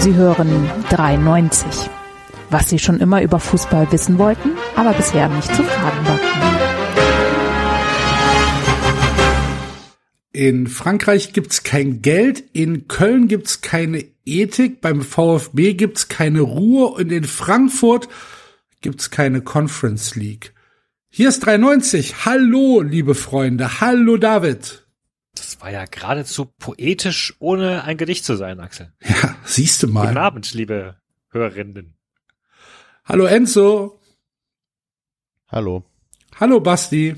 Sie hören 93. Was Sie schon immer über Fußball wissen wollten, aber bisher nicht zu fragen wagten. In Frankreich gibt's kein Geld, in Köln gibt's keine Ethik, beim VfB gibt's keine Ruhe und in Frankfurt gibt's keine Conference League. Hier ist 93. Hallo, liebe Freunde. Hallo, David. Das war ja geradezu poetisch, ohne ein Gedicht zu sein, Axel. Ja, siehst du mal. Guten Abend, liebe Hörerinnen. Hallo, Enzo. Hallo. Hallo, Basti.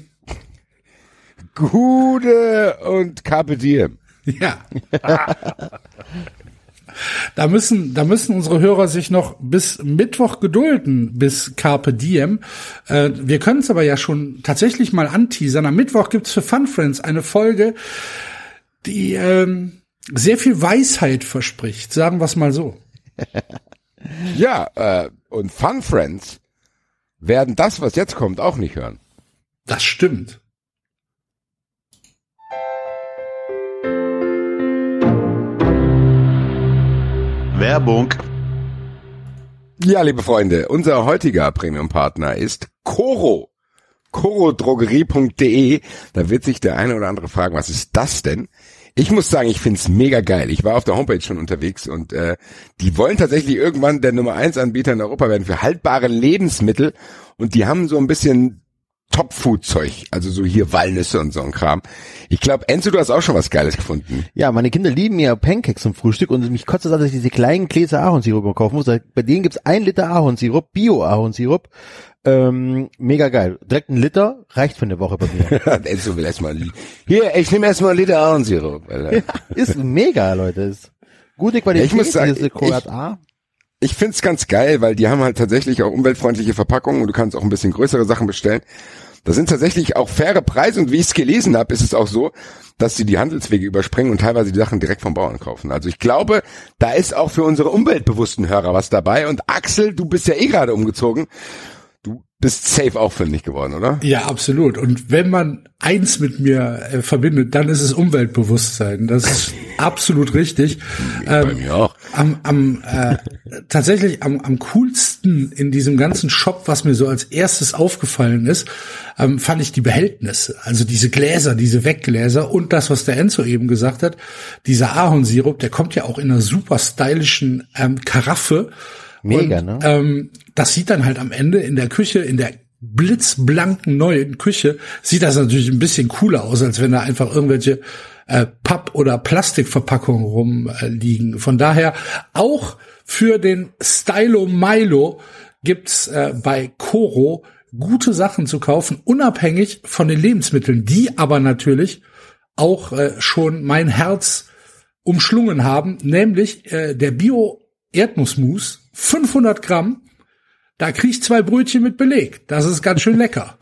Gute und Carpe Diem. Ja. Da müssen unsere Hörer sich noch bis Mittwoch gedulden, bis Carpe Diem. Wir können es aber ja schon tatsächlich mal anteasern. Am Mittwoch gibt's für Fun Friends eine Folge, die sehr viel Weisheit verspricht, sagen wir es mal so. Ja, und Fun Friends werden das, was jetzt kommt, auch nicht hören. Das stimmt. Werbung. Ja, liebe Freunde, unser heutiger Premium-Partner ist Coro. corodrogerie.de. Da wird sich der eine oder andere fragen, was ist das denn? Ich muss sagen, ich find's mega geil. Ich war auf der Homepage schon unterwegs und die wollen tatsächlich irgendwann der Nummer 1 Anbieter in Europa werden für haltbare Lebensmittel und die haben so ein bisschen Top-Food-Zeug, also so hier Walnüsse und so ein Kram. Ich glaube, Enzo, du hast auch schon was Geiles gefunden. Ja, meine Kinder lieben ja Pancakes zum Frühstück und mich kotzt es an, dass ich diese kleinen Gläser Ahornsirup kaufen muss. Bei denen gibt's 1 Liter Ahornsirup, Bio-Ahornsirup. Mega geil. Direkt 1 Liter reicht für eine Woche bei mir. Enzo will erstmal, hier, ich nehme erstmal 1 Liter Ahornsirup. Ja, ist mega, Leute. Ist gute Qualität. Ja, ich muss sagen, Ich find's ganz geil, weil die haben halt tatsächlich auch umweltfreundliche Verpackungen und du kannst auch ein bisschen größere Sachen bestellen. Das sind tatsächlich auch faire Preise und wie ich es gelesen habe, ist es auch so, dass sie die Handelswege überspringen und teilweise die Sachen direkt vom Bauern kaufen. Also ich glaube, da ist auch für unsere umweltbewussten Hörer was dabei. Und Axel, du bist ja eh gerade umgezogen. Du bist safe auch fündig geworden, oder? Ja, absolut. Und wenn man eins mit mir verbindet, dann ist es Umweltbewusstsein. Das ist absolut richtig. Bei mir auch. Tatsächlich am coolsten in diesem ganzen Shop, was mir so als erstes aufgefallen ist, fand ich die Behältnisse. Also diese Gläser, diese Weggläser und das, was der Enzo eben gesagt hat, dieser Ahornsirup, der kommt ja auch in einer super stylischen Karaffe. Mega, und, ne? Das sieht dann halt am Ende in der Küche, in der blitzblanken neuen Küche, sieht das natürlich ein bisschen cooler aus, als wenn da einfach irgendwelche Papp- oder Plastikverpackungen rumliegen. Von daher auch für den Stylo Milo gibt's bei Coro gute Sachen zu kaufen, unabhängig von den Lebensmitteln, die aber natürlich auch schon mein Herz umschlungen haben, nämlich der Bio-Erdnussmus, 500 Gramm, da krieg ich 2 Brötchen mit Beleg. Das ist ganz schön lecker.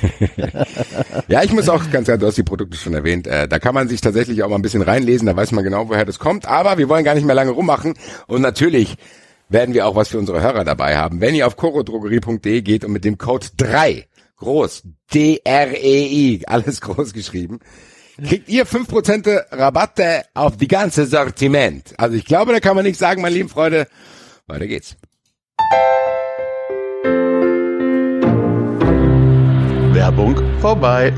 Ja, ich muss auch ganz klar, du hast die Produkte schon erwähnt, da kann man sich tatsächlich auch mal ein bisschen reinlesen, da weiß man genau, woher das kommt, aber wir wollen gar nicht mehr lange rummachen und natürlich werden wir auch was für unsere Hörer dabei haben. Wenn ihr auf corodrogerie.de geht und mit dem Code 3, groß, DREI, alles groß geschrieben, kriegt ihr 5% Rabatte auf die ganze Sortiment. Also ich glaube, da kann man nicht sagen, meine lieben Freunde, weiter geht's. Werbung vorbei.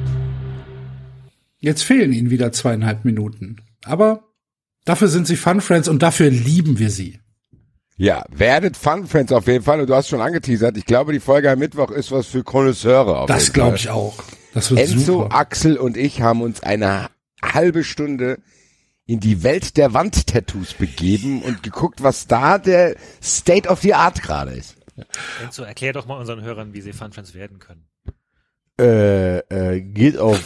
Jetzt fehlen ihnen wieder 2,5 Minuten. Aber dafür sind sie Fun Friends und dafür lieben wir sie. Ja, werdet Fun Friends auf jeden Fall und du hast schon angeteasert, ich glaube, die Folge am Mittwoch ist was für Connoisseure. Das glaube ich auch. Das wird Enzo, super. Axel und ich haben uns eine halbe Stunde in die Welt der Wandtattoos begeben und geguckt, was da der State of the Art gerade ist. Enzo, erklär doch mal unseren Hörern, wie sie Fun Friends werden können. Geht auf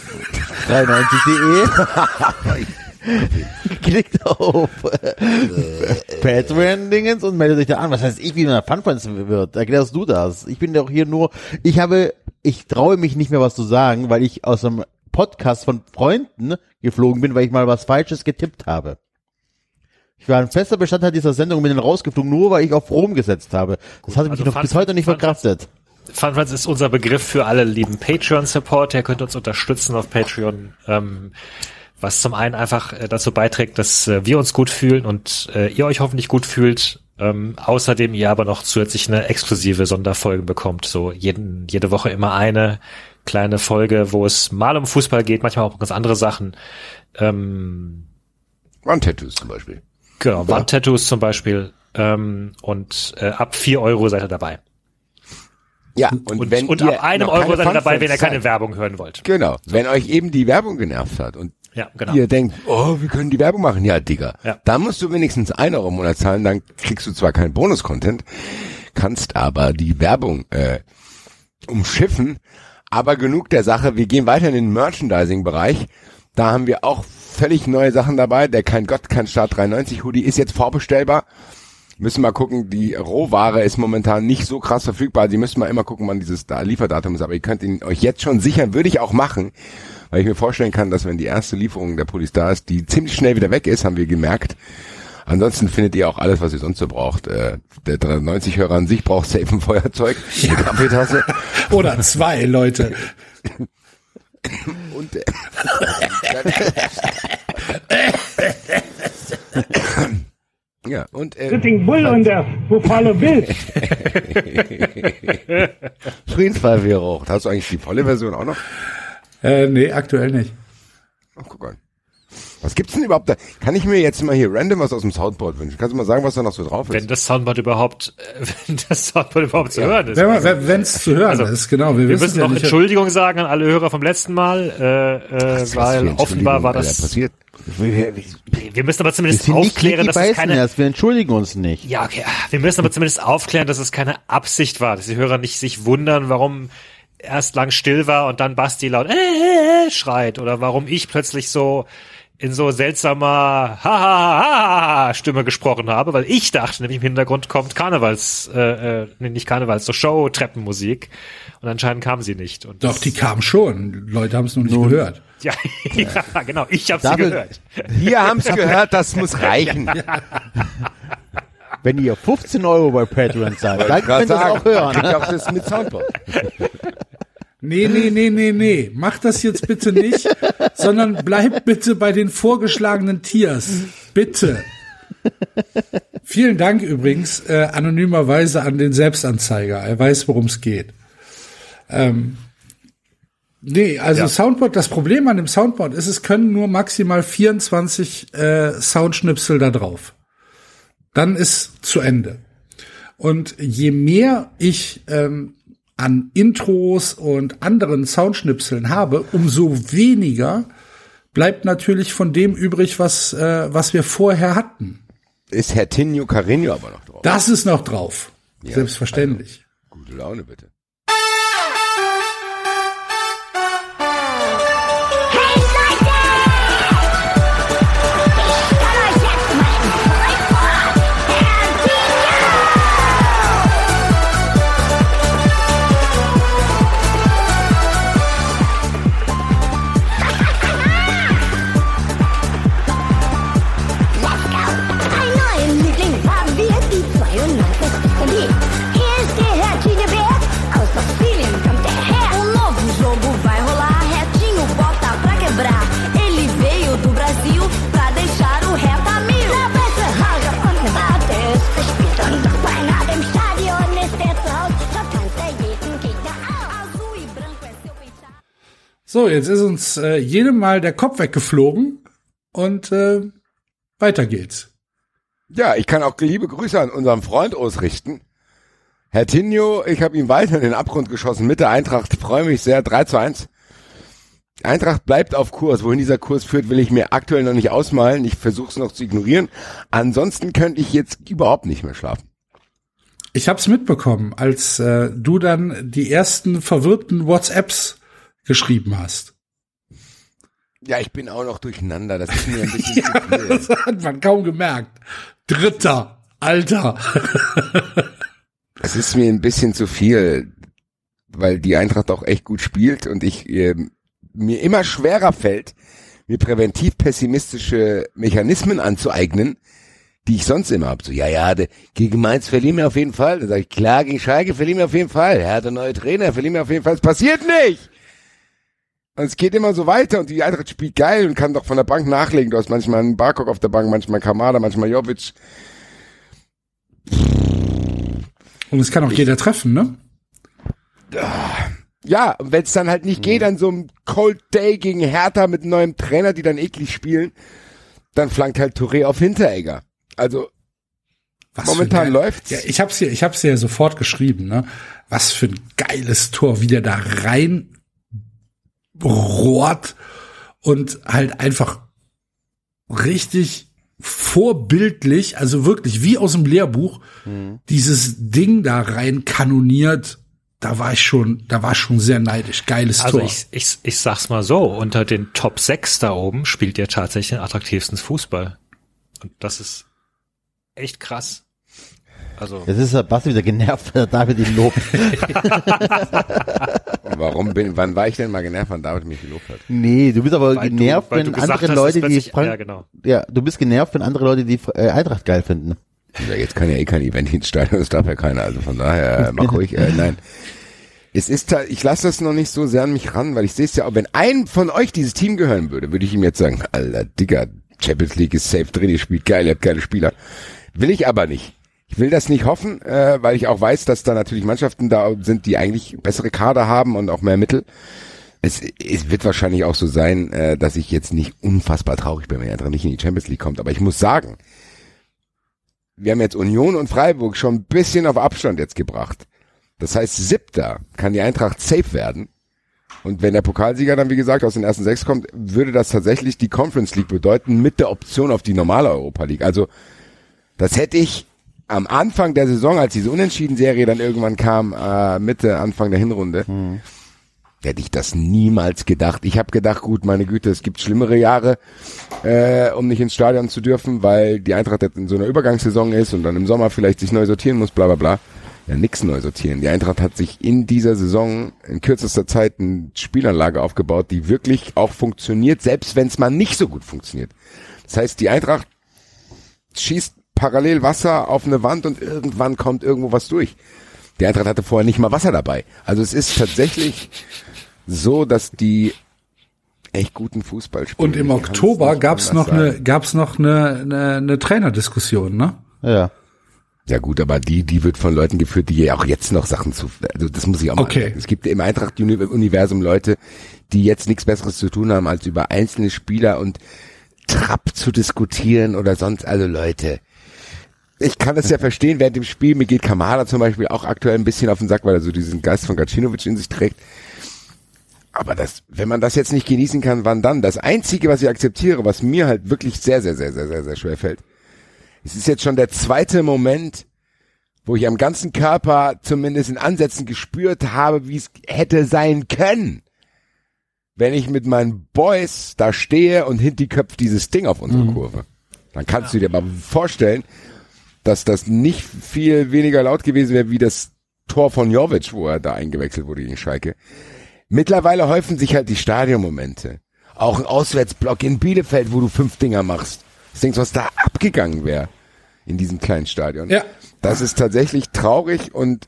93.de, klickt auf Patreon-Dingens und meldet sich da an. Was heißt ich, wie man Fun Friends wird? Erklärst du das? Ich bin doch hier nur, ich traue mich nicht mehr was zu sagen, weil ich aus einem Podcast von Freunden geflogen bin, weil ich mal was Falsches getippt habe. Ich war ein fester Bestandteil dieser Sendung und bin dann rausgeflogen, nur weil ich auf Rom gesetzt habe. Das hat mich noch bis heute nicht verkraftet. Fun Friends ist unser Begriff für alle lieben Patreon-Supporter. Ihr könnt uns unterstützen auf Patreon. was zum einen einfach dazu beiträgt, dass wir uns gut fühlen und ihr euch hoffentlich gut fühlt. Außerdem ihr aber noch zusätzlich eine exklusive Sonderfolge bekommt. So jede Woche immer eine kleine Folge, wo es mal um Fußball geht, manchmal auch um ganz andere Sachen. Wandtattoos zum Beispiel. Genau, Wandtattoos zum Beispiel. Und ab 4 € seid ihr dabei. Ja, und wenn und ihr ab 1 noch € keine seid ihr dabei, wenn ihr Fun-Facts keine Werbung hören wollt. Genau, wenn euch eben die Werbung genervt hat und Ja, genau. ihr denkt, oh, wir können die Werbung machen. Ja, Digga. Ja. Dann musst du wenigstens 1 € im Monat zahlen, dann kriegst du zwar keinen Bonus-Content, kannst aber die Werbung umschiffen, aber genug der Sache. Wir gehen weiter in den Merchandising-Bereich. Da haben wir auch völlig neue Sachen dabei. Der Kein Gott, kein Staat 93 Hoodie ist jetzt vorbestellbar. Müssen mal gucken, die Rohware ist momentan nicht so krass verfügbar. Die müssen mal immer gucken, wann dieses Lieferdatum ist. Aber ihr könnt ihn euch jetzt schon sichern, würde ich auch machen. Weil ich mir vorstellen kann, dass wenn die erste Lieferung der Pullis da ist, die ziemlich schnell wieder weg ist, haben wir gemerkt. Ansonsten findet ihr auch alles, was ihr sonst so braucht. Der 93-Hörer an sich braucht safe ein Feuerzeug, eine Kaffeetasse. Oder 2 Leute. Und ja, und Sitting Bull und der Buffalo Bill. Friedensfall wäre auch. Hast du eigentlich die volle Version auch noch? Nee, aktuell nicht. Oh, guck mal. Was gibt's denn überhaupt da? Kann ich mir jetzt mal hier random was aus dem Soundboard wünschen? Kannst du mal sagen, was da noch so drauf ist? Wenn das Soundboard überhaupt zu hören ist. Wenn es zu hören ist, genau. Wir müssen ja noch nicht, Entschuldigung sagen an alle Hörer vom letzten Mal, weil offenbar war das passiert. Wir müssen aber zumindest wir sind aufklären, nicht dass es keine... wir entschuldigen uns nicht. Ja, okay. Wir müssen aber zumindest aufklären, dass es keine Absicht war, dass die Hörer nicht sich wundern, warum erst lang still war und dann Basti laut schreit oder warum ich plötzlich so in so seltsamer Stimme gesprochen habe, weil ich dachte, nämlich im Hintergrund kommt nicht Karnevals, so Show-Treppenmusik und anscheinend kam sie nicht. Und doch, die kam schon. Leute haben es noch nicht gehört. Ja, ja, genau, ich habe sie gehört. Wir haben es gehört, das muss reichen. Wenn ihr 15 € bei Patreon zahlt, dann könnt ihr es auch hören. Ich glaube, das ist mit Soundboard. Nee. Mach das jetzt bitte nicht, sondern bleib bitte bei den vorgeschlagenen Tiers. Bitte. Vielen Dank übrigens anonymerweise an den Selbstanzeiger. Er weiß, worum es geht. Soundboard, das Problem an dem Soundboard ist, es können nur maximal 24 Soundschnipsel da drauf. Dann ist zu Ende. Und je mehr ich an Intros und anderen Soundschnipseln habe, umso weniger bleibt natürlich von dem übrig, was wir vorher hatten. Ist Herr Tinho Carreño aber noch drauf? Das ist noch drauf. Ja, selbstverständlich. Also, gute Laune bitte. So, jetzt ist uns jedem Mal der Kopf weggeflogen und weiter geht's. Ja, ich kann auch liebe Grüße an unseren Freund ausrichten. Herr Tinho, ich habe ihn weiter in den Abgrund geschossen mit der Eintracht. Freue mich sehr, 3:1. Eintracht bleibt auf Kurs. Wohin dieser Kurs führt, will ich mir aktuell noch nicht ausmalen. Ich versuche es noch zu ignorieren. Ansonsten könnte ich jetzt überhaupt nicht mehr schlafen. Ich hab's mitbekommen, als du dann die ersten verwirrten WhatsApps geschrieben hast. Ja, ich bin auch noch durcheinander. Das ist mir ein bisschen zu viel. Das hat man kaum gemerkt. Dritter, Alter. Es ist mir ein bisschen zu viel, weil die Eintracht auch echt gut spielt und ich mir immer schwerer fällt, mir präventiv pessimistische Mechanismen anzueignen, die ich sonst immer habe. So, gegen Mainz verlieren wir auf jeden Fall. Dann sage ich, klar, gegen Schalke verlieren wir auf jeden Fall. Er hat einen neuen Trainer, verlieren wir auf jeden Fall. Es passiert nicht! Und es geht immer so weiter und die Eintracht spielt geil und kann doch von der Bank nachlegen. Du hast manchmal einen Barkok auf der Bank, manchmal Kamada, manchmal Jovic. Und es kann auch jeder treffen, ne? Ja, und wenn es dann halt nicht geht an so einem Cold Day gegen Hertha mit einem neuen Trainer, die dann eklig spielen, dann flankt halt Touré auf Hinteregger. Also momentan läuft's. Ja, ich hab's hier ja sofort geschrieben, ne? Was für ein geiles Tor, wie der da rein rohrt und halt einfach richtig vorbildlich, also wirklich wie aus dem Lehrbuch, dieses Ding da rein kanoniert. Da war schon sehr neidisch. Geiles Also Tor. ich sag's mal so, unter den Top 6 da oben spielt ihr tatsächlich den attraktivsten Fußball. Und das ist echt krass. Also. Jetzt ist der Basti wieder genervt, wenn der David ihn lobt. Wann war ich denn mal genervt, wenn David mich gelobt hat? Nee, du bist aber Weil genervt, du wenn gesagt andere hast, Leute, dass die plötzlich- ja, genau. ja, du bist genervt, wenn andere Leute die Eintracht geil finden. Ja, jetzt kann ja kein Event ins Stadion, das darf ja keiner, also von daher, mach ruhig, nein. Es ist halt, ich lasse das noch nicht so sehr an mich ran, weil ich sehe es ja auch, wenn ein von euch dieses Team gehören würde, würde ich ihm jetzt sagen, Alter, Digga, Champions League ist safe drin, ihr spielt geil, ihr habt geile Spieler. Will ich aber nicht. Ich will das nicht hoffen, weil ich auch weiß, dass da natürlich Mannschaften da sind, die eigentlich bessere Kader haben und auch mehr Mittel. Es wird wahrscheinlich auch so sein, dass ich jetzt nicht unfassbar traurig bin, wenn er nicht in die Champions League kommt. Aber ich muss sagen, wir haben jetzt Union und Freiburg schon ein bisschen auf Abstand jetzt gebracht. Das heißt, 7. kann die Eintracht safe werden. Und wenn der Pokalsieger dann, wie gesagt, aus den ersten 6 kommt, würde das tatsächlich die Conference League bedeuten, mit der Option auf die normale Europa League. Also, das hätte ich am Anfang der Saison, als diese Unentschieden-Serie dann irgendwann kam, Anfang der Hinrunde, hätte ich das niemals gedacht. Ich habe gedacht, gut, meine Güte, es gibt schlimmere Jahre, um nicht ins Stadion zu dürfen, weil die Eintracht jetzt in so einer Übergangssaison ist und dann im Sommer vielleicht sich neu sortieren muss, bla bla bla. Ja, nix neu sortieren. Die Eintracht hat sich in dieser Saison in kürzester Zeit eine Spielanlage aufgebaut, die wirklich auch funktioniert, selbst wenn es mal nicht so gut funktioniert. Das heißt, die Eintracht schießt parallel Wasser auf eine Wand und irgendwann kommt irgendwo was durch. Die Eintracht hatte vorher nicht mal Wasser dabei. Also es ist tatsächlich so, dass die echt guten Fußball spielen. Und im Oktober gab's noch eine Trainerdiskussion, ne? Ja. Ja gut, aber die wird von Leuten geführt, die ja auch jetzt noch Sachen also das muss ich auch mal sagen. Es gibt im Eintracht-Universum Leute, die jetzt nichts Besseres zu tun haben, als über einzelne Spieler und Trapp zu diskutieren oder sonst, also Leute. Ich kann das ja verstehen während dem Spiel, mir geht Kamada zum Beispiel auch aktuell ein bisschen auf den Sack, weil er so diesen Geist von Gacinovic in sich trägt. Aber wenn man das jetzt nicht genießen kann, wann dann? Das Einzige, was ich akzeptiere, was mir halt wirklich sehr, sehr, sehr, sehr, sehr, sehr schwer fällt, es ist jetzt schon der zweite Moment, wo ich am ganzen Körper zumindest in Ansätzen gespürt habe, wie es hätte sein können, wenn ich mit meinen Boys da stehe und hinti köpft dieses Ding auf unsere Kurve. Dann kannst du dir mal vorstellen, dass das nicht viel weniger laut gewesen wäre wie das Tor von Jovic, wo er da eingewechselt wurde gegen Schalke. Mittlerweile häufen sich halt die Stadionmomente. Auch ein Auswärtsblock in Bielefeld, wo du 5 Dinger machst. Was denkst du, was da abgegangen wäre in diesem kleinen Stadion? Ja. Das ist tatsächlich traurig und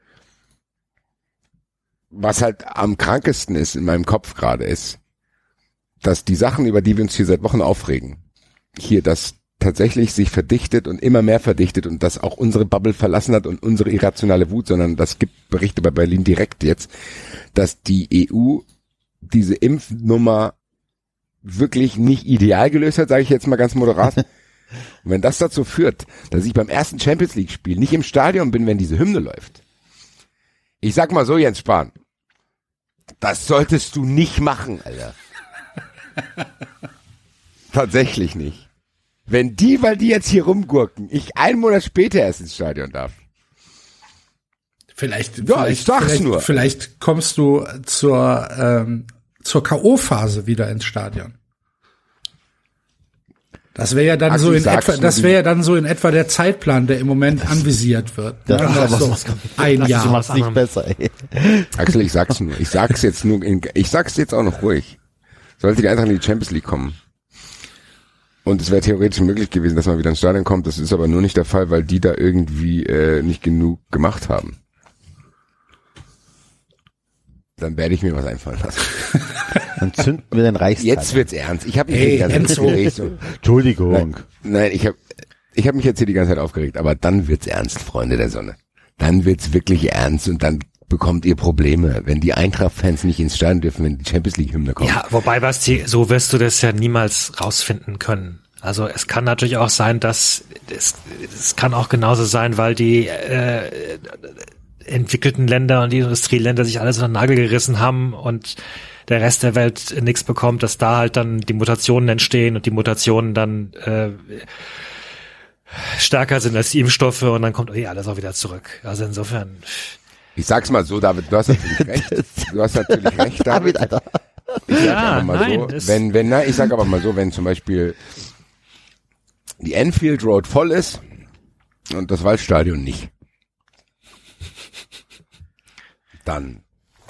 was halt am krankesten ist in meinem Kopf gerade ist, dass die Sachen, über die wir uns hier seit Wochen aufregen, hier das tatsächlich sich verdichtet und immer mehr verdichtet und das auch unsere Bubble verlassen hat und unsere irrationale Wut, sondern das gibt Berichte bei Berlin direkt jetzt, dass die EU diese Impfnummer wirklich nicht ideal gelöst hat, sage ich jetzt mal ganz moderat. Und wenn das dazu führt, dass ich beim ersten Champions League Spiel nicht im Stadion bin, wenn diese Hymne läuft. Ich sag mal so, Jens Spahn, das solltest du nicht machen, Alter. Tatsächlich nicht. Wenn weil die jetzt hier rumgurken, ich 1 Monat später erst ins Stadion darf. Vielleicht kommst du zur K.O.-Phase wieder ins Stadion. Das wäre ja dann so in etwa der Zeitplan, der im Moment anvisiert wird. Das ist aber so ein Jahr. Das macht's nicht besser, ey. Axel, ich sag's jetzt auch noch ruhig. Sollte die Eintracht in die Champions League kommen. Und es wäre theoretisch möglich gewesen, dass man wieder ins Stadion kommt. Das ist aber nur nicht der Fall, weil die da irgendwie nicht genug gemacht haben. Dann werde ich mir was einfallen lassen. Dann zünden wir den Reichstag. Jetzt wird's ernst. Ich habe mich hier die ganze Zeit aufgeregt. So. Entschuldigung. Nein, ich habe mich jetzt hier die ganze Zeit aufgeregt, aber dann wird's ernst, Freunde der Sonne. Dann wird's wirklich ernst und dann bekommt ihr Probleme, wenn die Eintracht-Fans nicht ins Stadion dürfen, wenn die Champions-League-Hymne kommt. Ja, wobei, Basti, so wirst du das ja niemals rausfinden können. Also es kann natürlich auch sein, dass es kann auch genauso sein, weil die entwickelten Länder und die Industrieländer sich alles unter den Nagel gerissen haben und der Rest der Welt nichts bekommt, dass da halt dann die Mutationen entstehen und die Mutationen dann stärker sind als die Impfstoffe und dann kommt alles auch wieder zurück. Also insofern. Ich sag's mal so, David, du hast natürlich recht. Du hast natürlich recht, David. Alter. Ich sag Ja, aber mal nein, so, ich sag aber mal so, wenn zum Beispiel die Anfield Road voll ist und das Waldstadion nicht, dann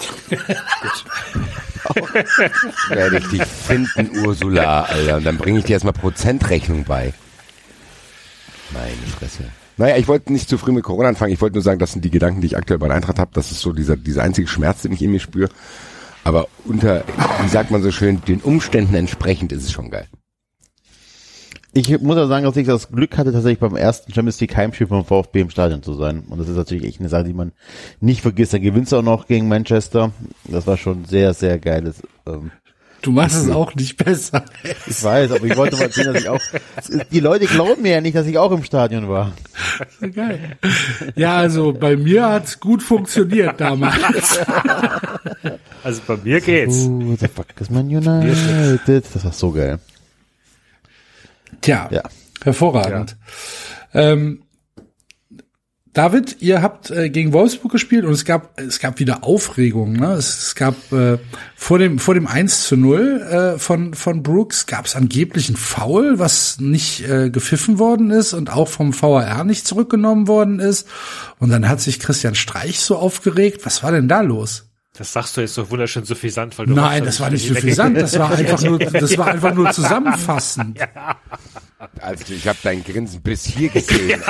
werde ich dich finden, Ursula, Alter. Und dann bringe ich dir erstmal Prozentrechnung bei. Meine Fresse. Naja, ich wollte nicht zu früh mit Corona anfangen. Ich wollte nur sagen, das sind die Gedanken, die ich aktuell bei der Eintracht habe. Das ist so dieser einzige Schmerz, den ich in mir spüre. Aber wie sagt man so schön, den Umständen entsprechend ist es schon geil. Ich muss ja sagen, dass ich das Glück hatte, tatsächlich beim ersten Champions League Heimspiel vom VfB im Stadion zu sein. Und das ist natürlich echt eine Sache, die man nicht vergisst. Dann gewinnst du auch noch gegen Manchester. Das war schon sehr, sehr geiles. Du machst es auch nicht besser. Ich weiß, aber ich wollte mal sehen, dass ich auch, die Leute glauben mir ja nicht, dass ich auch im Stadion war. Geil. Ja, also bei mir hat's gut funktioniert damals. Also bei mir geht's. Oh, the fuck is Man United? Das war so geil. Tja, Ja. hervorragend. David, ihr habt gegen Wolfsburg gespielt und es gab wieder Aufregung. Ne? Es gab vor dem 1:0 von Brooks gab es angeblich ein Foul, was nicht gepfiffen worden ist und auch vom VAR nicht zurückgenommen worden ist. Und dann hat sich Christian Streich so aufgeregt. Was war denn da los? Das sagst du jetzt so wunderschön suffisant, weil du Nein, das war nicht suffisant. Das war einfach nur zusammenfassend. Ja. Also ich habe dein Grinsen bis hier gesehen.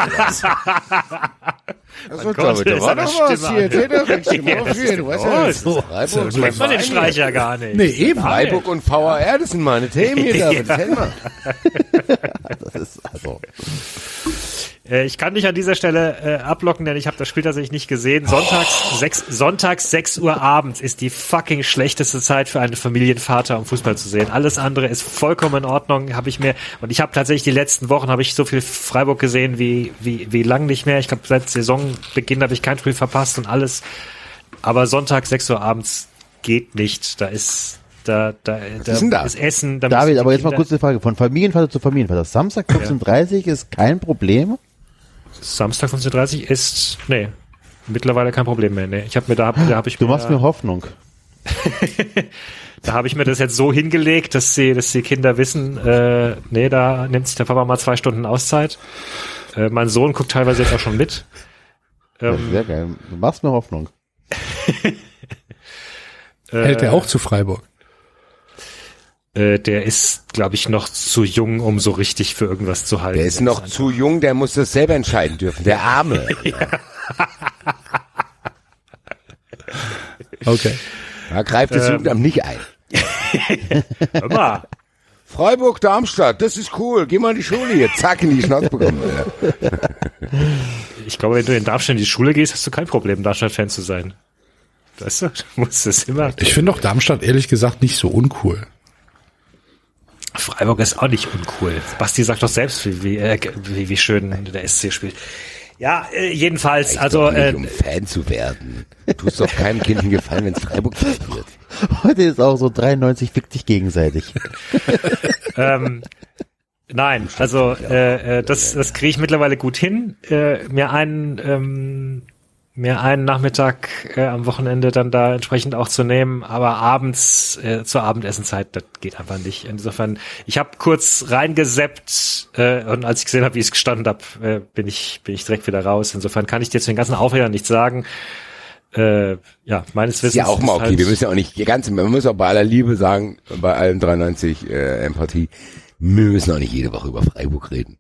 Also konnte da es war an der doch was Stimme hier. an. Seht ihr, regst du mal Ja, auf das hier. ist Du weißt groß. ja, das ist Freiburg. Das kennt man den Streich ja gar nicht. Nee, eben. Freiburg und VAR, das sind meine Themen hier, David. Das kennen wir. Das ist also. Ich kann dich an dieser Stelle ablocken, denn ich habe das Spiel tatsächlich nicht gesehen. Sonntags 6 Uhr abends ist die fucking schlechteste Zeit für einen Familienvater, um Fußball zu sehen. Alles andere ist vollkommen in Ordnung, und ich habe tatsächlich die letzten Wochen habe ich so viel Freiburg gesehen wie lang nicht mehr. Ich glaube, seit Saisonbeginn habe ich kein Spiel verpasst und alles. Aber Sonntag 6 Uhr abends geht nicht. Da ist Essen. Da David, aber jetzt mal kurz die Frage, von Familienvater zu Familienvater. Samstag 15:30 ist kein Problem? Samstag 15:30 ist, mittlerweile kein Problem mehr. Nee. Du machst mir Hoffnung. Da habe ich mir das jetzt so hingelegt, dass die Kinder wissen, da nimmt sich der Papa mal 2 Stunden Auszeit. Mein Sohn guckt teilweise jetzt auch schon mit. Sehr geil. Du machst mir Hoffnung. Hält er auch zu Freiburg? Der ist, glaube ich, noch zu jung, um so richtig für irgendwas zu halten. Der ist noch zu jung, der muss das selber entscheiden dürfen. Der Arme. Okay. Da greift das Jugendamt nicht ein. Hör mal. Freiburg, Darmstadt, das ist cool. Geh mal in die Schule hier. Zack, in die Schnauze bekommen. Ich glaube, wenn du in Darmstadt in die Schule gehst, hast du kein Problem, Darmstadt-Fan zu sein. Weißt du, du musst es immer. Ich finde doch Darmstadt ehrlich gesagt nicht so uncool. Freiburg ist auch nicht uncool. Basti sagt doch selbst, wie schön der SC spielt. Ja, jedenfalls, also nicht, um Fan zu werden. Tust doch keinem Kind einen Gefallen, wenn es Freiburg wird. Heute ist auch so 93 fick dich gegenseitig. Nein, also das kriege ich mittlerweile gut hin. Mir einen Nachmittag am Wochenende dann da entsprechend auch zu nehmen, aber abends zur Abendessenzeit, das geht einfach nicht. Insofern, ich habe kurz reingeseppt und als ich gesehen habe, wie es gestanden habe, bin ich direkt wieder raus. Insofern kann ich dir zu den ganzen Aufregern nichts sagen. Meines Wissens ist ja auch mal okay. Halt, wir müssen ja auch nicht man muss auch bei aller Liebe sagen, bei allen 93 Empathie, wir müssen auch nicht jede Woche über Freiburg reden.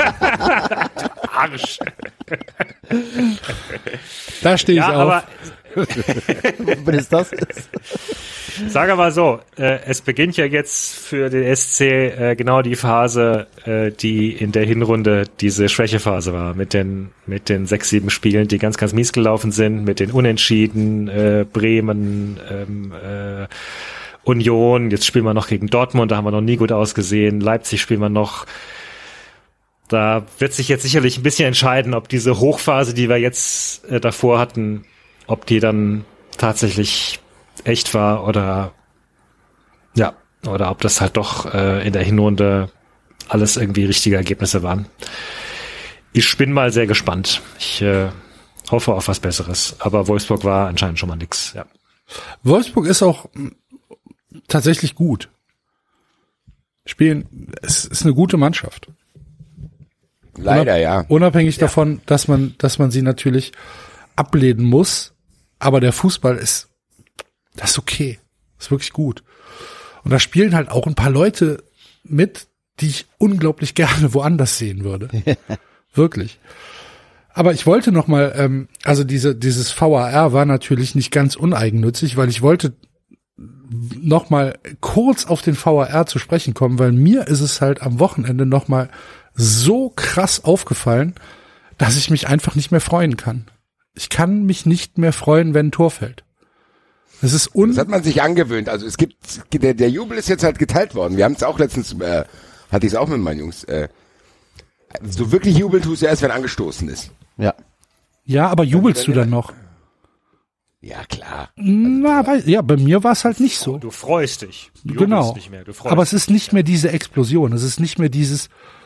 Arsch. Da stehe ich auf. Aber Wenn es das ist. Sage mal so, es beginnt ja jetzt für den SC genau die Phase, die in der Hinrunde diese Schwächephase war, mit den 6, 7 Spielen, die ganz, ganz mies gelaufen sind, mit den Unentschieden, Bremen, Union, jetzt spielen wir noch gegen Dortmund, da haben wir noch nie gut ausgesehen, Leipzig spielen wir noch. Da wird sich jetzt sicherlich ein bisschen entscheiden, ob diese Hochphase, die wir jetzt davor hatten, ob die dann tatsächlich echt war oder ob das halt doch in der Hinrunde alles irgendwie richtige Ergebnisse waren. Ich bin mal sehr gespannt. Ich hoffe auf was Besseres. Aber Wolfsburg war anscheinend schon mal nix. Ja. Wolfsburg ist auch tatsächlich gut. Es ist eine gute Mannschaft. Leider, ja. Unabhängig davon, dass man sie natürlich ablehnen muss, aber der Fußball das ist okay. Das ist wirklich gut. Und da spielen halt auch ein paar Leute mit, die ich unglaublich gerne woanders sehen würde. Wirklich. Aber ich wollte noch mal, also dieses VAR war natürlich nicht ganz uneigennützig, weil ich wollte noch mal kurz auf den VAR zu sprechen kommen, weil mir ist es halt am Wochenende noch mal so krass aufgefallen, dass ich mich einfach nicht mehr freuen kann. Ich kann mich nicht mehr freuen, wenn ein Tor fällt. Das hat man sich angewöhnt. Also es gibt, der Jubel ist jetzt halt geteilt worden. Wir haben es auch letztens, hatte ich es auch mit meinen Jungs. So wirklich jubeln tust du erst, wenn angestoßen ist. Ja. Ja, aber jubelst du dann noch? Ja, klar. Bei mir war es halt nicht so. Du freust dich. Du genau. jubelst nicht mehr. Du freust aber es ist nicht mehr diese Explosion. Es ist nicht mehr dieses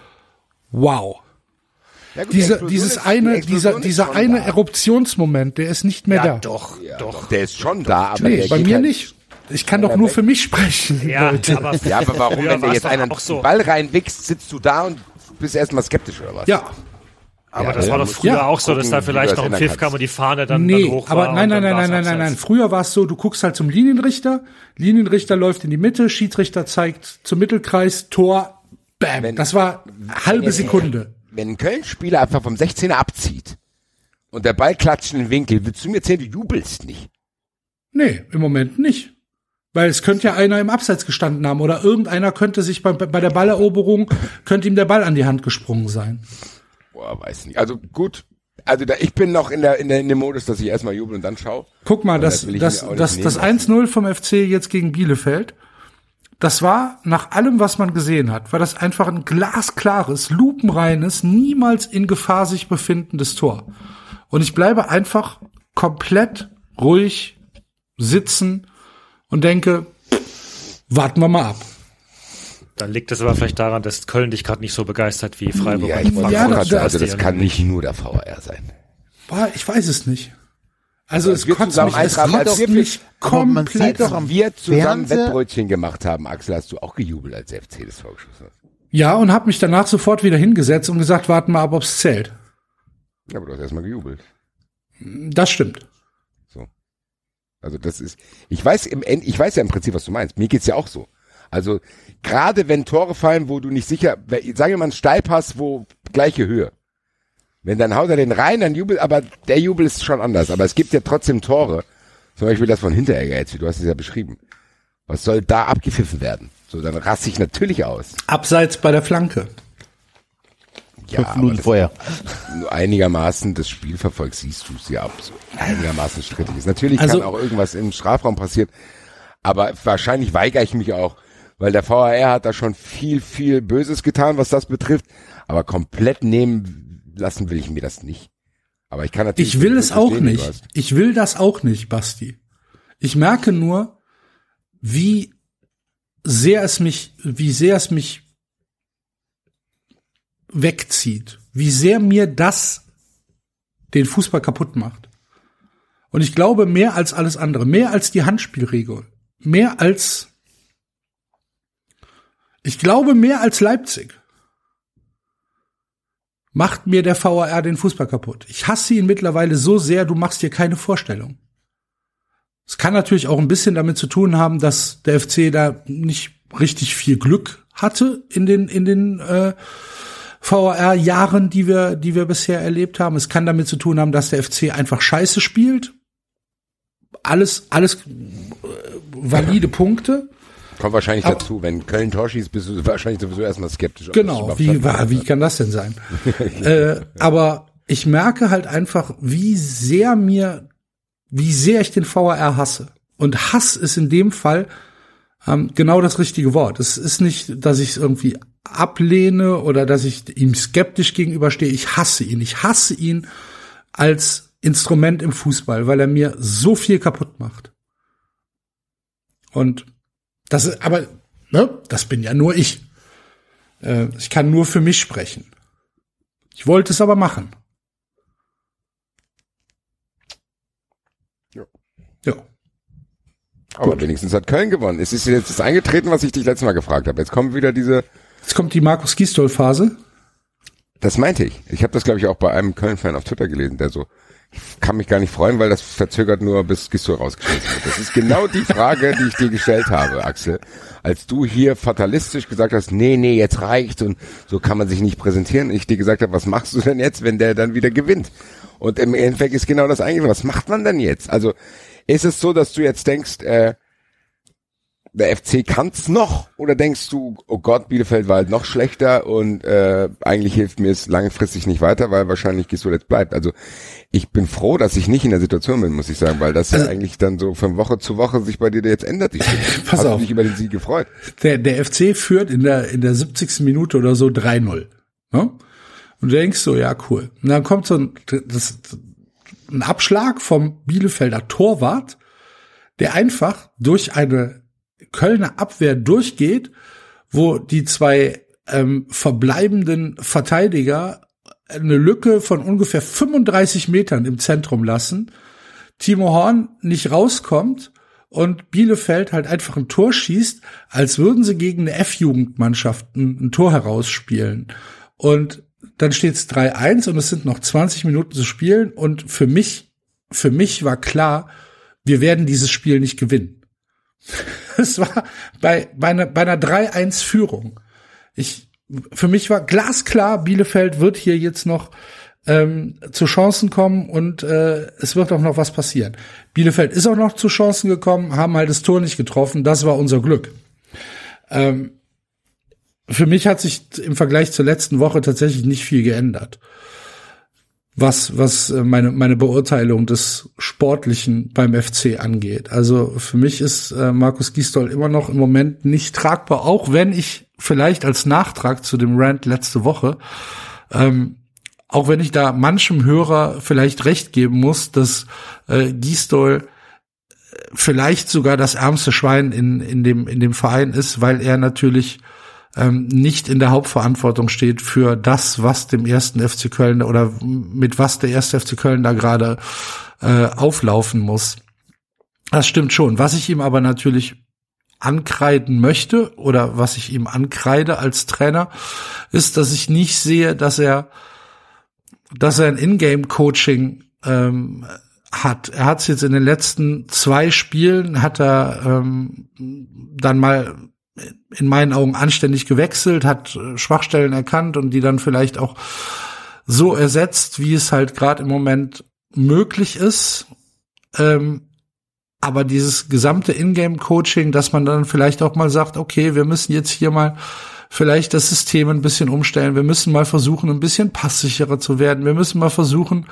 Wow. Ja, gut, dieser eine Eruptionsmoment, der ist nicht mehr da. Doch. Der ist schon da, aber Nee, der bei geht mir halt nicht. Ich kann doch nur für mich sprechen. Ja, Leute. aber warum, früher wenn dir war's jetzt doch einer auch so. den Ball reinwichst, sitzt du da und bist erstmal skeptisch oder was? Ja. Aber Ja, das ja, war doch musst früher ja auch so, dass gucken, da wie vielleicht du das noch ein ändern Pfiff kannst. kam und die Fahne dann Nee, hoch war. aber nein. und dann war's abseits. Früher war es so, du guckst halt zum Linienrichter läuft in die Mitte, Schiedsrichter zeigt zum Mittelkreis, Tor, bam. Das war halbe Sekunde. Wenn ein Köln-Spieler einfach vom 16er abzieht und der Ball klatscht in den Winkel, willst du mir erzählen, du jubelst nicht? Nee, im Moment nicht. Weil es könnte ja einer im Abseits gestanden haben oder irgendeiner könnte sich bei der Balleroberung, könnte ihm der Ball an die Hand gesprungen sein. Boah, weiß nicht. Also gut, ich bin noch in dem Modus, dass ich erstmal jubel und dann schaue. Guck mal, das will ich mir auch nicht nehmen 1-0 vom FC jetzt gegen Bielefeld, das war, nach allem, was man gesehen hat, war das einfach ein glasklares, lupenreines, niemals in Gefahr sich befindendes Tor. Und ich bleibe einfach komplett ruhig sitzen und denke, warten wir mal ab. Dann liegt es aber vielleicht daran, dass Köln dich gerade nicht so begeistert wie Freiburg. Ja, ich wollte Ja, gerade sagen, das- also das kann nicht nur der VAR sein. Boah, ich weiß es nicht. Also es wir kotzt zusammen mich, es eintragen, als kotzt wir- mich aber man komplett. sieht doch am Wir zusammen Fernseher- Wettbrötchen gemacht haben, Axel, hast du auch gejubelt, als der FC das vorgeschossen hat. Ja, und habe mich danach sofort wieder hingesetzt und gesagt, warten mal ab, ob's zählt. Ja, aber du hast erstmal gejubelt. Das stimmt. So. Also das ist, ich weiß ja im Prinzip, was du meinst. Mir geht's ja auch so. Also gerade wenn Tore fallen, wo du nicht sicher, sagen wir mal einen Steilpass, wo gleiche Höhe. Wenn dann haut er den rein, dann jubelt, aber der Jubel ist schon anders. Aber es gibt ja trotzdem Tore. Zum Beispiel das von Hinteregger jetzt, wie du hast es ja beschrieben. Was soll da abgepfiffen werden? So, dann raste ich natürlich aus. Abseits bei der Flanke. Ja, 5 Minuten vorher. Nur einigermaßen das Spiel verfolgst, siehst du es ja ab. So einigermaßen strittig ist. Natürlich Also- kann auch irgendwas im Strafraum passieren, aber wahrscheinlich weigere ich mich auch, weil der VAR hat da schon viel, viel Böses getan, was das betrifft, aber komplett nehmen lassen will ich mir das nicht. Aber ich kann natürlich... Ich will es auch verstehen, wie du nicht. hast. Ich will das auch nicht, Basti. Ich merke nur, wie sehr es mich wegzieht. Wie sehr mir das den Fußball kaputt macht. Und ich glaube, mehr als alles andere, mehr als die Handspielregel, mehr als Leipzig macht mir der VAR den Fußball kaputt. Ich hasse ihn mittlerweile so sehr, du machst dir keine Vorstellung. Es kann natürlich auch ein bisschen damit zu tun haben, dass der FC da nicht richtig viel Glück hatte in den VAR-Jahren, die wir bisher erlebt haben. Es kann damit zu tun haben, dass der FC einfach scheiße spielt. alles valide Punkte. Kommt wahrscheinlich dazu, wenn Köln Tor schießt, bist du wahrscheinlich sowieso erstmal skeptisch. Genau, wie kann das denn sein? Aber ich merke halt einfach, wie sehr ich den VAR hasse. Und Hass ist in dem Fall genau das richtige Wort. Es ist nicht, dass ich es irgendwie ablehne oder dass ich ihm skeptisch gegenüberstehe. Ich hasse ihn. Ich hasse ihn als Instrument im Fußball, weil er mir so viel kaputt macht. Und das ist, aber, ne, das bin ja nur ich. Ich kann nur für mich sprechen. Ich wollte es aber machen. Ja. Aber wenigstens hat Köln gewonnen. Es ist jetzt eingetreten, was ich dich letztes Mal gefragt habe. Jetzt kommt die Markus Gisdol-Phase. Das meinte ich. Ich habe das, glaube ich, auch bei einem Köln-Fan auf Twitter gelesen, der so, ich kann mich gar nicht freuen, weil das verzögert nur, bis Gisdol rausgeschmissen wird. Das ist genau die Frage, die ich dir gestellt habe, Axel. Als du hier fatalistisch gesagt hast, nee, jetzt reicht's und so kann man sich nicht präsentieren. Ich dir gesagt habe, was machst du denn jetzt, wenn der dann wieder gewinnt? Und im Endeffekt ist genau das eigentlich, was macht man denn jetzt? Also, ist es so, dass du jetzt denkst, der FC kann's noch? Oder denkst du, oh Gott, Bielefeld war halt noch schlechter und eigentlich hilft mir es langfristig nicht weiter, weil wahrscheinlich Gisdol jetzt bleibt. Also ich bin froh, dass ich nicht in der Situation bin, muss ich sagen, weil das ja eigentlich dann so von Woche zu Woche sich bei dir jetzt ändert. Hast du dich über den Sieg gefreut? Der FC führt in der 70. Minute oder so 3-0. Ne? Und du denkst so, ja, cool. Und dann kommt so ein Abschlag vom Bielefelder Torwart, der einfach durch eine Kölner Abwehr durchgeht, wo die zwei verbleibenden Verteidiger eine Lücke von ungefähr 35 Metern im Zentrum lassen, Timo Horn nicht rauskommt und Bielefeld halt einfach ein Tor schießt, als würden sie gegen eine F-Jugendmannschaft ein Tor herausspielen. Und dann steht's 3-1 und es sind noch 20 Minuten zu spielen und für mich war klar, wir werden dieses Spiel nicht gewinnen. Es war bei einer 3-1-Führung. Für mich war glasklar, Bielefeld wird hier jetzt noch zu Chancen kommen und es wird auch noch was passieren. Bielefeld ist auch noch zu Chancen gekommen, haben halt das Tor nicht getroffen. Das war unser Glück. Für mich hat sich im Vergleich zur letzten Woche tatsächlich nicht viel geändert, was meine Beurteilung des Sportlichen beim FC angeht. Also für mich ist Markus Gisdol immer noch im Moment nicht tragbar, auch wenn ich vielleicht als Nachtrag zu dem Rant letzte Woche, auch wenn ich da manchem Hörer vielleicht recht geben muss, dass Gisdol vielleicht sogar das ärmste Schwein in dem Verein ist, weil er natürlich nicht in der Hauptverantwortung steht für das, was dem ersten FC Köln oder mit was der erste FC Köln da gerade auflaufen muss. Das stimmt schon. Was ich ihm aber natürlich ankreiden möchte oder was ich ihm ankreide als Trainer, ist, dass ich nicht sehe, dass er ein Ingame-Coaching hat. Er hat es jetzt in den letzten 2 Spielen, hat er dann mal in meinen Augen anständig gewechselt, hat Schwachstellen erkannt und die dann vielleicht auch so ersetzt, wie es halt gerade im Moment möglich ist. Aber dieses gesamte Ingame-Coaching, dass man dann vielleicht auch mal sagt, okay, wir müssen jetzt hier mal vielleicht das System ein bisschen umstellen, wir müssen mal versuchen, ein bisschen passsicherer zu werden, wir müssen mal versuchen,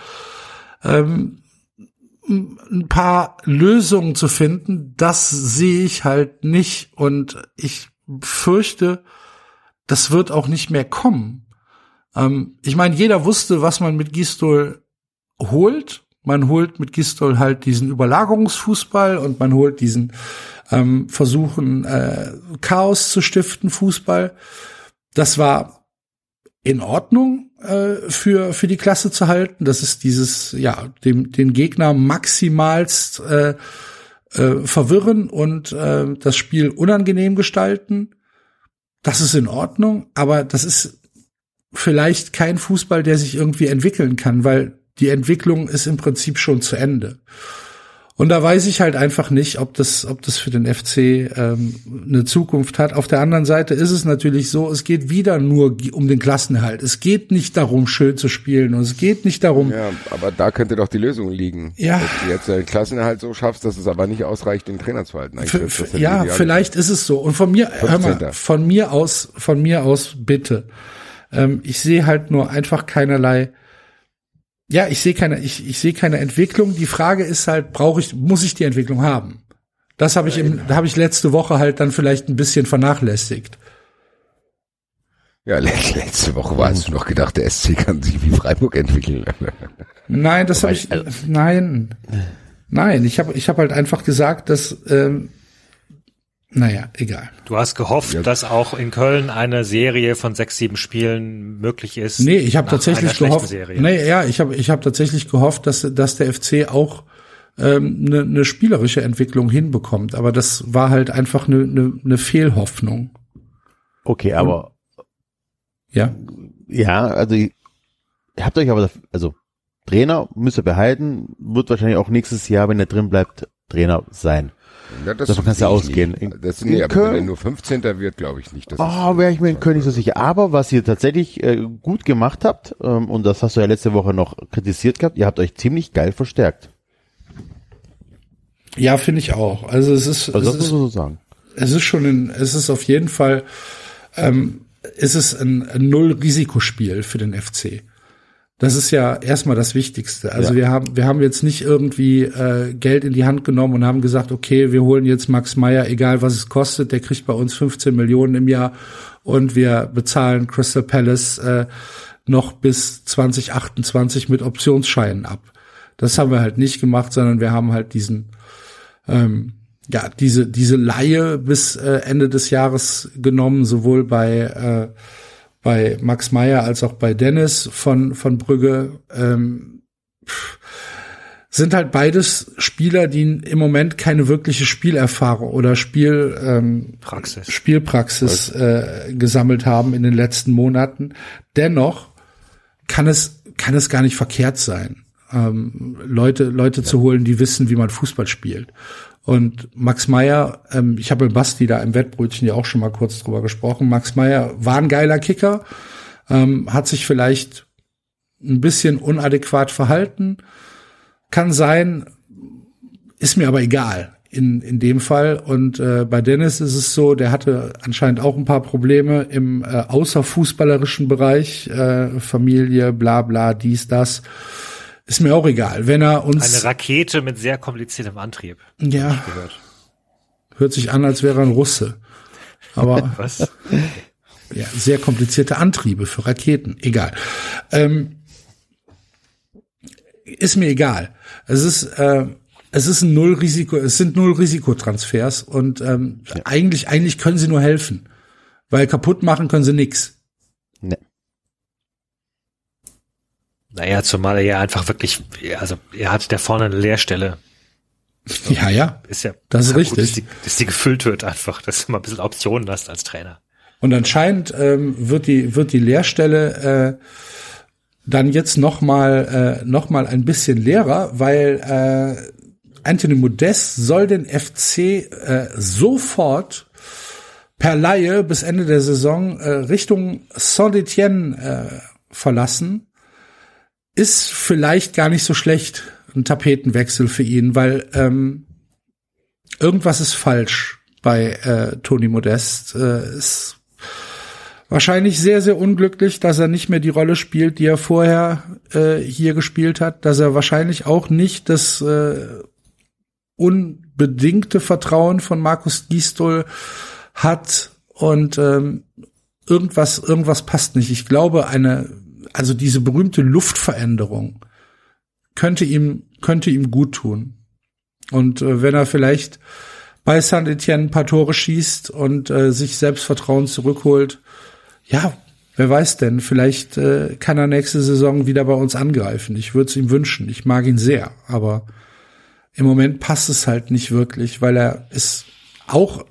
ein paar Lösungen zu finden, das sehe ich halt nicht und ich fürchte, das wird auch nicht mehr kommen. Ich meine, jeder wusste, was man mit Gisdol holt. Man holt mit Gisdol halt diesen Überlagerungsfußball und man holt diesen Versuchen, Chaos zu stiften, Fußball. Das war in Ordnung für die Klasse zu halten. Das ist dieses, den Gegner maximalst verwirren und das Spiel unangenehm gestalten. Das ist in Ordnung, aber das ist vielleicht kein Fußball, der sich irgendwie entwickeln kann, weil die Entwicklung ist im Prinzip schon zu Ende. Und da weiß ich halt einfach nicht, ob das für den FC eine Zukunft hat. Auf der anderen Seite ist es natürlich so, es geht wieder nur um den Klassenerhalt. Es geht nicht darum, schön zu spielen, und es geht nicht darum. Ja, aber da könnte doch die Lösung liegen. Ja. Dass du jetzt den Klassenerhalt so schaffst, dass es aber nicht ausreicht, den Trainer zu halten. Ja, vielleicht ist es so. Und von mir, hör mal, von mir aus bitte. Ich sehe halt nur einfach keinerlei. Ja, ich sehe keine Entwicklung. Die Frage ist halt, muss ich die Entwicklung haben? Das habe ich letzte Woche halt dann vielleicht ein bisschen vernachlässigt. Ja, letzte Woche hast du noch gedacht, der SC kann sich wie Freiburg entwickeln. Nein, das habe ich, nein, ich habe halt einfach gesagt, dass, naja, egal. Du hast gehofft, dass auch in Köln eine Serie von 6, 7 Spielen möglich ist. Nee, ich habe tatsächlich gehofft. Serie. Ich habe tatsächlich gehofft, dass der FC auch eine spielerische Entwicklung hinbekommt. Aber das war halt einfach eine Fehlhoffnung. Okay, aber ja, also ihr habt euch aber, also Trainer müsst ihr behalten, wird wahrscheinlich auch nächstes Jahr, wenn er drin bleibt, Trainer sein. Ja, davon kannst du ausgehen. Aber wenn er nur 15. wird, glaube ich nicht. Wäre ich mir in Köln nicht so sicher. Aber was ihr tatsächlich gut gemacht habt, und das hast du ja letzte Woche noch kritisiert gehabt, ihr habt euch ziemlich geil verstärkt. Ja, finde ich auch. Also das muss man so sagen. Es ist auf jeden Fall, ist es ein Null-Risikospiel für den FC. Das ist ja erstmal das Wichtigste. Also wir haben jetzt nicht irgendwie Geld in die Hand genommen und haben gesagt, okay, wir holen jetzt Max Meyer, egal was es kostet, der kriegt bei uns 15 Millionen im Jahr und wir bezahlen Crystal Palace noch bis 2028 mit Optionsscheinen ab. Das haben wir halt nicht gemacht, sondern wir haben halt diese Leihe bis Ende des Jahres genommen, sowohl bei Max Meyer als auch bei Dennis von Brügge, sind halt beides Spieler, die im Moment keine wirkliche Spielerfahrung oder Spielpraxis gesammelt haben in den letzten Monaten. Dennoch kann es gar nicht verkehrt sein, Leute zu holen, die wissen, wie man Fußball spielt. Und Max Meyer, ich habe mit Basti da im Wettbrötchen ja auch schon mal kurz drüber gesprochen. Max Meyer war ein geiler Kicker, hat sich vielleicht ein bisschen unadäquat verhalten. Kann sein, ist mir aber egal in dem Fall. Und bei Dennis ist es so, der hatte anscheinend auch ein paar Probleme im außerfußballerischen Bereich, Familie, bla bla, dies, das. Ist mir auch egal, wenn er uns... Eine Rakete mit sehr kompliziertem Antrieb. Ja, hört sich an, als wäre er ein Russe. Aber was? Ja, sehr komplizierte Antriebe für Raketen. Egal. Ist mir egal. Es ist ein Nullrisiko, es sind Nullrisikotransfers und eigentlich können sie nur helfen. Weil kaputt machen können sie nix. Nee. Naja, zumal er ja einfach wirklich, also er hat da vorne eine Leerstelle. Ja. Ist ja, das ist richtig. Gut, dass die gefüllt wird einfach, dass du mal ein bisschen Optionen hast als Trainer. Und anscheinend wird die Leerstelle dann jetzt noch mal ein bisschen leerer, weil Anthony Modeste soll den FC sofort per Leihe bis Ende der Saison Richtung Saint-Étienne verlassen. Ist vielleicht gar nicht so schlecht, ein Tapetenwechsel für ihn, weil irgendwas ist falsch bei Tony Modeste. Ist wahrscheinlich sehr, sehr unglücklich, dass er nicht mehr die Rolle spielt, die er vorher hier gespielt hat, dass er wahrscheinlich auch nicht das unbedingte Vertrauen von Markus Gisdol hat und irgendwas passt nicht. Ich glaube, also diese berühmte Luftveränderung könnte ihm gut tun. Und wenn er vielleicht bei Saint-Étienne ein paar Tore schießt und sich Selbstvertrauen zurückholt, ja, wer weiß denn, vielleicht kann er nächste Saison wieder bei uns angreifen. Ich würde es ihm wünschen. Ich mag ihn sehr, aber im Moment passt es halt nicht wirklich, weil er ist auch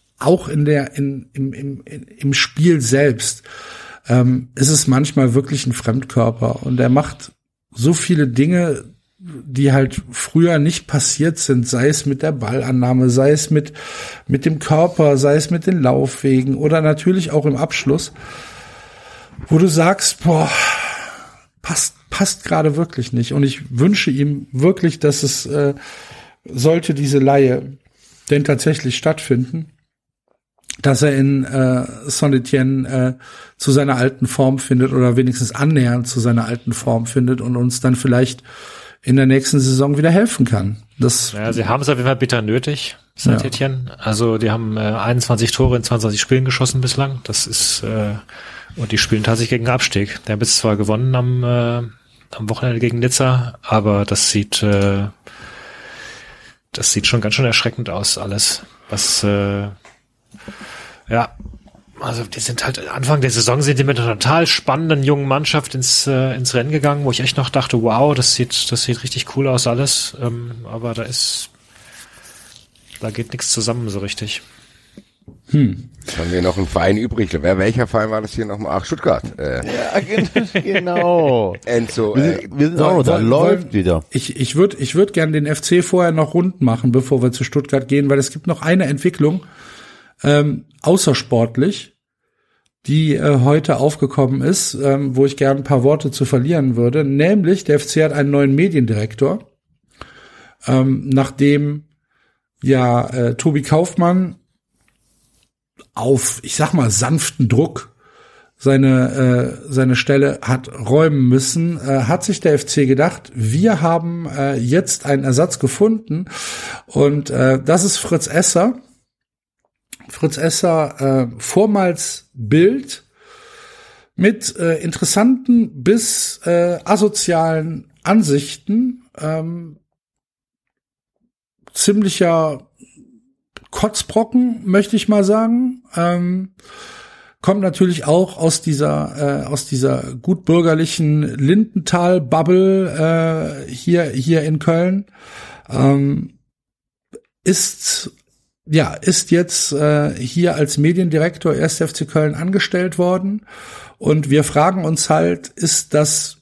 im Spiel selbst ist es manchmal wirklich ein Fremdkörper und er macht so viele Dinge die halt früher nicht passiert sind, sei es mit der Ballannahme, sei es mit dem Körper, sei es mit den Laufwegen oder natürlich auch im Abschluss, wo du sagst, boah, passt gerade wirklich nicht. Und ich wünsche ihm wirklich, dass es sollte diese Leihe denn tatsächlich stattfinden, dass er in Saint-Étienne zu seiner alten Form findet oder wenigstens annähernd zu seiner alten Form findet und uns dann vielleicht in der nächsten Saison wieder helfen kann. Sie haben es auf jeden Fall bitter nötig, Saint-Étienne. Ja. Also die haben 21 Tore in 22 Spielen geschossen bislang. Das ist und die spielen tatsächlich gegen Abstieg. Der haben jetzt zwar gewonnen am Wochenende gegen Nizza, aber das sieht schon ganz schön erschreckend aus, alles. Was also die sind halt Anfang der Saison sind die mit einer total spannenden jungen Mannschaft ins Rennen gegangen, wo ich echt noch dachte, wow, das sieht richtig cool aus alles, aber da geht nichts zusammen so richtig. Jetzt haben wir noch einen Verein übrig. Welcher Verein war das hier nochmal? Ach, Stuttgart. Ja, genau. Enzo. Wir sind auch noch da. Läuft wieder. Ich würd gern den FC vorher noch rund machen, bevor wir zu Stuttgart gehen, weil es gibt noch eine Entwicklung, außersportlich, die heute aufgekommen ist, wo ich gern ein paar Worte zu verlieren würde. Nämlich, der FC hat einen neuen Mediendirektor, nachdem Tobi Kaufmann auf, ich sag mal, sanften Druck seine Stelle hat räumen müssen, hat sich der FC gedacht, wir haben jetzt einen Ersatz gefunden und das ist Fritz Esser. Fritz Esser, vormals Bild, mit interessanten bis asozialen Ansichten, ziemlicher Kotzbrocken, möchte ich mal sagen. Kommt natürlich auch aus dieser gutbürgerlichen Lindenthal-Bubble hier in Köln. Ist jetzt hier als Mediendirektor 1. FC Köln angestellt worden. Und wir fragen uns halt, ist das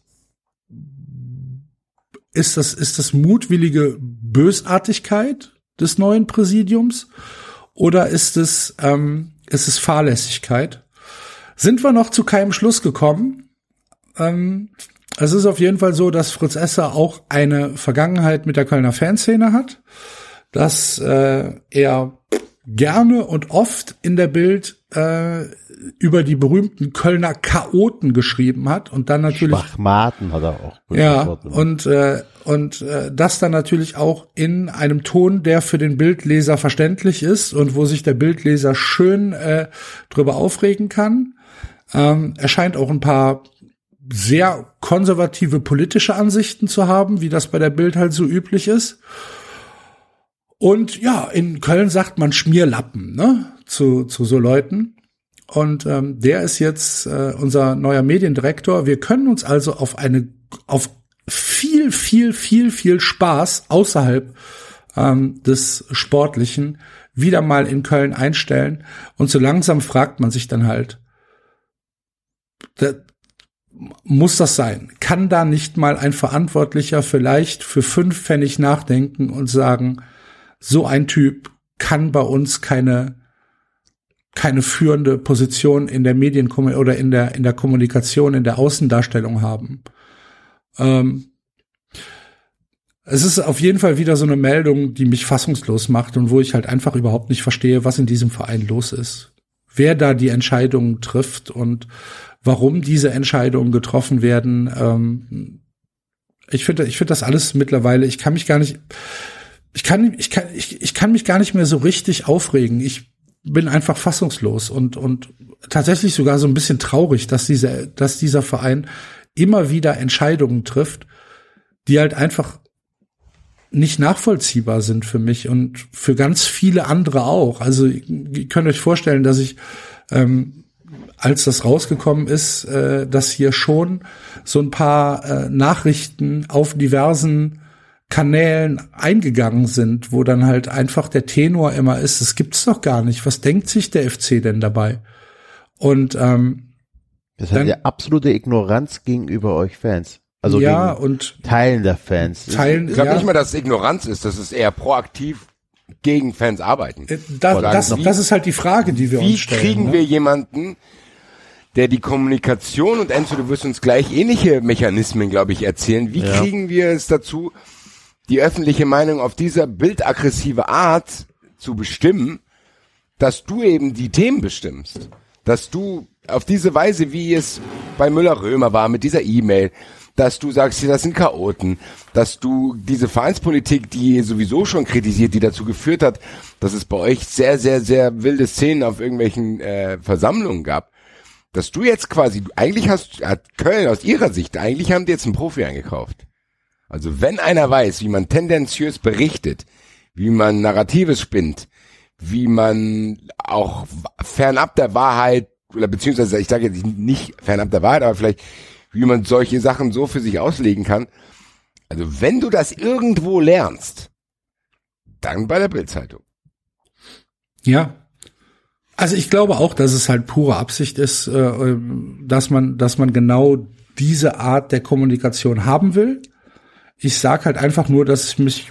mutwillige Bösartigkeit des neuen Präsidiums oder ist es Fahrlässigkeit? Sind wir noch zu keinem Schluss gekommen? Es ist auf jeden Fall so, dass Fritz Esser auch eine Vergangenheit mit der Kölner Fanszene hat, dass er gerne und oft in der Bild über die berühmten Kölner Chaoten geschrieben hat und dann natürlich Schwachmaten hat er auch. Ja, und das dann natürlich auch in einem Ton, der für den Bildleser verständlich ist und wo sich der Bildleser schön drüber aufregen kann. Er scheint auch ein paar sehr konservative politische Ansichten zu haben, wie das bei der Bild halt so üblich ist. Und ja, in Köln sagt man Schmierlappen, ne, zu so Leuten. Und der ist jetzt unser neuer Mediendirektor. Wir können uns also auf viel Spaß außerhalb des Sportlichen wieder mal in Köln einstellen. Und so langsam fragt man sich dann halt, muss das sein? Kann da nicht mal ein Verantwortlicher vielleicht für 5 Pfennig nachdenken und sagen, so ein Typ kann bei uns keine führende Position in der oder in der Kommunikation, in der Außendarstellung haben. Es ist auf jeden Fall wieder so eine Meldung, die mich fassungslos macht und wo ich halt einfach überhaupt nicht verstehe, was in diesem Verein los ist. Wer da die Entscheidungen trifft und warum diese Entscheidungen getroffen werden. Ich finde das alles mittlerweile, ich kann mich gar nicht mehr so richtig aufregen. Ich bin einfach fassungslos und tatsächlich sogar so ein bisschen traurig, dass dieser Verein immer wieder Entscheidungen trifft, die halt einfach nicht nachvollziehbar sind für mich und für ganz viele andere auch. Also ihr könnt euch vorstellen, dass ich, als das rausgekommen ist, dass hier schon so ein paar Nachrichten auf diversen Kanälen eingegangen sind, wo dann halt einfach der Tenor immer ist, das gibt's doch gar nicht. Was denkt sich der FC denn dabei? Und das hat ja absolute Ignoranz gegenüber euch Fans. Also ja, gegen und Teilen der Fans. Teilen, Ich glaube ja, nicht mal, dass es Ignoranz ist, das ist eher proaktiv gegen Fans arbeiten. das ist halt die Frage, die wir Wie uns stellen. kriegen ne? wir jemanden, der die Kommunikation, und Enzo, du wirst uns gleich ähnliche Mechanismen, glaube ich, erzählen, wie kriegen wir es dazu, die öffentliche Meinung auf diese bildaggressive Art zu bestimmen, dass du eben die Themen bestimmst, dass du auf diese Weise, wie es bei Müller-Römer war, mit dieser E-Mail, dass du sagst, das sind Chaoten, dass du diese Vereinspolitik, die sowieso schon kritisiert, die dazu geführt hat, dass es bei euch sehr, sehr, sehr wilde Szenen auf irgendwelchen Versammlungen gab, dass du jetzt quasi, eigentlich hat Köln aus ihrer Sicht, eigentlich haben die jetzt einen Profi eingekauft. Also wenn einer weiß, wie man tendenziös berichtet, wie man Narratives spinnt, wie man auch fernab der Wahrheit, oder beziehungsweise ich sage jetzt nicht fernab der Wahrheit, aber vielleicht wie man solche Sachen so für sich auslegen kann. Also wenn du das irgendwo lernst, dann bei der Bild-Zeitung. Ja. Also ich glaube auch, dass es halt pure Absicht ist, dass man genau diese Art der Kommunikation haben will. Ich sag halt einfach nur, dass mich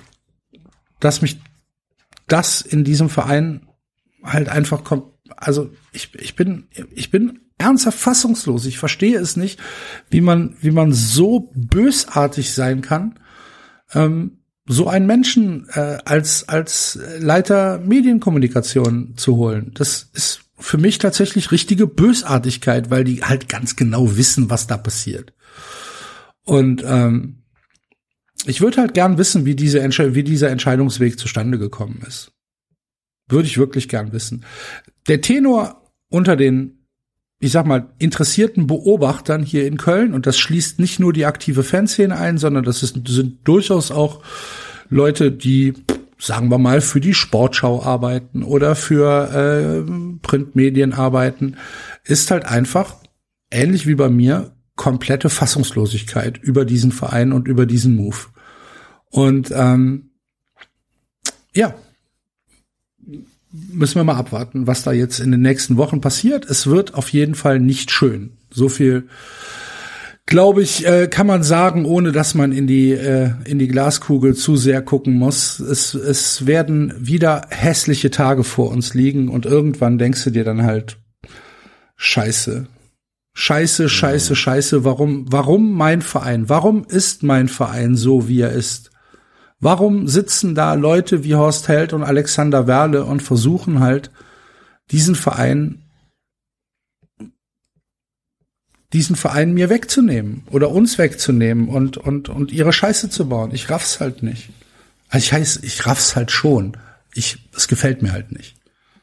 das in diesem Verein halt einfach kommt. Also ich bin ernsthaft fassungslos. Ich verstehe es nicht, wie man so bösartig sein kann, so einen Menschen als Leiter Medienkommunikation zu holen. Das ist für mich tatsächlich richtige Bösartigkeit, weil die halt ganz genau wissen, was da passiert. Und ich würde halt gern wissen, wie dieser Entscheidungsweg zustande gekommen ist. Würde ich wirklich gern wissen. Der Tenor unter den, ich sag mal, interessierten Beobachtern hier in Köln, und das schließt nicht nur die aktive Fanszene ein, sondern das sind durchaus auch Leute, die, sagen wir mal, für die Sportschau arbeiten oder für Printmedien arbeiten, ist halt einfach, ähnlich wie bei mir, komplette Fassungslosigkeit über diesen Verein und über diesen Move. Und ja, müssen wir mal abwarten, was da jetzt in den nächsten Wochen passiert. Es wird auf jeden Fall nicht schön. So viel, glaube ich, kann man sagen, ohne dass man in die Glaskugel zu sehr gucken muss. Es werden wieder hässliche Tage vor uns liegen und irgendwann denkst du dir dann halt, Scheiße, warum mein Verein? Warum ist mein Verein so, wie er ist? Warum sitzen da Leute wie Horst Held und Alexander Werle und versuchen halt, diesen Verein mir wegzunehmen oder uns wegzunehmen und ihre Scheiße zu bauen? Ich raff's halt nicht. Also ich raff's halt schon. Es gefällt mir halt nicht.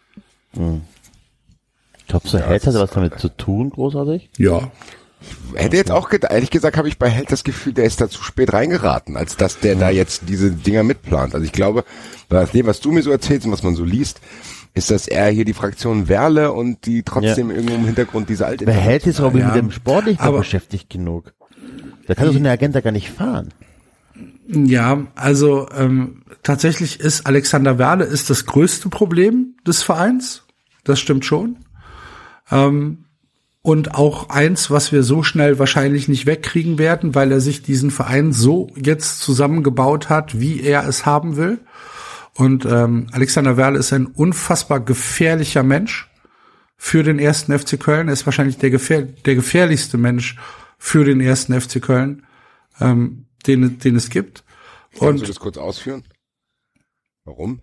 Glaubst du, Held hatte was damit zu tun, großartig? Ja. Hätte jetzt auch ehrlich gesagt, habe ich bei Held das Gefühl, der ist da zu spät reingeraten, als dass der da jetzt diese Dinger mitplant. Also ich glaube, bei dem, was du mir so erzählst und was man so liest, ist das eher hier die Fraktion Werle und die trotzdem irgendwo im Hintergrund diese alte... Wer Held ist auch mit dem Sport nicht mehr beschäftigt genug. Da kann doch so eine Agenda gar nicht fahren. Ja, also tatsächlich ist Alexander Werle ist das größte Problem des Vereins. Das stimmt schon. Und auch eins, was wir so schnell wahrscheinlich nicht wegkriegen werden, weil er sich diesen Verein so jetzt zusammengebaut hat, wie er es haben will. Und Alexander Werle ist ein unfassbar gefährlicher Mensch für den 1. FC Köln. Er ist wahrscheinlich der gefährlichste Mensch für den 1. FC Köln, den es gibt. Kannst du das kurz ausführen? Warum?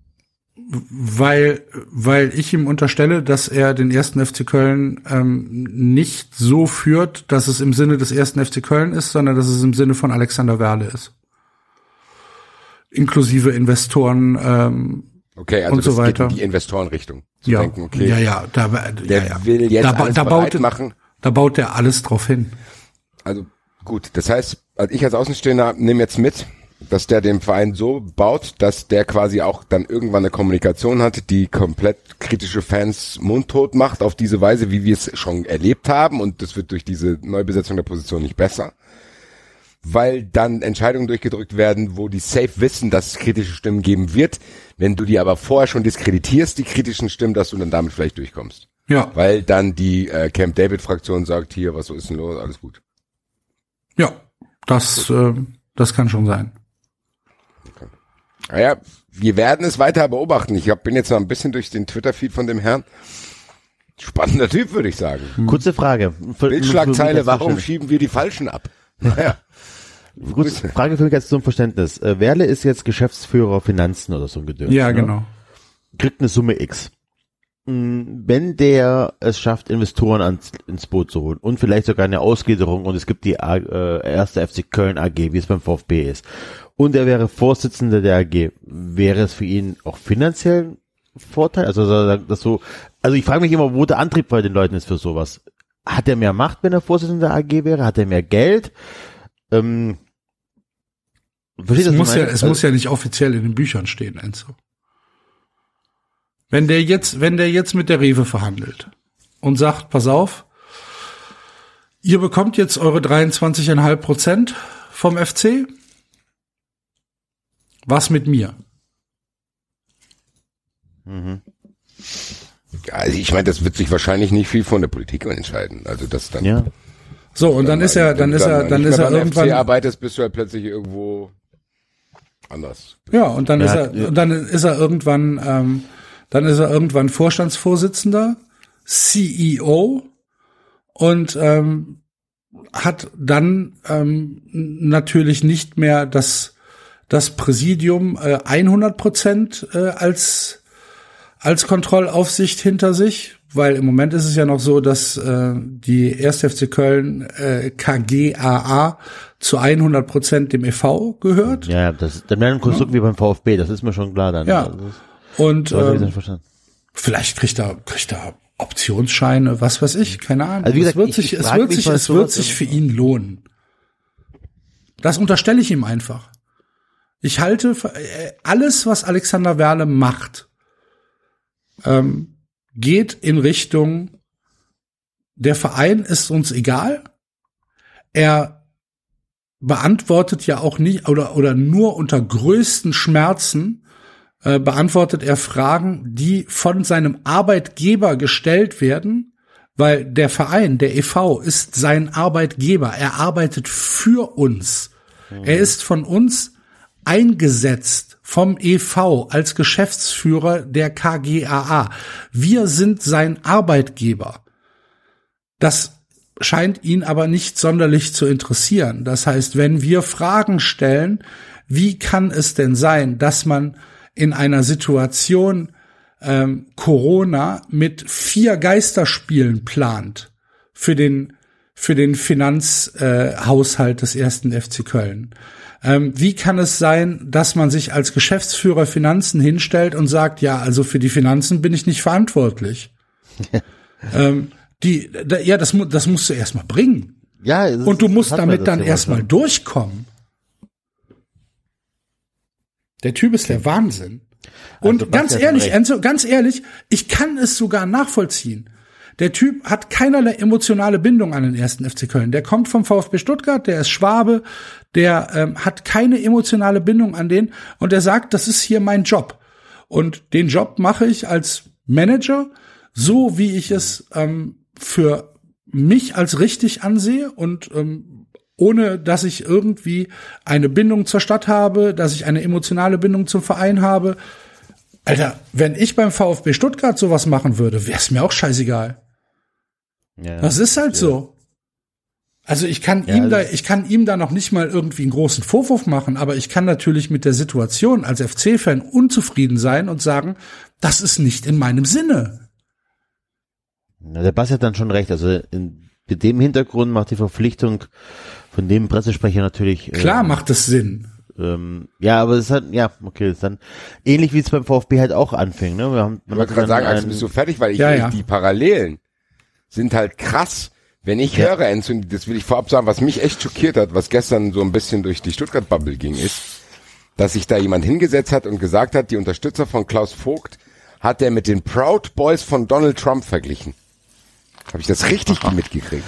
Weil ich ihm unterstelle, dass er den 1. FC Köln nicht so führt, dass es im Sinne des 1. FC Köln ist, sondern dass es im Sinne von Alexander Werle ist. Inklusive Investoren okay, also und so weiter. Geht in die Investorenrichtung. Zu Ja, denken, okay, der will jetzt alles bereit machen. Da baut er alles drauf hin. Also gut, das heißt, ich als Außenstehender nehme jetzt mit, dass der den Verein so baut, dass der quasi auch dann irgendwann eine Kommunikation hat, die komplett kritische Fans mundtot macht, auf diese Weise, wie wir es schon erlebt haben, und das wird durch diese Neubesetzung der Position nicht besser, weil dann Entscheidungen durchgedrückt werden, wo die safe wissen, dass es kritische Stimmen geben wird, wenn du die aber vorher schon diskreditierst, die kritischen Stimmen, dass du dann damit vielleicht durchkommst. Ja. Weil dann die Camp David-Fraktion sagt, hier, was so ist denn los, alles gut. Ja. Das kann schon sein. Naja, wir werden es weiter beobachten. Ich bin jetzt noch ein bisschen durch den Twitter-Feed von dem Herrn. Spannender Typ, würde ich sagen. Kurze Frage. Bildschlagzeile, warum schieben wir die Falschen ab? Naja. Kurze Frage für mich als zum Verständnis. Werle ist jetzt Geschäftsführer Finanzen oder so ein Gedöns. Ja, ne? genau. Kriegt eine Summe X. Wenn der es schafft, Investoren ins Boot zu holen und vielleicht sogar eine Ausgliederung und es gibt die erste FC Köln AG, wie es beim VfB ist, und er wäre Vorsitzender der AG, wäre es für ihn auch finanziell ein Vorteil? Also ich frage mich immer, wo der Antrieb bei den Leuten ist für sowas. Hat er mehr Macht, wenn er Vorsitzender der AG wäre? Hat er mehr Geld? Es muss ja nicht offiziell in den Büchern stehen, Enzo. Wenn der jetzt mit der Rewe verhandelt und sagt, pass auf, ihr bekommt jetzt eure 23,5% vom FC, was mit mir? Mhm. Also ich meine, das wird sich wahrscheinlich nicht viel von der Politik entscheiden. Also das dann. Ja. So, und dann ist er irgendwann. FC arbeitest, bist du halt plötzlich irgendwo anders. Ja, und dann ist er irgendwann Vorstandsvorsitzender, CEO und hat dann natürlich nicht mehr das Präsidium 100% als Kontrollaufsicht hinter sich, weil im Moment ist es ja noch so, dass die 1. FC Köln KGaA zu 100% dem e.V. gehört. Ja, dann wäre ein Konstrukt wie beim VfB, das ist mir schon klar dann. Ja. Und vielleicht kriegt er Optionsscheine, was weiß ich, keine Ahnung. Also wie gesagt, es wird sich für ihn lohnen. Das unterstelle ich ihm einfach. Ich halte alles, was Alexander Werle macht, geht in Richtung, der Verein ist uns egal. Er beantwortet ja auch nicht oder nur unter größten Schmerzen beantwortet er Fragen, die von seinem Arbeitgeber gestellt werden, weil der Verein, der e.V., ist sein Arbeitgeber. Er arbeitet für uns. Er ist von uns eingesetzt vom e.V. als Geschäftsführer der KGaA. Wir sind sein Arbeitgeber. Das scheint ihn aber nicht sonderlich zu interessieren. Das heißt, wenn wir Fragen stellen, wie kann es denn sein, dass man in einer Situation Corona mit 4 Geisterspielen plant für den Finanzhaushalt des 1. FC Köln? Wie kann es sein, dass man sich als Geschäftsführer Finanzen hinstellt und sagt, ja, also für die Finanzen bin ich nicht verantwortlich? Das musst du erstmal bringen. Ja, und du musst damit dann erstmal durchkommen. Der Typ ist der Wahnsinn. Und also, ganz ehrlich, Enzo, ich kann es sogar nachvollziehen. Der Typ hat keinerlei emotionale Bindung an den 1. FC Köln. Der kommt vom VfB Stuttgart, der ist Schwabe, der hat keine emotionale Bindung an den und der sagt, das ist hier mein Job. Und den Job mache ich als Manager, so wie ich es für mich als richtig ansehe und ohne dass ich irgendwie eine Bindung zur Stadt habe, dass ich eine emotionale Bindung zum Verein habe. Alter, wenn ich beim VfB Stuttgart sowas machen würde, wäre es mir auch scheißegal. Ja, das ist halt so. Also ich kann ihm da noch nicht mal irgendwie einen großen Vorwurf machen, aber ich kann natürlich mit der Situation als FC-Fan unzufrieden sein und sagen, das ist nicht in meinem Sinne. Na, der Bass hat dann schon recht. Also mit dem Hintergrund macht die Verpflichtung von dem Pressesprecher natürlich. Klar macht es Sinn. Ja, aber es hat, ja, okay, das ist dann ähnlich wie es beim VfB halt auch anfing, ne? Ich wollte gerade sagen, also bist du fertig, weil die Parallelen sind halt krass. Wenn ich höre, Enzo, das will ich vorab sagen, was mich echt schockiert hat, was gestern so ein bisschen durch die Stuttgart-Bubble ging, ist, dass sich da jemand hingesetzt hat und gesagt hat, die Unterstützer von Klaus Vogt hat er mit den Proud Boys von Donald Trump verglichen. Habe ich das richtig mitgekriegt?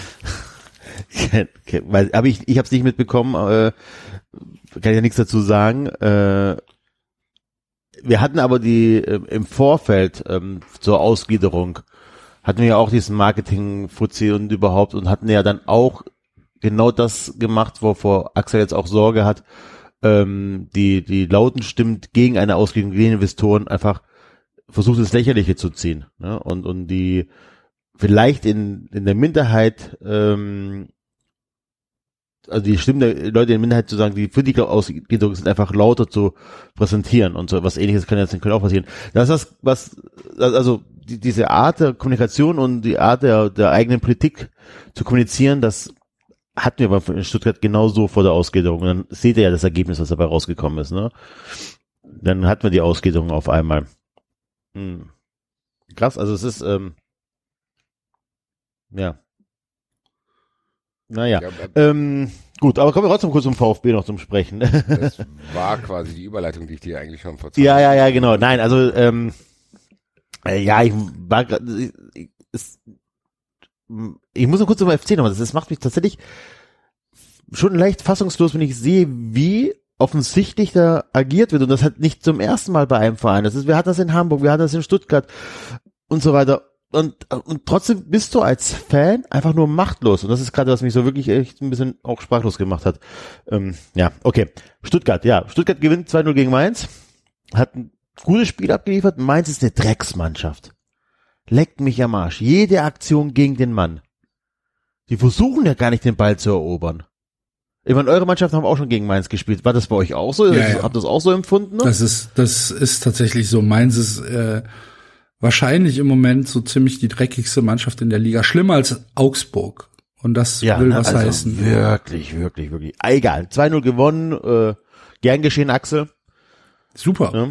Aber ich habe es nicht mitbekommen, kann ich ja nichts dazu sagen. Wir hatten aber im Vorfeld zur Ausgliederung hatten wir ja auch diesen Marketing-Fuzzi und überhaupt und hatten ja dann auch genau das gemacht, wovor Axel jetzt auch Sorge hat, die lauten Stimmen gegen eine Auslegung, gegen Investoren einfach versucht, das Lächerliche zu ziehen, ne? Und die vielleicht in der Minderheit, also die Stimmen der Leute in der Minderheit zu sagen, die für die Auslegung sind, einfach lauter zu präsentieren und so was Ähnliches kann jetzt in Köln auch passieren. Das ist diese Art der Kommunikation und die Art der eigenen Politik zu kommunizieren, das hatten wir aber in Stuttgart genauso vor der Ausgliederung. Und dann seht ihr ja das Ergebnis, was dabei rausgekommen ist, ne? Dann hatten wir die Ausgliederung auf einmal. Krass, also es ist, ja. Naja. Gut, aber kommen wir trotzdem kurz zum VfB noch zum Sprechen. Das war quasi die Überleitung, die ich dir eigentlich schon verzeiht. Ja, genau. Nein, also, ich muss noch kurz zum FC nochmal, das macht mich tatsächlich schon leicht fassungslos, wenn ich sehe, wie offensichtlich da agiert wird, und das hat nicht zum ersten Mal bei einem Verein. Wir hatten das in Hamburg, wir hatten das in Stuttgart und so weiter, und trotzdem bist du als Fan einfach nur machtlos, und das ist gerade, was mich so wirklich echt ein bisschen auch sprachlos gemacht hat. Ja, okay. Stuttgart gewinnt 2-0 gegen Mainz, hat ein gutes Spiel abgeliefert. Mainz ist eine Drecksmannschaft. Leckt mich am Arsch. Jede Aktion gegen den Mann. Die versuchen ja gar nicht, den Ball zu erobern. Ich meine, eure Mannschaften haben auch schon gegen Mainz gespielt. War das bei euch auch so? Ja. Habt ihr das auch so empfunden? Ne? Das ist tatsächlich so. Mainz ist wahrscheinlich im Moment so ziemlich die dreckigste Mannschaft in der Liga. Schlimmer als Augsburg. Und das will was heißen. Wirklich. Egal. 2-0 gewonnen. Gern geschehen, Axel. Super.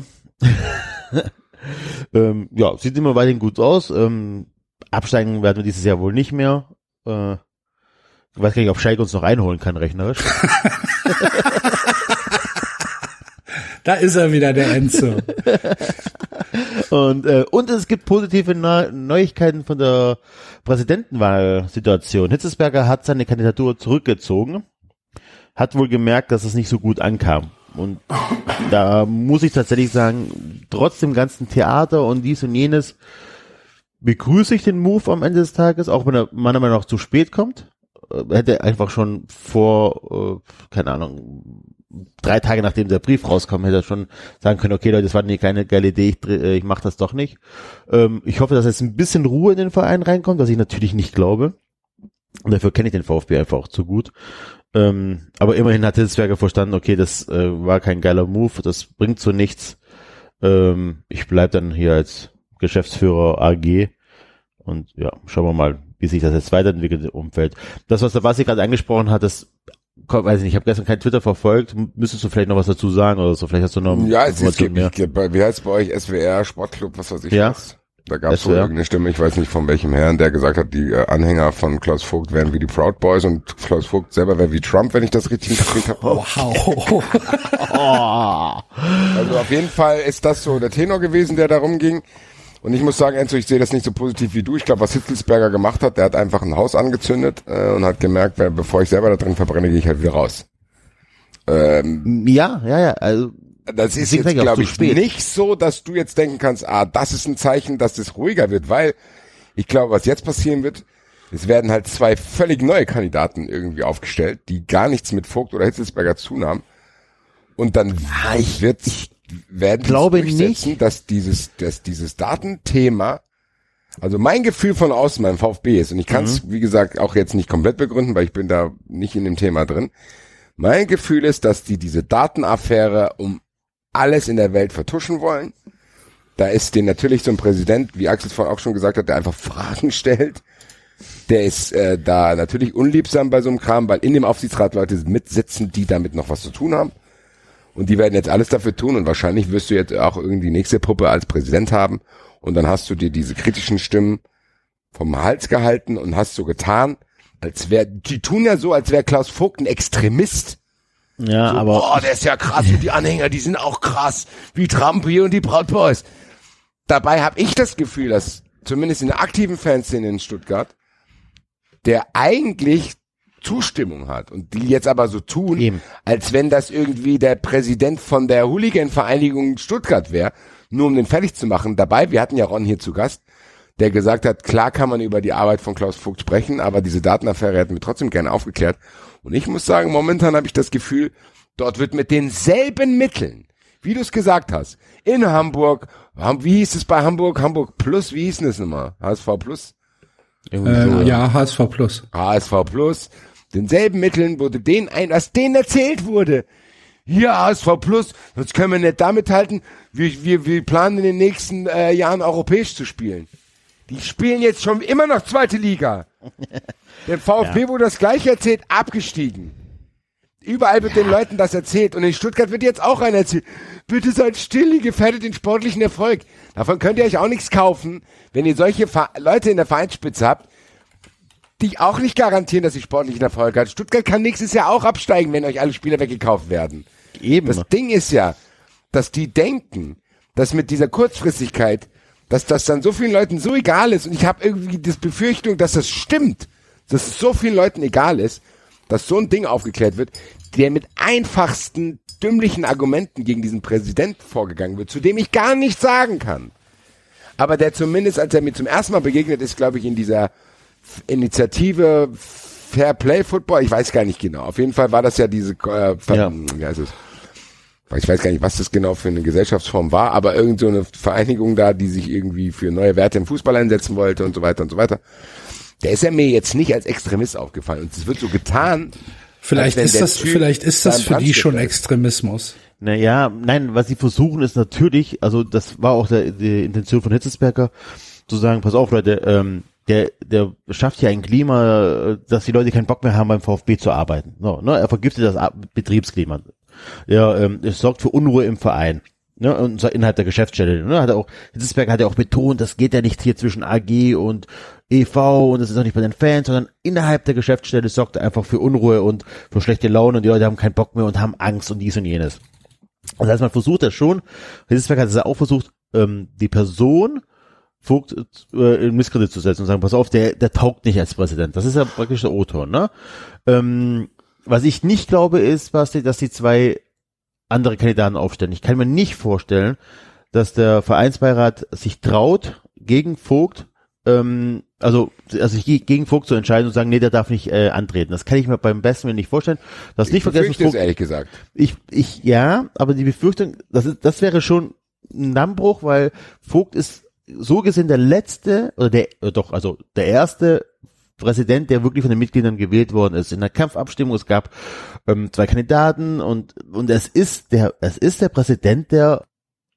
Ja. Sieht immer weiterhin gut aus. Absteigen werden wir dieses Jahr wohl nicht mehr. Ich weiß gar nicht, ob Schalke uns noch einholen kann, rechnerisch. Da ist er wieder, der Enzo. Und es gibt positive Neuigkeiten von der Präsidentenwahlsituation. Hitzelsberger hat seine Kandidatur zurückgezogen, hat wohl gemerkt, dass es nicht so gut ankam. Und da muss ich tatsächlich sagen, trotz dem ganzen Theater und dies und jenes, begrüße ich den Move am Ende des Tages, auch wenn er meiner Meinung nach zu spät kommt. Hätte einfach schon vor, 3 Tage nachdem der Brief rauskam, hätte er schon sagen können, okay Leute, das war eine kleine geile Idee, ich mache das doch nicht. Ich hoffe, dass jetzt ein bisschen Ruhe in den Verein reinkommt, was ich natürlich nicht glaube. Und dafür kenne ich den VfB einfach auch zu gut. Aber immerhin hat Hitzelsberger verstanden, okay, das war kein geiler Move, das bringt so nichts. Ich bleib dann hier als Geschäftsführer AG und ja, schauen wir mal, wie sich das jetzt weiterentwickelt im Umfeld. Das, was der Basti gerade angesprochen hat, das weiß ich nicht, ich habe gestern kein Twitter verfolgt, müsstest du vielleicht noch was dazu sagen oder so, vielleicht hast du noch Informationen mehr. Wie heißt es bei euch, SWR, Sportclub, was weiß ich was? Da gab es wohl irgendeine Stimme, ich weiß nicht von welchem Herrn, der gesagt hat, die Anhänger von Klaus Vogt wären wie die Proud Boys und Klaus Vogt selber wäre wie Trump, wenn ich das richtig interpretiert habe. Wow. Also auf jeden Fall ist das so der Tenor gewesen, der darum ging. Und ich muss sagen, Enzo, ich sehe das nicht so positiv wie du. Ich glaube, was Hitzelsberger gemacht hat, der hat einfach ein Haus angezündet und hat gemerkt, bevor ich selber da drin verbrenne, gehe ich halt wieder raus. Ja. Also das ist jetzt, glaube ich, nicht so, dass du jetzt denken kannst, das ist ein Zeichen, dass es ruhiger wird, weil ich glaube, was jetzt passieren wird, es werden halt 2 völlig neue Kandidaten irgendwie aufgestellt, die gar nichts mit Vogt oder Hitzelsberger zu haben. Und dann werden durchsetzen, dass dieses Datenthema, also mein Gefühl von außen beim VfB ist, und ich kann es, wie gesagt, auch jetzt nicht komplett begründen, weil ich bin da nicht in dem Thema drin. Mein Gefühl ist, dass die diese Datenaffäre um alles in der Welt vertuschen wollen. Da ist denen natürlich so ein Präsident, wie Axel vorhin auch schon gesagt hat, der einfach Fragen stellt. Der ist da natürlich unliebsam bei so einem Kram, weil in dem Aufsichtsrat Leute mitsitzen, die damit noch was zu tun haben. Und die werden jetzt alles dafür tun und wahrscheinlich wirst du jetzt auch irgendwie die nächste Puppe als Präsident haben und dann hast du dir diese kritischen Stimmen vom Hals gehalten und hast so getan, die tun ja so, als wäre Klaus Vogt ein Extremist. Ja, so, aber der ist ja krass und die Anhänger, die sind auch krass, wie Trump hier und die Proud Boys. Dabei habe ich das Gefühl, dass zumindest in der aktiven Fanszene in Stuttgart der eigentlich Zustimmung hat und die jetzt aber so tun, als wenn das irgendwie der Präsident von der Hooligan-Vereinigung Stuttgart wäre, nur um den fertig zu machen. Dabei, wir hatten ja Ron hier zu Gast, der gesagt hat, klar kann man über die Arbeit von Klaus Vogt sprechen, aber diese Datenaffäre hätten wir trotzdem gerne aufgeklärt. Und ich muss sagen, momentan habe ich das Gefühl, dort wird mit denselben Mitteln, wie du es gesagt hast, in Hamburg, wie hieß es bei Hamburg? Hamburg Plus, wie hieß denn das nochmal? HSV Plus? Ja, HSV Plus. HSV Plus. Denselben Mitteln wurde was denen erzählt wurde. Hier HSV Plus, sonst können wir nicht damit halten, wir planen in den nächsten Jahren europäisch zu spielen. Die spielen jetzt schon immer noch zweite Liga. Der VfB wurde das gleiche erzählt, abgestiegen. Überall wird den Leuten das erzählt und in Stuttgart wird jetzt auch einer erzählt. Bitte seid still, ihr gefährdet den sportlichen Erfolg. Davon könnt ihr euch auch nichts kaufen, wenn ihr solche Leute in der Vereinsspitze habt, die auch nicht garantieren, dass sie sportlichen Erfolg hat. Stuttgart kann nächstes Jahr auch absteigen, wenn euch alle Spieler weggekauft werden. Eben. Das Ding ist ja, dass die denken, dass mit dieser Kurzfristigkeit, dass das dann so vielen Leuten so egal ist und ich habe irgendwie die Befürchtung, dass das stimmt, dass es so vielen Leuten egal ist, dass so ein Ding aufgeklärt wird, der mit einfachsten, dümmlichen Argumenten gegen diesen Präsidenten vorgegangen wird, zu dem ich gar nichts sagen kann. Aber der zumindest, als er mir zum ersten Mal begegnet ist, glaube ich, in dieser Initiative Fair Play Football, ich weiß gar nicht genau. Auf jeden Fall war das ja diese, wie heißt es? Ich weiß gar nicht, was das genau für eine Gesellschaftsform war, aber irgend so eine Vereinigung da, die sich irgendwie für neue Werte im Fußball einsetzen wollte und so weiter und so weiter. Der ist ja mir jetzt nicht als Extremist aufgefallen und es wird so getan. Vielleicht ist das für die schon Extremismus. Naja, nein, was sie versuchen ist natürlich, also das war auch die Intention von Hitzelsberger, zu sagen, pass auf Leute, der schafft ja ein Klima, dass die Leute keinen Bock mehr haben, beim VfB zu arbeiten. So, ne? Er vergiftet das Betriebsklima. Es sorgt für Unruhe im Verein. Ne? Und zwar innerhalb der Geschäftsstelle. Ne? Hitzelsberger hat ja auch betont, das geht ja nicht hier zwischen AG und EV und das ist auch nicht bei den Fans, sondern innerhalb der Geschäftsstelle sorgt er einfach für Unruhe und für schlechte Laune und die Leute haben keinen Bock mehr und haben Angst und dies und jenes. Das heißt, man versucht das schon. Hitzelsberger hat es auch versucht, die Person Vogt in Misskredit zu setzen und sagen, pass auf, der taugt nicht als Präsident. Das ist ja praktisch der O-Ton, ne? Was ich nicht glaube ist, Basti, dass die zwei andere Kandidaten aufstellen. Ich kann mir nicht vorstellen, dass der Vereinsbeirat sich traut, gegen Vogt, also gegen Vogt zu entscheiden und sagen, nee, der darf nicht antreten. Das kann ich mir beim besten Willen nicht vorstellen. Das nicht vergessen, Vogt, ehrlich gesagt. Ja, aber die Befürchtung, das wäre schon ein Dammbruch, weil Vogt ist so gesehen der letzte, oder der erste Präsident, der wirklich von den Mitgliedern gewählt worden ist. In der Kampfabstimmung, es gab 2 Kandidaten und es ist der Präsident, der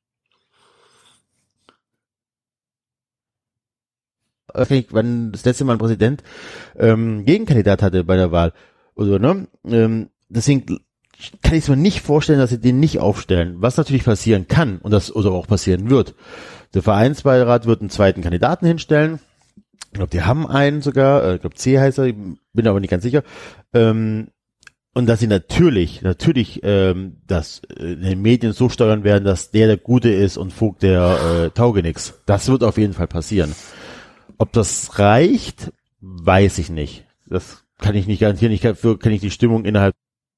wann das letzte Mal ein Präsident Gegenkandidat hatte bei der Wahl. Oder, ne? Deswegen kann ich es mir nicht vorstellen, dass sie den nicht aufstellen. Was natürlich passieren kann und das oder auch passieren wird. Der Vereinsbeirat wird einen zweiten Kandidaten hinstellen. Ich glaube, die haben einen sogar. Ich glaube, C heißt er. Ich bin aber nicht ganz sicher. Und dass sie natürlich das in den Medien so steuern werden, dass der Gute ist und Vogt der Taugenix. Das wird auf jeden Fall passieren. Ob das reicht, weiß ich nicht. Das kann ich nicht garantieren. Dafür kann ich die Stimmung innerhalb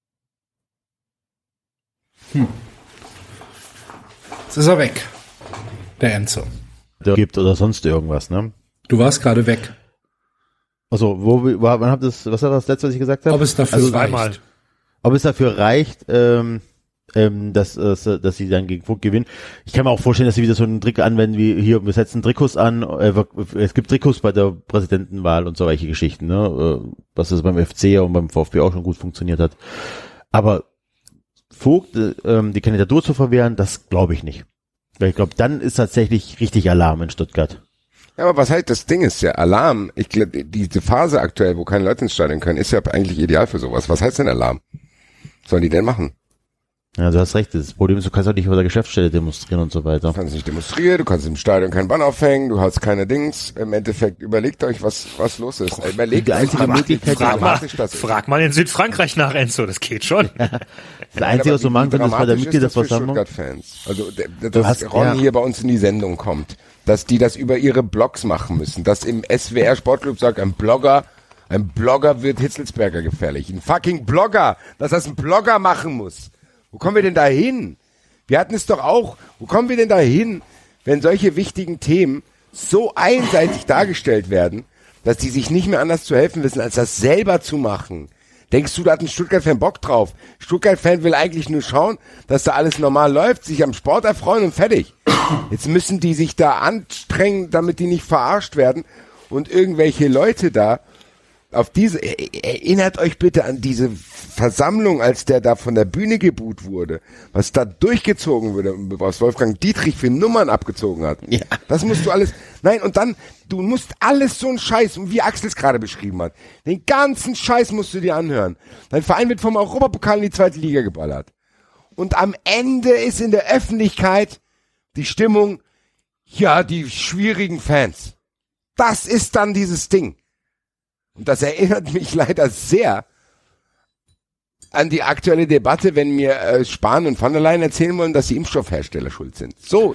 Jetzt ist er weg, der Enzo. Gibt oder sonst irgendwas, ne? Du warst gerade weg. Also, was war das letzte, was ich gesagt habe? Ob es dafür reicht. Ob es dafür reicht, dass sie dann gegen Vogt gewinnen. Ich kann mir auch vorstellen, dass sie wieder so einen Trick anwenden, wie hier, wir setzen Trikots an, es gibt Trikots bei der Präsidentenwahl und so welche Geschichten, ne? Was das beim FC und beim VfB auch schon gut funktioniert hat. Aber Vogt, die Kandidatur zu verwehren, das glaube ich nicht. Weil ich glaube, dann ist tatsächlich richtig Alarm in Stuttgart. Ja, aber was halt das Ding ist, ja, Alarm, ich glaube, diese Phase aktuell, wo keine Leute ins Stadion können, ist ja eigentlich ideal für sowas. Was heißt denn Alarm? Was sollen die denn machen? Ja, du hast recht. Das Problem ist, du kannst auch nicht über der Geschäftsstelle demonstrieren und so weiter. Du kannst nicht demonstrieren, du kannst im Stadion keinen Bann aufhängen, du hast keine Dings. Im Endeffekt überlegt euch, was los ist. Überlegt euch, frag mal in Südfrankreich nach, Enzo, das geht schon. Das Einzige, was du machen kannst, ist bei der Mitgliederversammlung. Also, dass Ron hier bei uns in die Sendung kommt, dass die das über ihre Blogs machen müssen, dass im SWR Sportclub sagt, ein Blogger wird Hitzelsberger gefährlich. Ein fucking Blogger, dass das ein Blogger machen muss. Wo kommen wir denn da hin? Wir hatten es doch auch. Wo kommen wir denn da hin, wenn solche wichtigen Themen so einseitig dargestellt werden, dass die sich nicht mehr anders zu helfen wissen, als das selber zu machen. Denkst du, da hat ein Stuttgart-Fan Bock drauf? Stuttgart-Fan will eigentlich nur schauen, dass da alles normal läuft, sich am Sport erfreuen und fertig. Jetzt müssen die sich da anstrengen, damit die nicht verarscht werden und irgendwelche Leute da auf diese, erinnert euch bitte an diese Versammlung, als der da von der Bühne geboot wurde, was da durchgezogen wurde, was Wolfgang Dietrich für Nummern abgezogen hat. Ja. Das musst du alles, nein, und dann, du musst alles so einen Scheiß, wie Axel es gerade beschrieben hat, den ganzen Scheiß musst du dir anhören. Dein Verein wird vom Europapokal in die zweite Liga geballert. Und am Ende ist in der Öffentlichkeit die Stimmung, ja, die schwierigen Fans. Das ist dann dieses Ding. Und das erinnert mich leider sehr an die aktuelle Debatte, wenn mir Spahn und von der Leyen erzählen wollen, dass die Impfstoffhersteller schuld sind. So,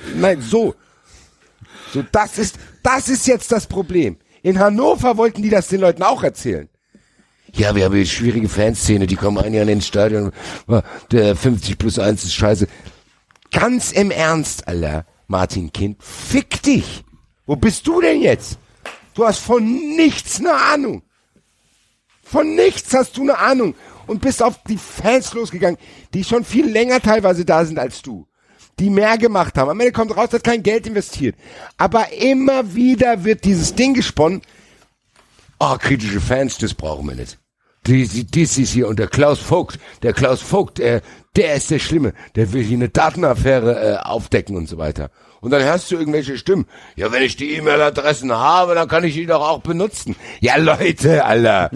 das ist jetzt das Problem. In Hannover wollten die das den Leuten auch erzählen. Ja, wir haben eine schwierige Fanszene, die kommen ein Jahr ins Stadion, der 50+1 ist scheiße. Ganz im Ernst, Alter, Martin Kind, fick dich. Wo bist du denn jetzt? Du hast von nichts eine Ahnung. Von nichts hast du eine Ahnung und bist auf die Fans losgegangen, die schon viel länger teilweise da sind als du, die mehr gemacht haben. Am Ende kommt raus, hat kein Geld investiert. Aber immer wieder wird dieses Ding gesponnen. Oh, kritische Fans, das brauchen wir nicht. Das ist hier und der Klaus Vogt, der ist der Schlimme, der will hier eine Datenaffäre aufdecken und so weiter. Und dann hörst du irgendwelche Stimmen. Ja, wenn ich die E-Mail-Adressen habe, dann kann ich die doch auch benutzen. Ja, Leute, Alter.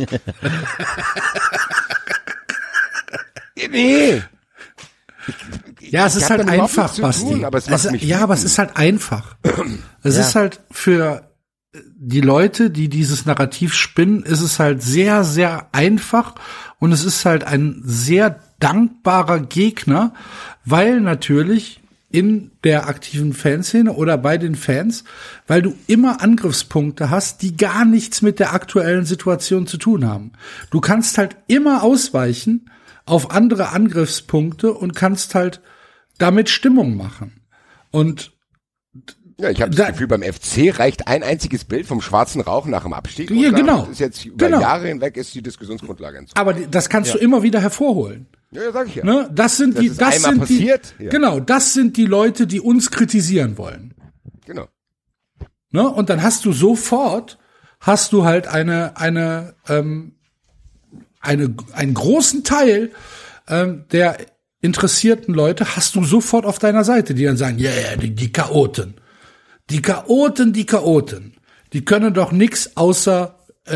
Nee. Ja, es ist halt einfach, Basti. Aber es ist halt einfach. Es ist halt für die Leute, die dieses Narrativ spinnen, ist es halt sehr, sehr einfach und es ist halt ein sehr dankbarer Gegner, weil natürlich in der aktiven Fanszene oder bei den Fans, weil du immer Angriffspunkte hast, die gar nichts mit der aktuellen Situation zu tun haben. Du kannst halt immer ausweichen auf andere Angriffspunkte und kannst halt damit Stimmung machen. Und ja, ich habe das Gefühl, beim FC reicht ein einziges Bild vom schwarzen Rauch nach dem Abstieg. Ja, genau. Das ist jetzt über Jahre hinweg ist die Diskussionsgrundlage. Aber das kannst du immer wieder hervorholen. Ja, sag ich ja. Ne? Das sind die Genau, das sind die Leute, die uns kritisieren wollen. Genau. Ne? Und dann hast du halt einen großen Teil der interessierten Leute hast du sofort auf deiner Seite, die dann sagen, die Chaoten. Die Chaoten. Die können doch nix außer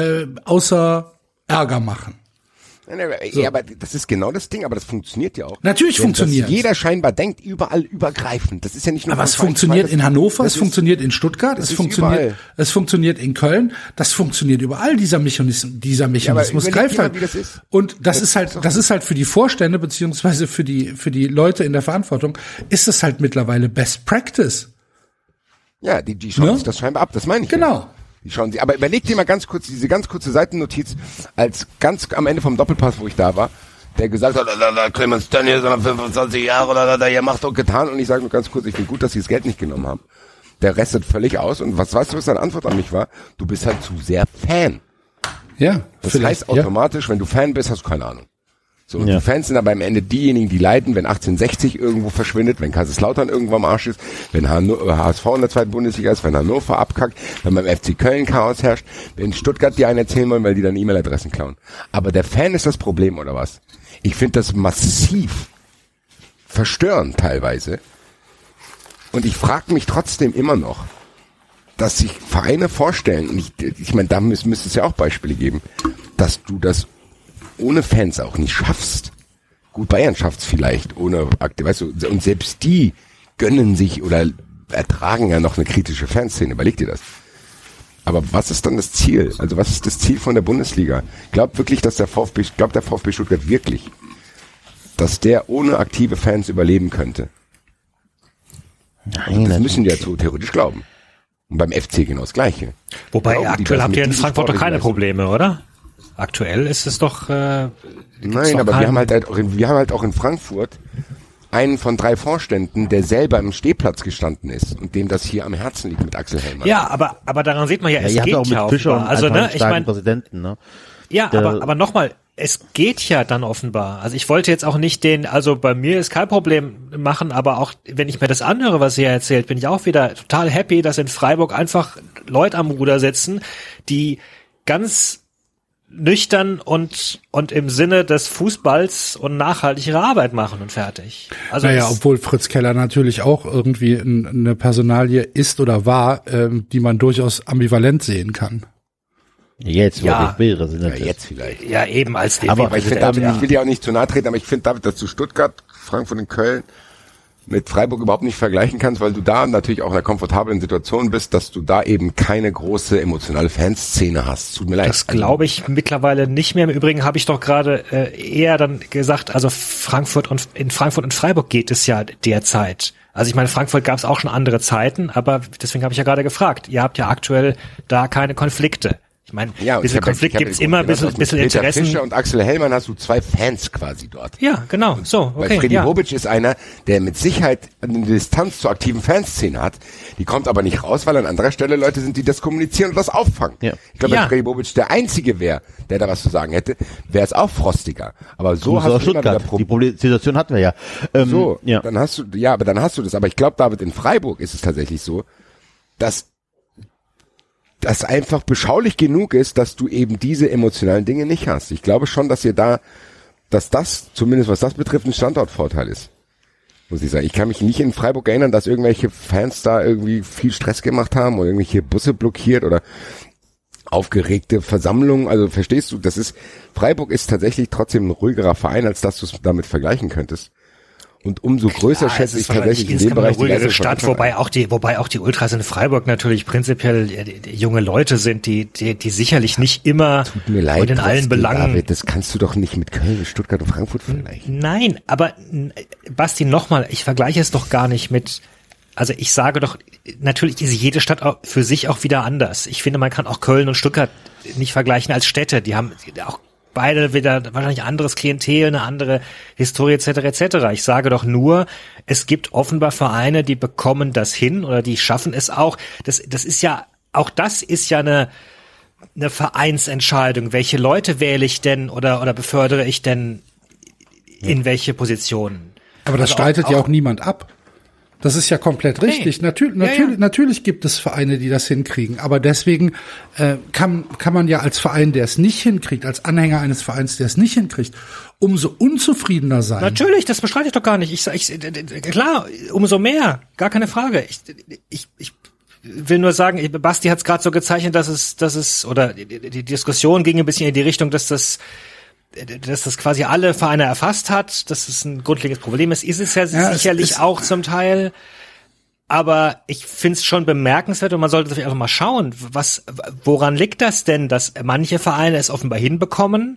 Ärger machen. Ja, aber das ist genau das Ding, aber das funktioniert ja auch. Natürlich funktioniert. Jeder scheinbar denkt überall übergreifend. Das ist ja nicht nur. Aber es funktioniert in Hannover, es funktioniert in Stuttgart, es funktioniert in Köln, das funktioniert überall, dieser Mechanismus greift halt. Und das ist halt für die Vorstände, beziehungsweise für die Leute in der Verantwortung, ist es halt mittlerweile Best Practice. Ja, die schauen sich das scheinbar ab, das meine ich. Genau. Ja. Die schauen sie, aber überleg dir mal ganz kurz, diese ganz kurze Seitennotiz, als ganz am Ende vom Doppelpass, wo ich da war, der gesagt hat, Clemens Tönnies, 25 Jahre, ihr macht doch getan, und ich sage nur ganz kurz, ich finde gut, dass sie das Geld nicht genommen haben. Der restet völlig aus, und weißt du, was seine Antwort an mich war? Du bist halt zu sehr Fan. Ja. Das heißt automatisch, wenn du Fan bist, hast du keine Ahnung. So, und die Fans sind aber am Ende diejenigen, die leiden, wenn 1860 irgendwo verschwindet, wenn Kaiserslautern irgendwo am Arsch ist, wenn HSV in der zweiten Bundesliga ist, wenn Hannover abkackt, wenn beim FC Köln Chaos herrscht, wenn Stuttgart die einen erzählen wollen, weil die dann E-Mail-Adressen klauen. Aber der Fan ist das Problem, oder was? Ich finde das massiv verstörend teilweise. Und ich frage mich trotzdem immer noch, dass sich Vereine vorstellen, und ich meine, da müsste es ja auch Beispiele geben, dass du das ohne Fans auch nicht schaffst. Gut, Bayern schafft's vielleicht ohne Akte, weißt du, und selbst die gönnen sich oder ertragen ja noch eine kritische Fanszene. Überleg dir das. Aber was ist dann das Ziel? Also was ist das Ziel von der Bundesliga? Glaubt wirklich, dass der VfB Stuttgart wirklich, dass der ohne aktive Fans überleben könnte? Nein, das müssen die ja so theoretisch glauben. Und beim FC genau das Gleiche. Wobei, aktuell habt ihr in Frankfurt doch keine Probleme, oder? Aktuell ist es doch. Nein, aber wir haben halt auch in Frankfurt einen von 3 Vorständen, der selber im Stehplatz gestanden ist und dem das hier am Herzen liegt mit Axel Hellmann. Ja, aber daran sieht man ja, es geht auch mit ja Fischer offenbar. und Also, ne, ich meine, Präsidenten, ne? Ja, aber nochmal, es geht ja dann offenbar. Also ich wollte jetzt auch nicht also bei mir ist kein Problem machen, aber auch wenn ich mir das anhöre, was ihr erzählt, bin ich auch wieder total happy, dass in Freiburg einfach Leute am Ruder sitzen, die ganz nüchtern und im Sinne des Fußballs und nachhaltig ihre Arbeit machen und fertig. Also naja, obwohl Fritz Keller natürlich auch irgendwie eine Personalie ist oder war, die man durchaus ambivalent sehen kann. Jetzt, ja, jetzt vielleicht. Ja, eben als Aber ich finde, David, ich will ja auch nicht zu nahe treten, aber ich finde, David, dass du Stuttgart, Frankfurt und Köln mit Freiburg überhaupt nicht vergleichen kannst, weil du da natürlich auch in einer komfortablen Situation bist, dass du da eben keine große emotionale Fanszene hast. Tut mir leid. Das glaube ich mittlerweile nicht mehr. Im Übrigen habe ich doch gerade eher dann gesagt, also in Frankfurt und Freiburg geht es ja derzeit. Also ich meine, in Frankfurt gab es auch schon andere Zeiten, aber deswegen habe ich ja gerade gefragt. Ihr habt ja aktuell da keine Konflikte. Ich meine, diese Konflikt gibt's immer, ein bisschen Interessen. Fischer und Axel Hellmann hast du 2 Fans quasi dort. Ja, genau, so, okay. Weil Freddy Bobic ist einer, der mit Sicherheit eine Distanz zur aktiven Fanszene hat. Die kommt aber nicht raus, weil an anderer Stelle Leute sind, die das kommunizieren und das auffangen. Ja. Ich glaube, wenn Freddy Bobic der Einzige wäre, der da was zu sagen hätte, wäre es auch frostiger. Aber so hast du immer wieder die Situation hatten wir ja. Dann hast du das. Aber ich glaube, David, in Freiburg ist es tatsächlich so, dass das einfach beschaulich genug ist, dass du eben diese emotionalen Dinge nicht hast. Ich glaube schon, dass das, zumindest was das betrifft, ein Standortvorteil ist. Muss ich sagen. Ich kann mich nicht in Freiburg erinnern, dass irgendwelche Fans da irgendwie viel Stress gemacht haben oder irgendwelche Busse blockiert oder aufgeregte Versammlungen. Also verstehst du, Freiburg ist tatsächlich trotzdem ein ruhigerer Verein, als dass du es damit vergleichen könntest. Und umso größer schätze ich tatsächlich in dem Bereich die ruhigere Stadt, wobei auch die Ultras in Freiburg natürlich prinzipiell junge Leute sind, die sicherlich nicht immer Tut mir leid, und in allen Belangen. David, das kannst du doch nicht mit Köln, Stuttgart und Frankfurt vergleichen. Nein, aber Basti, nochmal, ich vergleiche es doch gar nicht mit. Also ich sage doch, natürlich ist jede Stadt auch für sich auch wieder anders. Ich finde, man kann auch Köln und Stuttgart nicht vergleichen als Städte. Die haben auch beide wieder wahrscheinlich anderes Klientel, eine andere Historie etc. etc. Ich sage doch nur, es gibt offenbar Vereine, die bekommen das hin oder die schaffen es auch. Das ist ja eine Vereinsentscheidung. Welche Leute wähle ich denn oder befördere ich denn in welche Positionen? Aber das streitet ja auch niemand ab. Das ist ja komplett richtig. Natürlich gibt es Vereine, die das hinkriegen. Aber deswegen kann man ja als Verein, der es nicht hinkriegt, als Anhänger eines Vereins, der es nicht hinkriegt, umso unzufriedener sein. Natürlich, das bestreite ich doch gar nicht. Klar, umso mehr, gar keine Frage. Ich will nur sagen, Basti hat es gerade so gezeichnet, dass es oder die Diskussion ging ein bisschen in die Richtung, dass das quasi alle Vereine erfasst hat, dass es ein grundlegendes Problem ist. Ist es ja sicherlich auch zum Teil. Aber ich finde es schon bemerkenswert und man sollte sich einfach mal schauen, woran liegt das denn, dass manche Vereine es offenbar hinbekommen?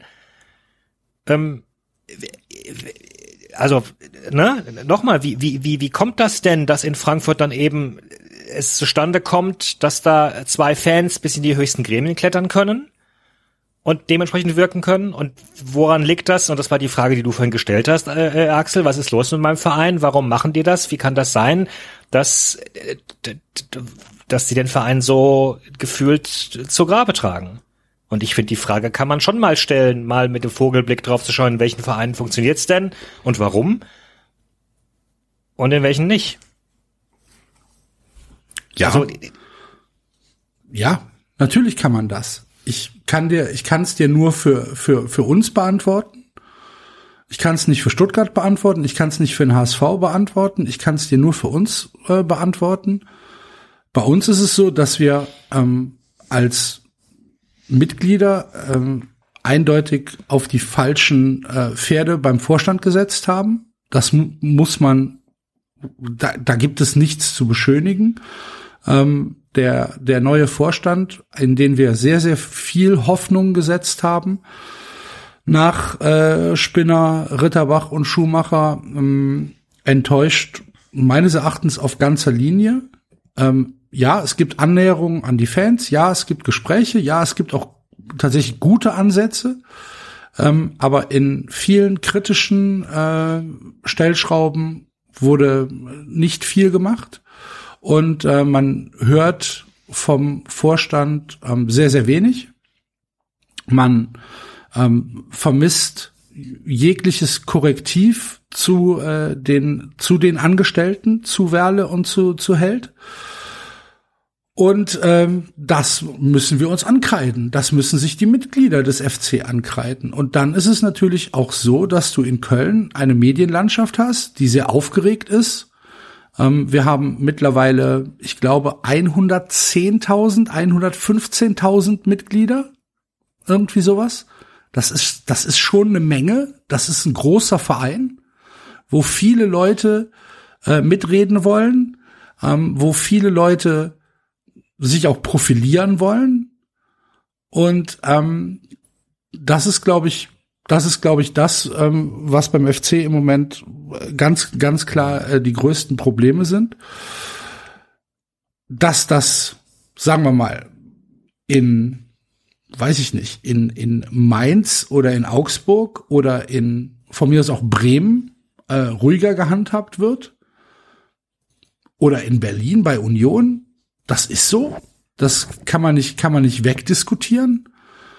Also, nochmal, wie kommt das denn, dass in Frankfurt dann eben es zustande kommt, dass da 2 Fans bis in die höchsten Gremien klettern können? Und dementsprechend wirken können. Und woran liegt das? Und das war die Frage, die du vorhin gestellt hast, Axel. Was ist los mit meinem Verein? Warum machen die das? Wie kann das sein, dass sie den Verein so gefühlt zu Grabe tragen? Und ich finde, die Frage kann man schon mal stellen, mal mit dem Vogelblick drauf zu schauen, in welchen Vereinen funktioniert's denn und warum? Und in welchen nicht? Ja. Also, ja, natürlich kann man das. Ich kann es dir nur für uns beantworten. Ich kann es nicht für Stuttgart beantworten. Ich kann es nicht für den HSV beantworten. Ich kann es dir nur für uns beantworten. Bei uns ist es so, dass wir als Mitglieder eindeutig auf die falschen Pferde beim Vorstand gesetzt haben. Das muss man, da gibt es nichts zu beschönigen. Der neue Vorstand, in den wir sehr, sehr viel Hoffnung gesetzt haben, nach Spinner, Ritterbach und Schumacher, enttäuscht meines Erachtens auf ganzer Linie. Ja, es gibt Annäherungen an die Fans, ja, es gibt Gespräche, ja, es gibt auch tatsächlich gute Ansätze. Aber in vielen kritischen Stellschrauben wurde nicht viel gemacht. Und man hört vom Vorstand sehr, sehr wenig. Man vermisst jegliches Korrektiv zu den Angestellten, zu Werle und zu Held. Und das müssen wir uns ankreiden. Das müssen sich die Mitglieder des FC ankreiden. Und dann ist es natürlich auch so, dass du in Köln eine Medienlandschaft hast, die sehr aufgeregt ist. Wir haben mittlerweile, ich glaube, 110.000, 115.000 Mitglieder. Irgendwie sowas. Das ist schon eine Menge. Das ist ein großer Verein, wo viele Leute mitreden wollen, wo viele Leute sich auch profilieren wollen. Und das ist, glaube ich, das, was beim FC im Moment ganz klar die größten Probleme sind. Dass das, sagen wir mal, in Mainz oder in Augsburg oder von mir aus auch Bremen ruhiger gehandhabt wird. Oder in Berlin bei Union. Das ist so. Das kann man nicht wegdiskutieren.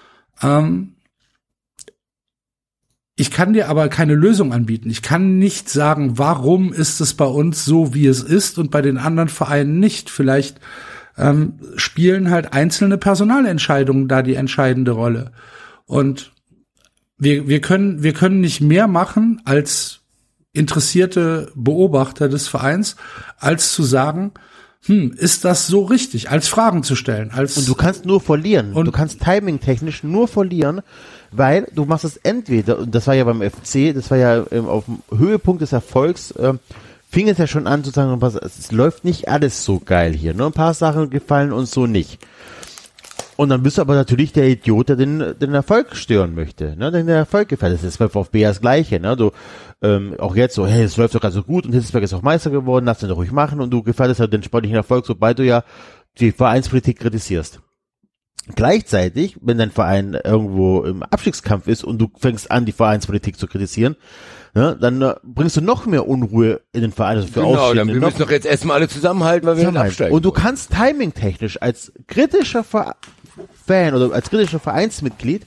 Ich kann dir aber keine Lösung anbieten. Ich kann nicht sagen, warum ist es bei uns so, wie es ist und bei den anderen Vereinen nicht. Vielleicht spielen halt einzelne Personalentscheidungen da die entscheidende Rolle. Und wir können nicht mehr machen als interessierte Beobachter des Vereins, als zu sagen, ist das so richtig, als Fragen zu stellen. Und du kannst nur verlieren. Du kannst timingtechnisch nur verlieren, weil du machst es entweder, und das war ja beim FC, das war ja auf dem Höhepunkt des Erfolgs, fing es ja schon an zu sagen, es läuft nicht alles so geil hier. Nur ein paar Sachen gefallen uns so nicht. Und dann bist du aber natürlich der Idiot, der den Erfolg stören möchte, ne, den der Erfolg gefällt. Das ist bei VfB das Gleiche, ne, du, auch jetzt so, hey, es läuft doch gerade so gut und Hitzelsberg ist auch Meister geworden, lass den doch ruhig machen und du gefährdest halt den sportlichen Erfolg, sobald du ja die Vereinspolitik kritisierst. Gleichzeitig, wenn dein Verein irgendwo im Abstiegskampf ist und du fängst an, die Vereinspolitik zu kritisieren, ne, dann bringst du noch mehr Unruhe in den Verein. Also für genau, dann wir müssen doch jetzt erstmal alle zusammenhalten, weil wir absteigen. Und du kannst timingtechnisch als kritischer Fan oder als kritischer Vereinsmitglied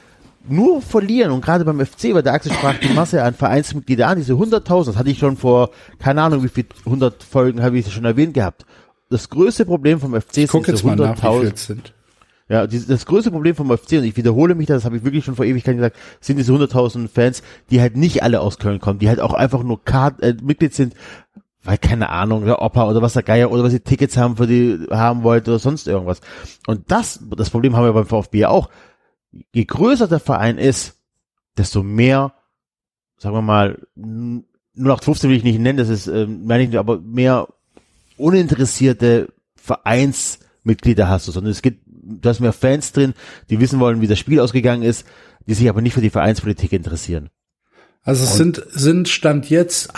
nur verlieren. Und gerade beim FC, weil der Axel sprach die Masse an Vereinsmitglieder an, diese 100.000, das hatte ich schon vor, keine Ahnung, wie viel 100 Folgen habe ich schon erwähnt gehabt. Das größte Problem vom FC sind diese 100.000. Ja, das größte Problem vom FC, und ich wiederhole mich, das habe ich wirklich schon vor Ewigkeiten gesagt, sind diese 100.000 Fans, die halt nicht alle aus Köln kommen, die halt auch einfach nur Mitglied sind, weil, keine Ahnung, der Opa oder was der Geier, oder was sie Tickets haben, für die haben wollte oder sonst irgendwas. Und das Problem haben wir beim VfB auch. Je größer der Verein ist, desto mehr, sagen wir mal, 0815 will ich nicht nennen, das ist, meine ich nicht, aber mehr uninteressierte Vereinsmitglieder hast du, sondern du hast mehr Fans drin, die wissen wollen, wie das Spiel ausgegangen ist, die sich aber nicht für die Vereinspolitik interessieren. Also es sind Stand jetzt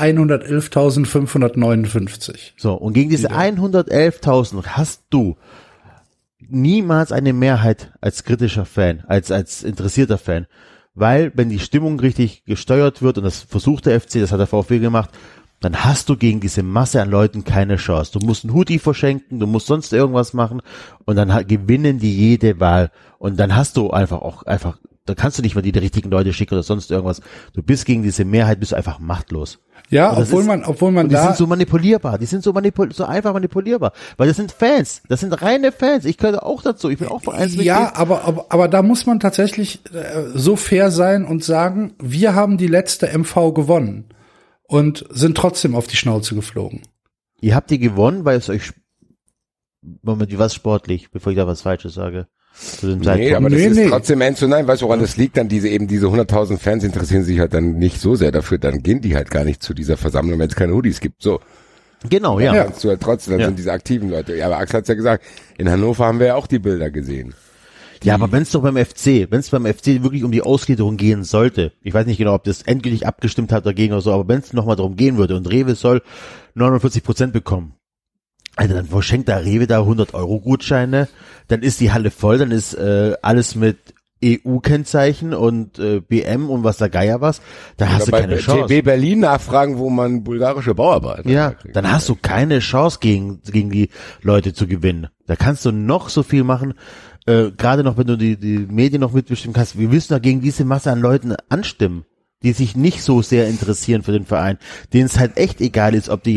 111.559. So, und gegen diese 111.000 hast du niemals eine Mehrheit als kritischer Fan, als interessierter Fan, weil wenn die Stimmung richtig gesteuert wird, und das versucht der FC, das hat der VfB gemacht, dann hast du gegen diese Masse an Leuten keine Chance. Du musst einen Hoodie verschenken, du musst sonst irgendwas machen und dann gewinnen die jede Wahl. Und dann hast du einfach, da kannst du nicht mal die richtigen Leute schicken oder sonst irgendwas. Du bist gegen diese Mehrheit, bist du einfach machtlos. Ja, obwohl man die sind so manipulierbar, so einfach manipulierbar, weil das sind Fans, das sind reine Fans. Ich gehöre auch dazu, ich bin auch Vereinsmitglied. Ja, aber da muss man tatsächlich so fair sein und sagen, wir haben die letzte MV gewonnen und sind trotzdem auf die Schnauze geflogen. Ihr habt die gewonnen, weil es euch, Moment, wie war's sportlich, bevor ich da was Falsches sage? Nee, aber das ist trotzdem nein, weißt du, woran das liegt? Dann diese 100.000 Fans interessieren sich halt dann nicht so sehr dafür, dann gehen die halt gar nicht zu dieser Versammlung, wenn es keine Hoodies gibt, so. Genau, dann ja. Kannst du halt trotzdem, dann sind diese aktiven Leute. Ja, aber Axel hat's ja gesagt, in Hannover haben wir ja auch die Bilder gesehen. Ja, aber wenn es beim FC wirklich um die Ausgliederung gehen sollte, ich weiß nicht genau, ob das endgültig abgestimmt hat dagegen oder so, aber wenn es nochmal darum gehen würde und Rewe soll 49% bekommen, Alter, dann verschenkt da Rewe da 100 € Gutscheine, dann ist die Halle voll, dann ist alles mit EU-Kennzeichen und BM und was der Geier was, da hast du keine Chance. TB Berlin nachfragen, wo man bulgarische Bauarbeiter kriegt. Dann hast du keine Chance gegen die Leute zu gewinnen. Da kannst du noch so viel machen, gerade noch, wenn du die Medien noch mitbestimmen kannst. Wir müssen da gegen diese Masse an Leuten anstimmen, die sich nicht so sehr interessieren für den Verein, denen es halt echt egal ist, ob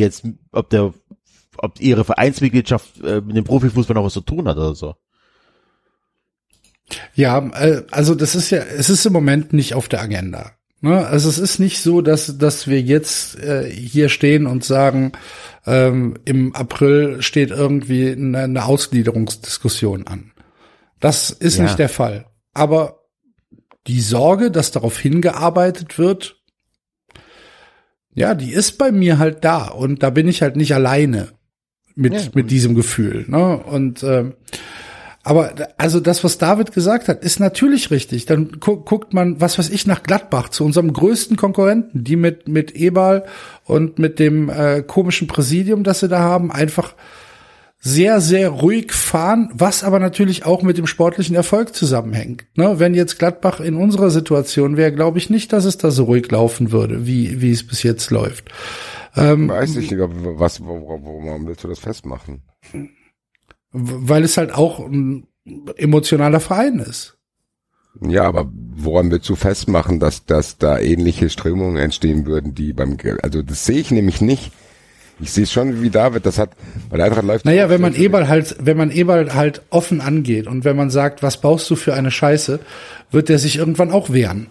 ihre Vereinsmitgliedschaft mit dem Profifußball noch was zu tun hat oder so. Ja, also es ist im Moment nicht auf der Agenda. Ne? Also es ist nicht so, dass wir jetzt hier stehen und sagen, im April steht irgendwie eine Ausgliederungsdiskussion an. Das ist nicht der Fall. Aber die Sorge, dass darauf hingearbeitet wird, ja, die ist bei mir halt da. Und da bin ich halt nicht alleine mit diesem Gefühl. Ne? Und aber also das, was David gesagt hat, ist natürlich richtig. Dann guckt man, was weiß ich, nach Gladbach, zu unserem größten Konkurrenten, die mit Eberl und mit dem komischen Präsidium, das sie da haben, einfach sehr, sehr ruhig fahren, was aber natürlich auch mit dem sportlichen Erfolg zusammenhängt. Ne? Wenn jetzt Gladbach in unserer Situation wäre, glaube ich nicht, dass es da so ruhig laufen würde, wie es bis jetzt läuft. Weiß ich nicht, warum willst du das festmachen? Weil es halt auch ein emotionaler Verein ist. Ja, aber woran willst du festmachen, dass da ähnliche Strömungen entstehen würden, die also das sehe ich nämlich nicht. Ich sehe schon, wie David das hat, bei der Eintracht läuft. Naja, wenn man Eberl halt offen angeht und wenn man sagt, was baust du für eine Scheiße, wird der sich irgendwann auch wehren.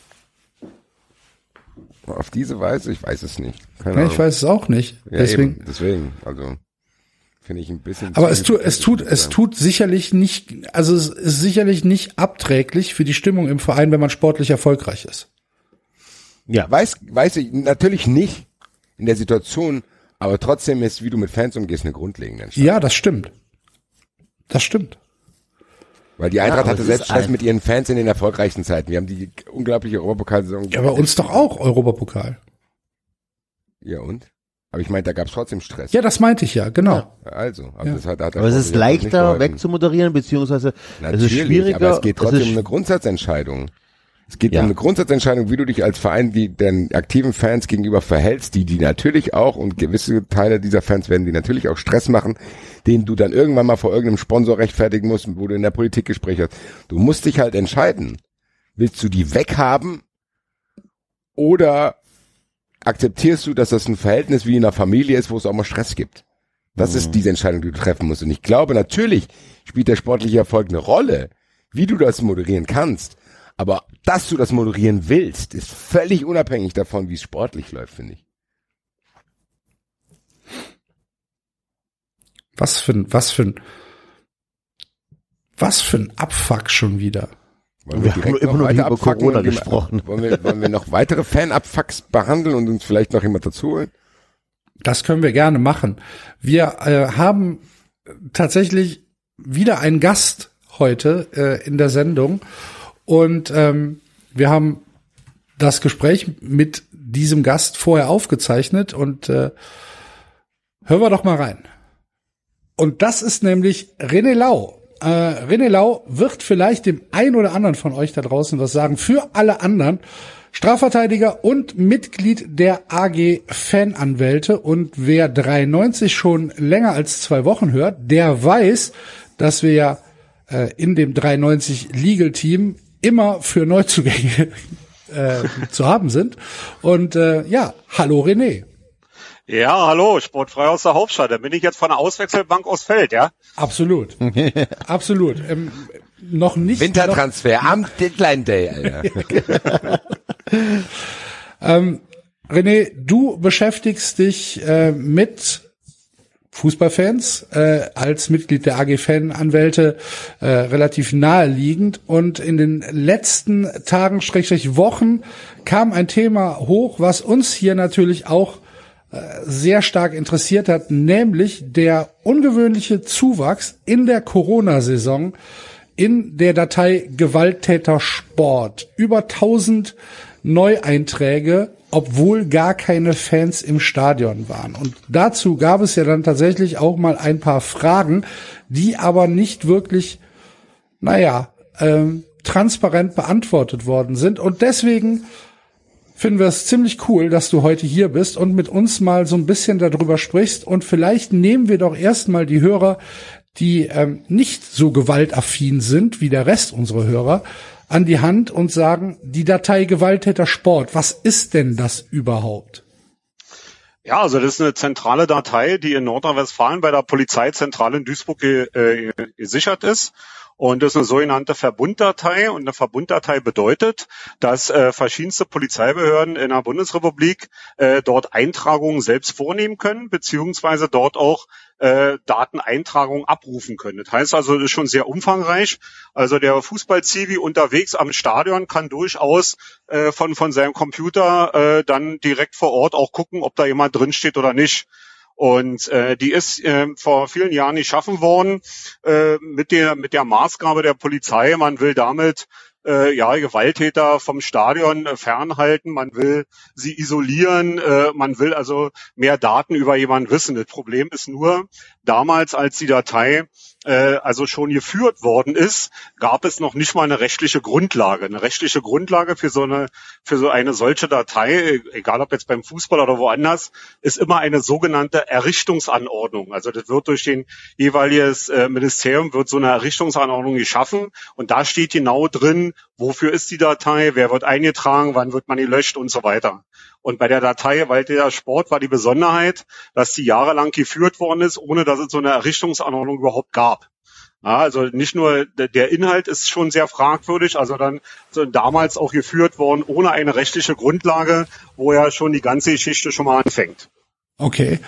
Auf diese Weise, ich weiß es nicht. Keine Ahnung. Ich weiß es auch nicht. Ja, deswegen, also. Finde ich ein bisschen. Aber es tut sicherlich nicht, also es ist sicherlich nicht abträglich für die Stimmung im Verein, wenn man sportlich erfolgreich ist. Ja. Weiß ich natürlich nicht in der Situation, aber trotzdem ist, wie du mit Fans umgehst, eine grundlegende Entscheidung. Ja, das stimmt. Das stimmt. Weil die Eintracht hatte selbst Stress mit ihren Fans in den erfolgreichsten Zeiten. Wir haben die unglaubliche Europapokalsaison. Ja, bei uns doch auch Europapokal. Ja, und? Aber ich meinte, da gab es trotzdem Stress. Ja, das meinte ich ja, genau. Ja, also, aber das hat aber es ist leichter wegzumoderieren, beziehungsweise es ist schwieriger. Aber es geht trotzdem um eine Grundsatzentscheidung. Es geht um eine Grundsatzentscheidung, wie du dich als Verein den aktiven Fans gegenüber verhältst, die natürlich auch, und gewisse Teile dieser Fans werden die natürlich auch Stress machen, den du dann irgendwann mal vor irgendeinem Sponsor rechtfertigen musst, wo du in der Politik Gespräche hast. Du musst dich halt entscheiden. Willst du die weghaben oder akzeptierst du, dass das ein Verhältnis wie in einer Familie ist, wo es auch mal Stress gibt? Das ist diese Entscheidung, die du treffen musst. Und ich glaube, natürlich spielt der sportliche Erfolg eine Rolle, wie du das moderieren kannst. Aber dass du das moderieren willst, ist völlig unabhängig davon, wie es sportlich läuft, finde ich. Was für ein Abfuck schon wieder. Wir haben immer noch über Corona gesprochen. Wollen wir noch weitere Fan-Abfucks behandeln und uns vielleicht noch jemand dazu holen? Das können wir gerne machen. Wir haben tatsächlich wieder einen Gast heute in der Sendung und wir haben das Gespräch mit diesem Gast vorher aufgezeichnet und hören wir doch mal rein. Und das ist nämlich René Lau. René Lau wird vielleicht dem einen oder anderen von euch da draußen was sagen. Für alle anderen Strafverteidiger und Mitglied der AG Fananwälte. Und wer 93 schon länger als 2 Wochen hört, der weiß, dass wir ja in dem 93 Legal Team immer für Neuzugänge zu haben sind. Und ja, hallo René. Ja, hallo, sportfrei aus der Hauptstadt. Da bin ich jetzt von der Auswechselbank aus Feld, ja? Absolut. Absolut. Noch nicht. Wintertransfer am Deadline Day, Alter. René, du beschäftigst dich mit Fußballfans als Mitglied der AG Fananwälte relativ naheliegend. Und in den letzten Tagen, Wochen kam ein Thema hoch, was uns hier natürlich auch sehr stark interessiert hat, nämlich der ungewöhnliche Zuwachs in der Corona-Saison in der Datei Gewalttätersport. Über 1000 Neueinträge, obwohl gar keine Fans im Stadion waren. Und dazu gab es ja dann tatsächlich auch mal ein paar Fragen, die aber nicht wirklich, transparent beantwortet worden sind. Und deswegen finden wir es ziemlich cool, dass du heute hier bist und mit uns mal so ein bisschen darüber sprichst. Und vielleicht nehmen wir doch erstmal die Hörer, die nicht so gewaltaffin sind wie der Rest unserer Hörer, an die Hand und sagen, die Datei Gewalttäter Sport, was ist denn das überhaupt? Ja, also das ist eine zentrale Datei, die in Nordrhein-Westfalen bei der Polizeizentrale in Duisburg gesichert ist. Und das ist eine sogenannte Verbunddatei. Und eine Verbunddatei bedeutet, dass verschiedenste Polizeibehörden in der Bundesrepublik dort Eintragungen selbst vornehmen können, beziehungsweise dort auch Dateneintragungen abrufen können. Das heißt also, das ist schon sehr umfangreich. Also der Fußball-Zivi unterwegs am Stadion kann durchaus von seinem Computer dann direkt vor Ort auch gucken, ob da jemand drinsteht oder nicht. Und die ist vor vielen Jahren geschaffen worden mit der Maßgabe der Polizei. Man will damit Gewalttäter vom Stadion fernhalten, man will sie isolieren, man will also mehr Daten über jemanden wissen. Das Problem ist nur, damals, als die Datei also schon geführt worden ist, gab es noch nicht mal eine rechtliche Grundlage. Eine rechtliche Grundlage für so eine solche Datei, egal ob jetzt beim Fußball oder woanders, ist immer eine sogenannte Errichtungsanordnung. Also das wird durch den jeweiliges Ministerium wird so eine Errichtungsanordnung geschaffen und da steht genau drin, wofür ist die Datei, wer wird eingetragen, wann wird man gelöscht und so weiter. Und bei der Datei Gewalttäter Sport war die Besonderheit, dass die jahrelang geführt worden ist, ohne dass es so eine Errichtungsanordnung überhaupt gab. Ja, also nicht nur der Inhalt ist schon sehr fragwürdig, also dann damals auch geführt worden, ohne eine rechtliche Grundlage, wo ja schon die ganze Geschichte schon mal anfängt. Okay.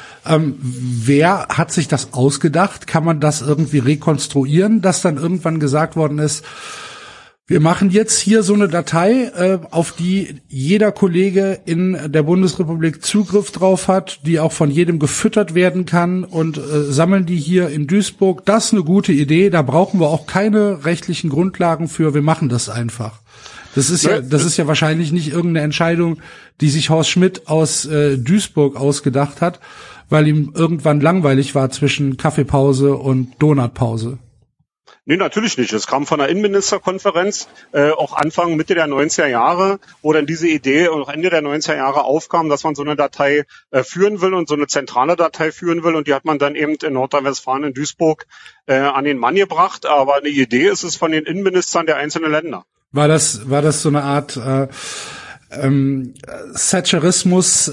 Wer hat sich das ausgedacht? Kann man das irgendwie rekonstruieren, dass dann irgendwann gesagt worden ist, wir machen jetzt hier so eine Datei, auf die jeder Kollege in der Bundesrepublik Zugriff drauf hat, die auch von jedem gefüttert werden kann und sammeln die hier in Duisburg. Das ist eine gute Idee, da brauchen wir auch keine rechtlichen Grundlagen für, wir machen das einfach. Das ist ja wahrscheinlich nicht irgendeine Entscheidung, die sich Horst Schmidt aus Duisburg ausgedacht hat, weil ihm irgendwann langweilig war zwischen Kaffeepause und Donutpause. Nee, natürlich nicht. Es kam von der Innenministerkonferenz, auch Anfang, Mitte der 90er Jahre, wo dann diese Idee auch Ende der 90er Jahre aufkam, dass man so eine Datei führen will und so eine zentrale Datei führen will. Und die hat man dann eben in Nordrhein-Westfalen, in Duisburg, an den Mann gebracht. Aber eine Idee ist es von den Innenministern der einzelnen Länder. War das so eine Art Thatcherismus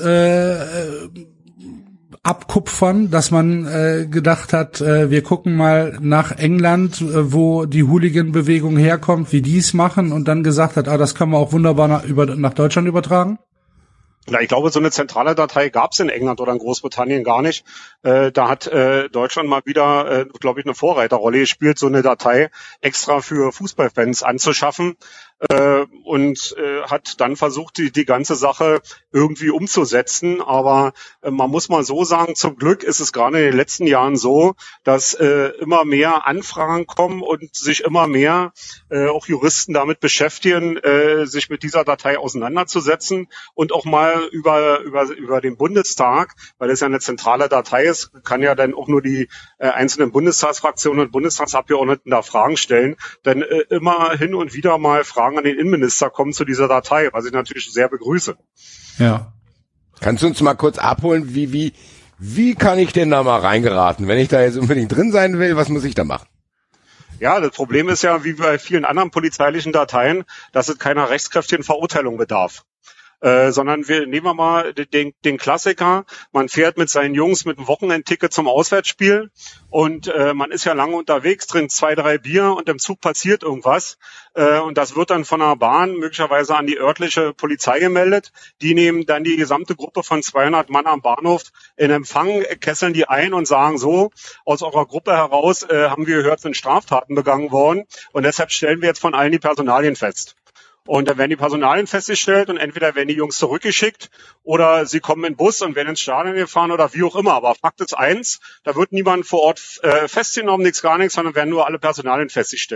abkupfern, dass man gedacht hat, wir gucken mal nach England, wo die Hooligan-Bewegung herkommt, wie die es machen und dann gesagt hat, das können wir auch wunderbar nach Deutschland übertragen? Ja, ich glaube, so eine zentrale Datei gab es in England oder in Großbritannien gar nicht. Da hat Deutschland mal wieder, glaube ich, eine Vorreiterrolle gespielt, so eine Datei extra für Fußballfans anzuschaffen. Und hat dann versucht, die ganze Sache irgendwie umzusetzen. Aber man muss mal so sagen, zum Glück ist es gerade in den letzten Jahren so, dass immer mehr Anfragen kommen und sich immer mehr auch Juristen damit beschäftigen, sich mit dieser Datei auseinanderzusetzen und auch mal über den Bundestag, weil es ja eine zentrale Datei ist, kann ja dann auch nur die einzelnen Bundestagsfraktionen und Bundestagsabgeordneten da Fragen stellen. Denn immer hin und wieder mal Fragen an den Innenminister kommen zu dieser Datei, was ich natürlich sehr begrüße. Ja. Kannst du uns mal kurz abholen, wie kann ich denn da mal reingeraten? Wenn ich da jetzt unbedingt drin sein will, was muss ich da machen? Ja, das Problem ist ja, wie bei vielen anderen polizeilichen Dateien, dass es keiner rechtskräftigen Verurteilung bedarf. Sondern nehmen wir mal den Klassiker, man fährt mit seinen Jungs mit einem Wochenendticket zum Auswärtsspiel und man ist ja lange unterwegs, trinkt 2, 3 Bier und im Zug passiert irgendwas und das wird dann von der Bahn möglicherweise an die örtliche Polizei gemeldet. Die nehmen dann die gesamte Gruppe von 200 Mann am Bahnhof in Empfang, kesseln die ein und sagen so, aus eurer Gruppe heraus haben wir gehört, sind Straftaten begangen worden und deshalb stellen wir jetzt von allen die Personalien fest. Und dann werden die Personalien festgestellt und entweder werden die Jungs zurückgeschickt oder sie kommen in den Bus und werden ins Stadion gefahren oder wie auch immer. Aber Fakt ist eins, da wird niemand vor Ort festgenommen, nichts, sondern werden nur alle Personalien festgestellt.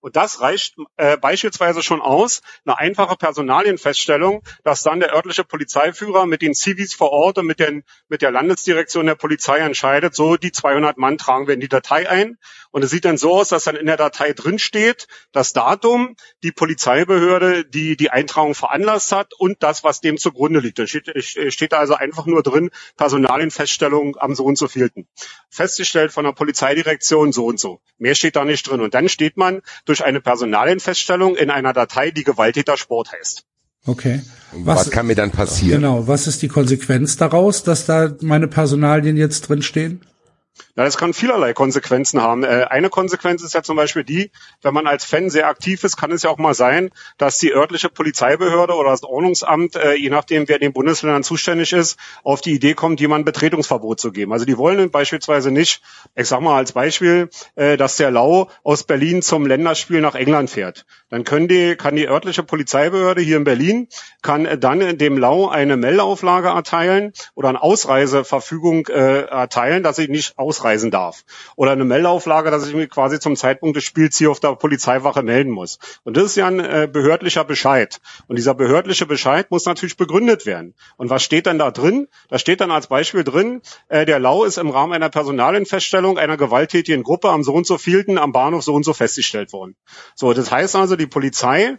Und das reicht beispielsweise schon aus, eine einfache Personalienfeststellung, dass dann der örtliche Polizeiführer mit den Zivis vor Ort und mit der Landesdirektion der Polizei entscheidet, so die 200 Mann tragen wir in die Datei ein. Und es sieht dann so aus, dass dann in der Datei drin steht, das Datum, die Polizeibehörde, die die Eintragung veranlasst hat und das, was dem zugrunde liegt. Da steht da also einfach nur drin, Personalienfeststellung am so und so vielten. Festgestellt von der Polizeidirektion so und so. Mehr steht da nicht drin. Und dann steht man durch eine Personalienfeststellung in einer Datei, die Gewalttätersport heißt. Okay. Was kann mir dann passieren? Genau. Was ist die Konsequenz daraus, dass da meine Personalien jetzt drin stehen? Na, das kann vielerlei Konsequenzen haben. Eine Konsequenz ist ja zum Beispiel die, wenn man als Fan sehr aktiv ist, kann es ja auch mal sein, dass die örtliche Polizeibehörde oder das Ordnungsamt, je nachdem wer in den Bundesländern zuständig ist, auf die Idee kommt, jemandem Betretungsverbot zu geben. Also die wollen beispielsweise nicht, ich sag mal als Beispiel, dass der Lau aus Berlin zum Länderspiel nach England fährt. Dann kann die örtliche Polizeibehörde hier in Berlin, kann dann dem Lau eine Meldeauflage erteilen oder eine Ausreiseverfügung erteilen, dass ich nicht ausreisen darf. Oder eine Meldeauflage, dass ich mich quasi zum Zeitpunkt des Spiels hier auf der Polizeiwache melden muss. Und das ist ja ein behördlicher Bescheid. Und dieser behördliche Bescheid muss natürlich begründet werden. Und was steht dann da drin? Da steht dann als Beispiel drin, der Lau ist im Rahmen einer Personalienfeststellung einer gewalttätigen Gruppe am so und so vielten am Bahnhof so und so festgestellt worden. So, das heißt also, die Polizei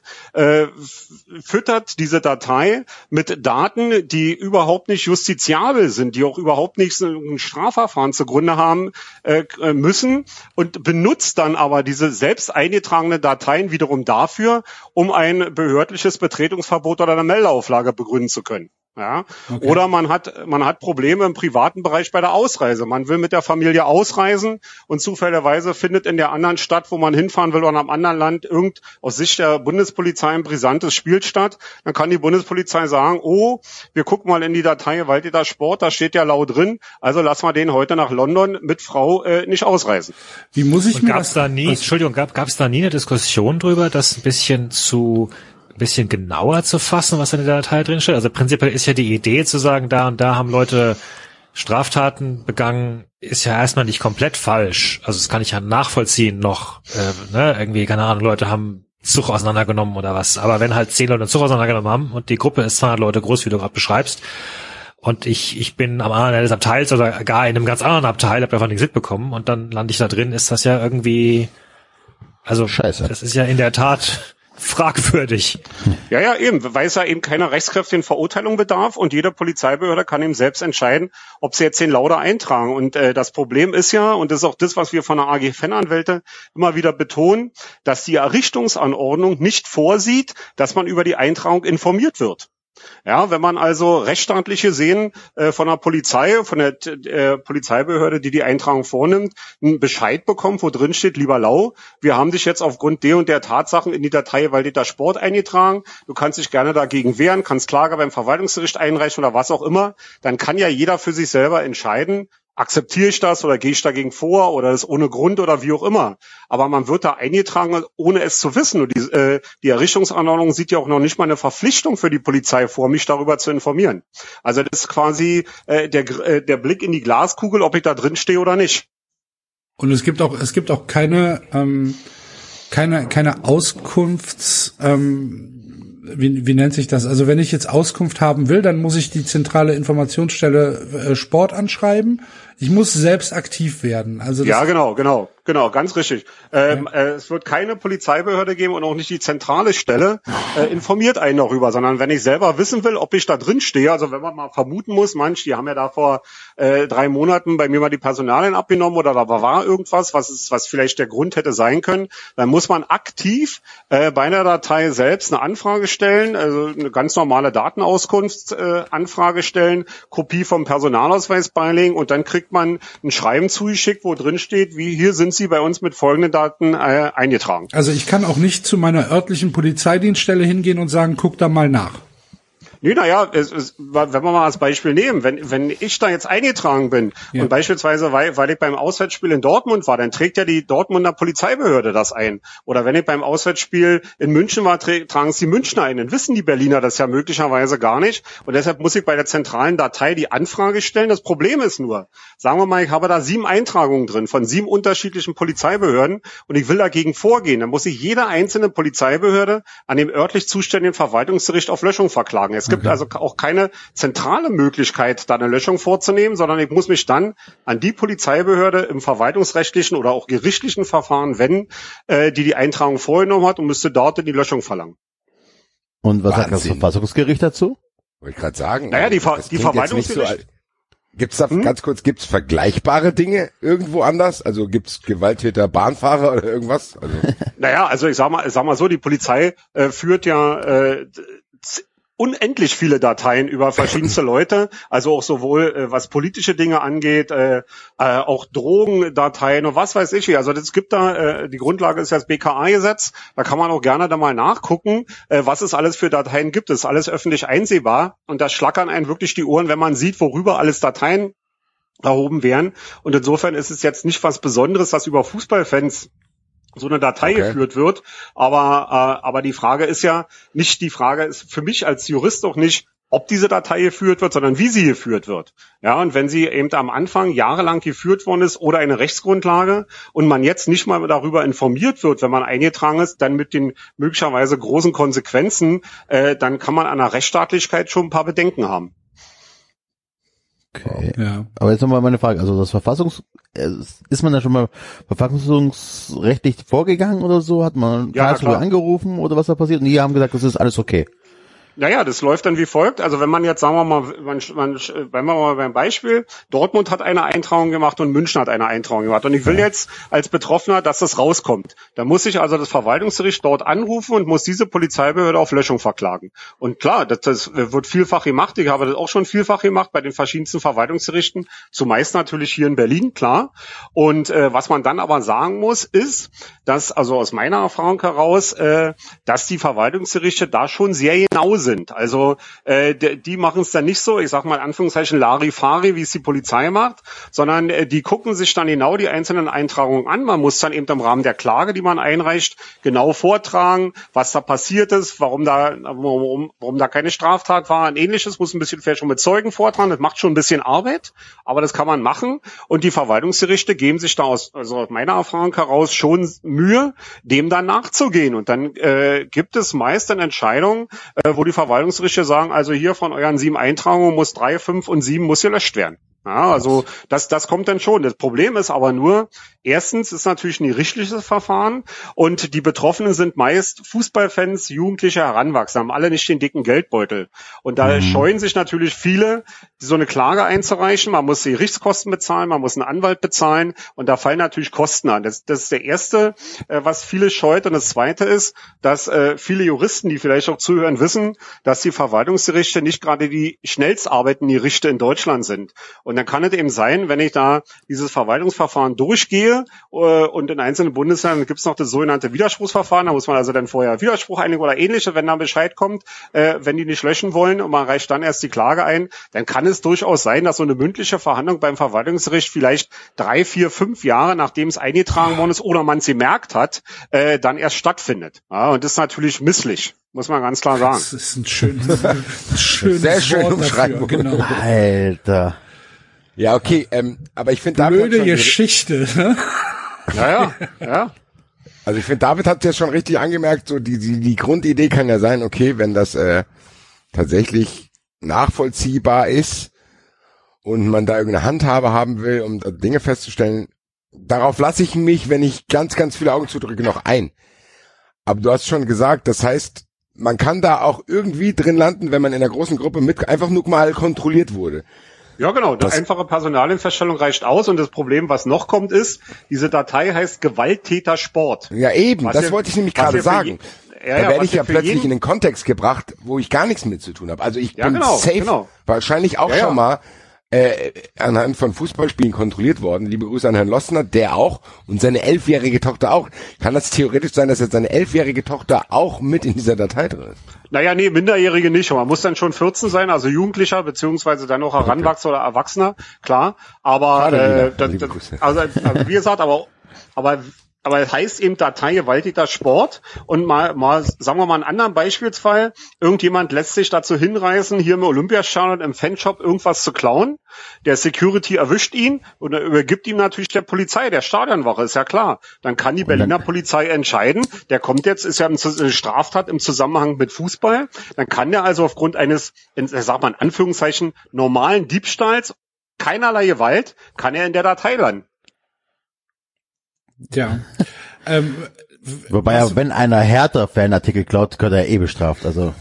füttert diese Datei mit Daten, die überhaupt nicht justiziabel sind, die auch überhaupt nicht ein Strafverfahren zugrunde haben müssen und benutzt dann aber diese selbst eingetragenen Dateien wiederum dafür, um ein behördliches Betretungsverbot oder eine Meldeauflage begründen zu können. Ja, okay. Oder man hat Probleme im privaten Bereich bei der Ausreise. Man will mit der Familie ausreisen und zufälligerweise findet in der anderen Stadt, wo man hinfahren will oder in einem anderen Land aus Sicht der Bundespolizei ein brisantes Spiel statt. Dann kann die Bundespolizei sagen, oh, wir gucken mal in die Datei Gewalttätersport, da steht ja Lau drin, also lassen wir den heute nach London mit Frau nicht ausreisen. Wie muss ich mir das... Gab es da nie eine Diskussion drüber, das ein bisschen genauer zu fassen, was in der Datei drin steht? Also prinzipiell ist ja die Idee zu sagen, da und da haben Leute Straftaten begangen, ist ja erstmal nicht komplett falsch. Also das kann ich ja nachvollziehen noch. Irgendwie, keine Ahnung, Leute haben Zug auseinandergenommen oder was. Aber wenn halt 10 Leute einen Zug auseinandergenommen haben und die Gruppe ist 200 Leute groß, wie du gerade beschreibst, und ich bin am anderen Ende des Abteils oder gar in einem ganz anderen Abteil, hab einfach nichts mitbekommen und dann lande ich da drin, ist das ja irgendwie, also Scheiße. Das ist ja in der Tat fragwürdig. Ja, eben, weil es ja eben keiner rechtskräftigen Verurteilung bedarf und jede Polizeibehörde kann eben selbst entscheiden, ob sie jetzt den Lauder eintragen. Und das Problem ist ja, und das ist auch das, was wir von der AG Fananwälte immer wieder betonen, dass die Errichtungsanordnung nicht vorsieht, dass man über die Eintragung informiert wird. Ja, wenn man also rechtsstaatlich gesehen von der Polizei, von der Polizeibehörde, die die Eintragung vornimmt, einen Bescheid bekommt, wo drin steht, lieber Lau, wir haben dich jetzt aufgrund der und der Tatsachen in die Datei Gewalttätersport eingetragen, du kannst dich gerne dagegen wehren, kannst Klage beim Verwaltungsgericht einreichen oder was auch immer, dann kann ja jeder für sich selber entscheiden, akzeptiere ich das oder gehe ich dagegen vor oder ist ohne Grund oder wie auch immer. Aber man wird da eingetragen, ohne es zu wissen. Und die Errichtungsanordnung sieht ja auch noch nicht mal eine Verpflichtung für die Polizei vor, mich darüber zu informieren. Also das ist quasi der Blick in die Glaskugel, ob ich da drin stehe oder nicht. Und es gibt auch keine Auskunfts, wie nennt sich das? Also wenn ich jetzt Auskunft haben will, dann muss ich die zentrale Informationsstelle Sport anschreiben. Ich muss selbst aktiv werden. Also ja, genau, ganz richtig. Es wird keine Polizeibehörde geben und auch nicht die zentrale Stelle informiert einen darüber, sondern wenn ich selber wissen will, ob ich da drin stehe, also wenn man mal vermuten muss, die haben ja da vor 3 Monaten bei mir mal die Personalien abgenommen oder da war irgendwas, was vielleicht der Grund hätte sein können, dann muss man aktiv bei einer Datei selbst eine Anfrage stellen, also eine ganz normale Datenauskunftsanfrage stellen, Kopie vom Personalausweis beilegen und dann kriegt man ein Schreiben zugeschickt, wo drin steht, wie hier sind Sie bei uns mit folgenden Daten eingetragen. Also ich kann auch nicht zu meiner örtlichen Polizeidienststelle hingehen und sagen, guck da mal nach. Nee, naja, wenn wir mal als Beispiel nehmen, wenn ich da jetzt eingetragen bin und beispielsweise, weil ich beim Auswärtsspiel in Dortmund war, dann trägt ja die Dortmunder Polizeibehörde das ein. Oder wenn ich beim Auswärtsspiel in München war, tragen es die Münchner ein. Dann wissen die Berliner das ja möglicherweise gar nicht. Und deshalb muss ich bei der zentralen Datei die Anfrage stellen. Das Problem ist nur, sagen wir mal, ich habe da 7 Eintragungen drin von 7 unterschiedlichen Polizeibehörden und ich will dagegen vorgehen. Dann muss ich jede einzelne Polizeibehörde an dem örtlich zuständigen Verwaltungsgericht auf Löschung verklagen. Es gibt also auch keine zentrale Möglichkeit, da eine Löschung vorzunehmen, sondern ich muss mich dann an die Polizeibehörde im verwaltungsrechtlichen oder auch gerichtlichen Verfahren wenden, die Eintragung vorgenommen hat und müsste dort die Löschung verlangen. Und was sagt das Verfassungsgericht dazu? Wollte ich gerade sagen. Naja, die Verwaltungsgericht. Gibt's da ganz kurz, gibt's vergleichbare Dinge irgendwo anders? Also gibt's Gewalttäter, Bahnfahrer oder irgendwas? Also. Naja, also ich sag mal so, die Polizei führt ja unendlich viele Dateien über verschiedenste Leute, also auch sowohl was politische Dinge angeht, auch Drogendateien und was weiß ich. Also es gibt da, die Grundlage ist ja das BKA-Gesetz, da kann man auch gerne da mal nachgucken, was es alles für Dateien gibt. Das ist alles öffentlich einsehbar und da schlackern einen wirklich die Ohren, wenn man sieht, worüber alles Dateien erhoben werden. Und insofern ist es jetzt nicht was Besonderes, dass über Fußballfans so eine Datei geführt wird, aber die Frage ist ja nicht, die Frage ist für mich als Jurist auch nicht, ob diese Datei geführt wird, sondern wie sie geführt wird. Ja, und wenn sie eben am Anfang jahrelang geführt worden ist oder eine Rechtsgrundlage und man jetzt nicht mal darüber informiert wird, wenn man eingetragen ist, dann mit den möglicherweise großen Konsequenzen, dann kann man an der Rechtsstaatlichkeit schon ein paar Bedenken haben. Okay. Ja. Aber jetzt nochmal meine Frage, also das ist man da schon mal verfassungsrechtlich vorgegangen oder so? Hat man Karlsruhe angerufen oder was da passiert? Und die haben gesagt, das ist alles okay. Naja, das läuft dann wie folgt. Also wenn man jetzt, sagen wir mal, wenn wir mal beim Beispiel, Dortmund hat eine Eintragung gemacht und München hat eine Eintragung gemacht. Und ich will jetzt als Betroffener, dass das rauskommt. Da muss ich also das Verwaltungsgericht dort anrufen und muss diese Polizeibehörde auf Löschung verklagen. Und klar, das wird vielfach gemacht. Ich habe das auch schon vielfach gemacht bei den verschiedensten Verwaltungsgerichten. Zumeist natürlich hier in Berlin, klar. Und was man dann aber sagen muss, ist, dass, also aus meiner Erfahrung heraus, dass die Verwaltungsgerichte da schon sehr genau sind. Also die machen es dann nicht so, ich sag mal in Anführungszeichen Larifari, wie es die Polizei macht, sondern die gucken sich dann genau die einzelnen Eintragungen an. Man muss dann eben im Rahmen der Klage, die man einreicht, genau vortragen, was da passiert ist, warum da keine Straftat war und ähnliches, muss ein bisschen vielleicht schon mit Zeugen vortragen. Das macht schon ein bisschen Arbeit, aber das kann man machen. Und die Verwaltungsgerichte geben sich da aus meiner Erfahrung heraus schon Mühe, dem dann nachzugehen. Und dann gibt es meist dann Entscheidungen, wo die Verwaltungsgerichte sagen, also hier von euren 7 Eintragungen muss 3, 5 und 7 muss gelöscht werden. Ja, also das kommt dann schon. Das Problem ist aber nur, erstens ist natürlich ein gerichtliches Verfahren und die Betroffenen sind meist Fußballfans, Jugendliche, Heranwachsende, haben alle nicht den dicken Geldbeutel. Und da scheuen sich natürlich viele, so eine Klage einzureichen. Man muss die Gerichtskosten bezahlen, man muss einen Anwalt bezahlen und da fallen natürlich Kosten an. Das ist der erste, was viele scheut. Und das zweite ist, dass viele Juristen, die vielleicht auch zuhören, wissen, dass die Verwaltungsgerichte nicht gerade die schnellst arbeitenden Gerichte in Deutschland sind. Und dann kann es eben sein, wenn ich da dieses Verwaltungsverfahren durchgehe und in einzelnen Bundesländern gibt es noch das sogenannte Widerspruchsverfahren, da muss man also dann vorher Widerspruch einigen oder ähnliches, wenn da Bescheid kommt, wenn die nicht löschen wollen und man reicht dann erst die Klage ein, dann kann es durchaus sein, dass so eine mündliche Verhandlung beim Verwaltungsgericht vielleicht 3, 4, 5 Jahre, nachdem es eingetragen worden ist oder man es gemerkt hat, dann erst stattfindet. Ja, und das ist natürlich misslich. Muss man ganz klar sagen. Das ist ein schönes sehr schöne Umschreibung. Genau. Alter. Ja, okay, aber ich finde blöde Geschichte. Ja. Also ich finde, David hat ja schon richtig angemerkt, so die Grundidee kann ja sein, okay, wenn das tatsächlich nachvollziehbar ist und man da irgendeine Handhabe haben will, um Dinge festzustellen, darauf lasse ich mich, wenn ich ganz, ganz viele Augen zudrücke, noch ein. Aber du hast schon gesagt, das heißt, man kann da auch irgendwie drin landen, wenn man in einer großen Gruppe einfach nur mal kontrolliert wurde. Ja, genau. Eine einfache Personalienfeststellung reicht aus. Und das Problem, was noch kommt, ist, diese Datei heißt Gewalttätersport. Ja, eben. Das wollte ich nämlich gerade sagen. Da werde ich ja plötzlich in den Kontext gebracht, wo ich gar nichts mit zu tun habe. Also ich bin safe wahrscheinlich auch schon mal anhand von Fußballspielen kontrolliert worden. Liebe Grüße an Herrn Lossner, der auch und seine 11-jährige Tochter auch. Kann das theoretisch sein, dass jetzt seine 11-jährige Tochter auch mit in dieser Datei drin ist? Naja, nee, Minderjährige nicht. Man muss dann schon 14 sein, also Jugendlicher, beziehungsweise dann noch Heranwachsender oder Erwachsener, klar. Aber also wie gesagt, aber es heißt eben Datei gewaltiger Sport und mal sagen wir mal einen anderen Beispielsfall. Irgendjemand lässt sich dazu hinreißen, hier im Olympiastadion im Fanshop irgendwas zu klauen. Der Security erwischt ihn und er übergibt ihm natürlich der Polizei, der Stadionwache, ist ja klar. Dann kann die Berliner Polizei entscheiden, der kommt jetzt, ist ja eine Straftat im Zusammenhang mit Fußball. Dann kann der also aufgrund eines, sag mal in Anführungszeichen, normalen Diebstahls, keinerlei Gewalt, kann er in der Datei landen. Ja. Wobei, wenn einer Hertha-Fanartikel klaut, könnte er bestraft, also.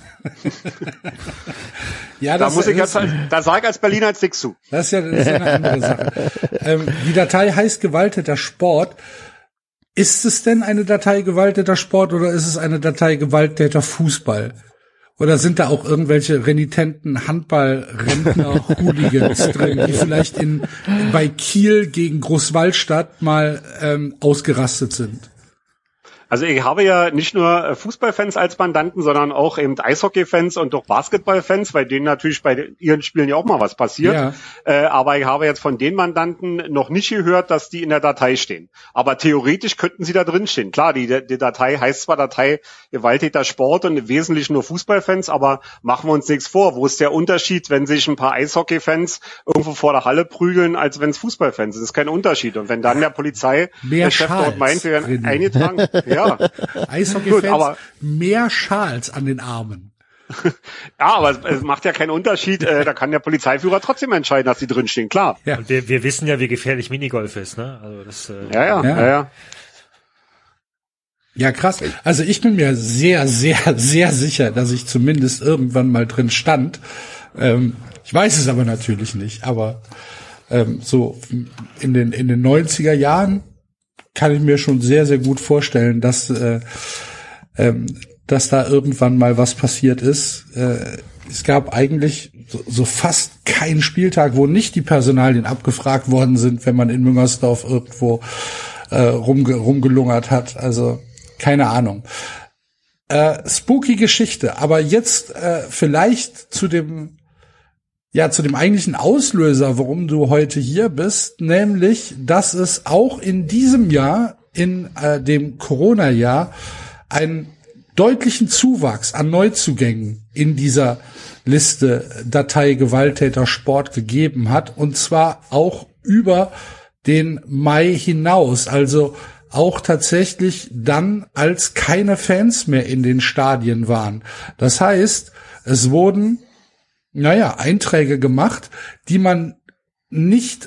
Ja, da muss ich jetzt, da sage ich als Berliner jetzt nichts zu. Das ist ja eine andere Sache. Die Datei heißt gewalteter Sport. Ist es denn eine Datei gewalteter Sport oder ist es eine Datei gewalttäter Fußball? Oder sind da auch irgendwelche renitenten Handball-Rentner-Hooligans drin, die vielleicht bei Kiel gegen Großwallstadt mal ausgerastet sind? Also ich habe ja nicht nur Fußballfans als Mandanten, sondern auch eben Eishockeyfans und auch Basketballfans, bei denen natürlich bei ihren Spielen ja auch mal was passiert. Ja. Aber ich habe jetzt von den Mandanten noch nicht gehört, dass die in der Datei stehen. Aber theoretisch könnten sie da drin stehen. Klar, die Datei heißt zwar Datei gewalttäter Sport und im Wesentlichen nur Fußballfans, aber machen wir uns nichts vor. Wo ist der Unterschied, wenn sich ein paar Eishockeyfans irgendwo vor der Halle prügeln, als wenn es Fußballfans sind? Das ist kein Unterschied. Und wenn dann der Polizeichef dort meint, wir werden eingetragen, ja. Eishockey-Fans, mehr Schals an den Armen. Ja, aber es macht ja keinen Unterschied. Da kann der Polizeiführer trotzdem entscheiden, dass sie drinstehen, klar. Ja. Und wir wissen ja, wie gefährlich Minigolf ist, ne? Also das, Ja. Ja, krass. Also ich bin mir sehr, sehr, sehr sicher, dass ich zumindest irgendwann mal drin stand. Ich weiß es aber natürlich nicht. Aber so in den 90er Jahren kann ich mir schon sehr, sehr gut vorstellen, dass da irgendwann mal was passiert ist. Es gab eigentlich so fast keinen Spieltag, wo nicht die Personalien abgefragt worden sind, wenn man in Müngersdorf irgendwo rumgelungert hat. Also keine Ahnung. Spooky Geschichte. Aber jetzt vielleicht zu dem eigentlichen Auslöser, warum du heute hier bist, nämlich, dass es auch in diesem Jahr, in dem Corona-Jahr, einen deutlichen Zuwachs an Neuzugängen in dieser Liste Datei gewalttäter Sport gegeben hat, und zwar auch über den Mai hinaus, also auch tatsächlich dann, als keine Fans mehr in den Stadien waren. Das heißt, es wurden Einträge gemacht, die man nicht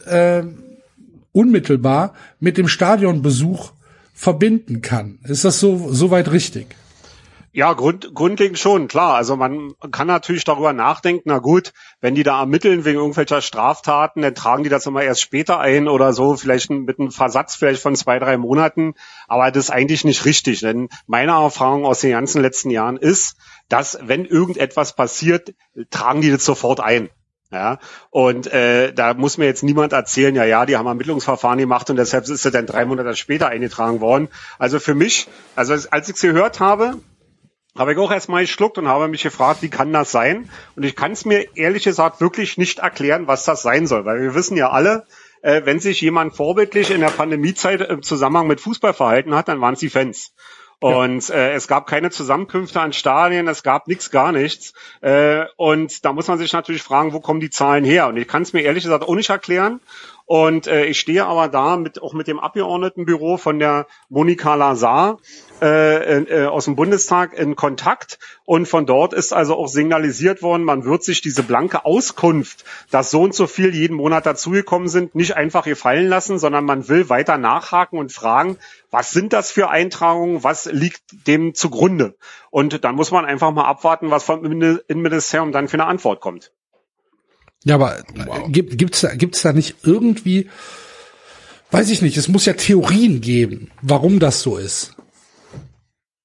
unmittelbar mit dem Stadionbesuch verbinden kann. Ist das soweit richtig? Ja, grundlegend schon, klar. Also man kann natürlich darüber nachdenken, na gut, wenn die da ermitteln wegen irgendwelcher Straftaten, dann tragen die das immer erst später ein oder so, vielleicht mit einem Versatz vielleicht von 2-3 Monaten. Aber das ist eigentlich nicht richtig, denn meine Erfahrung aus den ganzen letzten Jahren ist, dass wenn irgendetwas passiert, tragen die das sofort ein. Ja, und da muss mir jetzt niemand erzählen, ja, die haben Ermittlungsverfahren gemacht und deshalb ist es dann 3 Monate später eingetragen worden. Also für mich, als ich es gehört habe ich auch erstmal geschluckt und habe mich gefragt, wie kann das sein? Und ich kann es mir ehrlich gesagt wirklich nicht erklären, was das sein soll, weil wir wissen ja alle, wenn sich jemand vorbildlich in der Pandemiezeit im Zusammenhang mit Fußball verhalten hat, dann waren es die Fans. Und es gab keine Zusammenkünfte an Stadien, es gab gar nichts. Und da muss man sich natürlich fragen, wo kommen die Zahlen her? Und ich kann es mir ehrlich gesagt auch nicht erklären. Und ich stehe aber da auch mit dem Abgeordnetenbüro von der Monika Lazar aus dem Bundestag in Kontakt. Und von dort ist also auch signalisiert worden, man wird sich diese blanke Auskunft, dass so und so viel jeden Monat dazugekommen sind, nicht einfach gefallen lassen, sondern man will weiter nachhaken und fragen, was sind das für Eintragungen, was liegt dem zugrunde? Und dann muss man einfach mal abwarten, was vom Innenministerium dann für eine Antwort kommt. Ja, aber gibt's da nicht irgendwie, weiß ich nicht, es muss ja Theorien geben, warum das so ist.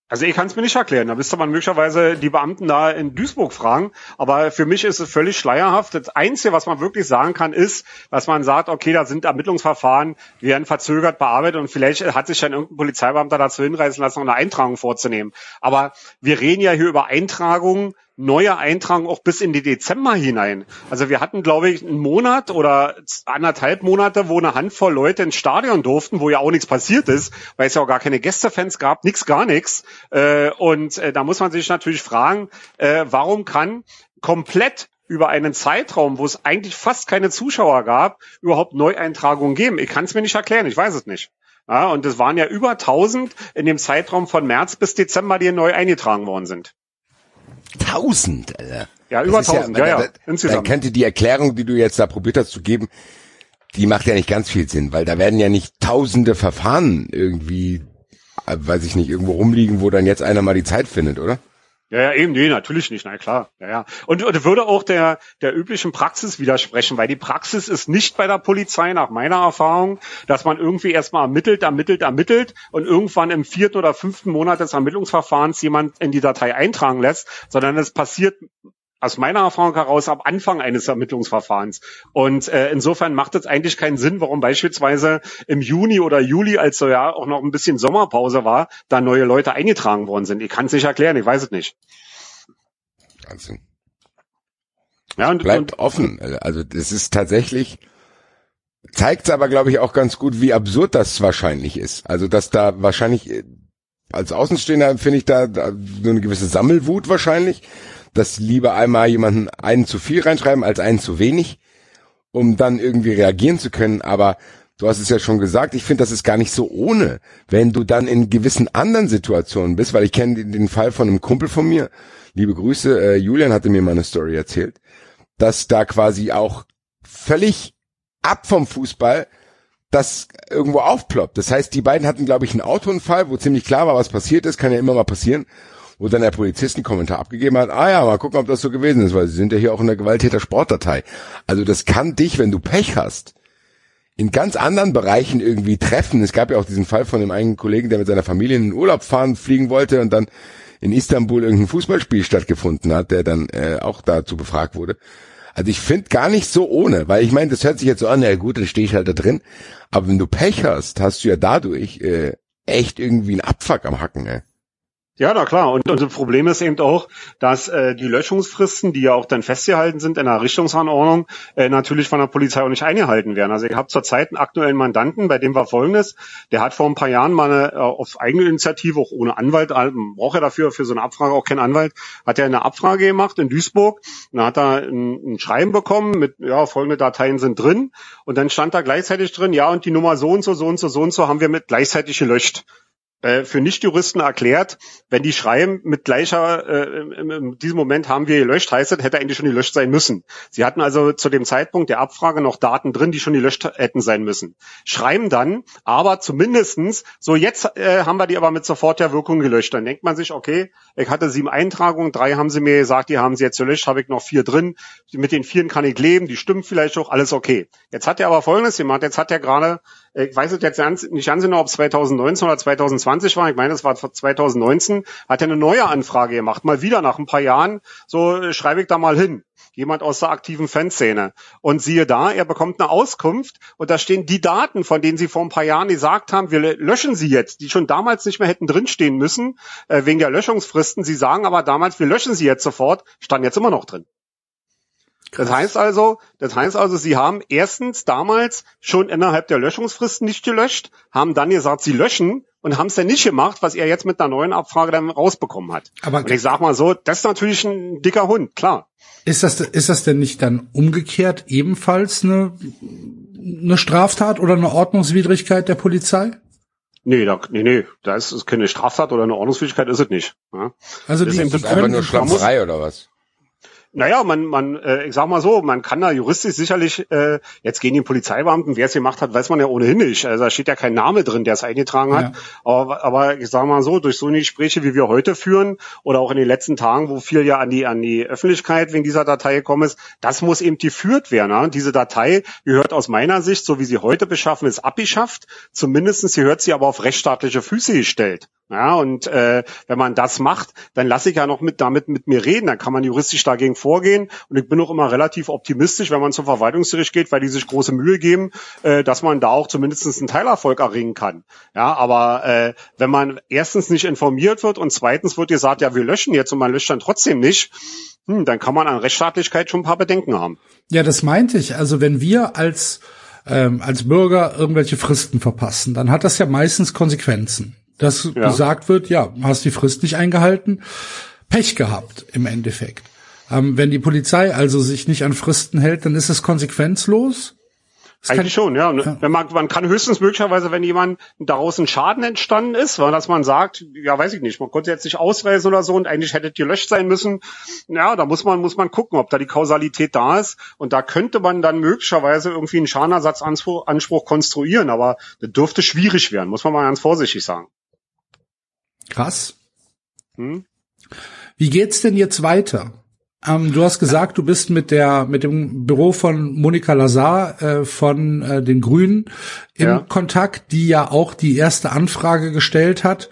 Also ich kann es mir nicht erklären. Da müsste man möglicherweise die Beamten da in Duisburg fragen. Aber für mich ist es völlig schleierhaft. Das Einzige, was man wirklich sagen kann, ist, dass man sagt, okay, da sind Ermittlungsverfahren, werden verzögert bearbeitet und vielleicht hat sich dann irgendein Polizeibeamter dazu hinreißen lassen, eine Eintragung vorzunehmen. Aber wir reden ja hier über Eintragungen, neue Eintragungen auch bis in die Dezember hinein. Also wir hatten, glaube ich, einen Monat oder 1,5 Monate, wo eine Handvoll Leute ins Stadion durften, wo ja auch nichts passiert ist, weil es ja auch gar keine Gästefans gab, gar nichts. Und da muss man sich natürlich fragen, warum kann komplett über einen Zeitraum, wo es eigentlich fast keine Zuschauer gab, überhaupt Neueintragungen geben? Ich kann es mir nicht erklären, ich weiß es nicht. Ja, und es waren ja über 1000 in dem Zeitraum von März bis Dezember, die neu eingetragen worden sind. 1000, Alter. Ja, über 1000, insgesamt. Dann könnte die Erklärung, die du jetzt da probiert hast zu geben, die macht ja nicht ganz viel Sinn, weil da werden ja nicht tausende Verfahren irgendwie, weiß ich nicht, irgendwo rumliegen, wo dann jetzt einer mal die Zeit findet, oder? Ja, eben, nee, natürlich nicht, na klar, ja. Und würde auch der üblichen Praxis widersprechen, weil die Praxis ist nicht bei der Polizei, nach meiner Erfahrung, dass man irgendwie erstmal ermittelt und irgendwann im 4. oder 5. Monat des Ermittlungsverfahrens jemand in die Datei eintragen lässt, sondern es passiert aus meiner Erfahrung heraus am Anfang eines Ermittlungsverfahrens. Und insofern macht es eigentlich keinen Sinn, warum beispielsweise im Juni oder Juli, als so ja auch noch ein bisschen Sommerpause war, da neue Leute eingetragen worden sind. Ich kann es nicht erklären, ich weiß es nicht. Wahnsinn. Ja, und bleibt offen. Also das ist tatsächlich, zeigt es aber, glaube ich, auch ganz gut, wie absurd das wahrscheinlich ist. Also dass da wahrscheinlich, als Außenstehender finde ich da so eine gewisse Sammelwut wahrscheinlich, dass lieber einmal jemanden einen zu viel reinschreiben als einen zu wenig, um dann irgendwie reagieren zu können. Aber du hast es ja schon gesagt, ich finde, das ist gar nicht so ohne, wenn du dann in gewissen anderen Situationen bist, weil ich kenne den Fall von einem Kumpel von mir, liebe Grüße, Julian hatte mir mal eine Story erzählt, dass da quasi auch völlig ab vom Fußball das irgendwo aufploppt. Das heißt, die beiden hatten, glaube ich, einen Autounfall, wo ziemlich klar war, was passiert ist, kann ja immer mal passieren, wo dann der Polizist einen Kommentar abgegeben hat, mal gucken, ob das so gewesen ist, weil sie sind ja hier auch in der Gewalttäter-Sportdatei. Also das kann dich, wenn du Pech hast, in ganz anderen Bereichen irgendwie treffen. Es gab ja auch diesen Fall von dem einen Kollegen, der mit seiner Familie in den Urlaub fliegen wollte und dann in Istanbul irgendein Fußballspiel stattgefunden hat, der dann auch dazu befragt wurde. Also ich finde gar nicht so ohne, weil ich meine, das hört sich jetzt so an, ja gut, dann stehe ich halt da drin, aber wenn du Pech hast, hast du ja dadurch echt irgendwie einen Abfuck am Hacken, ey. Ja, na klar. Und das Problem ist eben auch, dass die Löschungsfristen, die ja auch dann festgehalten sind in der Richtungsanordnung, natürlich von der Polizei auch nicht eingehalten werden. Also ich habe zurzeit einen aktuellen Mandanten, bei dem war Folgendes, der hat vor ein paar Jahren mal auf eigene Initiative, auch ohne Anwalt, braucht er dafür für so eine Abfrage auch keinen Anwalt, hat er eine Abfrage gemacht in Duisburg. Und dann hat er ein Schreiben bekommen mit, ja, folgende Dateien sind drin. Und dann stand da gleichzeitig drin, ja, und die Nummer so und so haben wir mit gleichzeitig gelöscht. Für Nichtjuristen erklärt, wenn die schreiben, mit gleicher, in diesem Moment haben wir gelöscht, heißt das, hätte eigentlich schon gelöscht sein müssen. Sie hatten also zu dem Zeitpunkt der Abfrage noch Daten drin, die schon gelöscht hätten sein müssen. Schreiben dann, aber zumindestens, so jetzt haben wir die aber mit sofortiger Wirkung gelöscht. Dann denkt man sich, okay, ich hatte 7 Eintragungen, 3 haben sie mir gesagt, die haben sie jetzt gelöscht, habe ich noch 4 drin. Mit den 4 kann ich leben, die stimmen vielleicht auch, alles okay. Jetzt hat er aber Folgendes gemacht, jetzt hat er gerade, ich weiß es jetzt nicht ganz genau, ob es 2019 oder 2020 war, ich meine, es war 2019, hat er eine neue Anfrage gemacht, mal wieder nach ein paar Jahren, so schreibe ich da mal hin, jemand aus der aktiven Fanszene. Und siehe da, er bekommt eine Auskunft und da stehen die Daten, von denen sie vor ein paar Jahren gesagt haben, wir löschen sie jetzt, die schon damals nicht mehr hätten drinstehen müssen, wegen der Löschungsfristen. Sie sagen aber damals, wir löschen sie jetzt sofort, stand jetzt immer noch drin. Das heißt also, sie haben erstens damals schon innerhalb der Löschungsfristen nicht gelöscht, haben dann gesagt, sie löschen und haben es dann nicht gemacht, was er jetzt mit einer neuen Abfrage dann rausbekommen hat. Aber und ich sag mal so, das ist natürlich ein dicker Hund, klar. Ist das denn nicht dann umgekehrt ebenfalls eine Straftat oder eine Ordnungswidrigkeit der Polizei? Nee, da ist keine Straftat oder eine Ordnungswidrigkeit ist es nicht. Ja. Also das ist einfach nur Schlamperei oder was? Naja, ich sag mal so, man kann da juristisch sicherlich, jetzt gegen den Polizeibeamten, wer es gemacht hat, weiß man ja ohnehin nicht. Also da steht ja kein Name drin, der es eingetragen hat. Ja. Aber ich sag mal so, durch so eine Gespräche, wie wir heute führen, oder auch in den letzten Tagen, wo viel ja an die Öffentlichkeit wegen dieser Datei gekommen ist, das muss eben geführt werden. Ne? Diese Datei gehört aus meiner Sicht, so wie sie heute beschaffen ist, abgeschafft. Zumindestens gehört sie aber auf rechtsstaatliche Füße gestellt. Ja, und wenn man das macht, dann lasse ich ja noch damit mit mir reden, dann kann man juristisch dagegen vorgehen. Und ich bin auch immer relativ optimistisch, wenn man zum Verwaltungsgericht geht, weil die sich große Mühe geben, dass man da auch zumindest einen Teilerfolg erringen kann. Ja, aber wenn man erstens nicht informiert wird und zweitens wird gesagt, ja, wir löschen jetzt und man löscht dann trotzdem nicht, dann kann man an Rechtsstaatlichkeit schon ein paar Bedenken haben. Ja, das meinte ich. Also wenn wir als Bürger irgendwelche Fristen verpassen, dann hat das ja meistens Konsequenzen. Dass gesagt wird, ja, hast die Frist nicht eingehalten, Pech gehabt im Endeffekt. Wenn die Polizei also sich nicht an Fristen hält, dann ist es konsequenzlos. Eigentlich schon, ja. Wenn man kann höchstens möglicherweise, wenn jemand daraus ein Schaden entstanden ist, weil dass man sagt, ja, weiß ich nicht, man konnte jetzt nicht ausreisen oder so und eigentlich hätte gelöscht sein müssen. Ja, da muss man gucken, ob da die Kausalität da ist. Und da könnte man dann möglicherweise irgendwie einen Schadenersatzanspruch konstruieren, aber das dürfte schwierig werden, muss man mal ganz vorsichtig sagen. Krass. Wie geht's denn jetzt weiter? Du hast gesagt, du bist mit dem Büro von Monika Lazar von den Grünen in Kontakt, die ja auch die erste Anfrage gestellt hat.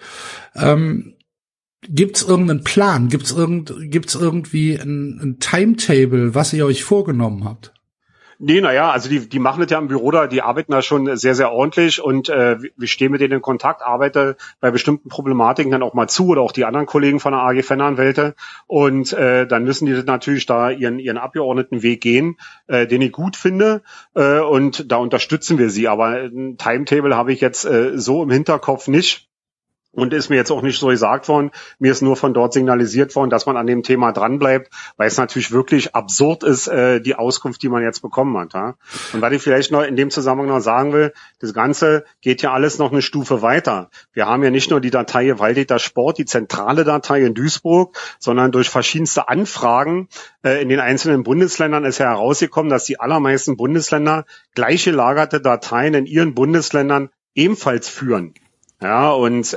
Gibt's irgendeinen Plan? Gibt's irgendwie ein Timetable, was ihr euch vorgenommen habt? Nee, naja, also die machen das ja im Büro da, die arbeiten da schon sehr, sehr ordentlich und wir stehen mit denen in Kontakt, arbeite bei bestimmten Problematiken dann auch mal zu oder auch die anderen Kollegen von der AG Fananwälte und dann müssen die natürlich da ihren Abgeordnetenweg gehen, den ich gut finde und da unterstützen wir sie, aber ein Timetable habe ich jetzt so im Hinterkopf nicht. Und ist mir jetzt auch nicht so gesagt worden. Mir ist nur von dort signalisiert worden, dass man an dem Thema dranbleibt, weil es natürlich wirklich absurd ist, die Auskunft, die man jetzt bekommen hat. Ja? Und was ich vielleicht noch in dem Zusammenhang noch sagen will, das Ganze geht ja alles noch eine Stufe weiter. Wir haben ja nicht nur die Datei Waldeter Sport, die zentrale Datei in Duisburg, sondern durch verschiedenste Anfragen in den einzelnen Bundesländern ist ja herausgekommen, dass die allermeisten Bundesländer gleich gelagerte Dateien in ihren Bundesländern ebenfalls führen. Ja, und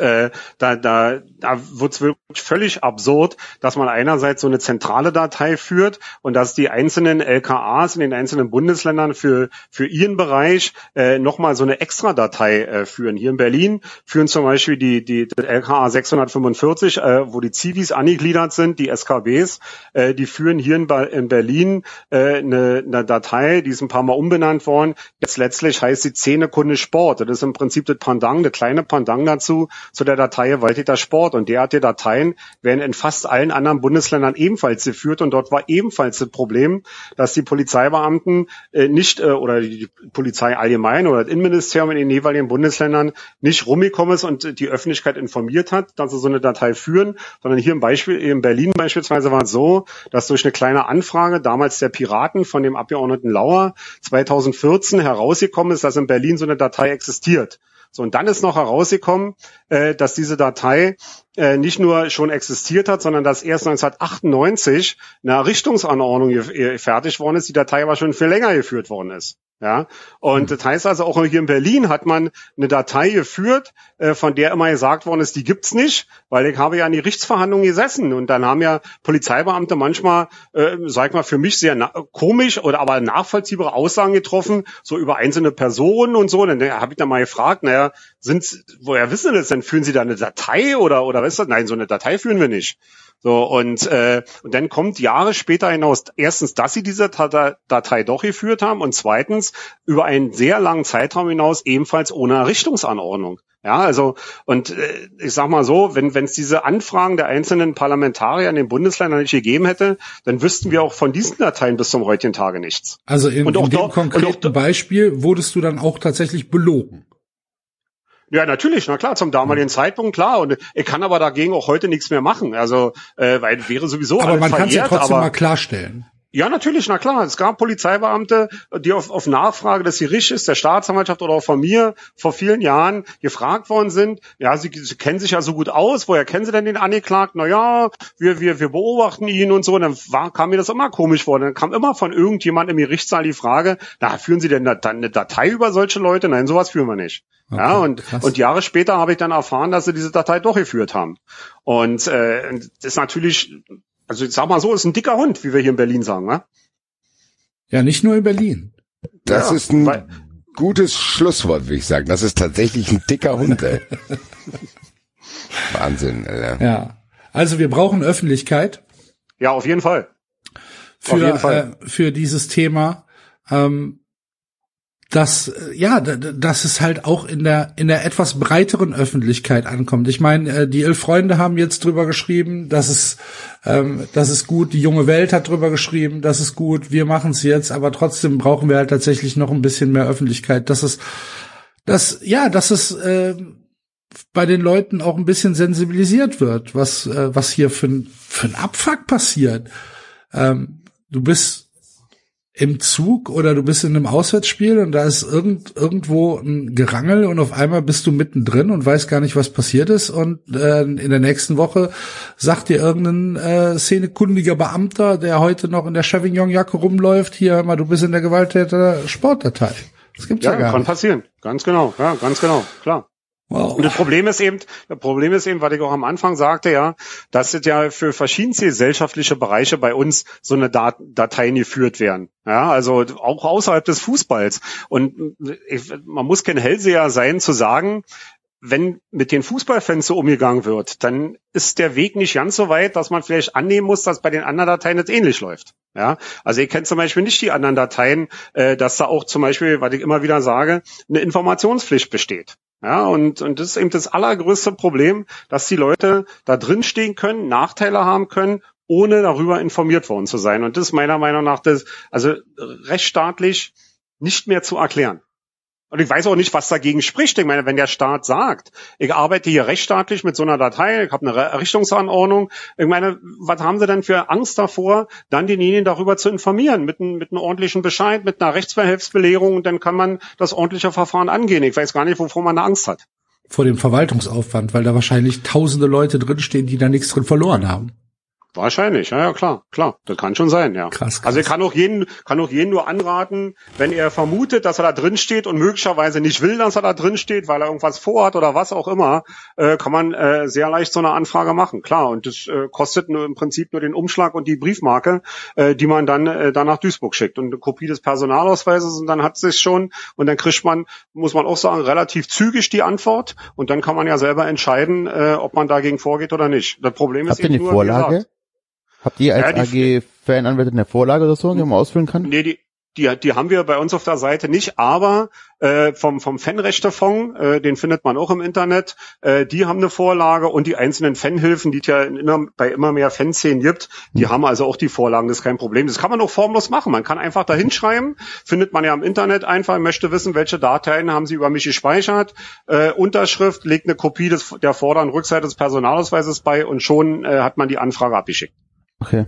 da wird's wirklich völlig absurd, dass man einerseits so eine zentrale Datei führt und dass die einzelnen LKAs in den einzelnen Bundesländern für ihren Bereich nochmal so eine Extra-Datei führen. Hier in Berlin führen zum Beispiel die LKA 645, wo die Zivis angegliedert sind, die SKBs, die führen hier in Berlin eine Datei, die ist ein paar Mal umbenannt worden. Jetzt letztlich heißt sie Zähnekunde Sport. Das ist im Prinzip das Pendant, das kleine Pendant dazu, zu der Datei Waldeter Sport. Und derartige Dateien werden in fast allen anderen Bundesländern ebenfalls geführt. Und dort war ebenfalls das Problem, dass die Polizeibeamten oder die Polizei allgemein oder das Innenministerium in den jeweiligen Bundesländern nicht rumgekommen ist und die Öffentlichkeit informiert hat, dass sie so eine Datei führen, sondern hier in Berlin beispielsweise war es so, dass durch eine kleine Anfrage damals der Piraten von dem Abgeordneten Lauer 2014 herausgekommen ist, dass in Berlin so eine Datei existiert. So, und dann ist noch herausgekommen, dass diese Datei nicht nur schon existiert hat, sondern dass erst 1998 eine Errichtungsanordnung fertig worden ist, die Datei aber schon viel länger geführt worden ist. Ja, und das heißt also auch hier in Berlin hat man eine Datei geführt, von der immer gesagt worden ist, die gibt's nicht, weil ich habe ja in die Gerichtsverhandlungen gesessen und dann haben ja Polizeibeamte manchmal, sag ich mal, für mich sehr komisch oder aber nachvollziehbare Aussagen getroffen, so über einzelne Personen und so. Und dann habe ich dann mal gefragt, naja, woher wissen Sie das denn? Führen Sie da eine Datei oder was ist das? Nein, so eine Datei führen wir nicht. So, und dann kommt Jahre später hinaus, erstens, dass sie diese Datei doch geführt haben und zweitens, über einen sehr langen Zeitraum hinaus ebenfalls ohne Errichtungsanordnung. Ja, also, und ich sag mal so, wenn es diese Anfragen der einzelnen Parlamentarier in den Bundesländern nicht gegeben hätte, dann wüssten wir auch von diesen Dateien bis zum heutigen Tage nichts. Also in dem konkreten Beispiel wurdest du dann auch tatsächlich belogen. Ja, natürlich, na klar, zum damaligen Zeitpunkt, klar. Und ich kann aber dagegen auch heute nichts mehr machen. Also, weil wäre sowieso aber man kann es ja trotzdem mal klarstellen. Ja, natürlich, na klar. Es gab Polizeibeamte, die auf Nachfrage des Gerichts, der Staatsanwaltschaft oder auch von mir vor vielen Jahren gefragt worden sind. Ja, sie kennen sich ja so gut aus. Woher kennen Sie denn den Angeklagten? Na ja, wir beobachten ihn und so. Und dann kam mir das immer komisch vor. Dann kam immer von irgendjemand im Gerichtssaal die Frage, na, führen Sie denn dann eine Datei über solche Leute? Nein, sowas führen wir nicht. Okay, ja, und Jahre später habe ich dann erfahren, dass sie diese Datei doch geführt haben. Und das ist natürlich, also ich sag mal so, ist ein dicker Hund, wie wir hier in Berlin sagen, ne? Ja, nicht nur in Berlin. Das ist ein gutes Schlusswort, würde ich sagen. Das ist tatsächlich ein dicker Hund, ey. Wahnsinn, Alter. Ja. Also wir brauchen Öffentlichkeit. Ja, auf jeden Fall. Für dieses Thema, dass es halt auch in der etwas breiteren Öffentlichkeit ankommt. Ich meine, die 11 Freunde haben jetzt drüber geschrieben, das ist gut, die junge Welt hat drüber geschrieben, das ist gut, wir machen es jetzt, aber trotzdem brauchen wir halt tatsächlich noch ein bisschen mehr Öffentlichkeit, dass es bei den Leuten auch ein bisschen sensibilisiert wird, was hier für ein Abfuck passiert. Du bist im Zug oder du bist in einem Auswärtsspiel und da ist irgendwo ein Gerangel und auf einmal bist du mittendrin und weißt gar nicht, was passiert ist und in der nächsten Woche sagt dir irgendein szenekundiger Beamter, der heute noch in der Chevignon-Jacke rumläuft, hier, hör mal, du bist in der Gewalttäter-Sportdatei. Das gibt's ja gar nicht. Kann passieren. Ganz genau, klar. Wow. Und das Problem ist eben, was ich auch am Anfang sagte, ja, dass es ja für verschiedenste gesellschaftliche Bereiche bei uns so eine Dateien geführt werden. Ja, also auch außerhalb des Fußballs. Und man muss kein Hellseher sein, zu sagen, wenn mit den Fußballfans so umgegangen wird, dann ist der Weg nicht ganz so weit, dass man vielleicht annehmen muss, dass bei den anderen Dateien jetzt ähnlich läuft. Ja, also ich kenne zum Beispiel nicht die anderen Dateien, dass da auch zum Beispiel, was ich immer wieder sage, eine Informationspflicht besteht. Ja, und das ist eben das allergrößte Problem, dass die Leute da drin stehen können, Nachteile haben können, ohne darüber informiert worden zu sein. Und das ist meiner Meinung nach rechtsstaatlich nicht mehr zu erklären. Und ich weiß auch nicht, was dagegen spricht. Ich meine, wenn der Staat sagt, ich arbeite hier rechtsstaatlich mit so einer Datei, ich habe eine Errichtungsanordnung, ich meine, was haben sie denn für Angst davor, dann denjenigen darüber zu informieren, mit einem ordentlichen Bescheid, mit einer Rechtsverhelfsbelehrung, und dann kann man das ordentliche Verfahren angehen. Ich weiß gar nicht, wovor man da Angst hat. Vor dem Verwaltungsaufwand, weil da wahrscheinlich tausende Leute drinstehen, die da nichts drin verloren haben. Wahrscheinlich, ja, klar, das kann schon sein, ja. Krass. Also ich kann auch jeden nur anraten, wenn er vermutet, dass er da drin steht und möglicherweise nicht will, dass er da drin steht, weil er irgendwas vorhat oder was auch immer, kann man sehr leicht so eine Anfrage machen, klar. Und das kostet im Prinzip nur den Umschlag und die Briefmarke, die man dann nach Duisburg schickt und eine Kopie des Personalausweises, und dann hat es sich schon, und dann kriegt man, muss man auch sagen, relativ zügig die Antwort, und dann kann man ja selber entscheiden, ob man dagegen vorgeht oder nicht. Das Problem ist eben nur, Vorlage? Wie gesagt, habt ihr als AG Fananwälte eine Vorlage oder so, die man ausfüllen kann? Nee, die haben wir bei uns auf der Seite nicht, aber vom Fanrechtefonds, den findet man auch im Internet, die haben eine Vorlage, und die einzelnen Fanhilfen, die es ja bei immer mehr Fanszenen gibt, die haben also auch die Vorlagen, das ist kein Problem. Das kann man auch formlos machen, man kann einfach da hinschreiben, findet man ja im Internet einfach, möchte wissen, welche Dateien haben sie über mich gespeichert, Unterschrift, legt eine Kopie der Vorder- und Rückseite des Personalausweises bei, und schon hat man die Anfrage abgeschickt. Okay.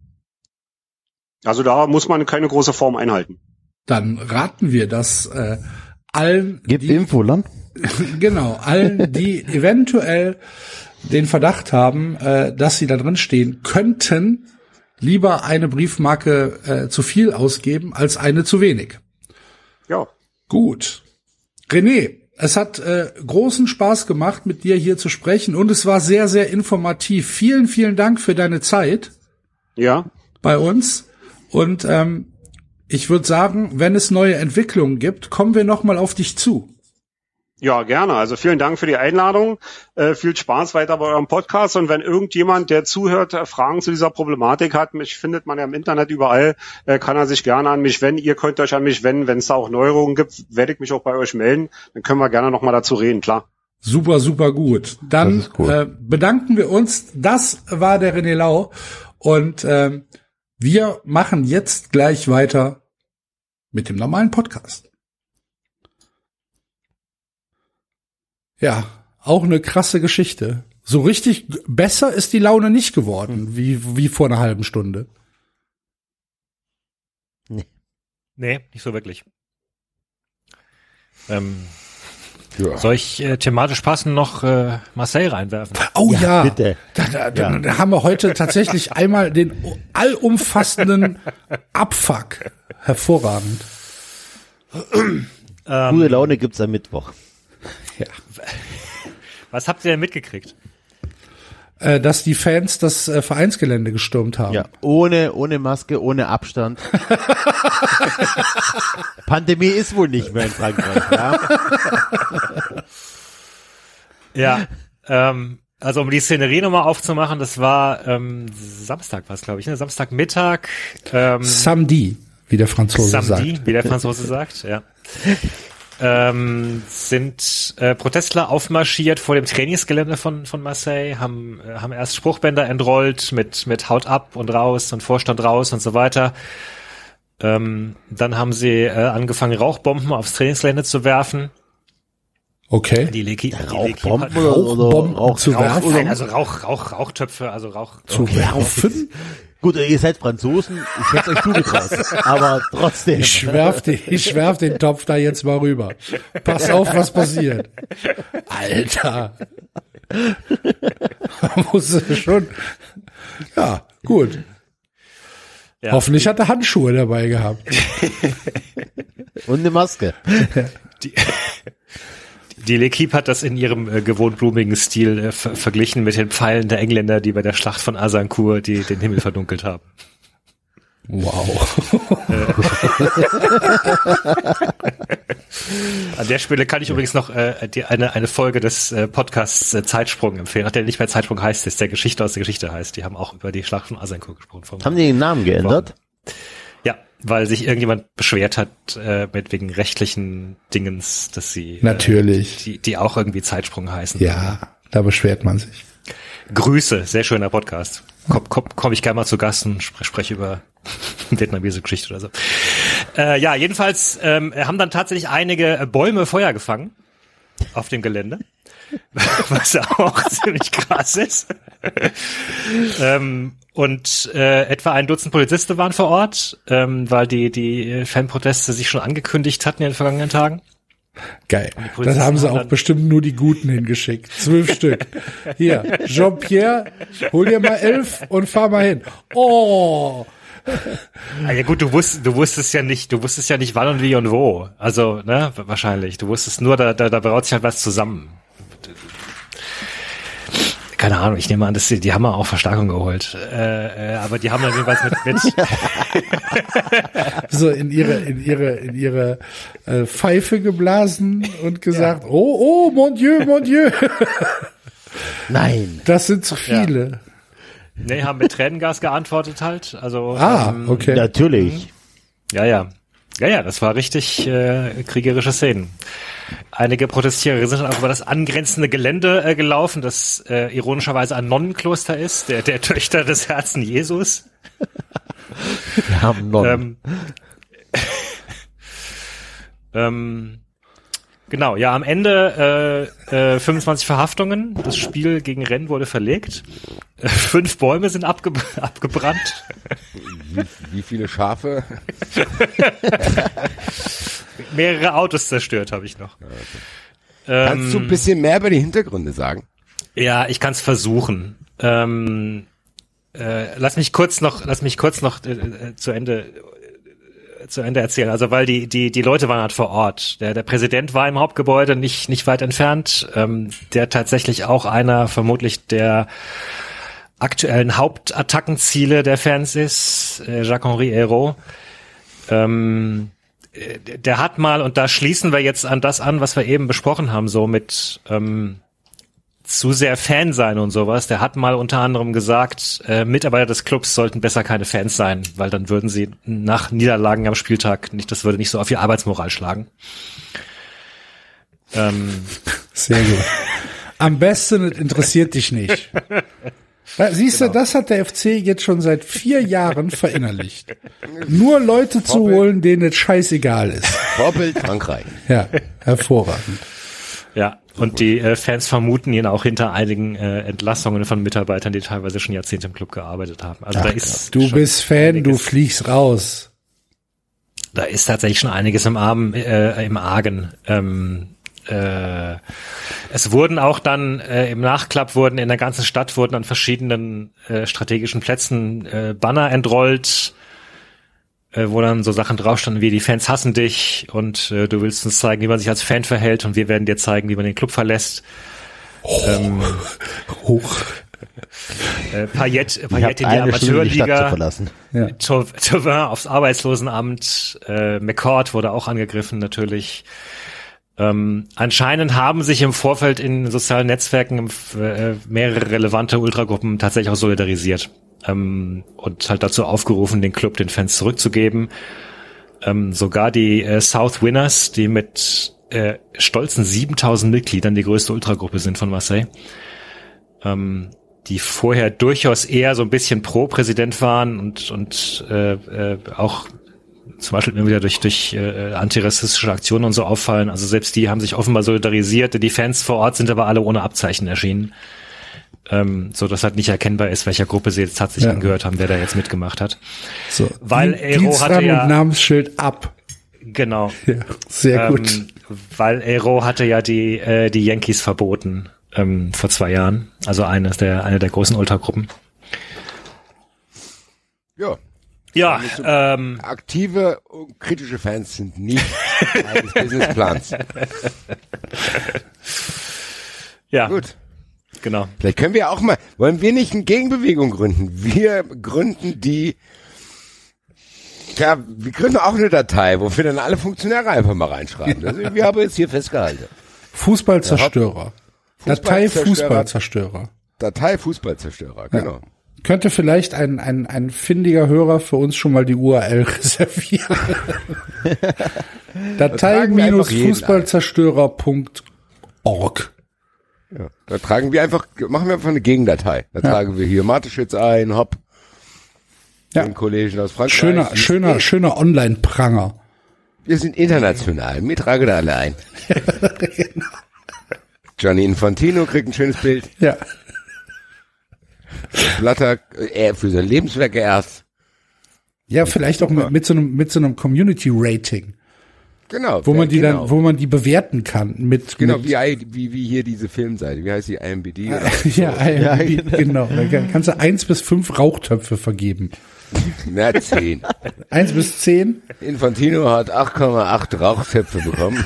Also da muss man keine große Form einhalten. Dann raten wir das allen. Gib Info, Land. Genau, allen, die eventuell den Verdacht haben, dass sie da drin stehen könnten, lieber eine Briefmarke zu viel ausgeben als eine zu wenig. Ja. Gut. René, es hat großen Spaß gemacht, mit dir hier zu sprechen, und es war sehr, sehr informativ. Vielen, vielen Dank für deine Zeit. Ja. Bei uns. Und ich würde sagen, wenn es neue Entwicklungen gibt, kommen wir noch mal auf dich zu. Ja, gerne. Also vielen Dank für die Einladung. Viel Spaß weiter bei eurem Podcast. Und wenn irgendjemand, der zuhört, Fragen zu dieser Problematik hat, mich findet man ja im Internet überall, kann er sich gerne an mich wenden. Ihr könnt euch an mich wenden. Wenn es da auch Neuerungen gibt, werde ich mich auch bei euch melden. Dann können wir gerne noch mal dazu reden, klar. Super, super gut. Dann cool. Bedanken wir uns. Das war der René Lau. Und wir machen jetzt gleich weiter mit dem normalen Podcast. Ja, auch eine krasse Geschichte. So richtig besser ist die Laune nicht geworden, wie vor einer halben Stunde. Nee, nicht so wirklich. Ja. Soll ich thematisch passend noch Marseille reinwerfen? Oh ja, bitte. Da haben wir heute tatsächlich einmal den allumfassenden Abfuck. Hervorragend. Gute Laune gibt's am Mittwoch. Ja. Was habt ihr denn mitgekriegt? Dass die Fans das Vereinsgelände gestürmt haben. Ja, ohne Maske, ohne Abstand. Pandemie ist wohl nicht mehr in Frankreich, ja? Ja, Also um die Szenerie nochmal aufzumachen, das war Samstag war es, glaube ich, ne? Samstagmittag. Samedi, wie der Franzose sagt. Wie der Franzose sagt, ja. Sind Protestler aufmarschiert vor dem Trainingsgelände von Marseille, haben erst Spruchbänder entrollt mit Haut ab und raus und Vorstand raus und so weiter. Dann haben sie angefangen, Rauchbomben aufs Trainingsgelände zu werfen. Okay. Rauchbomben Rauchbomben zu werfen? Nein, also Rauchtöpfe, also Rauch. Zu werfen? Gut, ihr seid Franzosen, ich hätte euch zugetraut, aber trotzdem. Ich werf den Topf da jetzt mal rüber. Pass auf, was passiert. Alter. Musste schon. Ja, gut. Ja. Hoffentlich hat er Handschuhe dabei gehabt. Und eine Maske. Die L'Équipe hat das in ihrem gewohnt blumigen Stil verglichen mit den Pfeilen der Engländer, die bei der Schlacht von Azincourt den Himmel verdunkelt haben. Wow. An der Stelle kann ich übrigens noch eine Folge des Podcasts Zeitsprung empfehlen. Ach, der nicht mehr Zeitsprung heißt, ist der Geschichte aus der Geschichte heißt. Die haben auch über die Schlacht von Azincourt gesprochen. Haben die den Namen geändert? Ja, weil sich irgendjemand beschwert hat mit wegen rechtlichen Dingens, dass sie natürlich die auch irgendwie Zeitsprung heißen. Ja, da beschwert man sich. Grüße, sehr schöner Podcast. Komm ich gerne mal zu Gast und spreche über vietnamesische Geschichte oder so. Ja, jedenfalls haben dann tatsächlich einige Bäume Feuer gefangen auf dem Gelände, was auch ziemlich krass ist. Und etwa ein Dutzend Polizisten waren vor Ort, weil die Fanproteste sich schon angekündigt hatten in den vergangenen Tagen. Geil. Das haben sie auch bestimmt nur die Guten hingeschickt. 12 Stück. Hier, Jean-Pierre, hol dir mal 11 und fahr mal hin. Oh! Ja gut, du wusstest ja nicht, wann und wie und wo. Also, ne, wahrscheinlich. Du wusstest nur, da braut sich halt was zusammen. Keine Ahnung, ich nehme an, dass die haben auch Verstärkung geholt. Aber die haben dann jedenfalls mit so in ihre Pfeife geblasen und gesagt, ja. Oh, mon Dieu. Nein. Das sind zu viele. Ja. Nee, haben mit Tränengas geantwortet halt. Also okay. Natürlich. Ja, das war richtig kriegerische Szenen. Einige Protestierer sind dann auch über das angrenzende Gelände gelaufen, das ironischerweise ein Nonnenkloster ist, der Töchter des Herzen Jesus. Wir haben Nonnen. Genau, ja, am Ende 25 Verhaftungen. Das Spiel gegen Rennes wurde verlegt. 5 Bäume sind abgebrannt. Wie viele Schafe? Mehrere Autos zerstört habe ich noch. Okay. Kannst du ein bisschen mehr über die Hintergründe sagen? Ja, ich kann es versuchen. Lass mich kurz noch zu Ende erzählen. Also weil die Leute waren halt vor Ort. Der Präsident war im Hauptgebäude nicht weit entfernt, der tatsächlich auch einer vermutlich der aktuellen Hauptattackenziele der Fans ist, Jacques-Henri Hérault. Der hat mal, und da schließen wir jetzt an das an, was wir eben besprochen haben, so mit zu sehr Fan sein und sowas. Der hat mal unter anderem gesagt, Mitarbeiter des Clubs sollten besser keine Fans sein, weil dann würden sie nach Niederlagen am Spieltag das würde nicht so auf ihr Arbeitsmoral schlagen. Sehr gut. Am besten interessiert dich nicht. Siehst du, das hat der FC jetzt schon seit 4 Jahren verinnerlicht. Nur Leute zu holen, denen es scheißegal ist. Vorbild Frankreich. Ja, hervorragend. Ja, und die Fans vermuten ihn auch hinter einigen Entlassungen von Mitarbeitern, die teilweise schon Jahrzehnte im Club gearbeitet haben. Also da ist du bist Fan, du fliegst raus. Da ist tatsächlich schon einiges im Argen. Es wurden auch dann im Nachklapp in der ganzen Stadt an verschiedenen strategischen Plätzen Banner entrollt, wo dann so Sachen draufstanden wie die Fans hassen dich und du willst uns zeigen, wie man sich als Fan verhält und wir werden dir zeigen, wie man den Club verlässt. Payet in die Amateurliga, Thauvin aufs Arbeitslosenamt, McCord wurde auch angegriffen natürlich. Anscheinend haben sich im Vorfeld in sozialen Netzwerken mehrere relevante Ultragruppen tatsächlich auch solidarisiert und halt dazu aufgerufen, den Club den Fans zurückzugeben. Sogar die South Winners, die mit stolzen 7.000 Mitgliedern die größte Ultragruppe sind von Marseille, die vorher durchaus eher so ein bisschen pro Präsident waren und auch zum Beispiel immer wieder durch antirassistische Aktionen und so auffallen. Also selbst die haben sich offenbar solidarisiert. Die Fans vor Ort sind aber alle ohne Abzeichen erschienen. So dass halt nicht erkennbar ist, welcher Gruppe sie jetzt tatsächlich angehört haben, wer da jetzt mitgemacht hat. So, weil Aero hatte ja und Namensschild ab. Genau. Ja, sehr gut. Weil Aero hatte ja die Yankees verboten vor 2 Jahren. Also eine der großen Ultragruppen. Ja. Ja, aktive und kritische Fans sind nicht Teil des Businessplans. Ja. Gut. Genau. Vielleicht können wir auch mal, wollen wir nicht eine Gegenbewegung gründen? Wir gründen wir gründen auch eine Datei, wo wir dann alle Funktionäre einfach mal reinschreiben. Also, wir haben jetzt hier festgehalten. Fußballzerstörer. Datei Fußballzerstörer. Datei Fußballzerstörer, genau. Ja. Könnte vielleicht ein findiger Hörer für uns schon mal die URL reservieren. Datei-Fußballzerstörer.org. Ja, da machen wir einfach eine Gegendatei. Da tragen wir hier Mateschitz ein, Hopp. Ja. Den Kollegen aus Frankreich. Schöner Online-Pranger. Wir sind international. Wir tragen da alle ein. Genau. Gianni Infantino kriegt ein schönes Bild. Ja. Blatter, für sein Lebenswerk erst. Ja, vielleicht auch mit so einem Community-Rating. Genau. Wo man die bewerten kann wie hier diese Filmseite. Wie heißt die? IMDb? IMDb, genau. Da kannst du 1 bis 5 Rauchtöpfe vergeben. Na, 10. 1 bis 10? Infantino hat 8,8 Rauchtöpfe bekommen.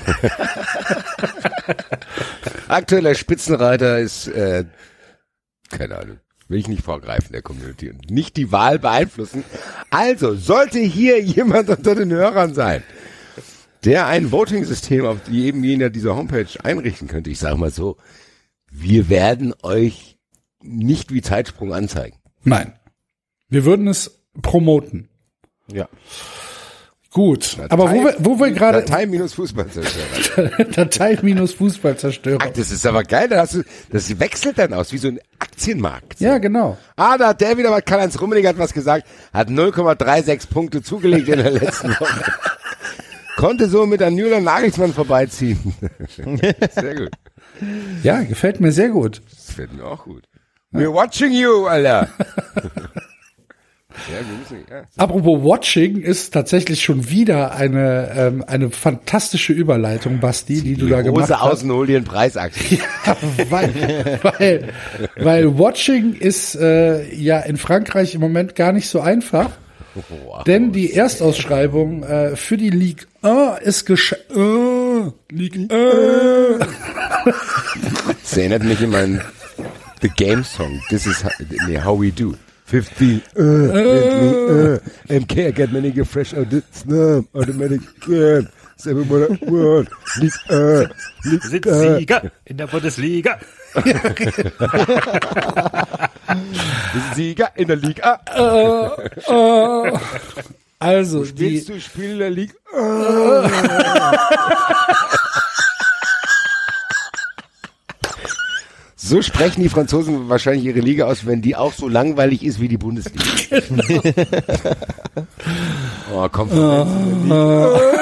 Aktueller Spitzenreiter ist, keine Ahnung. Will ich nicht vorgreifen der Community und nicht die Wahl beeinflussen. Also, sollte hier jemand unter den Hörern sein, der ein Voting-System auf dieser Homepage einrichten könnte, ich sage mal so, wir werden euch nicht wie Zeitsprung anzeigen. Nein. Wir würden es promoten. Ja. Gut, aber wo wir gerade Datei-Fußballzerstörer. Datei-Fußballzerstörer. Ach, das ist aber geil, das wechselt dann aus, wie so ein Aktienmarkt. Ja, genau. Da hat der wieder was, Karl-Heinz Rummenigge hat was gesagt, hat 0,36 Punkte zugelegt in der letzten Woche. Konnte so mit an Julian Nagelsmann vorbeiziehen. Sehr gut. Ja, gefällt mir sehr gut. Das gefällt mir auch gut. We're watching you, Alter. Apropos Watching ist tatsächlich schon wieder eine fantastische Überleitung, Basti, die du da gemacht hast. Große Außenolien-Preisaktie. Ja, weil Watching ist ja in Frankreich im Moment gar nicht so einfach. Wow. Denn die Erstausschreibung für die Ligue 1 ist Ligue 1. Das erinnert mich an meinen The Game Song. This is how we do. 50, MK, I get many fresh out of snub, automatic, 7 World, League, sind Sieger in der Bundesliga. Sieger in der Liga. Also, spielst du Spiel in der Liga? So sprechen die Franzosen wahrscheinlich ihre Liga aus, wenn die auch so langweilig ist wie die Bundesliga. Oh, Konferenz in der Liga.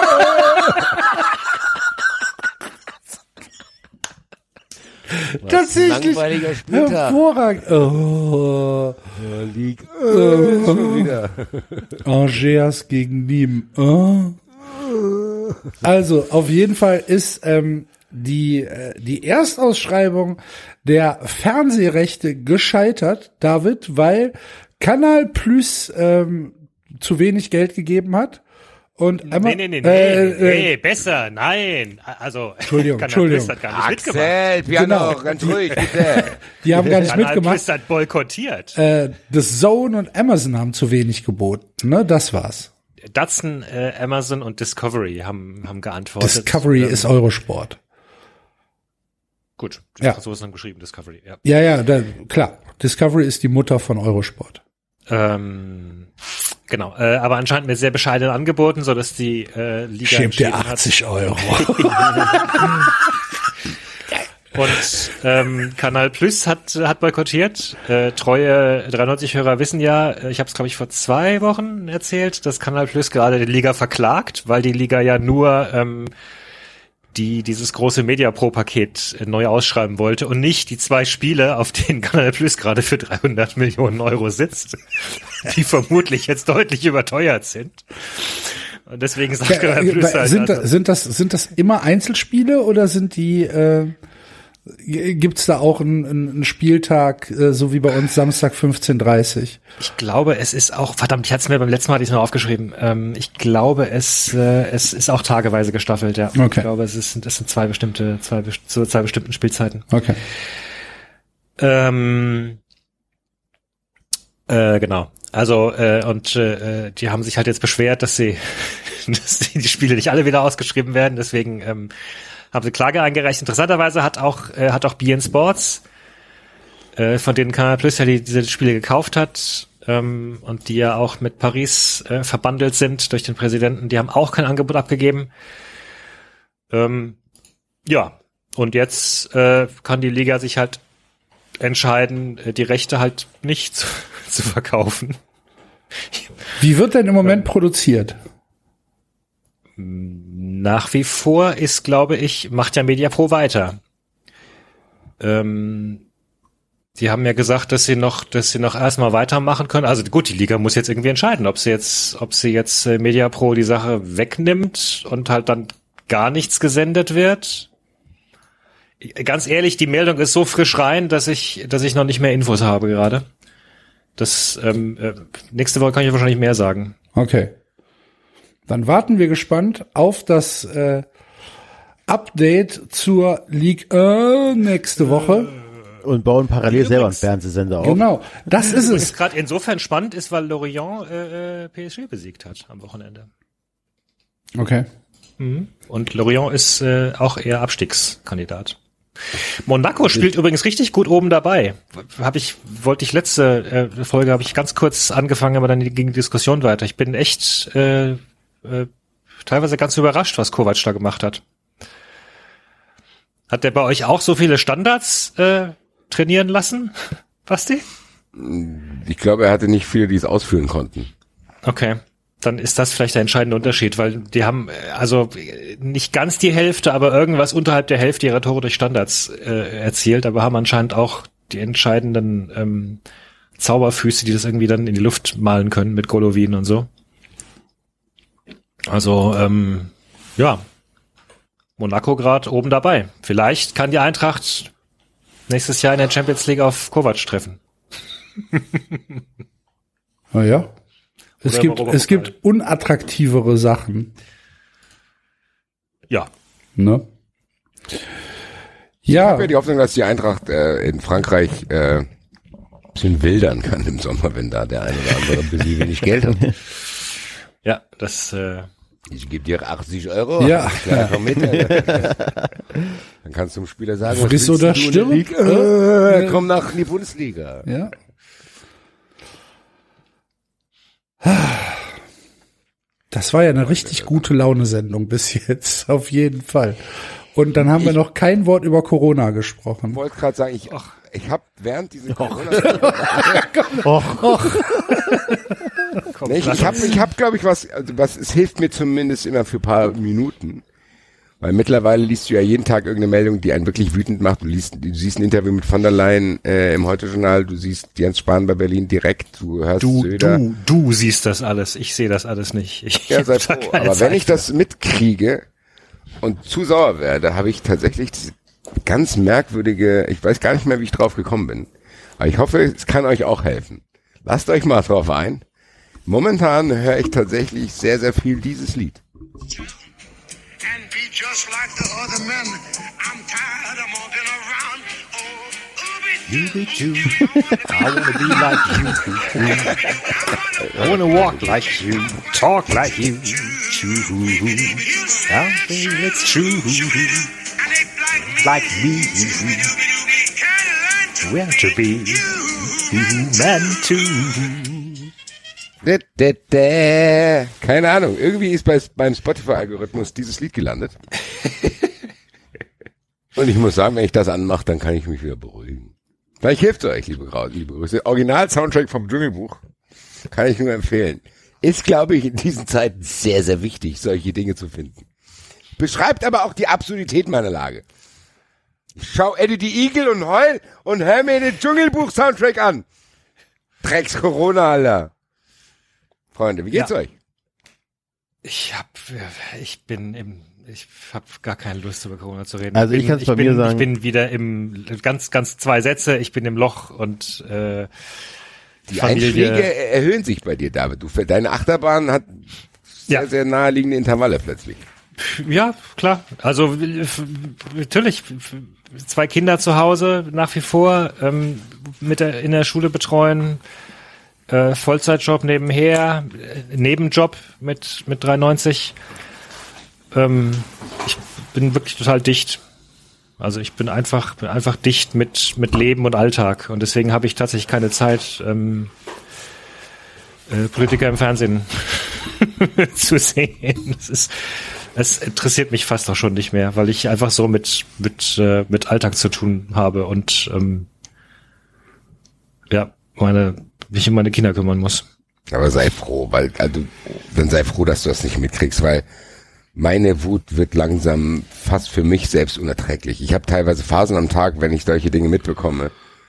Tatsächlich hervorragend. Liga. Schon wieder. Angers gegen Nîmes. Also, auf jeden Fall ist die Erstausschreibung der Fernsehrechte gescheitert, David, weil Canal Plus zu wenig Geld gegeben hat. Und Nee, besser, nein. Also, Entschuldigung. Hat gar nicht mitgemacht. Wir haben auch ganz ruhig, bitte. Die haben gar nicht Canal mitgemacht. Plus hat boykottiert. Das Zone und Amazon haben zu wenig geboten, ne? Das war's. Datsun, Amazon und Discovery haben geantwortet. Discovery ist Eurosport. Gut, Ja. so ist dann geschrieben, Discovery. Ja. Ja, klar. Discovery ist die Mutter von Eurosport. Genau, aber anscheinend mit sehr bescheidenen Angeboten, so dass die Liga Schämt dir entschieden 80 Euro. Und Kanal Plus hat boykottiert. Treue 93-Hörer wissen ja, ich habe es glaube ich vor 2 Wochen erzählt, dass Kanal Plus gerade die Liga verklagt, weil die Liga ja nur dieses große Media Pro Paket neu ausschreiben wollte und nicht die 2 Spiele, auf denen Kanal Plus gerade für 300 Millionen Euro sitzt, die vermutlich jetzt deutlich überteuert sind. Und deswegen sagt Kanal Plus halt, sind das immer Einzelspiele oder sind die gibt's da auch einen Spieltag, so wie bei uns Samstag 15:30? Ich glaube, es ist auch, verdammt, ich hatte es mir beim letzten Mal diesmal aufgeschrieben. Ich glaube, es ist auch tageweise gestaffelt, ja. Okay. Ich glaube, es sind 2 bestimmten Spielzeiten. Okay. Genau. Also, die haben sich halt jetzt beschwert, dass die Spiele nicht alle wieder ausgeschrieben werden, deswegen, haben sie Klage eingereicht. Interessanterweise hat auch beIN Sports, von denen Kanal Plus ja diese Spiele gekauft hat, und die ja auch mit Paris verbandelt sind durch den Präsidenten, die haben auch kein Angebot abgegeben. Ja, und jetzt kann die Liga sich halt entscheiden, die Rechte halt nicht zu verkaufen. Wie wird denn im Moment produziert? Nach wie vor ist, glaube ich, macht ja Mediapro weiter. Sie haben ja gesagt, dass sie noch erstmal weitermachen können. Also gut, die Liga muss jetzt irgendwie entscheiden, ob sie jetzt Mediapro die Sache wegnimmt und halt dann gar nichts gesendet wird. Ganz ehrlich, die Meldung ist so frisch rein, dass ich noch nicht mehr Infos habe gerade. Das nächste Woche kann ich wahrscheinlich mehr sagen. Okay. Dann warten wir gespannt auf das Update zur Ligue 1 nächste Woche. Und bauen parallel selber einen Fernsehsender auf. Genau, das ist Und es. es gerade insofern spannend ist, weil Lorient PSG besiegt hat am Wochenende. Okay. Und Lorient ist auch eher Abstiegskandidat. Monaco spielt übrigens richtig gut oben dabei. Letzte Folge habe ich ganz kurz angefangen, aber dann ging die Diskussion weiter. Ich bin echt teilweise ganz überrascht, was Kovac da gemacht hat. Hat der bei euch auch so viele Standards trainieren lassen, Basti? Ich glaube, er hatte nicht viele, die es ausführen konnten. Okay. Dann ist das vielleicht der entscheidende Unterschied, weil die haben also nicht ganz die Hälfte, aber irgendwas unterhalb der Hälfte ihrer Tore durch Standards erzielt, aber haben anscheinend auch die entscheidenden Zauberfüße, die das irgendwie dann in die Luft malen können mit Golovin und so. Also, ja, Monaco gerade oben dabei. Vielleicht kann die Eintracht nächstes Jahr in der Champions League auf Kovac treffen. Na ja. Es gibt unattraktivere Sachen. Ja. Ne? Ich Ja. habe ja die Hoffnung, dass die Eintracht in Frankreich bisschen wildern kann im Sommer, wenn da der eine oder andere ein bisschen wenig Geld hat. Ja, das Ich gebe dir 80 Euro. Ja. Komm mit. Dann kannst du dem Spieler sagen, was Friss willst oder du in der stirb? Liga? Komm nach in die Bundesliga. Ja. Das war ja eine richtig gute Laune-Sendung bis jetzt, auf jeden Fall. Und dann haben wir noch kein Wort über Corona gesprochen. Ich wollte gerade sagen, ich habe während dieser Corona Nee, ich hab glaube ich was es hilft mir zumindest immer für ein paar Minuten. Weil mittlerweile liest du ja jeden Tag irgendeine Meldung, die einen wirklich wütend macht. Du siehst ein Interview mit von der Leyen im Heute-Journal, du siehst Jens Spahn bei Berlin direkt, du hörst Söder. Du siehst das alles, ich sehe das alles nicht. Ja, sei froh. Aber wenn ich das mitkriege und zu sauer werde, habe ich tatsächlich diese ganz merkwürdige, ich weiß gar nicht mehr, wie ich drauf gekommen bin. Aber ich hoffe, es kann euch auch helfen. Lasst euch mal drauf ein. Momentan höre ich tatsächlich sehr, sehr viel dieses Lied. And be just like the other men. I'm tired of walking around. Oh, You be too. I wanna be like you. I wanna walk like you, talk like you. Something that's true. Like me. Where to be. Man too. Keine Ahnung. Irgendwie ist beim Spotify-Algorithmus dieses Lied gelandet. Und ich muss sagen, wenn ich das anmache, dann kann ich mich wieder beruhigen. Vielleicht hilft es euch, liebe Grüße. Original-Soundtrack vom Dschungelbuch. Kann ich nur empfehlen. Ist, glaube ich, in diesen Zeiten sehr, sehr wichtig, solche Dinge zu finden. Beschreibt aber auch die Absurdität meiner Lage. Ich schau Eddie die Igel und heul und hör mir den Dschungelbuch-Soundtrack an. Drecks Corona, Alter. Freunde, wie geht's euch? Ich hab gar keine Lust, über Corona zu reden. Also ich kann es bei mir sagen. Ich bin wieder im, ganz 2 Sätze, ich bin im Loch und die Einschläge erhöhen sich bei dir, David. Deine Achterbahn hat sehr, sehr naheliegende Intervalle plötzlich. Ja, klar. Also natürlich 2 Kinder zu Hause nach wie vor in der Schule betreuen, Vollzeitjob nebenher, Nebenjob mit 93. Ich bin wirklich total dicht. Also ich bin einfach dicht mit Leben und Alltag und deswegen habe ich tatsächlich keine Zeit, Politiker im Fernsehen zu sehen. Es interessiert mich fast auch schon nicht mehr, weil ich einfach so mit Alltag zu tun habe und mich um meine Kinder kümmern muss. Aber sei froh, dann sei froh, dass du das nicht mitkriegst, weil meine Wut wird langsam fast für mich selbst unerträglich. Ich habe teilweise Phasen am Tag, wenn ich solche Dinge mitbekomme,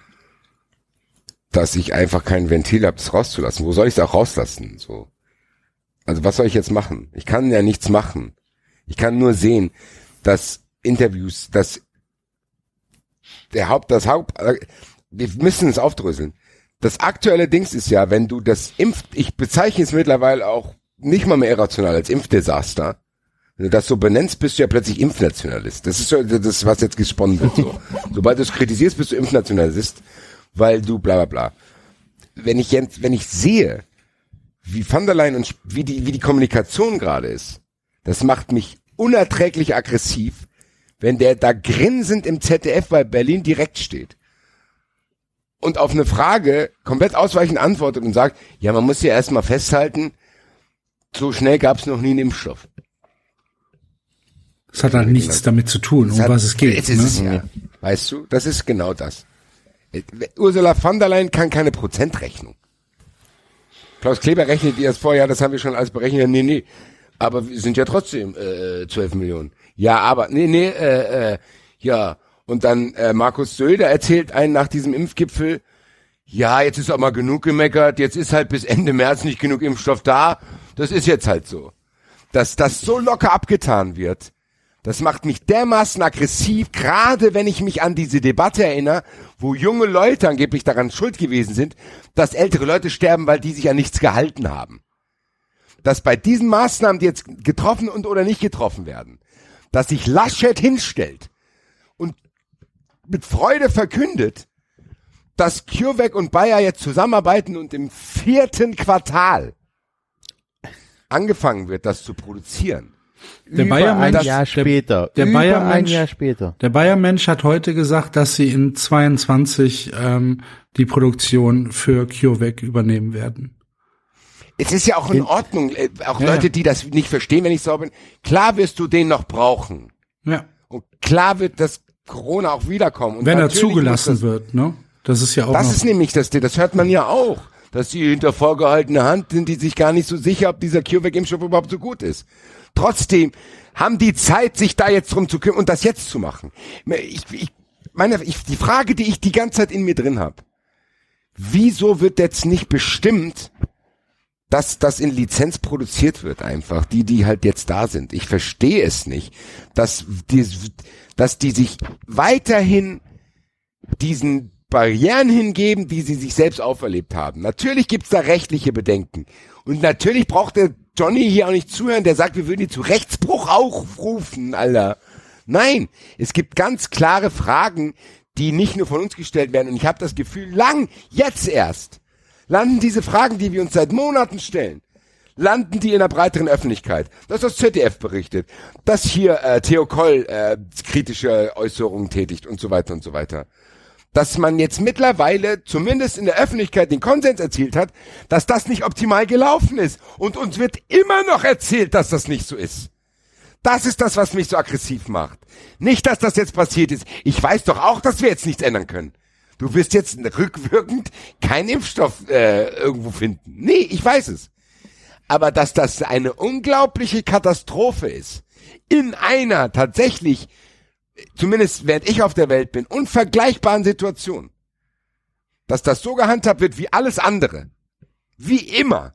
dass ich einfach kein Ventil habe, das rauszulassen. Wo soll ich es auch rauslassen? So. Also was soll ich jetzt machen? Ich kann ja nichts machen. Ich kann nur sehen, dass Interviews, wir müssen es aufdröseln. Das aktuelle Dings ist ja, wenn du ich bezeichne es mittlerweile auch nicht mal mehr irrational als Impfdesaster. Wenn du das so benennst, bist du ja plötzlich Impfnationalist. Das ist so das, was jetzt gesponnen wird. So. Sobald du es kritisierst, bist du Impfnationalist, weil du bla bla bla. Wenn ich sehe, wie van der Leyen und wie die Kommunikation gerade ist, das macht mich unerträglich aggressiv, wenn der da grinsend im ZDF bei Berlin direkt steht und auf eine Frage komplett ausweichend antwortet und sagt, ja, man muss ja erstmal festhalten, so schnell gab es noch nie einen Impfstoff. Das hat halt nichts damit zu tun, um was es geht. Jetzt ist es ja. Weißt du, das ist genau das. Ursula von der Leyen kann keine Prozentrechnung. Klaus Kleber rechnet ihr das vor, ja, das haben wir schon alles berechnet. Nee. Aber wir sind ja trotzdem 12 Millionen. Ja, aber ja. Und dann Markus Söder erzählt einen nach diesem Impfgipfel, ja, jetzt ist auch mal genug gemeckert, jetzt ist halt bis Ende März nicht genug Impfstoff da. Das ist jetzt halt so. Dass das so locker abgetan wird, das macht mich dermaßen aggressiv, gerade wenn ich mich an diese Debatte erinnere, wo junge Leute angeblich daran schuld gewesen sind, dass ältere Leute sterben, weil die sich an nichts gehalten haben. Dass bei diesen Maßnahmen, die jetzt getroffen und oder nicht getroffen werden, dass sich Laschet hinstellt und mit Freude verkündet, dass CureVac und Bayer jetzt zusammenarbeiten und im 4. Quartal angefangen wird, das zu produzieren. Der Bayer-Mensch, ein Jahr später. Der ein Jahr später. Der Bayer-Mensch hat heute gesagt, dass sie in 22 die Produktion für CureVac übernehmen werden. Es ist ja auch in Ordnung, auch Leute, die das nicht verstehen, wenn ich so bin. Klar wirst du den noch brauchen. Ja. Und klar wird das Corona auch wiederkommen. Und wenn er zugelassen wird, ne? Das ist ja auch. Das ist nämlich das hört man ja auch, dass die hinter vorgehaltener Hand sind, die sich gar nicht so sicher, ob dieser CureVac-Impfstoff überhaupt so gut ist. Trotzdem haben die Zeit, sich da jetzt drum zu kümmern und das jetzt zu machen. Die Frage, die ich die ganze Zeit in mir drin habe, wieso wird jetzt nicht bestimmt, dass das in Lizenz produziert wird einfach, die halt jetzt da sind. Ich verstehe es nicht, dass die sich weiterhin diesen Barrieren hingeben, die sie sich selbst auferlebt haben. Natürlich gibt's da rechtliche Bedenken. Und natürlich braucht der Johnny hier auch nicht zuhören, der sagt, wir würden die zu Rechtsbruch aufrufen, Alter. Nein, es gibt ganz klare Fragen, die nicht nur von uns gestellt werden. Und ich habe das Gefühl, jetzt erst, Landen diese Fragen, die wir uns seit Monaten stellen, landen die in der breiteren Öffentlichkeit? Dass das ZDF berichtet, dass hier Theo Koll kritische Äußerungen tätigt und so weiter und so weiter. Dass man jetzt mittlerweile zumindest in der Öffentlichkeit den Konsens erzielt hat, dass das nicht optimal gelaufen ist. Und uns wird immer noch erzählt, dass das nicht so ist. Das ist das, was mich so aggressiv macht. Nicht, dass das jetzt passiert ist. Ich weiß doch auch, dass wir jetzt nichts ändern können. Du wirst jetzt rückwirkend keinen Impfstoff irgendwo finden. Nee, ich weiß es. Aber dass das eine unglaubliche Katastrophe ist, in einer tatsächlich, zumindest während ich auf der Welt bin, unvergleichbaren Situation, dass das so gehandhabt wird wie alles andere, wie immer,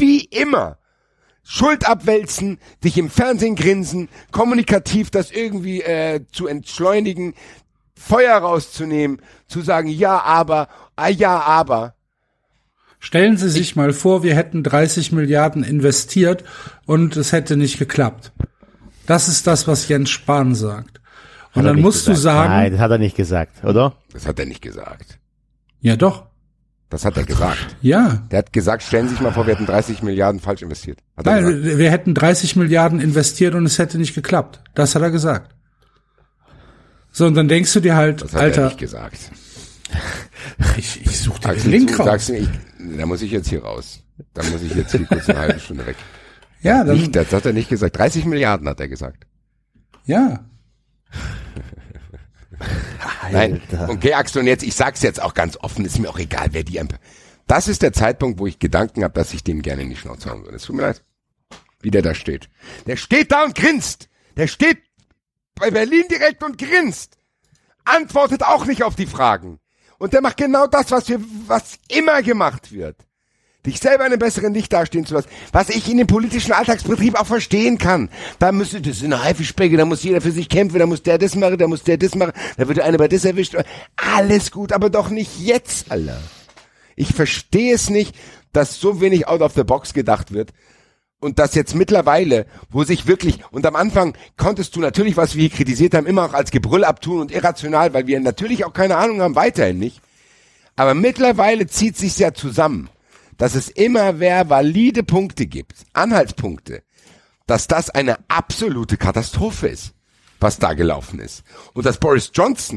Schuld abwälzen, dich im Fernsehen grinsen, kommunikativ das irgendwie zu entschleunigen, Feuer rauszunehmen, zu sagen, ja, aber. Stellen Sie sich mal vor, wir hätten 30 Milliarden investiert und es hätte nicht geklappt. Das ist das, was Jens Spahn sagt. Und dann musst du sagen... Nein, das hat er nicht gesagt, oder? Das hat er nicht gesagt. Ja, doch. Das hat er gesagt. Ja. Der hat gesagt, stellen Sie sich mal vor, wir hätten 30 Milliarden falsch investiert. Nein, wir hätten 30 Milliarden investiert und es hätte nicht geklappt. Das hat er gesagt. So, und dann denkst du dir halt, das hat Alter... er nicht gesagt. Ich suche dir den Link raus. Da muss ich jetzt hier raus. Da muss ich jetzt hier kurz eine halbe Stunde weg. Ja, dann... Das hat er nicht gesagt. 30 Milliarden hat er gesagt. Ja. Nein, okay, Axel, und jetzt, ich sag's jetzt auch ganz offen, ist mir auch egal, wer die... Das ist der Zeitpunkt, wo ich Gedanken habe, dass ich dem gerne in die Schnauze hauen würde. Es tut mir leid. Wie der da steht. Der steht da und grinst. Der steht bei Berlin direkt und grinst. Antwortet auch nicht auf die Fragen. Und der macht genau das, was immer gemacht wird. Dich selber in einem besseren Licht dastehen zu lassen. Was ich in dem politischen Alltagsbetrieb auch verstehen kann. Da müsste, das ist eine Haifischbecke, da muss jeder für sich kämpfen, da muss der das machen, da muss der das machen, da wird einer bei das erwischt. Alles gut, aber doch nicht jetzt, Alter. Ich verstehe es nicht, dass so wenig out of the box gedacht wird. Und das jetzt mittlerweile, wo sich wirklich, und am Anfang konntest du natürlich, was wir hier kritisiert haben, immer auch als Gebrüll abtun und irrational, weil wir natürlich auch keine Ahnung haben, weiterhin nicht. Aber mittlerweile zieht sich's ja zusammen, dass es immer mehr valide Punkte gibt, Anhaltspunkte, dass das eine absolute Katastrophe ist, was da gelaufen ist. Und dass Boris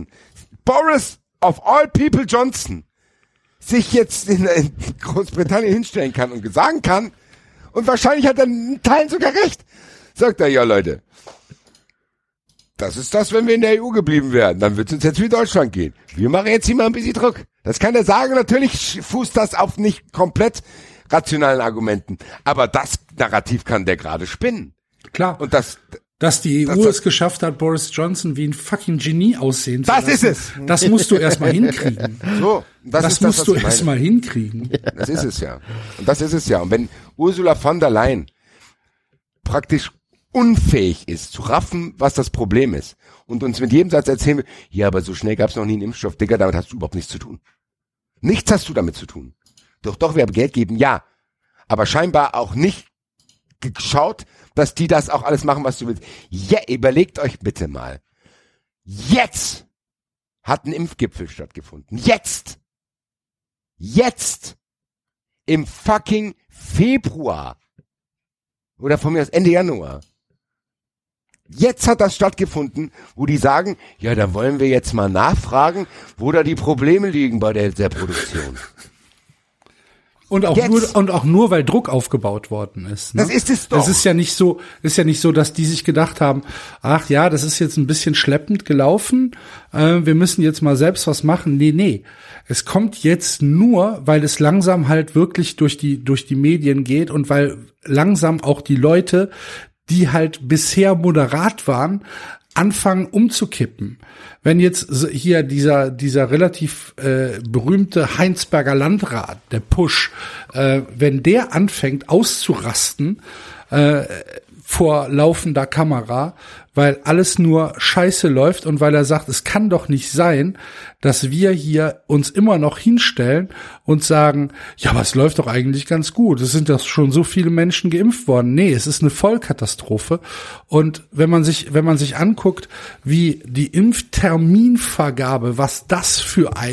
of all people Johnson, sich jetzt in Großbritannien hinstellen kann und sagen kann, und wahrscheinlich hat er in Teilen sogar recht. Sagt er, ja Leute, das ist das, wenn wir in der EU geblieben wären. Dann wird es uns jetzt wie Deutschland gehen. Wir machen jetzt hier mal ein bisschen Druck. Das kann er sagen. Natürlich fußt das auf nicht komplett rationalen Argumenten. Aber das Narrativ kann der gerade spinnen. Klar. Und dass die EU es geschafft hat, Boris Johnson wie ein fucking Genie aussehen zu lassen. Das ist es. Das musst du erstmal hinkriegen. So, das musst du erstmal hinkriegen. Das ist es ja. Und das ist es ja. Und wenn Ursula von der Leyen praktisch unfähig ist, zu raffen, was das Problem ist, und uns mit jedem Satz erzählen will, ja, aber so schnell gab es noch nie einen Impfstoff, Digga, damit hast du überhaupt nichts zu tun. Nichts hast du damit zu tun. Doch, wir haben Geld geben, ja. Aber scheinbar auch nicht geschaut, dass die das auch alles machen, was du willst. Ja, überlegt euch bitte mal. Jetzt hat ein Impfgipfel stattgefunden. Jetzt. Im fucking Februar. Oder von mir aus Ende Januar. Jetzt hat das stattgefunden, wo die sagen, ja, dann wollen wir jetzt mal nachfragen, wo da die Probleme liegen bei der Produktion. Und auch nur, weil Druck aufgebaut worden ist. Ne? Das ist es doch. Es ist ja nicht so, dass die sich gedacht haben, ach ja, das ist jetzt ein bisschen schleppend gelaufen, wir müssen jetzt mal selbst was machen. Nee. Es kommt jetzt nur, weil es langsam halt wirklich durch die Medien geht und weil langsam auch die Leute, die halt bisher moderat waren, anfangen umzukippen. Wenn jetzt hier dieser relativ berühmte Heinsberger Landrat, der Pusch, wenn der anfängt auszurasten vor laufender Kamera, weil alles nur Scheiße läuft und weil er sagt, es kann doch nicht sein, dass wir hier uns immer noch hinstellen und sagen, ja, aber es läuft doch eigentlich ganz gut. Es sind doch schon so viele Menschen geimpft worden. Nee, es ist eine Vollkatastrophe. Und wenn man sich anguckt, wie die Impfterminvergabe, was das für ein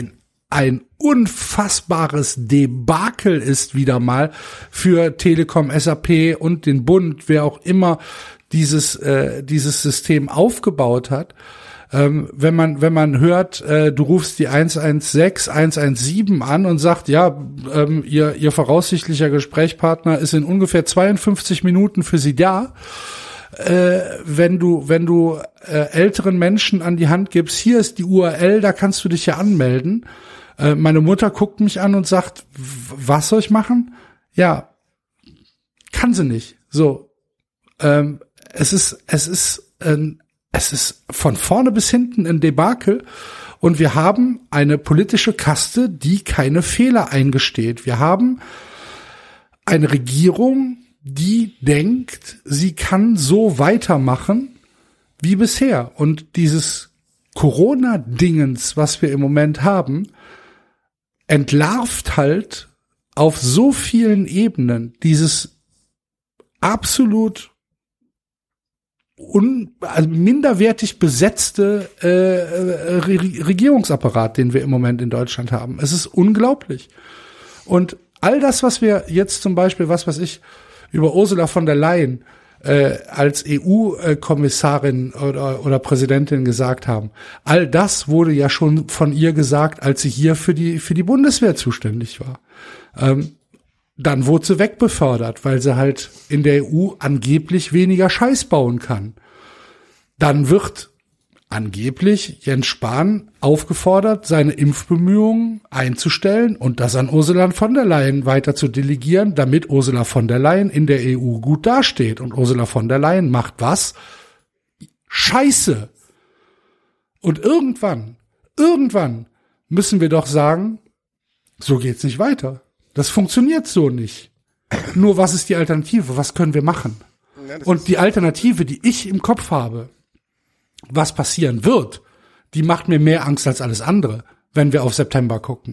ein unfassbares Debakel ist wieder mal für Telekom, SAP und den Bund, wer auch immer dieses System aufgebaut hat. Wenn man hört, du rufst die 116, 117 an und sagt, ja, ihr voraussichtlicher Gesprächspartner ist in ungefähr 52 Minuten für Sie da. Wenn du älteren Menschen an die Hand gibst, hier ist die URL, da kannst du dich ja anmelden. Meine Mutter guckt mich an und sagt, was soll ich machen? Ja, kann sie nicht. So, es ist von vorne bis hinten ein Debakel und wir haben eine politische Kaste, die keine Fehler eingesteht. Wir haben eine Regierung, die denkt, sie kann so weitermachen wie bisher. Und dieses Corona-Dingens, was wir im Moment haben, entlarvt halt auf so vielen Ebenen dieses absolut minderwertig besetzte Regierungsapparat, den wir im Moment in Deutschland haben. Es ist unglaublich. Und all das, was wir jetzt zum Beispiel, was weiß ich, über Ursula von der Leyen als EU-Kommissarin oder Präsidentin gesagt haben, all das wurde ja schon von ihr gesagt, als sie hier für die Bundeswehr zuständig war. Dann wurde sie wegbefördert, weil sie halt in der EU angeblich weniger Scheiß bauen kann. Dann wird angeblich Jens Spahn aufgefordert, seine Impfbemühungen einzustellen und das an Ursula von der Leyen weiter zu delegieren, damit Ursula von der Leyen in der EU gut dasteht. Und Ursula von der Leyen macht was? Scheiße! Und irgendwann müssen wir doch sagen, so geht's nicht weiter. Das funktioniert so nicht. Nur was ist die Alternative? Was können wir machen? Ja, und die Alternative, die ich im Kopf habe, was passieren wird, die macht mir mehr Angst als alles andere, wenn wir auf September gucken.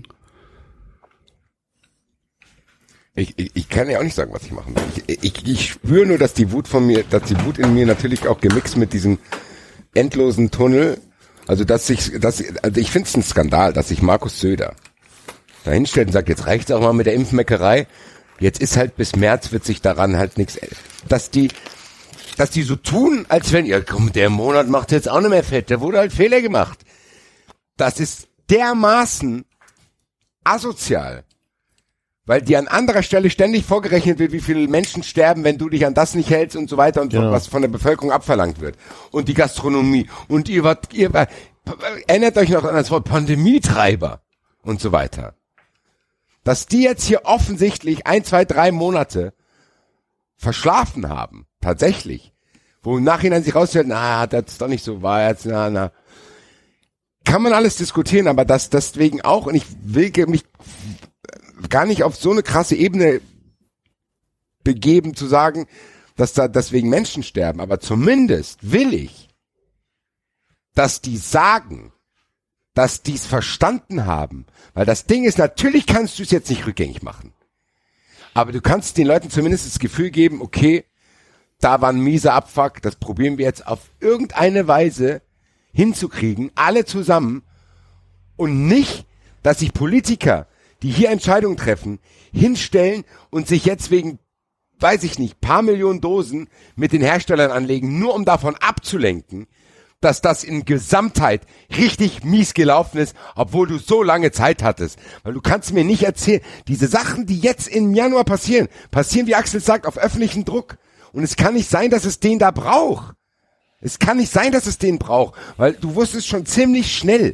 Ich kann ja auch nicht sagen, was ich machen will. Ich spüre nur, dass die Wut in mir natürlich auch gemixt mit diesem endlosen Tunnel, also ich finde es ein Skandal, dass sich Markus Söder da hinstellt und sagt, jetzt reicht's auch mal mit der Impfmeckerei, jetzt ist halt bis März wird sich daran halt nichts, dass die so tun, als wenn, ja komm, der Monat macht jetzt auch nicht mehr fett, da wurde halt Fehler gemacht. Das ist dermaßen asozial, weil dir an anderer Stelle ständig vorgerechnet wird, wie viele Menschen sterben, wenn du dich an das nicht hältst und so weiter und so, was von der Bevölkerung abverlangt wird. Und die Gastronomie. Und ihr erinnert euch noch an das Wort Pandemietreiber und so weiter. Dass die jetzt hier offensichtlich 1, 2, 3 Monate verschlafen haben, tatsächlich, wo im Nachhinein sich rausstellt, hat das doch nicht so war, jetzt, kann man alles diskutieren, aber das deswegen auch, und ich will mich gar nicht auf so eine krasse Ebene begeben, zu sagen, dass da deswegen Menschen sterben, aber zumindest will ich, dass die sagen, dass die es verstanden haben, weil das Ding ist, natürlich kannst du es jetzt nicht rückgängig machen, aber du kannst den Leuten zumindest das Gefühl geben, okay, da war ein mieser Abfuck, das probieren wir jetzt auf irgendeine Weise hinzukriegen, alle zusammen, und nicht, dass sich Politiker, die hier Entscheidungen treffen, hinstellen und sich jetzt wegen, weiß ich nicht, paar Millionen Dosen mit den Herstellern anlegen, nur um davon abzulenken, dass das in Gesamtheit richtig mies gelaufen ist, obwohl du so lange Zeit hattest. Weil du kannst mir nicht erzählen, diese Sachen, die jetzt im Januar passieren, wie Axel sagt, auf öffentlichen Druck. Und es kann nicht sein, dass es den da braucht. Es kann nicht sein, dass es den braucht, weil du wusstest schon ziemlich schnell,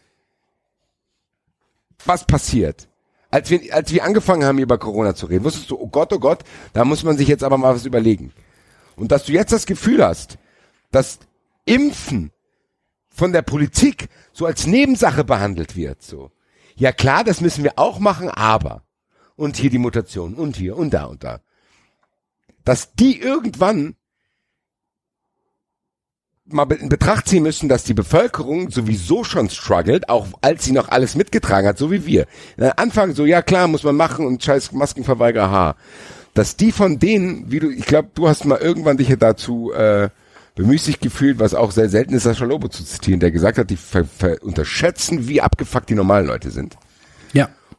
was passiert. Als wir angefangen haben, über Corona zu reden, wusstest du, oh Gott, da muss man sich jetzt aber mal was überlegen. Und dass du jetzt das Gefühl hast, dass Impfen von der Politik so als Nebensache behandelt wird, so. Ja klar, das müssen wir auch machen, aber. Und hier die Mutation und hier und da und da. Dass die irgendwann mal in Betracht ziehen müssen, dass die Bevölkerung sowieso schon struggelt, auch als sie noch alles mitgetragen hat, so wie wir. Am Anfang so, ja klar, muss man machen und scheiß Maskenverweigerer, Dass die von denen, ich glaube, du hast mal irgendwann dich dazu bemüßigt gefühlt, was auch sehr selten ist, Sascha Lobo zu zitieren, der gesagt hat, die unterschätzen, wie abgefuckt die normalen Leute sind.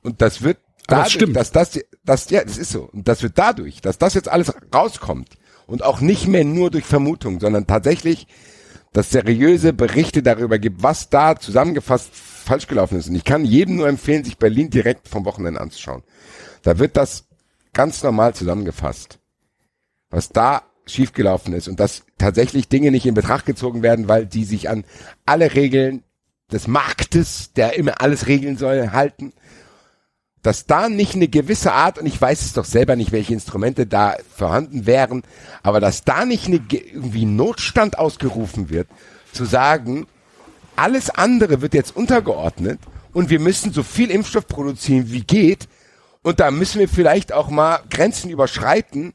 Und das wird dadurch, das ist so. Und das wird dadurch, dass das jetzt alles rauskommt und auch nicht mehr nur durch Vermutung, sondern tatsächlich, dass seriöse Berichte darüber gibt, was da zusammengefasst falsch gelaufen ist. Und ich kann jedem nur empfehlen, sich Berlin direkt vom Wochenende anzuschauen. Da wird das ganz normal zusammengefasst, was da schiefgelaufen ist und dass tatsächlich Dinge nicht in Betracht gezogen werden, weil die sich an alle Regeln des Marktes, der immer alles regeln soll, halten. Dass da nicht eine gewisse Art, und ich weiß es doch selber nicht, welche Instrumente da vorhanden wären, aber dass da nicht irgendwie Notstand ausgerufen wird, zu sagen, alles andere wird jetzt untergeordnet und wir müssen so viel Impfstoff produzieren, wie geht, und da müssen wir vielleicht auch mal Grenzen überschreiten,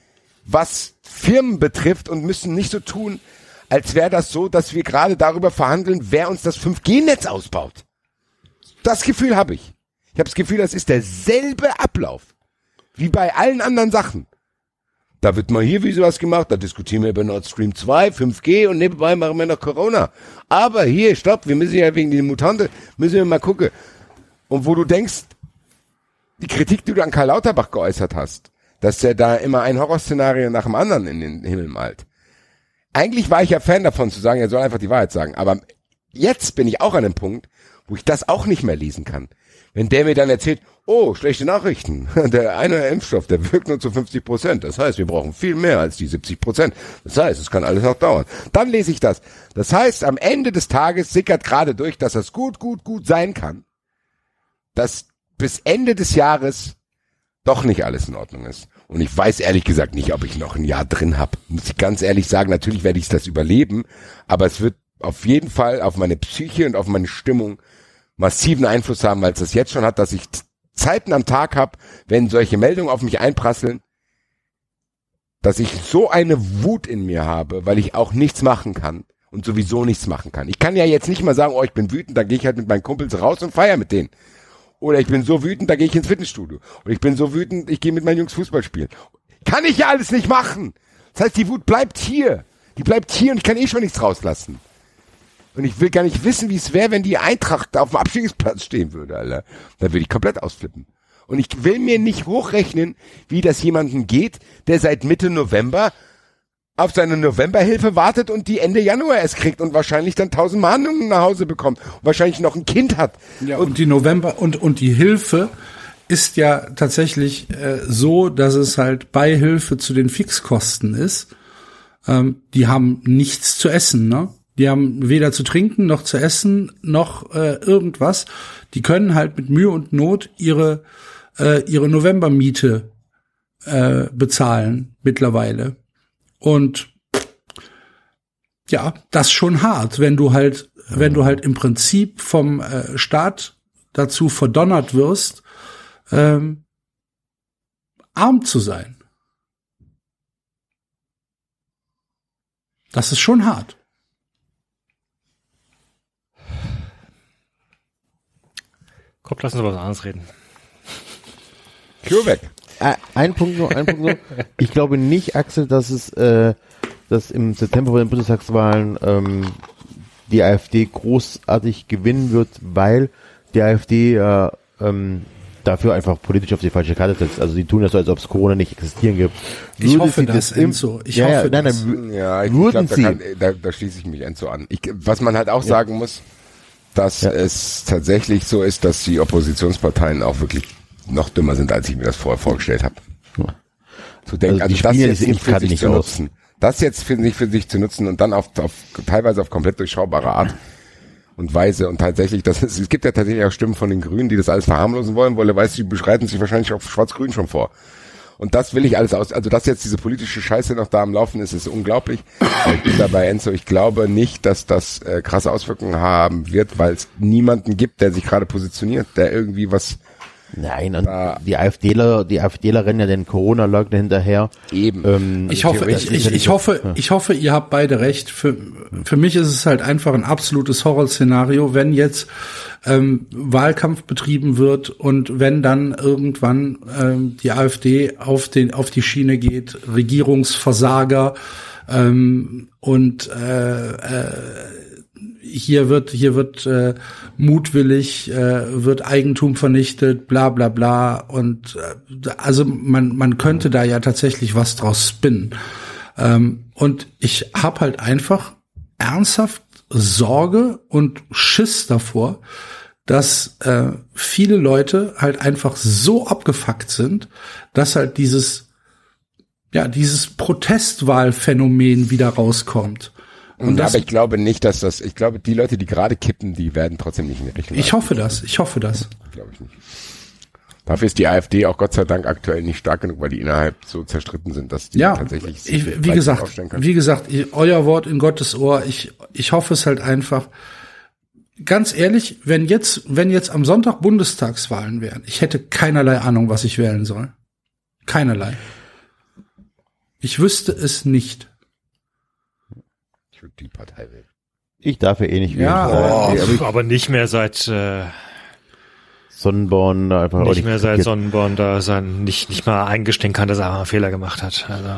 was Firmen betrifft, und müssen nicht so tun, als wäre das so, dass wir gerade darüber verhandeln, wer uns das 5G-Netz ausbaut. Das Gefühl habe ich. Ich habe das Gefühl, das ist derselbe Ablauf wie bei allen anderen Sachen. Da wird mal hier wie sowas gemacht, da diskutieren wir über Nord Stream 2, 5G und nebenbei machen wir noch Corona. Aber hier, stopp, wir müssen ja wegen der Mutante, müssen wir mal gucken. Und wo du denkst, die Kritik, die du an Karl Lauterbach geäußert hast, dass der da immer ein Horrorszenario nach dem anderen in den Himmel malt. Eigentlich war ich ja Fan davon zu sagen, er soll einfach die Wahrheit sagen. Aber jetzt bin ich auch an dem Punkt, wo ich das auch nicht mehr lesen kann. Wenn der mir dann erzählt, oh, schlechte Nachrichten, der eine Impfstoff, der wirkt nur zu 50%. Das heißt, wir brauchen viel mehr als die 70%. Das heißt, es kann alles noch dauern. Dann lese ich das. Das heißt, am Ende des Tages sickert gerade durch, dass das gut sein kann, dass bis Ende des Jahres doch nicht alles in Ordnung ist. Und ich weiß ehrlich gesagt nicht, ob ich noch ein Jahr drin habe. Muss ich ganz ehrlich sagen, natürlich werde ich das überleben, aber es wird auf jeden Fall auf meine Psyche und auf meine Stimmung massiven Einfluss haben, weil es das jetzt schon hat, dass ich Zeiten am Tag habe, wenn solche Meldungen auf mich einprasseln, dass ich so eine Wut in mir habe, weil ich auch nichts machen kann und sowieso nichts machen kann. Ich kann ja jetzt nicht mal sagen, oh, ich bin wütend, dann gehe ich halt mit meinen Kumpels raus und feiere mit denen. Oder ich bin so wütend, da gehe ich ins Fitnessstudio. Oder ich bin so wütend, ich gehe mit meinen Jungs Fußball spielen. Kann ich ja alles nicht machen. Das heißt, die Wut bleibt hier. Die bleibt hier und ich kann schon nichts rauslassen. Und ich will gar nicht wissen, wie es wäre, wenn die Eintracht auf dem Abstiegsplatz stehen würde, Alter. Da würde ich komplett ausflippen. Und ich will mir nicht hochrechnen, wie das jemandem geht, der seit Mitte November auf seine Novemberhilfe wartet und die Ende Januar erst kriegt und wahrscheinlich dann 1000 Mahnungen nach Hause bekommt und wahrscheinlich noch ein Kind hat. Ja, und die November und die Hilfe ist ja tatsächlich so, dass es halt Beihilfe zu den Fixkosten ist. Die haben nichts zu essen, ne? Die haben weder zu trinken noch zu essen noch irgendwas. Die können halt mit Mühe und Not ihre Novembermiete bezahlen mittlerweile. Und ja, das ist schon hart, wenn du halt im Prinzip vom Staat dazu verdonnert wirst, arm zu sein. Das ist schon hart. Komm, lass uns über was anderes reden. CureVac. Ein Punkt nur. Ich glaube nicht, Axel, dass dass im September bei den Bundestagswahlen die AfD großartig gewinnen wird, weil die AfD dafür einfach politisch auf die falsche Karte setzt. Also die tun das so, als ob es Corona nicht existieren gibt. Ich hoffe das, Enzo. Ich hoffe das. Ja, ich glaube, da schließe ich mich Enzo an. Was man halt auch sagen muss, dass es tatsächlich so ist, dass die Oppositionsparteien auch wirklich noch dümmer sind, als ich mir das vorher vorgestellt habe. Ja. Zu denken, also das jetzt nicht für sich zu nutzen. Das jetzt nicht für sich zu nutzen und dann auf teilweise auf komplett durchschaubare Art und Weise und tatsächlich, es gibt ja tatsächlich auch Stimmen von den Grünen, die das alles verharmlosen wollen, weil er weiß, die beschreiten sich wahrscheinlich auf Schwarz-Grün schon vor. Und das will ich alles also dass jetzt diese politische Scheiße noch da am Laufen ist unglaublich. Ich bin dabei, Enzo, ich glaube nicht, dass das krasse Auswirkungen haben wird, weil es niemanden gibt, der sich gerade positioniert, der irgendwie was. Nein, und die AfDler rennen ja den Corona-Leugner hinterher. Eben. Ich hoffe, ihr habt beide recht. Für mich ist es halt einfach ein absolutes Horrorszenario, wenn jetzt Wahlkampf betrieben wird und wenn dann irgendwann die AfD auf die Schiene geht, Regierungsversager und hier wird mutwillig wird Eigentum vernichtet, bla bla bla, und also man könnte da ja tatsächlich was draus spinnen. Und ich habe halt einfach ernsthaft Sorge und Schiss davor, dass viele Leute halt einfach so abgefuckt sind, dass halt dieses Protestwahlphänomen wieder rauskommt. Und aber ich glaube nicht, ich glaube, die Leute, die gerade kippen, die werden trotzdem nicht in die Richtung. Ich hoffe das. Glaube ich nicht. Dafür ist die AfD auch Gott sei Dank aktuell nicht stark genug, weil die innerhalb so zerstritten sind, dass die tatsächlich wie gesagt, euer Wort in Gottes Ohr, ich hoffe es halt einfach. Ganz ehrlich, wenn jetzt am Sonntag Bundestagswahlen wären, ich hätte keinerlei Ahnung, was ich wählen soll. Keinerlei. Ich wüsste es nicht. Ich würde die Partei wählen. Ich darf ja eh nicht wählen. Aber nicht mehr seit Sonnenborn einfach nicht mehr seit Sonnenborn da sein nicht mal eingestehen kann, dass er einen Fehler gemacht hat. Also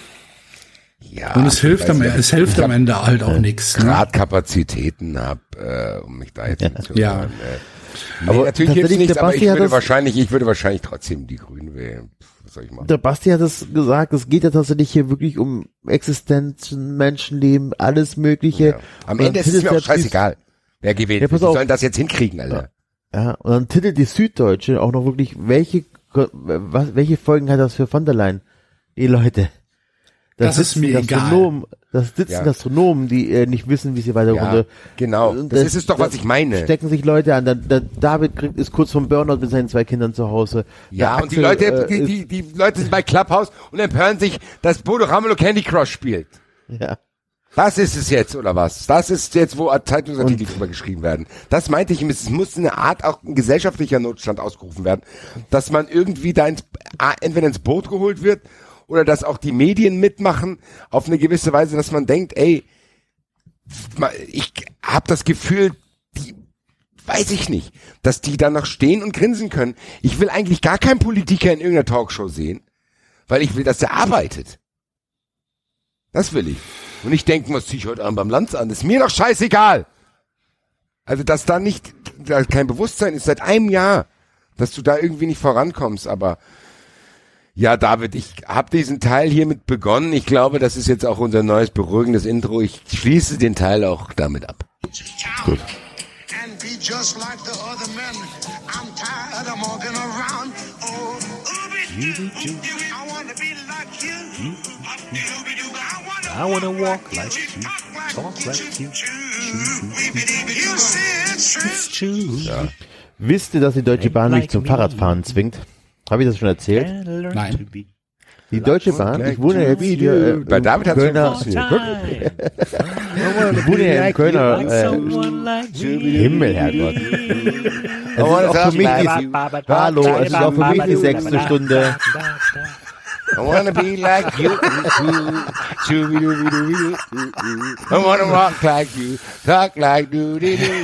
ja, und es hilft am Ende halt auch nichts. Gerade Kapazitäten um mich da jetzt hinzuhören. Ja. Aber natürlich hilft nichts, aber ich würde wahrscheinlich trotzdem die Grünen wählen. Was soll ich machen? Der Basti hat es gesagt, es geht ja tatsächlich hier wirklich um Existenzen, Menschenleben, alles Mögliche. Ja. Am Ende ist es mir auch scheißegal, wer gewählt wird. Die sollen das jetzt hinkriegen, Alter. Ja, und dann titelt die Süddeutsche auch noch wirklich, welche Folgen hat das für von der Leyen? Die Leute. Das ist mir egal. Das sitzen Gastronomen, die nicht wissen, wie sie weiter runter. Genau. Das ist es doch, was ich meine. Stecken sich Leute an. Der David ist kurz vom Burnout mit seinen 2 Kindern zu Hause. Ja, und die Leute sind bei Clubhouse und empören sich, dass Bodo Ramelow Candy Crush spielt. Ja. Das ist es jetzt, oder was? Das ist jetzt, wo Zeitungsartikel drüber geschrieben werden. Das meinte ich, es muss eine Art, auch ein gesellschaftlicher Notstand ausgerufen werden, dass man irgendwie da entweder ins Boot geholt wird, oder dass auch die Medien mitmachen, auf eine gewisse Weise, dass man denkt, ey, ich habe das Gefühl, weiß ich nicht, dass die da noch stehen und grinsen können. Ich will eigentlich gar keinen Politiker in irgendeiner Talkshow sehen, weil ich will, dass der arbeitet. Das will ich. Und ich denke, was zieh ich heute Abend beim Lanz an? Das ist mir doch scheißegal. Also, dass da kein Bewusstsein ist seit einem Jahr, dass du da irgendwie nicht vorankommst, aber ja, David, ich habe diesen Teil hiermit begonnen. Ich glaube, das ist jetzt auch unser neues beruhigendes Intro. Ich schließe den Teil auch damit ab. Gut. I wanna walk like you, talk like you. It's true. Ja. Wisst ihr, dass die Deutsche Bahn mich zum Fahrradfahren zwingt? Habe ich das schon erzählt? Nein. Die Deutsche Bahn, ich wohne jetzt hier bei David hat Kölner, ich wohne ja im Kölner Himmel, Herrgott. Es ist auch für mich es ist auch für mich die 6. Stunde. I wanna be like you. I wanna walk like you, talk like do.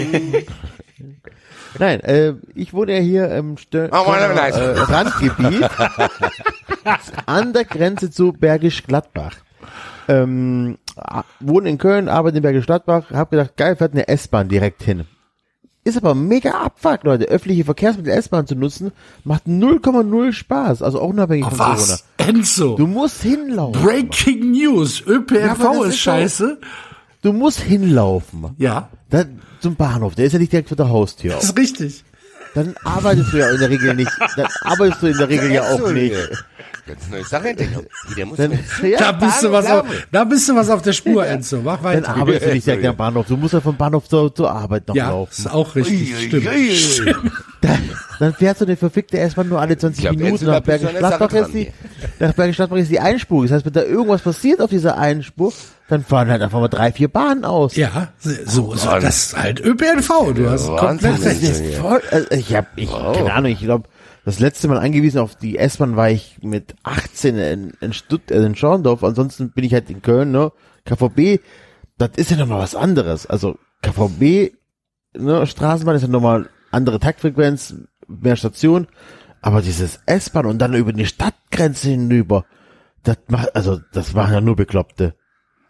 Nein, ich wohne ja hier im Randgebiet an der Grenze zu Bergisch Gladbach. Wohne in Köln, arbeite in Bergisch Gladbach, hab gedacht, geil, fährt eine S-Bahn direkt hin. Ist aber mega Abfuck, Leute. Öffentliche Verkehrsmittel S-Bahn zu nutzen, macht 0,0 Spaß. Also auch unabhängig von Corona. Enzo? Du musst hinlaufen. Breaking News. ÖPNV ist scheiße. Du musst hinlaufen. Ja. Dann zum Bahnhof. Der ist ja nicht direkt vor der Haustür. Das ist richtig. Dann arbeitest du ja in der Regel nicht. Dann arbeitest du in der Regel ja auch nicht. Ganz neue Sache entdecken. Da bist du was auf der Spur, Enzo. Mach weiter. Dann arbeitest du nicht direkt am Bahnhof. Du musst ja vom Bahnhof zur Arbeit noch laufen. Ja, ist auch richtig. Stimmt. Dann fährst du eine verfickte S-Bahn nur alle 20 Minuten. Nach Bergisch Gladbach ist die Einspur. Das heißt, wenn da irgendwas passiert auf dieser Einspur, dann fahren halt einfach mal 3, 4 Bahnen aus. Ja, so das ist halt ÖPNV. Du hast komplett voll. Keine Ahnung, ich glaube, das letzte Mal angewiesen auf die S-Bahn war ich mit 18 in Schorndorf. Ansonsten bin ich halt in Köln, ne? KVB, das ist ja nochmal was anderes. Also KVB, ne, Straßenbahn ist ja nochmal andere Taktfrequenz, mehr Station. Aber dieses S-Bahn und dann über die Stadtgrenze hinüber, das machen ja nur Bekloppte.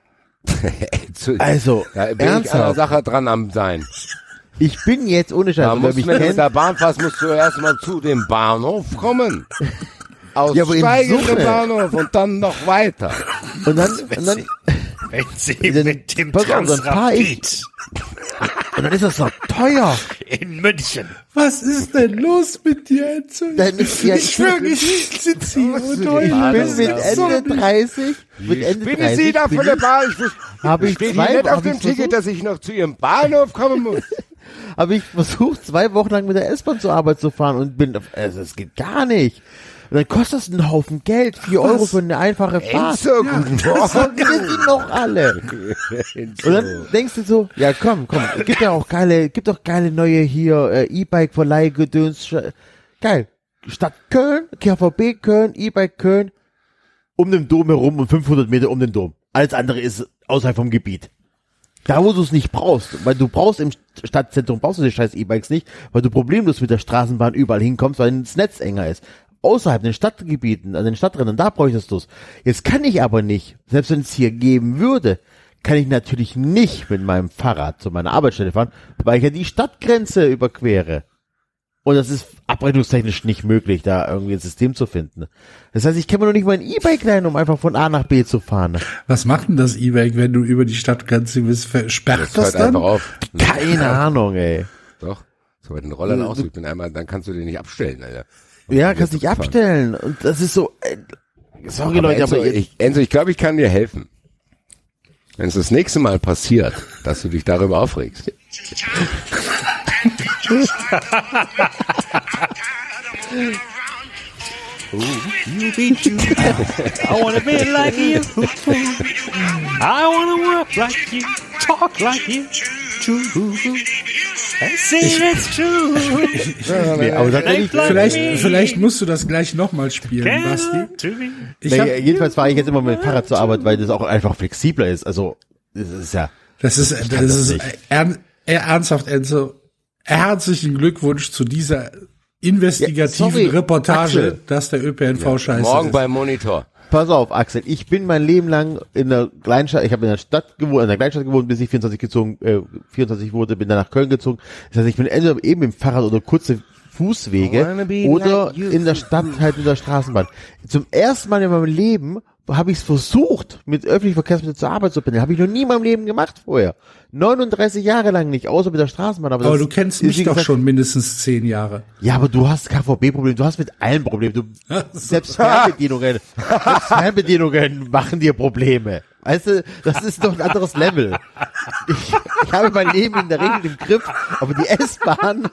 Also, da bin ich an der ernsthaft. Sache dran am sein. Ich bin jetzt ohne Scheiß, Da wer musst mich du, wenn du mit kennt, der Bahn fährst, musst du erstmal zu dem Bahnhof kommen. Ja, aber in Aussteigen Summe. im Bahnhof und dann noch weiter. und dann, Wenn sie Dann- mit dem pass auf, dann fahr ich- Transrapid und dann ist das noch teuer. in München. Was ist denn los mit dir, Enzo? Dann ist ja, Ich sitze hier und heule. ich bin mit Ende 30, mit Ende Bin 30 Sie da bin von der ich- Bahn? Hab ich steht zwei- hier nicht auf hab dem ich Ticket, versucht? dass ich noch zu Ihrem Bahnhof kommen muss. habe ich versucht, 2 Wochen lang mit der S-Bahn zur Arbeit zu fahren und also es geht gar nicht. Und dann kostet das einen Haufen Geld, 4 Euro für eine einfache Fahrt. Enzo, guten Das Morgen. vergessen die noch alle. Und dann denkst du so, ja komm, gibt doch geile neue hier, E-Bike-Verleihgedöns. Geil. Stadt Köln, KVB Köln, E-Bike Köln, um den Dom herum und 500 Meter um den Dom. Alles andere ist außerhalb vom Gebiet. Da, wo du es nicht brauchst, weil du brauchst im Stadtzentrum, brauchst du die scheiß E-Bikes nicht, weil du problemlos mit der Straßenbahn überall hinkommst, weil das Netz enger ist. Außerhalb den Stadtgebieten, an den Stadträndern, da bräuchtest du's. Jetzt kann ich aber nicht, selbst wenn es hier geben würde, kann ich natürlich nicht mit meinem Fahrrad zu meiner Arbeitsstelle fahren, weil ich ja die Stadtgrenze überquere. Und das ist abrechnungstechnisch nicht möglich, da irgendwie ein System zu finden. Das heißt, ich kann mir noch nicht mal ein E-Bike leihen, um einfach von A nach B zu fahren. Was macht denn das E-Bike, wenn du über die Stadtgrenze bist? Sperrt das Hört dann? einfach auf. Keine Ahnung, ey. Doch. So bei den Rollern auch so. Ich bin einmal, dann kannst du den nicht abstellen, Alter. Ja, kannst nicht abstellen. Und das ist so, sorry Leute, Enzo, aber jetzt, Enzo, ich glaube, ich kann dir helfen. Wenn es das nächste Mal passiert, dass du dich darüber aufregst. I wanna be like you. I wanna work like you. Talk like you. I say it's true. nee, aber da kann ich, Vielleicht musst du das gleich nochmal spielen, Basti. Ich hab, jedenfalls fahre ich jetzt immer mit dem Fahrrad zur Arbeit, weil das auch einfach flexibler ist. Also, das ist ja, das ist ernsthaft, Enzo. Herzlichen Glückwunsch zu dieser investigativen sorry, Reportage, Axel. dass der ÖPNV scheiße Morgen ist. beim Monitor. pass auf, Axel, ich bin mein Leben lang in der Kleinstadt, ich habe in der Stadt gewohnt, in der Kleinstadt gewohnt, bis ich 24 wurde, bin dann nach Köln gezogen. Das heißt, ich bin entweder eben im Fahrrad oder kurze Fußwege oder in der Stadt halt mit der Straßenbahn. Zum ersten Mal in meinem Leben habe ich es versucht, mit öffentlichen Verkehrsmitteln zur Arbeit zu pendeln. Habe ich noch nie in meinem Leben gemacht vorher. 39 Jahre lang nicht, außer mit der Straßenbahn. Aber du kennst mich doch schon mindestens 10 Jahre. Ja, aber du hast KVB-Probleme, du hast mit allen Probleme. Selbst Fernbedienungen machen dir Probleme. Weißt du, das ist doch ein anderes Level. Ich habe mein Leben in der Regel im Griff, aber die S-Bahn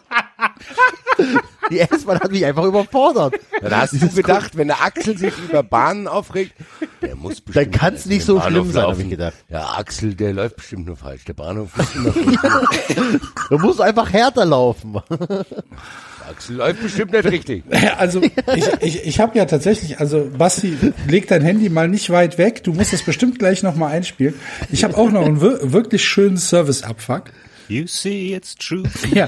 hat mich einfach überfordert. Dann hast du gedacht, wenn der Axel sich über Bahnen aufregt, der muss bestimmt. Dann kann es nicht so schlimm sein, habe ich gedacht. Ja, Axel, der läuft bestimmt nur falsch. Der Bahnhof ist immer falsch. Du musst einfach härter laufen. Axel läuft bestimmt nicht richtig. Also ich habe ja tatsächlich, also Basti, leg dein Handy mal nicht weit weg, du musst das bestimmt gleich nochmal einspielen. Ich habe auch noch einen wirklich schönen Service-Abfuck. You see, it's true. Ja.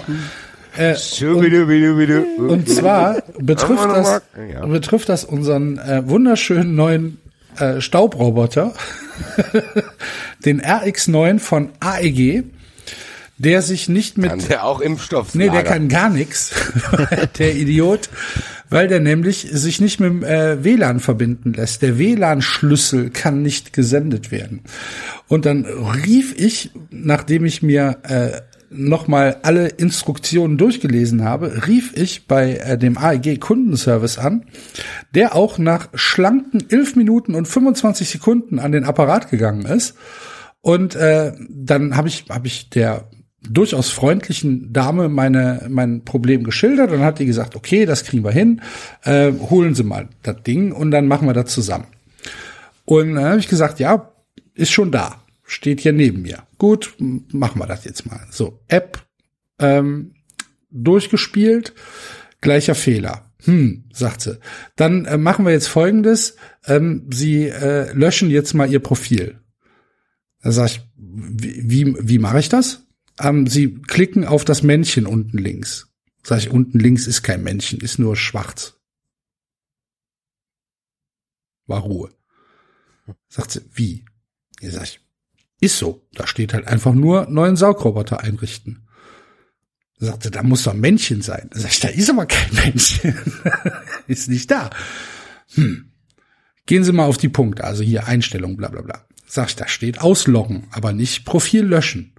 Und zwar betrifft das unseren wunderschönen neuen Staubroboter, den RX9 von AEG, der sich nicht mit... Kann der auch Impfstoff Nee, der lagern? kann gar nichts, der Idiot, weil der nämlich sich nicht mit dem WLAN verbinden lässt. Der WLAN-Schlüssel kann nicht gesendet werden. Und dann rief ich, nachdem ich mir nochmal alle Instruktionen durchgelesen habe, rief ich bei dem AEG Kundenservice an, der auch nach schlanken 11 Minuten und 25 Sekunden an den Apparat gegangen ist. Und dann habe ich der durchaus freundlichen Dame mein Problem geschildert und hat die gesagt, okay, das kriegen wir hin, holen Sie mal das Ding und dann machen wir das zusammen. Und dann habe ich gesagt, ja, ist schon da, steht hier neben mir. Gut, machen wir das jetzt mal. So, App durchgespielt, gleicher Fehler. Sagt sie. Dann machen wir jetzt Folgendes, Sie löschen jetzt mal Ihr Profil. Da sag ich, wie mache ich das? Sie klicken auf das Männchen unten links. Sag ich, unten links ist kein Männchen, ist nur schwarz. War Ruhe. Sagt sie, wie? Sag ich, Ist so. Da steht halt einfach nur neuen Saugroboter einrichten. Er sagte, da muss doch ein Männchen sein. Da sag ich, da ist aber kein Männchen. Ist nicht da. Gehen Sie mal auf die Punkte. Also hier Einstellungen, bla bla bla. Sag ich, da steht ausloggen, aber nicht Profil löschen.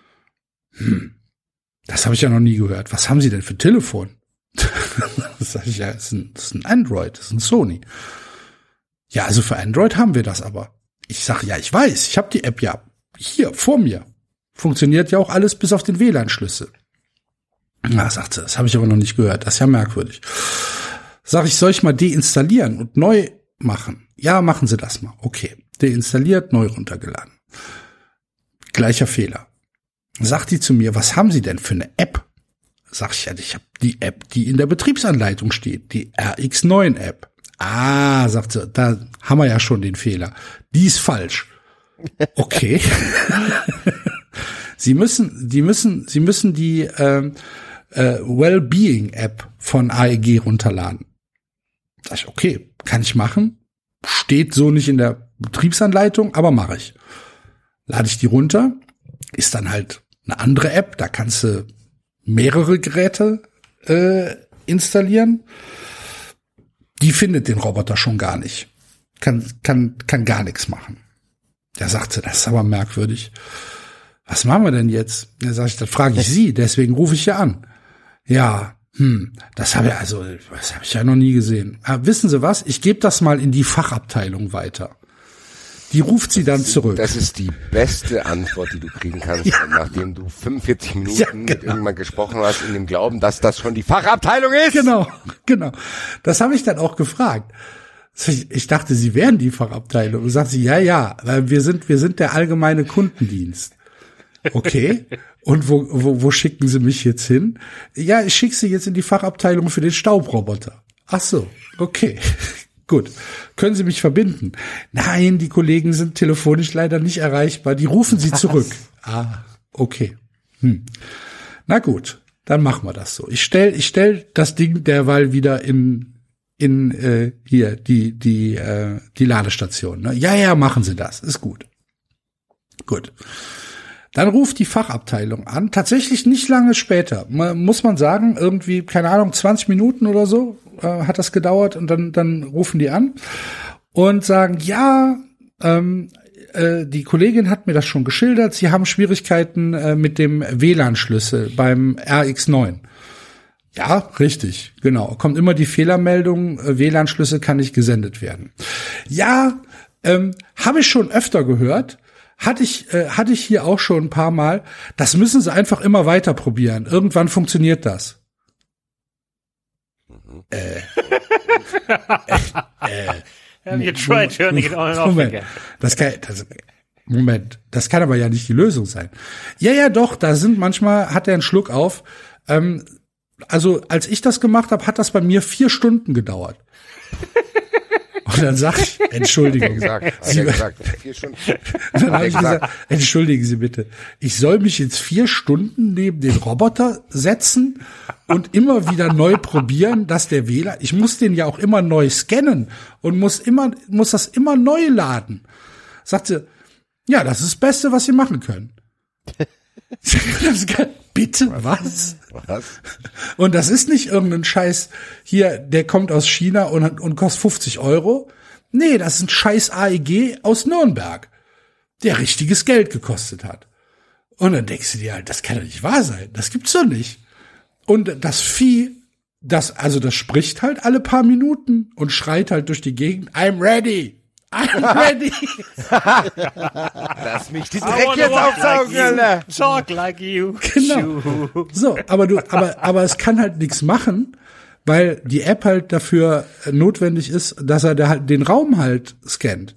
Das habe ich ja noch nie gehört. Was haben Sie denn für Telefon? Das sag ich, ja, das ist ein Android, das ist ein Sony. Ja, also für Android haben wir das aber. Ich sage, ja, ich weiß, ich habe die App ja hier vor mir. Funktioniert ja auch alles bis auf den WLAN-Schlüssel. Na, sagt sie, das habe ich aber noch nicht gehört. Das ist ja merkwürdig. Sag ich, soll ich mal deinstallieren und neu machen? Ja, machen Sie das mal. Okay, deinstalliert, neu runtergeladen. Gleicher Fehler. Sagt die zu mir, was haben Sie denn für eine App? Sag ich, ja, ich habe die App, die in der Betriebsanleitung steht, die RX9-App. Ah, sagt sie, da haben wir ja schon den Fehler. Die ist falsch. Okay. Sie müssen die Wellbeing-App von AEG runterladen. Sag ich, okay, kann ich machen. Steht so nicht in der Betriebsanleitung, aber mache ich. Lade ich die runter, ist dann halt eine andere App, da kannst du mehrere Geräte installieren. Die findet den Roboter schon gar nicht. Kann gar nichts machen. Der sagte, das ist aber merkwürdig. Was machen wir denn jetzt? Da sag ich, das frage ich Sie, deswegen rufe ich ja an. Ja, das habe ich ja noch nie gesehen. Aber wissen Sie was? Ich gebe das mal in die Fachabteilung weiter. Die ruft sie dann zurück. Das ist die beste Antwort, die du kriegen kannst, nachdem du 45 Minuten mit irgendjemandem gesprochen hast, in dem Glauben, dass das schon die Fachabteilung ist. Genau. Das habe ich dann auch gefragt. Ich dachte, sie wären die Fachabteilung. Und sagt sie, ja, wir sind der allgemeine Kundendienst. Okay. Und wo schicken Sie mich jetzt hin? Ja, ich schicke Sie jetzt in die Fachabteilung für den Staubroboter. Ach so, okay. Gut. Können Sie mich verbinden? Nein, die Kollegen sind telefonisch leider nicht erreichbar. Die rufen Sie zurück. Ah, okay. Na gut, dann machen wir das so. Ich stell das Ding derweil wieder in hier die Ladestation. Ne? Ja, machen Sie das. Ist gut. Gut. Dann ruft die Fachabteilung an. Tatsächlich nicht lange später. Muss man sagen, irgendwie, keine Ahnung, 20 Minuten oder so hat das gedauert. Und dann rufen die an und sagen, ja, die Kollegin hat mir das schon geschildert. Sie haben Schwierigkeiten mit dem WLAN-Schlüssel beim RX9. Ja, richtig, genau. Kommt immer die Fehlermeldung, WLAN-Schlüssel kann nicht gesendet werden. Ja, habe ich schon öfter gehört. Hatte ich hier auch schon ein paar Mal. Das müssen Sie einfach immer weiter probieren. Irgendwann funktioniert das. Have you tried turning it on and off again? Das kann aber ja nicht die Lösung sein. Ja, doch, hat er einen Schluck auf. Also, als ich das gemacht habe, hat das bei mir 4 Stunden gedauert. Und dann sag ich, Entschuldigung. Dann habe ich gesagt, entschuldigen Sie bitte, ich soll mich jetzt 4 Stunden neben den Roboter setzen und immer wieder neu probieren, dass der WLAN, ich muss den ja auch immer neu scannen und muss das immer neu laden. Sagt sie, ja, das ist das Beste, was Sie machen können. Bitte, was? Und das ist nicht irgendein Scheiß hier, der kommt aus China und kostet 50 €. Nee, das ist ein Scheiß AEG aus Nürnberg, der richtiges Geld gekostet hat. Und dann denkst du dir halt, das kann doch nicht wahr sein. Das gibt's doch nicht. Und das Vieh, das spricht halt alle paar Minuten und schreit halt durch die Gegend, I'm ready. Lass mich die Dreck jetzt aufsaugen, Alter. Talk like you. Genau. So, aber es kann halt nichts machen, weil die App halt dafür notwendig ist, dass er da halt den Raum halt scannt.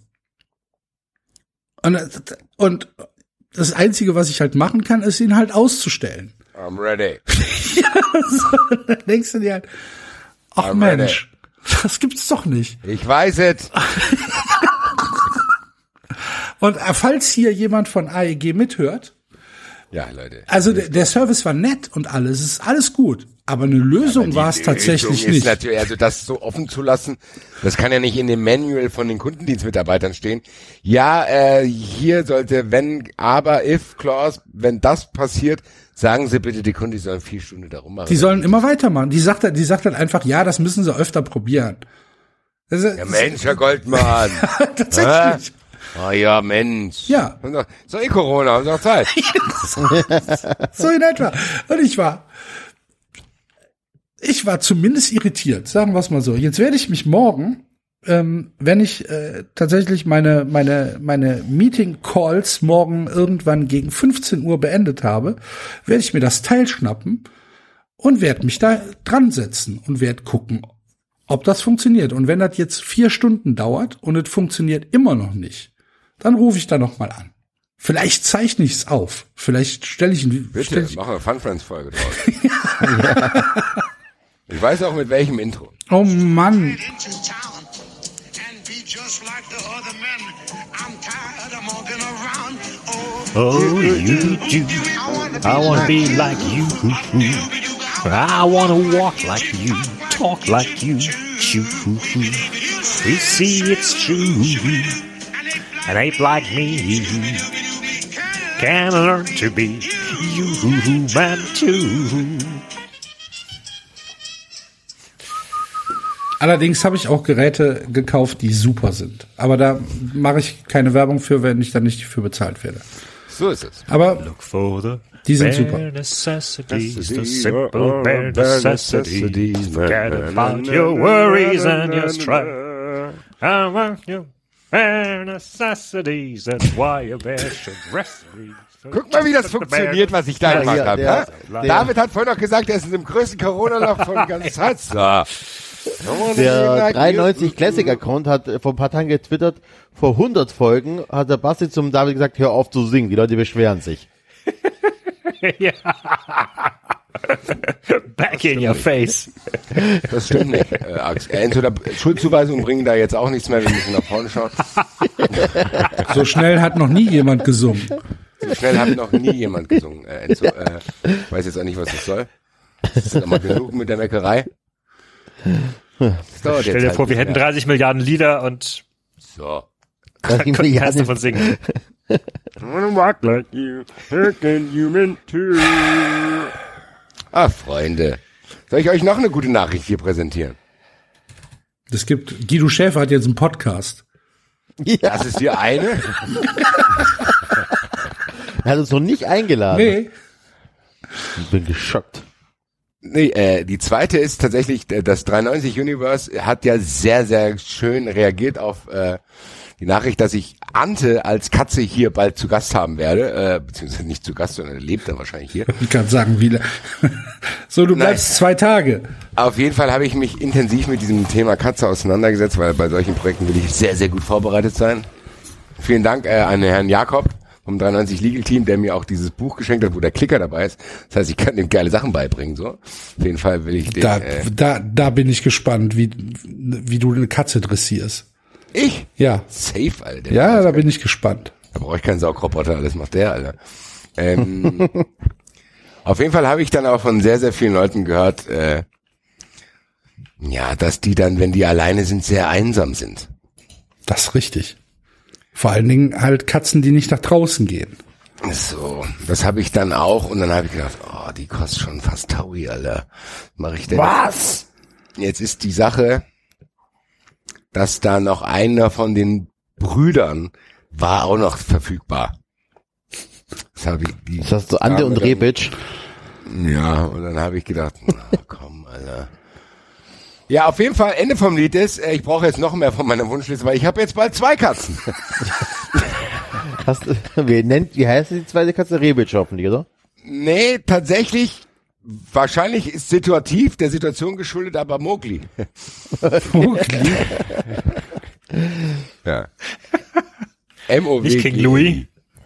Und das Einzige, was ich halt machen kann, ist ihn halt auszustellen. I'm ready. Ja, so, dann denkst du dir halt, ach Mensch, das gibt's doch nicht. Ich weiß es. Und falls hier jemand von AEG mithört, Ja, Leute. Also der Service war nett und alles, es ist alles gut. Aber eine Lösung war es tatsächlich nicht. Natürlich, also das so offen zu lassen, das kann ja nicht in dem Manual von den Kundendienstmitarbeitern stehen. Ja, hier sollte, wenn, aber, if, clause, wenn das passiert, sagen Sie bitte, die Kunden, die sollen 4 Stunden da rummachen. Die sollen immer weitermachen. Die sagt dann einfach, ja, das müssen sie öfter probieren. Ja, Mensch, Herr Goldmann. Tatsächlich. Oh ja, Mensch. Ja. So Corona, haben Sie noch Zeit. So in etwa. Und ich war zumindest irritiert, sagen wir es mal so. Jetzt werde ich mich morgen, wenn ich tatsächlich meine Meeting-Calls morgen irgendwann gegen 15 Uhr beendet habe, werde ich mir das Teil schnappen und werde mich da dran setzen und werde gucken, ob das funktioniert. Und wenn das jetzt 4 Stunden dauert und es funktioniert immer noch nicht, dann rufe ich da noch mal an. Vielleicht zeichne ich es auf. Vielleicht stelle ich ein... Bitte, machen wir Fun Friends Folge draus. Ich weiß auch mit welchem Intro. Oh Mann. Oh, you do. I wanna be like you. I wanna walk like you. Talk like you. You see it's true. An ape like me can learn to be human too. Allerdings habe ich auch Geräte gekauft, die super sind. Aber da mache ich keine Werbung für, wenn ich dann nicht für bezahlt werde. So ist es. Aber die sind super. Necessities, the simple bare necessities. Forget about your worries and your strife. I want your bare necessities. That's why a bear should rest. Guck mal, wie das funktioniert, was ich da gemacht habe. David hat vorhin noch gesagt, er ist im größten Corona-Loch von ganz Zeit. So. Der 93 Classic Account hat vor ein paar Tagen getwittert, vor 100 Folgen hat der Basti zum David gesagt, hör auf zu singen, die Leute beschweren sich. Ja. Back in your face. Das stimmt nicht. Entweder Schuldzuweisungen bringen da jetzt auch nichts mehr, wir müssen nach vorne schauen. So schnell hat noch nie jemand gesungen. So schnell hat noch nie jemand gesungen. Enzo, weiß jetzt auch nicht, was das soll. Das ist nochmal genug mit der Meckerei. Stell dir vor, wir hätten 30 Milliarden Lieder und so. Könnten keins davon singen. I wanna walk like you, can human too. Ah, Freunde. Soll ich euch noch eine gute Nachricht hier präsentieren? Es gibt, Guido Schäfer hat jetzt einen Podcast. Ja. Das ist die eine. Er hat uns noch nicht eingeladen. Nee. Ich bin geschockt. Nee, die zweite ist tatsächlich, das 390 Universe hat ja sehr, sehr schön reagiert auf die Nachricht, dass ich Ante als Katze hier bald zu Gast haben werde, beziehungsweise nicht zu Gast, sondern lebt er wahrscheinlich hier. Ich kann sagen, wie. So, du bleibst 2 Tage. Auf jeden Fall habe ich mich intensiv mit diesem Thema Katze auseinandergesetzt, weil bei solchen Projekten will ich sehr, sehr gut vorbereitet sein. Vielen Dank an Herrn Jakob vom 390 Legal Team, der mir auch dieses Buch geschenkt hat, wo der Klicker dabei ist. Das heißt, ich kann dem geile Sachen beibringen, so. Auf jeden Fall will ich den, da bin ich gespannt, wie du eine Katze dressierst. Ich? Ja. Safe, Alter. Ja, da bin ich gespannt. Da brauche ich keinen Saugroboter, das macht der, Alter. Auf jeden Fall habe ich dann auch von sehr, sehr vielen Leuten gehört, ja, dass die dann, wenn die alleine sind, sehr einsam sind. Das ist richtig. Vor allen Dingen halt Katzen, die nicht nach draußen gehen. So, das habe ich dann auch und dann habe ich gedacht, oh, die kostet schon fast Taui, Alter. Mach ich denn? Was? Jetzt ist die Sache, dass da noch einer von den Brüdern war auch noch verfügbar. Das hast du Ante und Rebic. Ja, und dann habe ich gedacht, na komm, Alter. Ja, auf jeden Fall, Ende vom Lied ist, ich brauche jetzt noch mehr von meiner Wunschliste, weil ich habe jetzt bald 2 Katzen. Wie heißt die zweite Katze? Rebic hoffentlich, oder? Nee, tatsächlich, wahrscheinlich ist situativ, der Situation geschuldet, aber Mowgli. Mowgli? Ja. M-O-W-G. Nicht King Louis.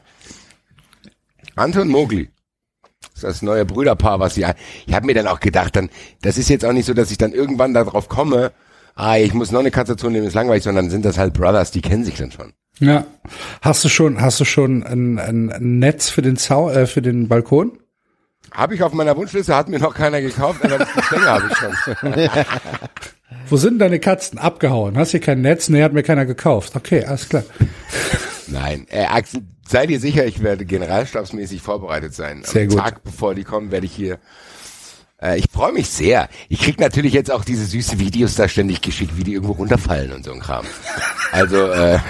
Anton Mowgli. Das ist das neue Brüderpaar, was ich habe mir dann auch gedacht, das ist jetzt auch nicht so, dass ich dann irgendwann darauf komme, ich muss noch eine Katze tun, dem ist langweilig, sondern sind das halt Brothers, die kennen sich dann schon. Ja. Hast du schon ein Netz für den für den Balkon? Habe ich auf meiner Wunschliste, hat mir noch keiner gekauft, aber das Gestänge habe ich schon. Wo sind deine Katzen? Abgehauen. Hast hier kein Netz? Nee, hat mir keiner gekauft. Okay, alles klar. Nein, Axel, sei dir sicher, ich werde generalstabsmäßig vorbereitet sein. Sehr Am gut. Tag, bevor die kommen, werde ich hier. Ich freue mich sehr. Ich krieg natürlich jetzt auch diese süße Videos da ständig geschickt, wie die irgendwo runterfallen und so ein Kram. Also,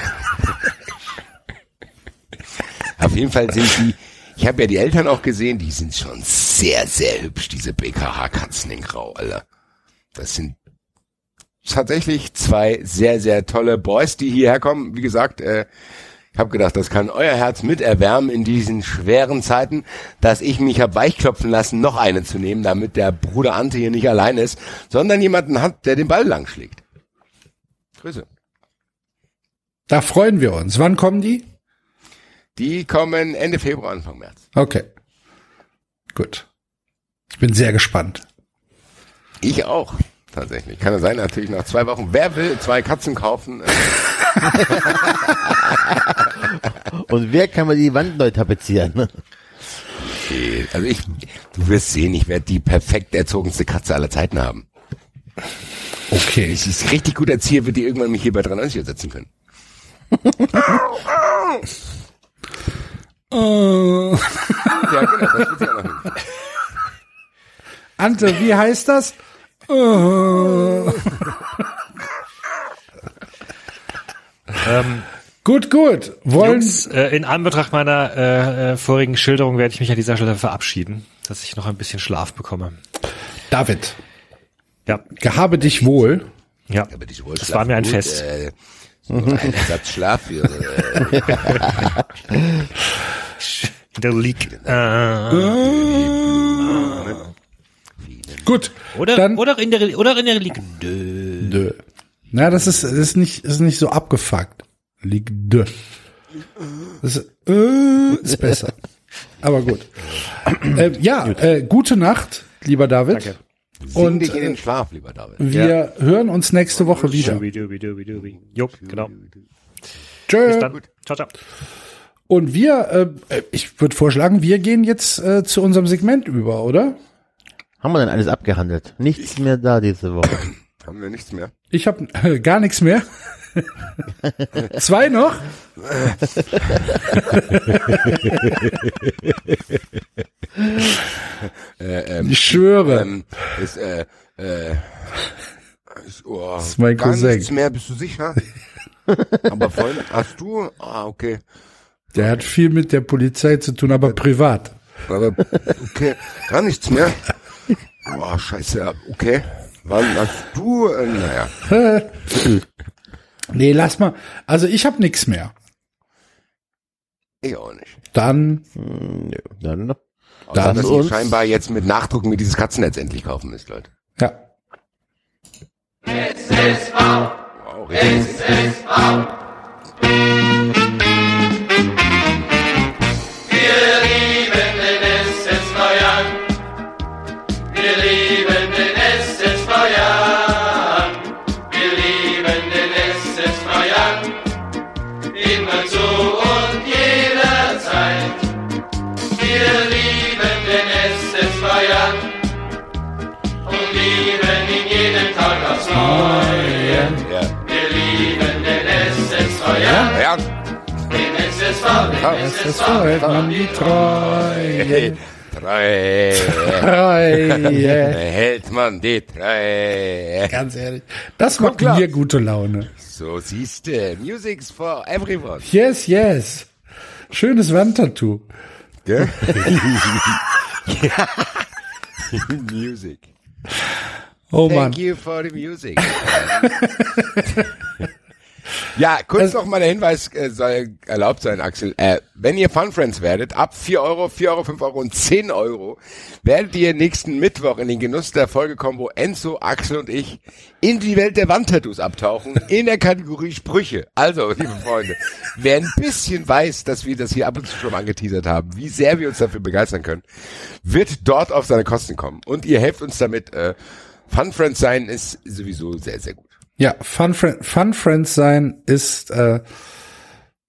auf jeden Fall sind die, ich habe ja die Eltern auch gesehen, die sind schon sehr, sehr hübsch, diese BKH-Katzen in Grau, Alter. Das sind tatsächlich zwei sehr, sehr tolle Boys, die hierher kommen. Wie gesagt, ich habe gedacht, das kann euer Herz mit erwärmen in diesen schweren Zeiten, dass ich mich habe weichklopfen lassen, noch eine zu nehmen, damit der Bruder Ante hier nicht allein ist, sondern jemanden hat, der den Ball lang schlägt. Grüße. Da freuen wir uns. Wann kommen die? Die kommen Ende Februar, Anfang März. Okay. Gut. Ich bin sehr gespannt. Ich auch, tatsächlich. Kann ja sein, natürlich nach 2 Wochen. Wer will 2 Katzen kaufen? Und wer kann man die Wand neu tapezieren? Okay. Also du wirst sehen, ich werde die perfekt erzogenste Katze aller Zeiten haben. Okay. Ich ist richtig gut erziehe, wird die irgendwann mich hier bei 93 ersetzen können. Ja, genau, das wird sie auch noch hin. Ante, wie heißt das? Gut. Wollen Jungs, in Anbetracht meiner vorigen Schilderung werde ich mich an dieser Stelle verabschieden, dass ich noch ein bisschen Schlaf bekomme. David, Ja, gehabe dich wohl. ja. Aber die wohl Das war mir ein gut, Fest. So ein Satz Schlaf für, Der League. Gut. Oder dann, in der League. Dö. Na, das ist nicht so abgefuckt. Ligue 2. Das ist besser. Aber gut. Gute Nacht, lieber David. Danke. Sing dich in den Schlaf, lieber David. Wir hören uns nächste Woche wieder. Dubi. Jo, genau. Tschö. Bis dann. Ciao. Und wir, ich würde vorschlagen, wir gehen jetzt zu unserem Segment über, oder? Haben wir denn alles abgehandelt? Nichts mehr da diese Woche. Haben wir nichts mehr? Ich habe gar nichts mehr. 2 noch? Ich schwöre. Das ist mein gar Cousin. nichts mehr, bist du sicher? Aber voll, hast du? Ah, okay. Der hat viel mit der Polizei zu tun, aber privat. Aber, okay, gar nichts mehr. Boah, scheiße, okay. Wann hast du? Naja. Nee, lass mal. Also ich habe nichts mehr. Ich auch nicht. Dann Dann Außer, dass ihr uns. scheinbar jetzt mit Nachdruck mir dieses Katzennetz endlich kaufen müsst, Leute. ja. Wow, richtig. Ja. Es freut man die Treue. Treue. Hält man die Treue. Ganz ehrlich. Das macht klar. mir gute Laune. So siehste. Music's for everyone. Yes. Schönes Wandtattoo. Gell? Music. Oh Mann. Thank you for the music. Ja, kurz noch mal der Hinweis, soll erlaubt sein, Axel. Wenn ihr Fun Friends werdet, ab 4 Euro, 5 Euro und 10 Euro, werdet ihr nächsten Mittwoch in den Genuss der Folge kommen, wo Enzo, Axel und ich in die Welt der Wandtattoos abtauchen, in der Kategorie Sprüche. Also, liebe Freunde, wer ein bisschen weiß, dass wir das hier ab und zu schon mal angeteasert haben, wie sehr wir uns dafür begeistern können, wird dort auf seine Kosten kommen. Und ihr helft uns damit. Fun Friends sein ist sowieso sehr, sehr gut. Ja, Fun Friends sein ist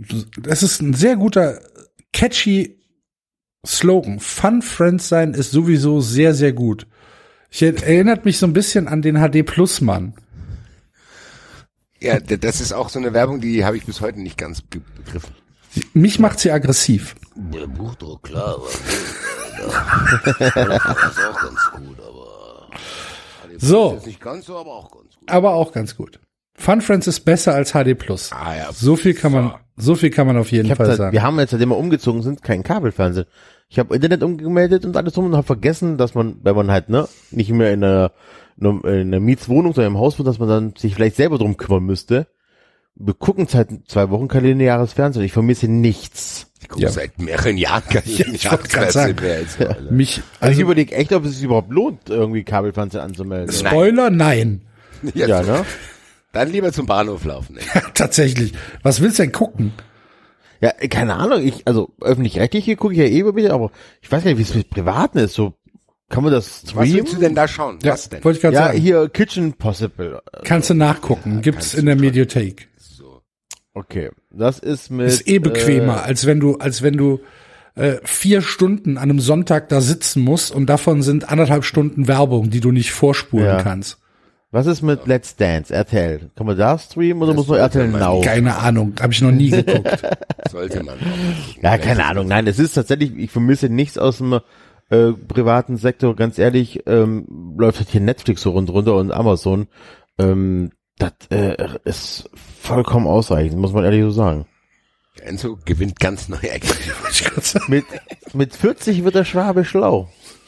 das ist ein sehr guter, catchy Slogan. Fun Friends sein ist sowieso sehr, sehr gut. Erinnert mich so ein bisschen an den HD-Plus-Mann. Ja, das ist auch so eine Werbung, die habe ich bis heute nicht ganz begriffen. Mich macht sie aggressiv. Der Buchdruck, klar, aber das ist auch ganz gut, aber so. ist nicht ganz so, aber auch ganz gut. Aber auch ganz gut. Fun Friends ist besser als HD Plus. Ah, ja. So viel kann man auf jeden Fall sagen. Wir haben jetzt, seitdem wir umgezogen sind, kein Kabelfernsehen. Ich habe Internet umgemeldet und alles drum und habe vergessen, dass man, wenn man halt nicht mehr in einer Mietswohnung, sondern im Haus wohnt, dass man dann sich vielleicht selber drum kümmern müsste. Wir gucken seit 2 Wochen kein lineares Fernsehen. Ich vermisse nichts. Ich gucke seit mehreren Jahren kein ich wollte gerade sagen. Also ich überlege echt, ob es sich überhaupt lohnt, irgendwie Kabelfernsehen anzumelden. Spoiler, nein. Ja, ne? Dann lieber zum Bahnhof laufen. Tatsächlich. Was willst du denn gucken? Ja, keine Ahnung. Also öffentlich-rechtliche gucke ich ja eh wieder, aber ich weiß gar nicht, wie es mit Privaten ist. So, kann man das streamen? Was willst du denn da schauen? Ja, was denn? Wollte ich gerade sagen. Hier Kitchen Possible. Kannst du nachgucken. Gibt's in der Mediathek. So. Okay, das ist mit... Ist bequemer, als wenn du 4 Stunden an einem Sonntag da sitzen musst und davon sind 1,5 Stunden Werbung, die du nicht vorspulen kannst. Was ist mit Let's Dance, RTL? Kann man da streamen oder muss man RTL Now? Keine Ahnung, habe ich noch nie geguckt. Sollte man. Ja, keine Ahnung. Nein, es ist tatsächlich, ich vermisse nichts aus dem privaten Sektor. Ganz ehrlich, läuft halt hier Netflix so runter und Amazon. Das ist vollkommen ausreichend, muss man ehrlich so sagen. Enzo gewinnt ganz neue Erkenntnisse. Mit 40 wird der Schwabe schlau.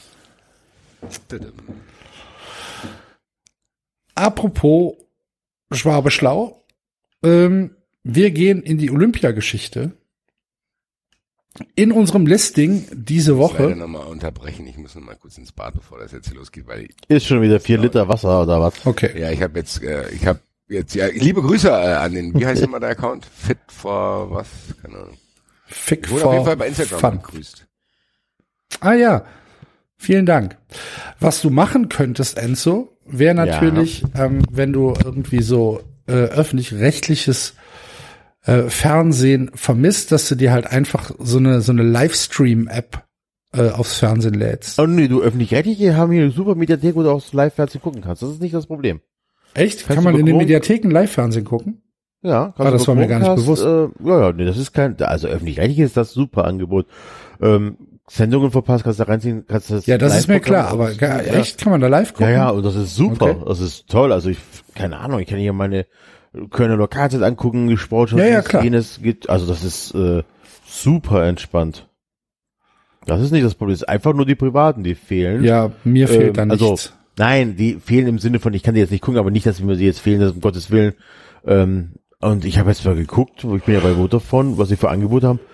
Apropos Schwabe schlau, wir gehen in die Olympiageschichte. In unserem Listing diese Woche. Ich muss leider nochmal unterbrechen. Ich muss nochmal kurz ins Bad, bevor das jetzt hier losgeht, weil ist schon wieder 4 Liter Wasser oder was? Okay. Ja, ich habe jetzt, liebe Grüße an den, wie heißt immer der Account? Fit for was? Keine Ahnung. Fick Wurde for auf jeden Fall bei Instagram fun. begrüßt. Ah ja, vielen Dank. Was du machen könntest, Enzo, wäre natürlich, wenn du irgendwie so öffentlich-rechtliches Fernsehen vermisst, dass du dir halt einfach so eine Livestream-App aufs Fernsehen lädst. Oh nee, du öffentlich-rechtliche haben hier eine super Mediathek, wo du auch Live-Fernsehen gucken kannst. Das ist nicht das Problem. Echt? Kann man in den Mediatheken Live-Fernsehen gucken? Ja. Das war mir gar nicht bewusst. Nee, das ist also öffentlich-rechtlich ist das super Angebot. Sendungen verpasst, kannst du da reinziehen, kannst du das. Ja, das ist mir klar, aber echt, kann man da live gucken? Ja, und das ist super. Okay. Das ist toll. Also keine Ahnung, ich kann hier meine Kölner Lokalzeit angucken, Sport, klar. jenes geht, also das ist super entspannt. Das ist nicht das Problem, es ist einfach nur die Privaten, die fehlen. Ja, mir fehlt da nichts. Also, nein, die fehlen im Sinne von, ich kann die jetzt nicht gucken, aber nicht, dass mir sie jetzt fehlen, um Gottes Willen. Und ich habe jetzt mal geguckt, ich bin ja bei Vodafone, was sie für Angebote haben.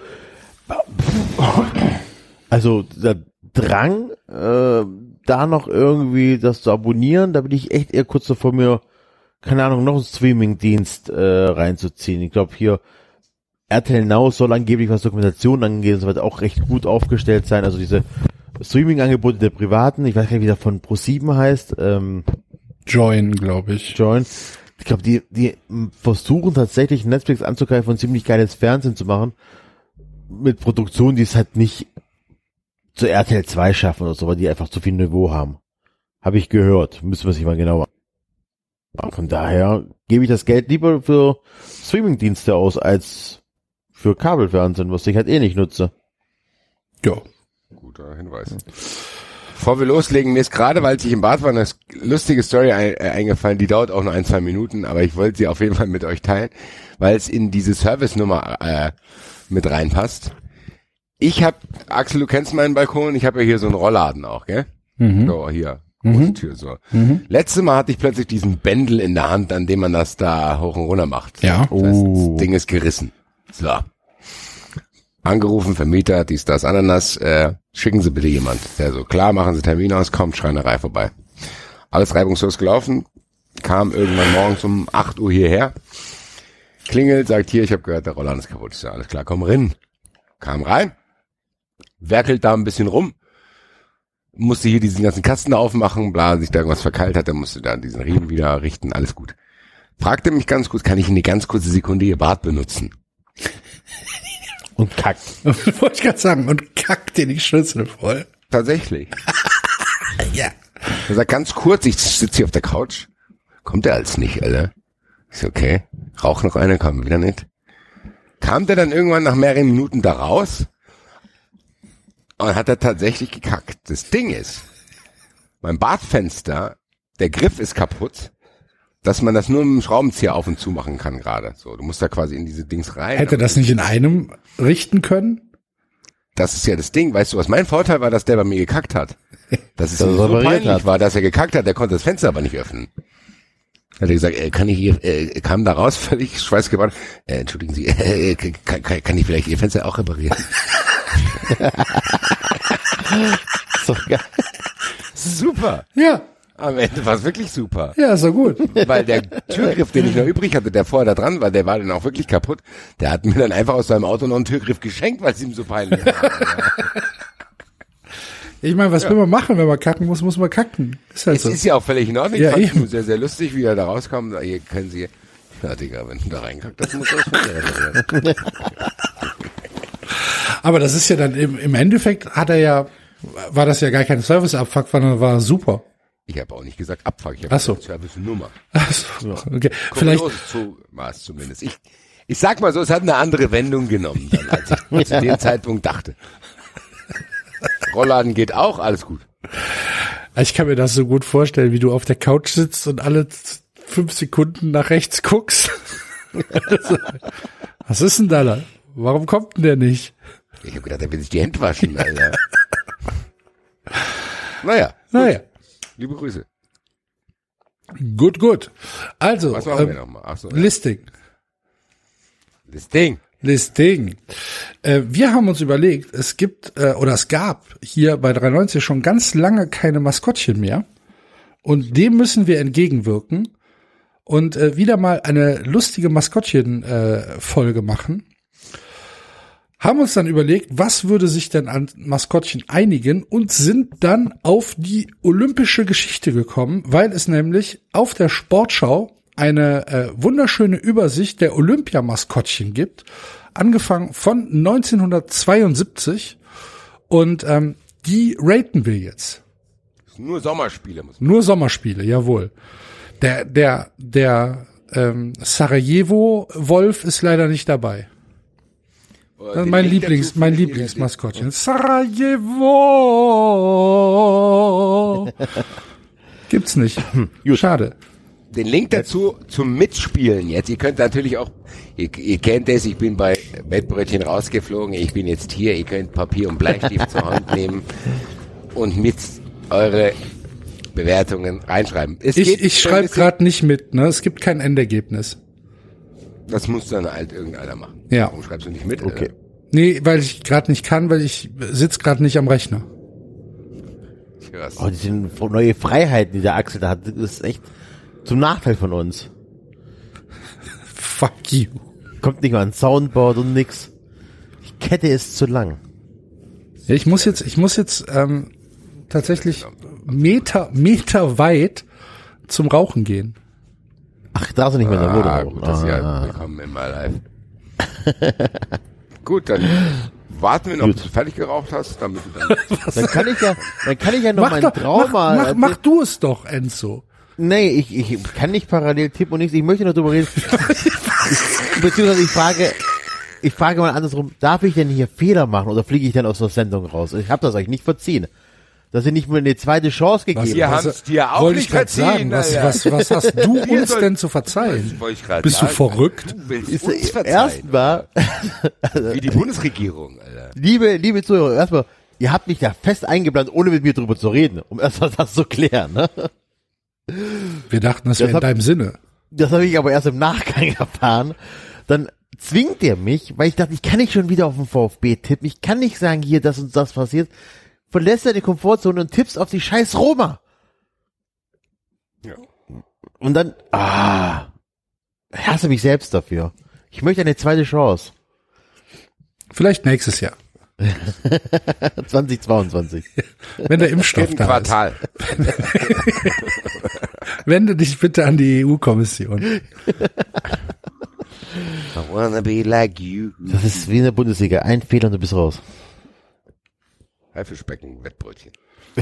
Also der Drang, da noch irgendwie das zu abonnieren, da bin ich echt eher kurz davor, mir, keine Ahnung, noch einen Streaming-Dienst reinzuziehen. Ich glaube hier RTL Now soll angeblich, was Dokumentation angeht, und so weiter, auch recht gut aufgestellt sein. Also diese Streaming-Angebote der Privaten, ich weiß gar nicht, wie der von Pro7 heißt. Join, glaube ich. Join. Ich glaube, die versuchen tatsächlich Netflix anzugreifen und ziemlich geiles Fernsehen zu machen. Mit Produktionen, die es halt nicht zu RTL 2 schaffen oder so, weil die einfach zu viel Niveau haben. Habe ich gehört. Müssen wir sich mal genauer. Von daher gebe ich das Geld lieber für Streamingdienste aus, als für Kabelfernsehen, was ich halt eh nicht nutze. Ja. Guter Hinweis. Bevor wir loslegen, mir ist gerade, weil ich im Bad war, eine lustige Story eingefallen, die dauert auch nur 1-2 Minuten, aber ich wollte sie auf jeden Fall mit euch teilen, weil es in diese Service-Nummer mit reinpasst. Ich habe, Axel, du kennst meinen Balkon, ich habe ja hier so einen Rollladen auch, gell? Mhm. So, hier, große Tür, so. Mhm. Letztes Mal hatte ich plötzlich diesen Bändel in der Hand, an dem man das da hoch und runter macht. Ja. Das heißt, das Ding ist gerissen. So. Angerufen, Vermieter, dies, das, Ananas, schicken Sie bitte jemand. Der so, klar, machen Sie Termin aus, kommt Schreinerei vorbei. Alles reibungslos gelaufen, kam irgendwann morgens um 8 Uhr hierher, klingelt, sagt hier, ich habe gehört, der Rollladen ist kaputt. Ich so, alles klar, komm rein. Kam rein, werkelt da ein bisschen rum, musste hier diesen ganzen Kasten aufmachen, bla, sich da irgendwas verkeilt hat, dann musste da diesen Riemen wieder richten, alles gut. Fragte mich ganz kurz, kann ich eine ganz kurze Sekunde Ihr Bad benutzen? Und kackt. Wollte ich gerade sagen, und kackt dir die Schüssel voll. Tatsächlich. Ja. Er sagt ganz kurz, ich sitze hier auf der Couch. Kommt er als nicht, Alter? Ist okay. Rauch noch eine, kam wieder nicht. Kam der dann irgendwann nach mehreren Minuten da raus und hat er tatsächlich gekackt. Das Ding ist, mein Badfenster, der Griff ist kaputt, dass man das nur mit dem Schraubenzieher auf und zu machen kann gerade. So, du musst da quasi in diese Dings rein. Hätte das nicht in einem richten können? Das ist ja das Ding. Weißt du, was mein Vorteil war, dass der bei mir gekackt hat? Dass es Dass ihm er so repariert peinlich hat. war, dass er gekackt hat. Der konnte das Fenster aber nicht öffnen. Hat er gesagt, kann ich hier, kam da raus, völlig schweißgebadet. Entschuldigen Sie, kann ich vielleicht Ihr Fenster auch reparieren? Ist doch geil. Super. Ja. Am Ende war es wirklich super. Ja, ist doch gut. Weil der Türgriff, den ich noch übrig hatte, der vorher da dran war, der war dann auch wirklich kaputt. Der hat mir dann einfach aus seinem Auto noch einen Türgriff geschenkt, weil es ihm so peinlich war. Ich meine, was will man machen, wenn man kacken muss man kacken. Ist halt Es so. ist ja auch völlig in Ordnung. Ja, Ich fand es eben. nur sehr, sehr lustig, wie er da rauskam. Hier können Sie, ja Digga, wenn du da reinkackt, das muss das von dir reparieren. Aber das ist ja dann im Endeffekt war das ja gar kein Service-Abfuck, sondern war super. Ich habe auch nicht gesagt Abfuck, ich habe Ach so. gesagt Service-Nummer. Ach so, okay. Vielleicht, So war es zumindest. Ich sag mal so, es hat eine andere Wendung genommen, dann, als ich zu dem Zeitpunkt dachte. Rollladen geht auch, alles gut. ich kann mir das so gut vorstellen, wie du auf der Couch sitzt und alle 5 Sekunden nach rechts guckst. Was ist denn da? Warum kommt denn der nicht? Ich habe gedacht, er will sich die Hände waschen, Alter. Naja. Liebe Grüße. Gut. Also, Was machen wir nochmal? Ach so, ja. Listing. Listing. Wir haben uns überlegt, es gab hier bei 93 schon ganz lange keine Maskottchen mehr. Und dem müssen wir entgegenwirken und wieder mal eine lustige Maskottchen-Folge machen. Haben uns dann überlegt, was würde sich denn an Maskottchen einigen und sind dann auf die olympische Geschichte gekommen, weil es nämlich auf der Sportschau eine wunderschöne Übersicht der Olympiamaskottchen gibt, angefangen von 1972 und die raten wir jetzt. Nur Sommerspiele muss man. Nur Sommerspiele, jawohl. Der Sarajevo-Wolf ist leider nicht dabei. Das ist mein Lieblingsmaskottchen. Sarajevo. Gibt's nicht. Schade. Den Link dazu zum Mitspielen jetzt. Ihr könnt natürlich auch, ihr kennt es, ich bin bei Wettbrötchen rausgeflogen, ich bin jetzt hier, ihr könnt Papier und Bleistift zur Hand nehmen und mit eure Bewertungen reinschreiben. Ich schreibe gerade nicht mit, ne? Es gibt kein Endergebnis. Das muss dann halt irgendeiner machen. Ja. Warum schreibst du nicht mit? Okay. Nee, weil ich gerade nicht kann, weil ich sitze gerade nicht am Rechner. Oh, diese neue Freiheiten, die der Axel da hat, das ist echt zum Nachteil von uns. Fuck you. Kommt nicht mal ein Soundboard und nix. Die Kette ist zu lang. Ja, ich muss jetzt tatsächlich Meter weit zum Rauchen gehen. Ach, da ist er nicht mehr in der Wohnung rauchen. Gut, das ist ja willkommen in my life. Gut, dann warten wir noch, bis du fertig geraucht hast, damit du dann... Dann kann ich ja noch meinen Trauma... Mach du es doch, Enzo. Nee, ich kann nicht parallel tippen und nichts. Ich möchte noch drüber reden. Beziehungsweise ich frage mal andersrum, darf ich denn hier Fehler machen oder fliege ich dann aus der Sendung raus? Ich habe das euch nicht verziehen. Dass ihr nicht mal eine zweite Chance gegeben Wir habt. haben es dir auch Wollte nicht ich grad verziehen. sagen, was hast du uns denn zu verzeihen? Bist du verrückt? Du willst Ist uns verzeihen. erstmal, Wie die Bundesregierung, Alter. liebe Zuhörer, erstmal, ihr habt mich da fest eingeplant, ohne mit mir drüber zu reden, um erstmal das zu klären, ne? Wir dachten, das wäre in deinem Sinne. Das habe ich aber erst im Nachgang erfahren. Dann zwingt er mich, weil ich dachte, ich kann nicht schon wieder auf den VfB tippen. Ich kann nicht sagen, hier, das und das passiert. Verlässt er die Komfortzone und tippst auf die scheiß Roma. Ja. Und dann, ich hasse mich selbst dafür. Ich möchte eine zweite Chance. Vielleicht nächstes Jahr. 2022. Wenn der Impfstoff Im da Quartal. ist. Wende dich bitte an die EU-Kommission. I wanna be like you. Das ist wie in der Bundesliga. Ein Fehler und du bist raus. Haifischbecken, Wettbrötchen.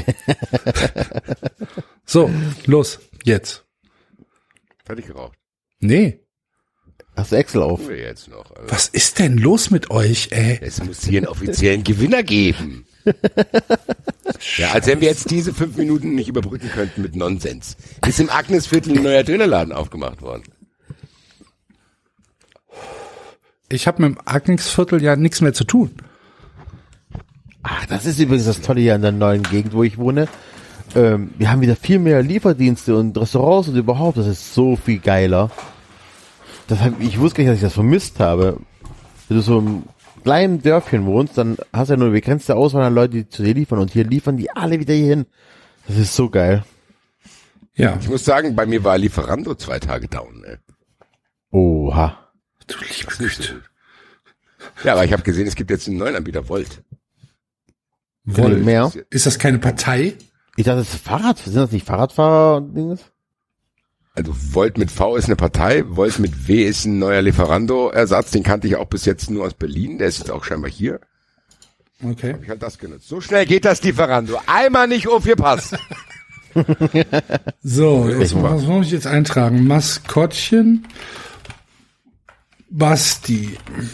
So, los, jetzt. Fertig geraucht. Nee. Hast du Excel auf? Tun wir jetzt noch. Also, Was ist denn los mit euch, ey? es muss hier einen offiziellen Gewinner geben. Ja, als wenn wir jetzt diese 5 Minuten nicht überbrücken könnten mit Nonsens. Ist im Agnesviertel ein neuer Dönerladen aufgemacht worden. Ich habe mit dem Agnesviertel ja nichts mehr zu tun. Ach, das ist übrigens das Tolle hier in der neuen Gegend, wo ich wohne. Wir haben wieder viel mehr Lieferdienste und Restaurants und überhaupt. Das ist so viel geiler. Ich wusste gar nicht, dass ich das vermisst habe. Wenn du so im kleinen Dörfchen wohnst, dann hast du ja nur eine begrenzte Auswahl an Leuten, die zu dir liefern. Und hier liefern die alle wieder hier hin. Das ist so geil. Ja. Ich muss sagen, bei mir war Lieferando 2 Tage down. Ne? Oha. Du liebe Nicht so Güte. gut. Ja, aber ich habe gesehen, es gibt jetzt einen neuen Anbieter, Volt. Volt. Mehr. Ist das keine Partei? Ich dachte, das ist Fahrrad. Sind das nicht Fahrradfahrer und Dinges? Also Volt mit V ist eine Partei, Volt mit W ist ein neuer Lieferando-Ersatz. Den kannte ich auch bis jetzt nur aus Berlin. Der ist jetzt auch scheinbar hier. Okay. Habe ich halt das genutzt. So schnell geht das Lieferando. Einmal nicht aufgepasst. So, was muss ich jetzt eintragen? Maskottchen, Basti,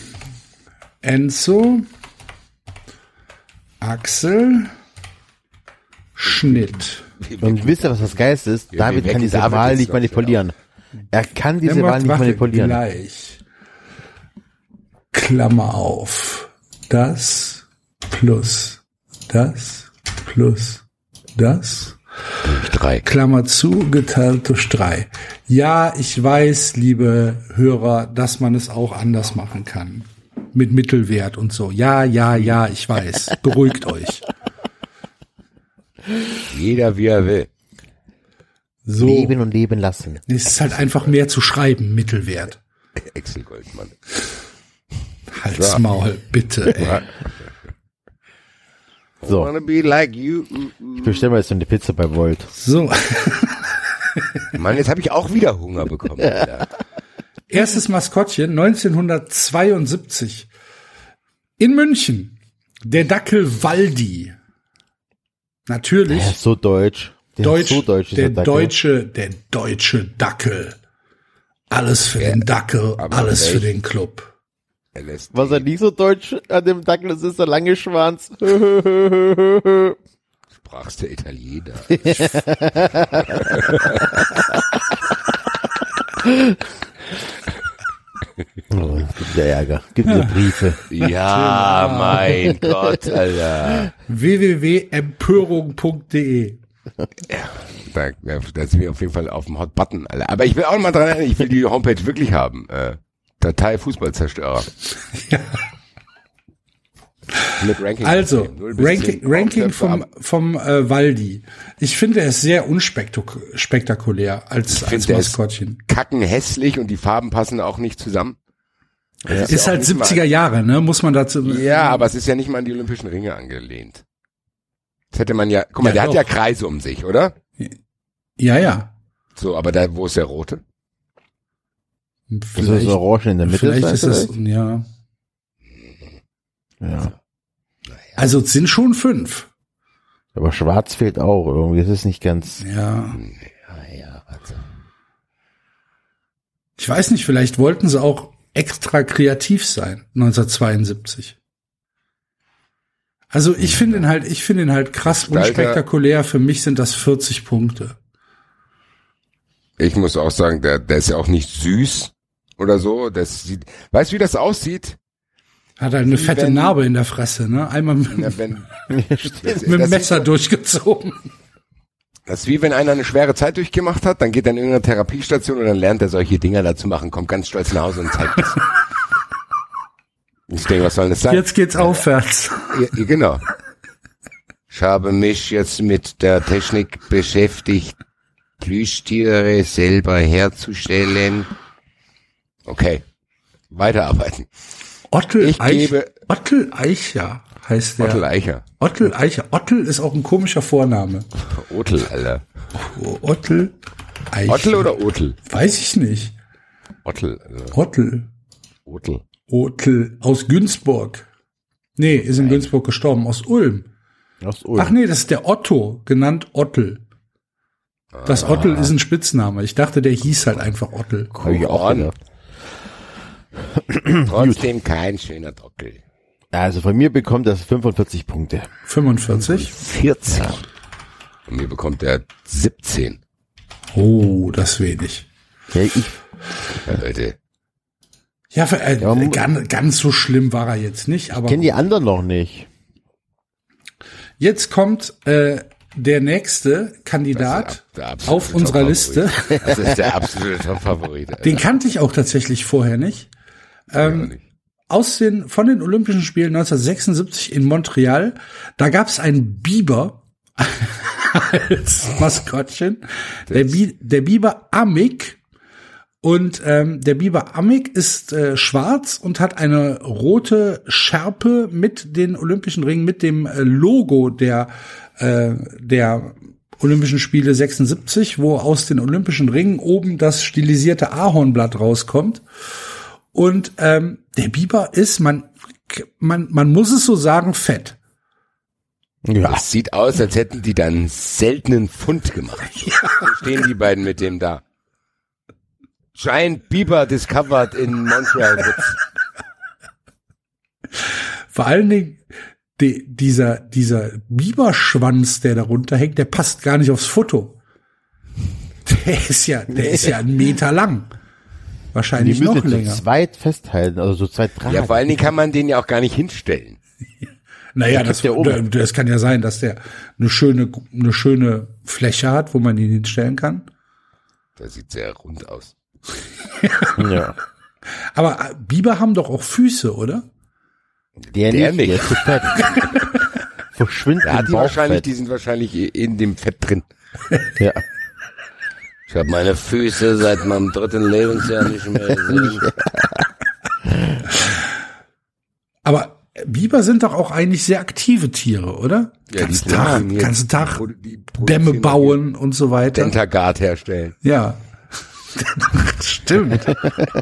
Enzo, Axel, Schnitt. Und wisst ihr, was das Geilste ist? Ja, David wir kann wecken diese David Wahl jetzt nicht noch, manipulieren. Er kann diese Ja, Wahl nicht warte, manipulieren. Gleich. Klammer auf. Das plus das plus das. 3. Klammer zu, geteilt durch 3. Ja, ich weiß, liebe Hörer, dass man es auch anders machen kann. Mit Mittelwert und so. Ja, ich weiß. Beruhigt euch. Jeder wie er will. So. Leben und leben lassen. Es ist halt einfach mehr zu schreiben, Mittelwert. Excel Goldmann. Halt's Maul, bitte, ey. So, Wanna be like you. ich bestelle mal jetzt so eine Pizza bei Volt. So. Mann, jetzt habe ich auch wieder Hunger bekommen. Alter. Erstes Maskottchen 1972 in München. Der Dackel Waldi. Natürlich. Der ist so deutsch. Der ist so deutsch, dieser Dackel. Der deutsche Dackel. Alles für den Dackel, aber alles für welch- den Club. Er lässt Was er nicht so deutsch an dem Dackel ist, ist der lange Schwanz. sprachst der Italiener. Oh, gibt ja Ärger. Gibt ja Briefe. Ja, mein Gott, Alter. www.empörung.de Da sind wir auf jeden Fall auf dem Hot Button, Alter. Aber ich will auch noch mal dran erinnern, ich will die Homepage wirklich haben. Datei Fußballzerstörer. Ja. Mit Ranking. Also, 0 bis 10 Ranking Aufsätze, vom Waldi. Ich finde, er ist sehr unspektakulär als der ist Maskottchen. kacken hässlich und die Farben passen auch nicht zusammen. Das Ist ja halt auch nicht 70er Jahre, ne? Muss man dazu. Mal, ja, aber es ist ja nicht mal an die Olympischen Ringe angelehnt. Das hätte man ja, guck mal, Ja, der doch. hat ja Kreise um sich, oder? Ja. So, aber da, wo ist der rote? Ist das Orange in der Mitte? Vielleicht ist das, ja. Ja. Also es sind schon 5. Aber schwarz fehlt auch irgendwie. Das ist nicht ganz. Ja. Ja, warte. Ich weiß nicht, vielleicht wollten sie auch extra kreativ sein, 1972. Also ich finde ihn halt krass Gestalter- unspektakulär. Für mich sind das 40 Punkte. Ich muss auch sagen, der ist ja auch nicht süß oder so. Das sieht, weißt du, wie das aussieht? Hat halt eine Wie fette wenn- Narbe in der Fresse, ne? Einmal mit Na, wenn, dem Messer durchgezogen. das ist wie wenn einer eine schwere Zeit durchgemacht hat, dann geht er in irgendeine Therapiestation und dann lernt er solche Dinger dazu machen, kommt ganz stolz nach Hause und zeigt es. Ich denke, was soll das sein? Jetzt geht's aufwärts. Ja, genau. Ich habe mich jetzt mit der Technik beschäftigt, Plüschtiere selber herzustellen. Okay, weiterarbeiten. Ottel gebe- Eicher heißt der. Ottel Eicher. Ottel Eicher. Ottel ist auch ein komischer Vorname. Otel, Alter. Ottel Eicher. Ottel oder Otel? Weiß ich nicht. Ottel, Alter. Ottel. Otel. Aus Günzburg. Nee, ist in Günzburg gestorben. Aus Ulm. Ach nee, das ist der Otto, genannt Ottel. Das Ottel ist ein Spitzname. Ich dachte, der hieß halt einfach Ottel. Hab ich auch gedacht. Trotzdem kein schöner Dockel. Also von mir bekommt er 45 Punkte. 45? 40. Ja. Von mir bekommt er 17. Oh, das ist wenig. Ja, Leute. Ja, ganz so schlimm war er jetzt nicht. Aber ich kenne die anderen noch nicht. Jetzt kommt der nächste Kandidat auf unserer Liste. Das ist der absolute Top-Favorit. Den kannte ich auch tatsächlich vorher nicht. Von den Olympischen Spielen 1976 in Montreal, da gab es einen Biber als Maskottchen. Der Biber Amik. Und der Biber Amik ist schwarz und hat eine rote Schärpe mit den Olympischen Ringen, mit dem Logo der Olympischen Spiele 76, wo aus den Olympischen Ringen oben das stilisierte Ahornblatt rauskommt. Und der Biber ist, man muss es so sagen, fett. Ja. Das sieht aus, als hätten die dann einen seltenen Fund gemacht. Ja. So stehen die beiden mit dem da. Giant Biber discovered in Montreal Woods. Vor allen Dingen dieser Biberschwanz, der darunter hängt, der passt gar nicht aufs Foto. Der ist ja 1 Meter lang. Wahrscheinlich noch länger. Die müssen zu zweit festhalten, also so zweit tragen. Ja, vor allen Dingen kann man den ja auch gar nicht hinstellen. Naja, das kann ja sein, dass der eine schöne Fläche hat, wo man ihn hinstellen kann. Das sieht sehr rund aus. Ja. Aber Biber haben doch auch Füße, oder? Der nicht. Der ist zu fett. Verschwindet im Bauchfett. Die sind wahrscheinlich in dem Fett drin. Ja. Ich habe meine Füße seit meinem 3. Lebensjahr nicht mehr gesehen. Aber Biber sind doch auch eigentlich sehr aktive Tiere, oder? Ja, ganzen Tag Dämme bauen und so weiter. Dentagard herstellen. Ja. Stimmt.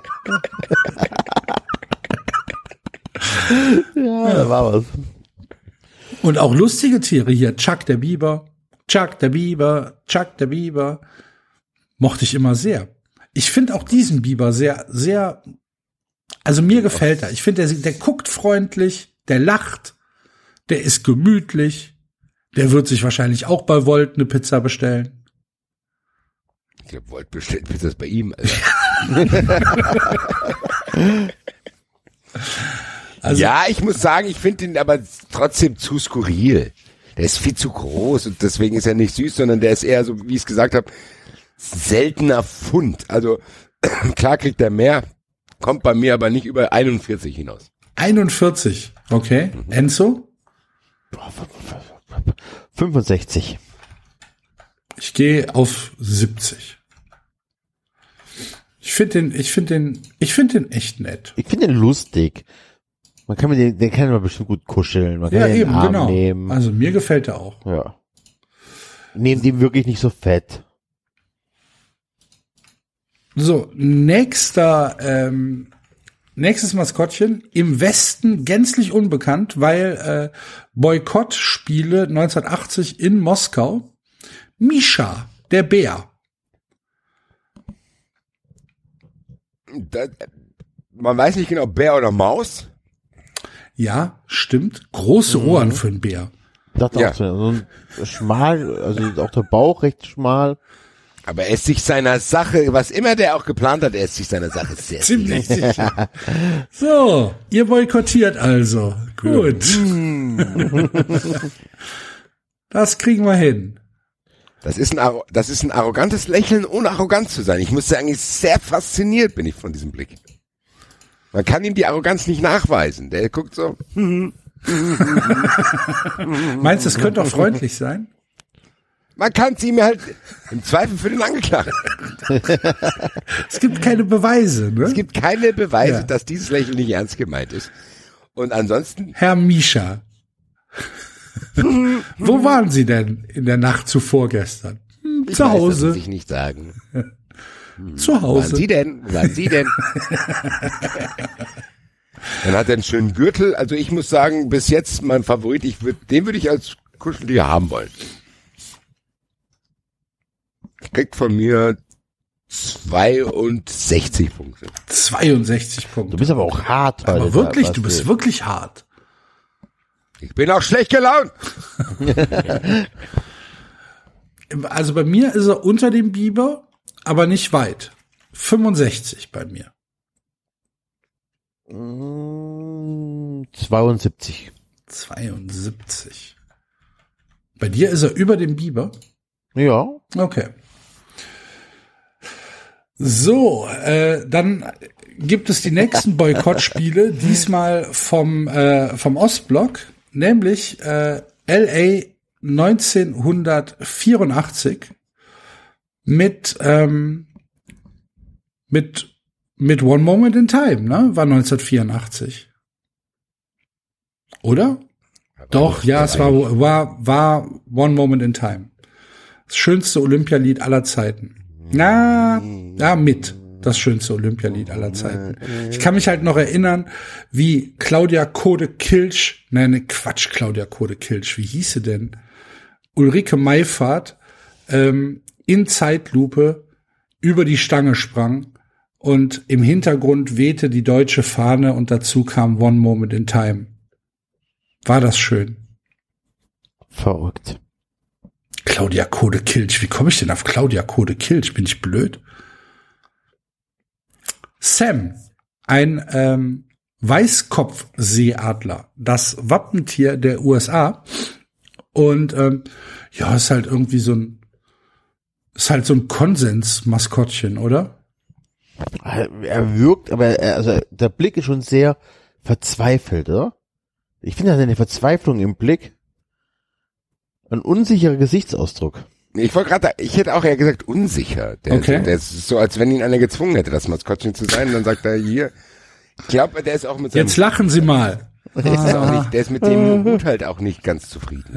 Ja, da war was. Und auch lustige Tiere hier. Chuck der Biber. Mochte ich immer sehr. Ich finde auch diesen Biber sehr, sehr, also mir gefällt er. Ich finde, der guckt freundlich, der lacht, der ist gemütlich, der wird sich wahrscheinlich auch bei Volt eine Pizza bestellen. Ich glaube, Volt bestellt Pizzas bei ihm, Alter. Also, ja, ich muss sagen, ich finde ihn aber trotzdem zu skurril. Der ist viel zu groß und deswegen ist er nicht süß, sondern der ist eher so, wie ich es gesagt habe, seltener Fund. Also klar kriegt er mehr, kommt bei mir aber nicht über 41 hinaus. 41, okay. Enzo? 65. Ich gehe auf 70. Ich finde den echt nett. Ich finde den lustig. Man kann den kann man bestimmt gut kuscheln. Man kann ja, den eben, Arm genau. nehmen. Also mir gefällt er auch. Ja. Nehmt ihn wirklich nicht so fett. So, nächstes Maskottchen, im Westen gänzlich unbekannt, weil Boykottspiele 1980 in Moskau. Mischa, der Bär. Man weiß nicht genau, Bär oder Maus. Ja, stimmt. Große Ohren für einen Bär. Das ja. Auch so ein schmal, also auch der Bauch recht schmal. Aber er ist sich seiner Sache, was immer der auch geplant hat, er ist sich seiner Sache sehr ziemlich sicher. So, ihr boykottiert also. Gut. Das kriegen wir hin. Das ist ein arrogantes Lächeln, ohne arrogant zu sein. Ich muss sagen, sehr fasziniert bin ich von diesem Blick. Man kann ihm die Arroganz nicht nachweisen. Der guckt so. Meinst du, es könnte auch freundlich sein? Man kann es ihm halt im Zweifel für den Angeklagten. Es gibt keine Beweise, ne? Es gibt keine Beweise, dass dieses Lächeln nicht ernst gemeint ist. Und ansonsten... Herr Mischa, wo waren Sie denn in der Nacht zuvor gestern? Zu Hause. Das muss ich nicht sagen. Zu Hause. Waren Sie denn? Dann hat er einen schönen Gürtel. Also ich muss sagen, bis jetzt mein Favorit, den würde ich als Kuscheltier haben wollen. Kriegt von mir 62 Punkte. 62 Punkte. Du bist aber auch hart heute. Aber wirklich, du bist wirklich hart. Ich bin auch schlecht gelaunt. Also bei mir ist er unter dem Biber, aber nicht weit. 65 bei mir. 72. 72. Bei dir ist er über dem Biber? Ja. Okay. So, dann gibt es die nächsten Boykottspiele, diesmal vom Ostblock, nämlich LA 1984 mit One Moment in Time, ne? War 1984. Oder? Doch, ja, es war One Moment in Time. Das schönste Olympialied aller Zeiten. Mit das schönste Olympialied aller Zeiten. Ich kann mich halt noch erinnern, wie Claudia Kode-Kilsch, Claudia Kode-Kilsch, wie hieß sie denn? Ulrike Meifert in Zeitlupe über die Stange sprang und im Hintergrund wehte die deutsche Fahne und dazu kam One Moment in Time. War das schön? Verrückt. Claudia Kode-Kilsch. Wie komme ich denn auf Claudia Kode-Kilsch? Bin ich blöd? Sam, ein Weißkopfseeadler, das Wappentier der USA. Und ist halt irgendwie so ein Konsens-Maskottchen, oder? Er wirkt, aber der Blick ist schon sehr verzweifelt, oder? Ich finde, er hat eine Verzweiflung im Blick. Ein unsicherer Gesichtsausdruck. Ich hätte auch eher gesagt unsicher. Der ist so, als wenn ihn einer gezwungen hätte, das Maskottchen zu sein. Und dann sagt er hier, ich glaube, der ist auch mit seinem... Jetzt lachen Sie mal. Der ist mit dem Hut halt auch nicht ganz zufrieden.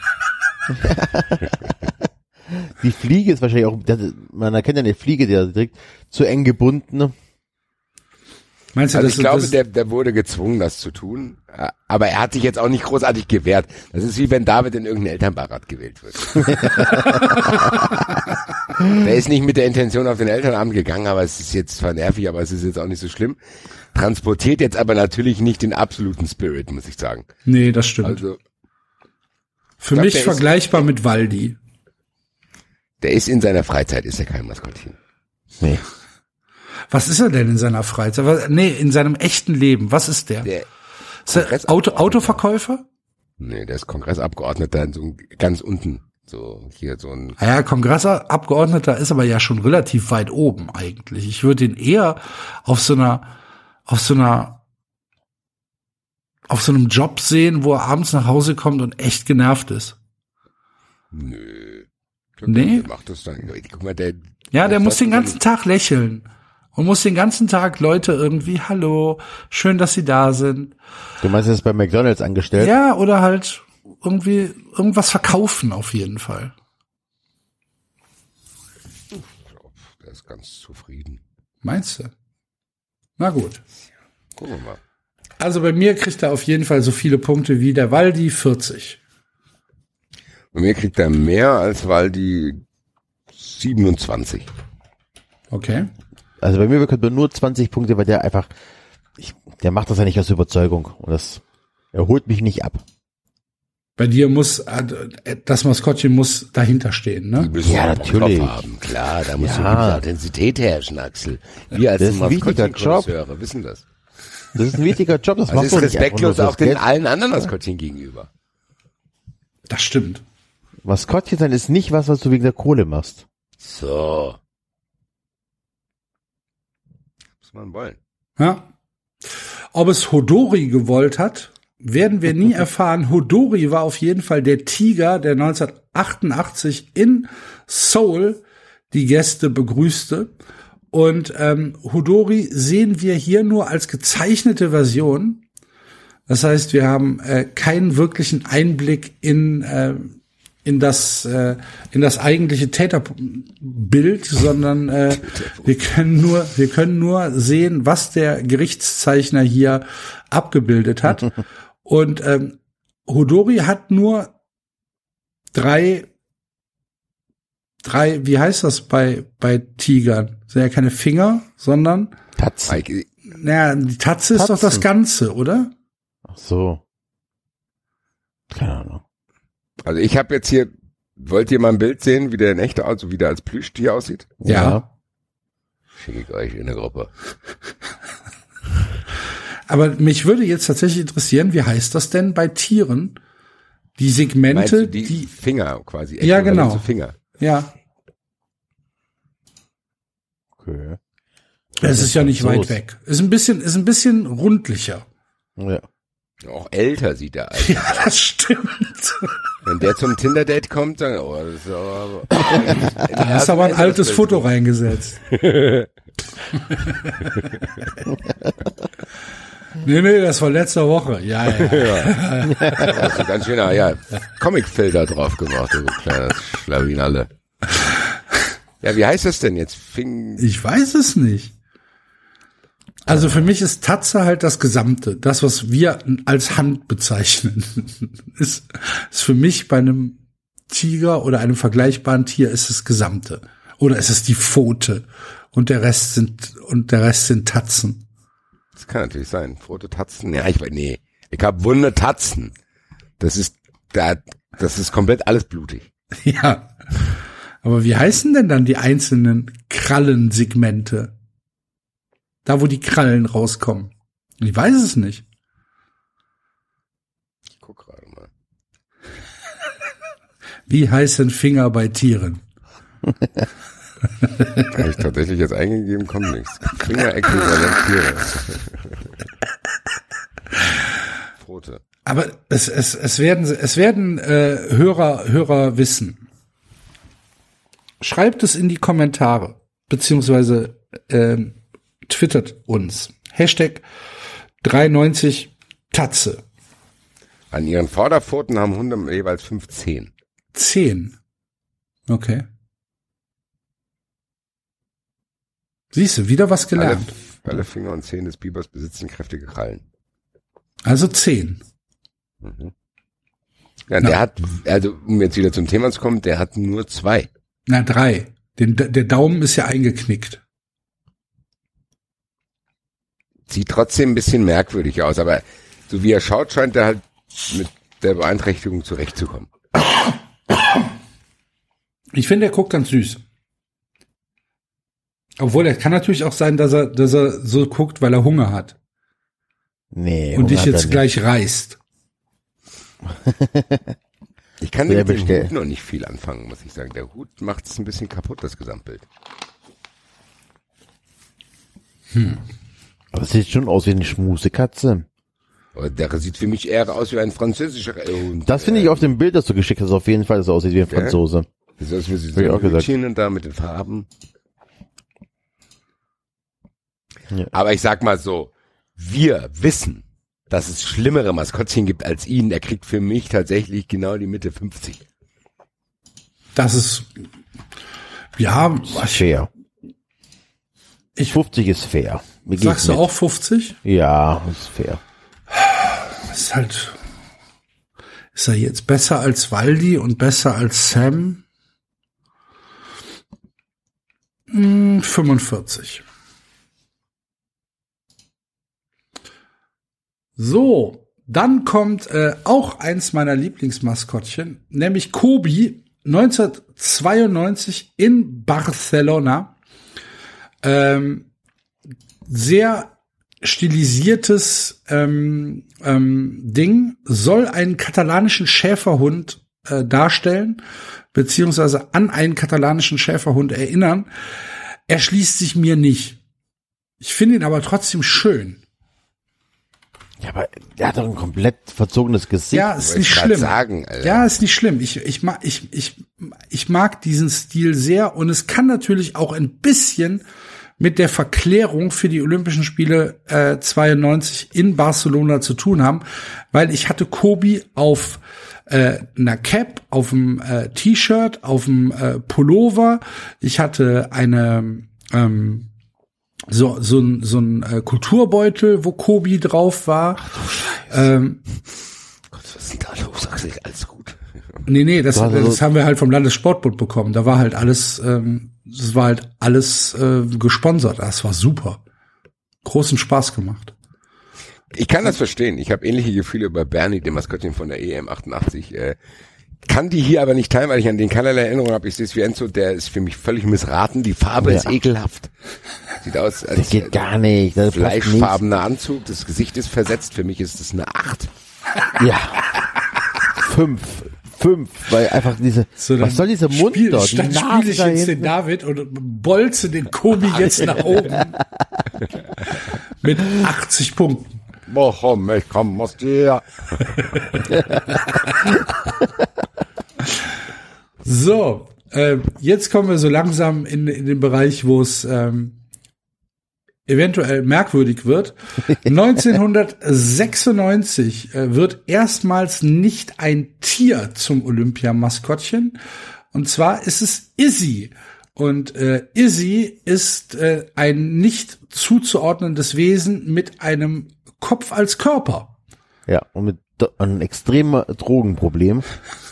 Die Fliege ist wahrscheinlich auch, man erkennt ja eine Fliege, die er direkt zu eng gebunden. Meinst du, also ich glaube, der wurde gezwungen, das zu tun. Aber er hat sich jetzt auch nicht großartig gewehrt. Das ist wie wenn David in irgendein Elternbeirat gewählt wird. Der ist nicht mit der Intention auf den Elternabend gegangen, aber es ist jetzt zwar nervig, aber es ist jetzt auch nicht so schlimm. Transportiert jetzt aber natürlich nicht den absoluten Spirit, muss ich sagen. Nee, das stimmt. Also für mich vergleichbar mit Waldi. Der ist in seiner Freizeit, ist er kein Maskottchen. Nee. Was ist er denn in seiner Freizeit? In seinem echten Leben. Was ist der? Ist der Autoverkäufer? Nee, der ist Kongressabgeordneter in so ganz unten. So, hier so ein. Ja, Kongressabgeordneter ist aber ja schon relativ weit oben eigentlich. Ich würde ihn eher auf so einem Job sehen, wo er abends nach Hause kommt und echt genervt ist. Nö. Nee? Der macht das dann. Guck mal, der muss den ganzen Tag lächeln. Und muss den ganzen Tag Leute irgendwie, hallo, schön, dass Sie da sind. Du meinst, er ist bei McDonald's angestellt? Ja, oder halt irgendwie irgendwas verkaufen auf jeden Fall. Der ist ganz zufrieden. Meinst du? Na gut. Gucken wir mal. Also bei mir kriegt er auf jeden Fall so viele Punkte wie der Waldi, 40. Bei mir kriegt er mehr als Waldi, 27. Okay. Also bei mir bekommt er nur 20 Punkte, weil der einfach, der macht das ja nicht aus Überzeugung. Und er holt mich nicht ab. Bei dir muss, das Maskottchen muss dahinter stehen, ne? Ja, natürlich. Haben. Klar, da muss so eine Authentizität herrschen, Axel. Wir als Maskottchen-Konnoisseure wissen das. Das ist ein wichtiger Job, das macht ist respektlos auch den allen anderen Maskottchen gegenüber. Das stimmt. Maskottchen sein ist nicht was du wegen der Kohle machst. So. Muss man wollen. Ja. Ob es Hodori gewollt hat, werden wir nie erfahren. Hodori war auf jeden Fall der Tiger, der 1988 in Seoul die Gäste begrüßte. Und Hodori sehen wir hier nur als gezeichnete Version. Das heißt, wir haben keinen wirklichen Einblick in in das eigentliche Täterbild, sondern wir können nur sehen, was der Gerichtszeichner hier abgebildet hat. Und Hodori hat nur drei, wie heißt das bei Tigern? Sind ja keine Finger, sondern Tatzen. Naja, die Tatze ist doch das Ganze, oder? Ach so. Keine Ahnung. Also ich habe jetzt hier, wollt ihr mal ein Bild sehen, wie der in echt, also wie der als Plüschtier aussieht? Ja. Schicke ich euch in eine Gruppe. Aber mich würde jetzt tatsächlich interessieren, wie heißt das denn bei Tieren? Die Segmente, Meinst du die Finger quasi. Ja, genau. Finger. Ja. Okay. Es ist ja nicht weit weg. Ist ein bisschen rundlicher. Ja. Auch älter sieht er aus. Ja, das stimmt. Wenn der zum Tinder-Date kommt, dann, das ist aber, Da hast aber ein altes Foto reingesetzt. Nee, das war letzte Woche. Ja. Das ist ganz schöner, Comic-Filter drauf gemacht, du kleiner Schlawinalle. Ja, wie heißt das denn jetzt? Ich weiß es nicht. Also für mich ist Tatze halt das Gesamte. Das, was wir als Hand bezeichnen, ist für mich bei einem Tiger oder einem vergleichbaren Tier ist das Gesamte. Oder ist es die Pfote und der Rest sind Tatzen. Das kann natürlich sein. Pfote, Tatzen. Ja, ich habe wunde Tatzen. Das ist komplett alles blutig. Ja. Aber wie heißen denn dann die einzelnen Krallensegmente? Da, wo die Krallen rauskommen. Ich weiß es nicht. Ich guck gerade mal. Wie heißen Finger bei Tieren? Habe ich tatsächlich jetzt eingegeben, kommt nichts. Finger-Äquivalent Tiere. Pfote. Aber es werden Hörer wissen. Schreibt es in die Kommentare, beziehungsweise twittert uns. Hashtag 93 Tatze. An ihren Vorderpfoten haben Hunde jeweils 5 Zehen. 10. Okay. Siehst du, wieder was gelernt. Alle Finger und Zehen des Bibers besitzen kräftige Krallen. Also 10. Mhm. Ja, der hat, also um jetzt wieder zum Thema zu kommen, der hat nur 2. Na, 3. Der Daumen ist ja eingeknickt. Sieht trotzdem ein bisschen merkwürdig aus, aber so wie er schaut, scheint er halt mit der Beeinträchtigung zurechtzukommen. Ich finde, er guckt ganz süß. Obwohl, er kann natürlich auch sein, dass er so guckt, weil er Hunger hat. Nee. Und dich jetzt gleich reißt. Ich kann mit dem Hut noch nicht viel anfangen, muss ich sagen. Der Hut macht es ein bisschen kaputt, das Gesamtbild. Aber es sieht schon aus wie eine Schmusekatze. Der sieht für mich eher aus wie ein französischer Hund. Das finde ich auf dem Bild, das du geschickt hast, auf jeden Fall, dass er aussieht wie ein Franzose. Das ist wie so Hütchen da mit den Farben. Ja. Aber ich sag mal so, wir wissen, dass es schlimmere Maskottchen gibt als ihn. Er kriegt für mich tatsächlich genau die Mitte 50. Das ist, ja, fair. 50 ist fair. Sagst du auch 50? Ja, ist fair. Ist halt, ist er jetzt besser als Waldi und besser als Sam? 45. So, dann kommt auch eins meiner Lieblingsmaskottchen, nämlich Kobi, 1992 in Barcelona. Sehr stilisiertes Ding, soll einen katalanischen Schäferhund darstellen, beziehungsweise an einen katalanischen Schäferhund erinnern. Er schließt sich mir nicht. Ich finde ihn aber trotzdem schön. Ja, aber der hat doch ein komplett verzogenes Gesicht. Ja, ist nicht schlimm. Ja, ist nicht schlimm. Ich mag diesen Stil sehr und es kann natürlich auch ein bisschen mit der Verklärung für die Olympischen Spiele 92 in Barcelona zu tun haben, weil ich hatte Kobi auf einer Cap, auf dem T-Shirt, auf dem Pullover. Ich hatte eine so ein Kulturbeutel, wo Kobi drauf war. Ach du Scheiße. Gott, was ist denn da los? Axel, alles gut. Nee, das haben wir halt vom Landessportbund bekommen. Da war halt alles, das war halt alles gesponsert. Das war super. Großen Spaß gemacht. Ich kann das verstehen. Ich habe ähnliche Gefühle über Bernie, dem Maskottchen von der EM 88. Kann die hier aber nicht teilen, weil ich an den keinerlei Erinnerung habe. Ich sehe es wie Enzo, der ist für mich völlig missraten. Die Farbe ist ekelhaft. Sieht aus als das geht gar nicht. Das fleischfarbener Anzug. Das Gesicht ist versetzt. Für mich ist es eine 8. Ja. 5, weil einfach was soll dieser Mund dort? Dann spiele ich jetzt den David und bolze den Kobi jetzt nach oben. Mit 80 Punkten. Mohammed, komm, musst du. So, jetzt kommen wir so langsam in den Bereich, wo es eventuell merkwürdig wird. 1996 wird erstmals nicht ein Tier zum Olympiamaskottchen. Und zwar ist es Izzy. Und Izzy ist ein nicht zuzuordnendes Wesen mit einem Kopf als Körper. Ja, und mit einem extremen Drogenproblem.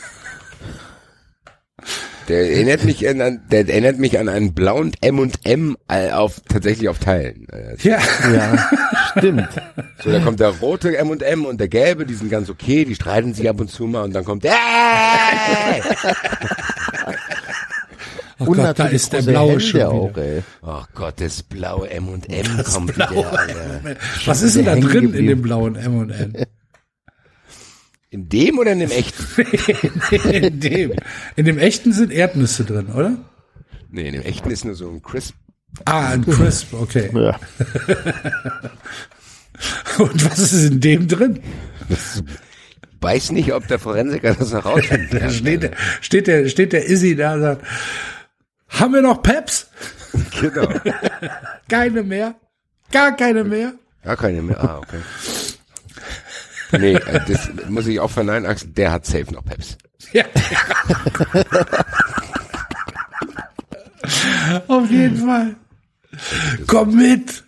Der erinnert mich an einen blauen M&M tatsächlich auf Teilen. Ja, stimmt. So, da kommt der rote M&M und der gelbe, die sind ganz okay, die streiten sich ab und zu mal und dann kommt oh Gott, da ist der blaue schon auch, ey. Oh Gott, das blaue M&M kommt wieder, Alter. Was ist denn da drin in dem blauen M&M? In dem oder in dem echten? In dem. In dem echten sind Erdnüsse drin, oder? Nee, in dem echten ist nur so ein Crisp. Ah, ein Crisp, okay. Ja. Und was ist in dem drin? Ich weiß nicht, ob der Forensiker das herausfindet. Da steht der Izzy da und sagt, haben wir noch Peps? Genau. Keine mehr? Gar keine mehr? Gar keine mehr, okay. Nee, das muss ich auch verneinen, Axel, der hat safe noch Peps. Ja. Auf jeden Fall. Komm mit.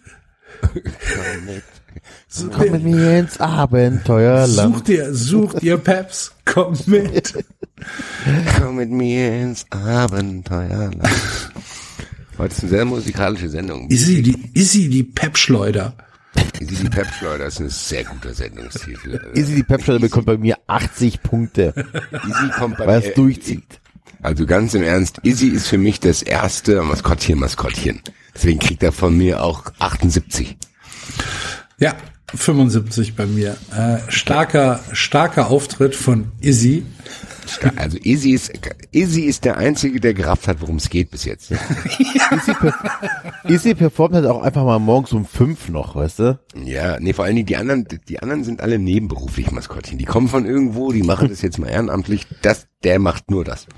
Komm mit mir ins Abenteuerland. Such dir Peps. Komm mit. Komm mit mir ins Abenteuerland. Heute ist eine sehr musikalische Sendung. Izzy die Pepschleuder. Izzy die Pepschleuder ist ein sehr guter Sendungstitel. Izzy die Pepschleuder bekommt bei mir 80 Punkte. Izzy kommt bei weil es durchzieht. Also ganz im Ernst, Izzy ist für mich das erste Maskottchen. Deswegen kriegt er von mir auch 78. Ja, 75 bei mir. Starker Auftritt von Izzy. Also Izzy ist der Einzige, der gerafft hat, worum es geht bis jetzt. Izzy performt halt auch einfach mal morgens um 5 noch, weißt du? Ja, nee, vor allen Dingen die anderen sind alle nebenberuflich Maskottchen. Die kommen von irgendwo, die machen das jetzt mal ehrenamtlich. Der macht nur das.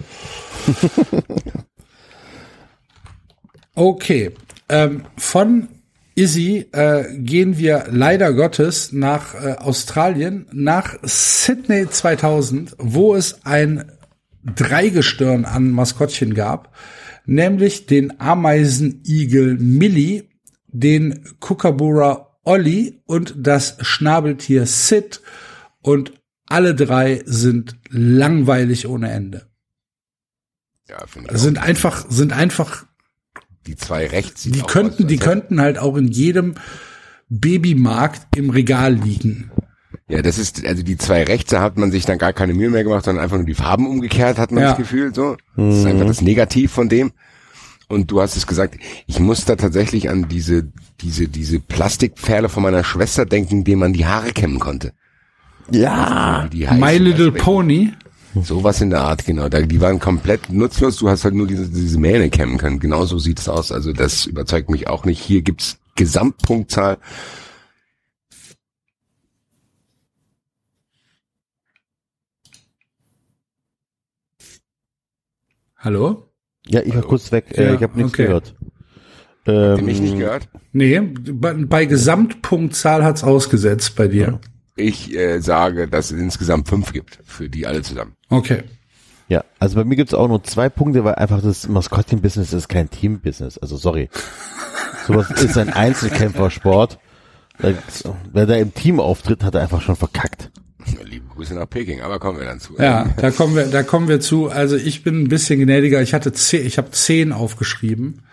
Okay, von Izzy gehen wir leider Gottes nach Australien, nach Sydney 2000, wo es ein Dreigestirn an Maskottchen gab, nämlich den Ameisenigel Millie, den Kookaburra Ollie und das Schnabeltier Sid, und alle drei sind langweilig ohne Ende. Ja, sind einfach die zwei rechts. Die könnten halt auch in jedem Babymarkt im Regal liegen. Ja, das ist, also die zwei rechts, da hat man sich dann gar keine Mühe mehr gemacht, sondern einfach nur die Farben umgekehrt, hat man das Gefühl, so. Das ist einfach das Negativ von dem. Und du hast es gesagt, ich muss da tatsächlich an diese Plastikpfähle von meiner Schwester denken, denen man die Haare kämmen konnte. Ja, My Little Pony. Sowas in der Art, genau. Die waren komplett nutzlos. Du hast halt nur diese Mähne kämmen können. Genau so sieht es aus. Also das überzeugt mich auch nicht. Hier gibt's Gesamtpunktzahl. Hallo? Ja, ich war kurz weg. Ja, ich habe nichts gehört. Habt ihr mich nicht gehört? Nee, bei Gesamtpunktzahl hat's ausgesetzt bei dir. ich sage, dass es insgesamt 5 gibt für die alle zusammen. Okay. Ja, also bei mir gibt's auch nur 2 Punkte, weil einfach das Maskottchen-Business ist kein Team-Business. Also sorry. Sowas ist ein Einzelkämpfersport. Wer da im Team auftritt, hat er einfach schon verkackt. Liebe Grüße nach Peking, aber kommen wir dann zu. Ja, da kommen wir zu. Also ich bin ein bisschen gnädiger. Ich habe 10 aufgeschrieben.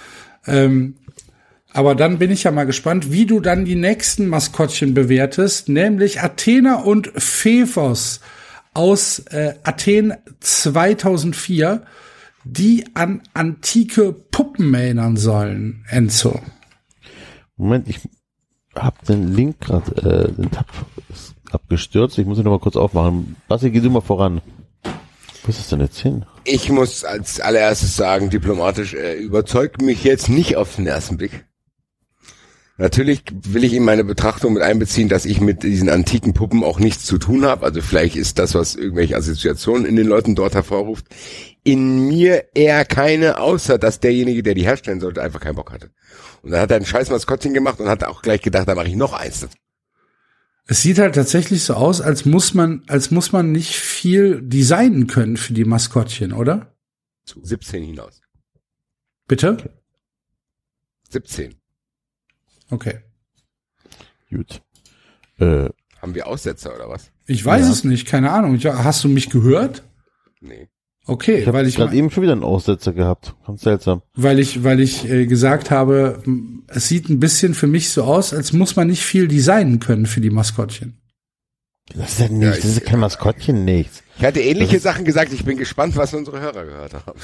Aber dann bin ich ja mal gespannt, wie du dann die nächsten Maskottchen bewertest, nämlich Athena und Phephos aus Athen 2004, die an antike Puppen erinnern sollen. Enzo. Moment, ich hab den Link gerade, den Tab ist abgestürzt. Ich muss ihn noch mal kurz aufmachen. Basti, geh du mal voran. Wo ist das denn jetzt hin? Ich muss als allererstes sagen, diplomatisch, überzeugt mich jetzt nicht auf den ersten Blick. Natürlich will ich in meine Betrachtung mit einbeziehen, dass ich mit diesen antiken Puppen auch nichts zu tun habe. Also vielleicht ist das, was irgendwelche Assoziationen in den Leuten dort hervorruft, in mir eher keine, außer dass derjenige, der die herstellen sollte, einfach keinen Bock hatte. Und dann hat er ein scheiß Maskottchen gemacht und hat auch gleich gedacht, da mache ich noch eins. Es sieht halt tatsächlich so aus, als muss man nicht viel designen können für die Maskottchen, oder? Zu 17 hinaus. Bitte? 17. Okay. Gut. Haben wir Aussetzer oder was? Ich weiß es nicht, keine Ahnung. Hast du mich gehört? Nee. Okay, ich habe gerade eben schon wieder einen Aussetzer gehabt. Ganz seltsam. Weil ich gesagt habe, es sieht ein bisschen für mich so aus, als muss man nicht viel designen können für die Maskottchen. Das ist ja nichts, das ist kein Maskottchen, nichts. Ich hatte ähnliche Sachen gesagt, ich bin gespannt, was unsere Hörer gehört haben.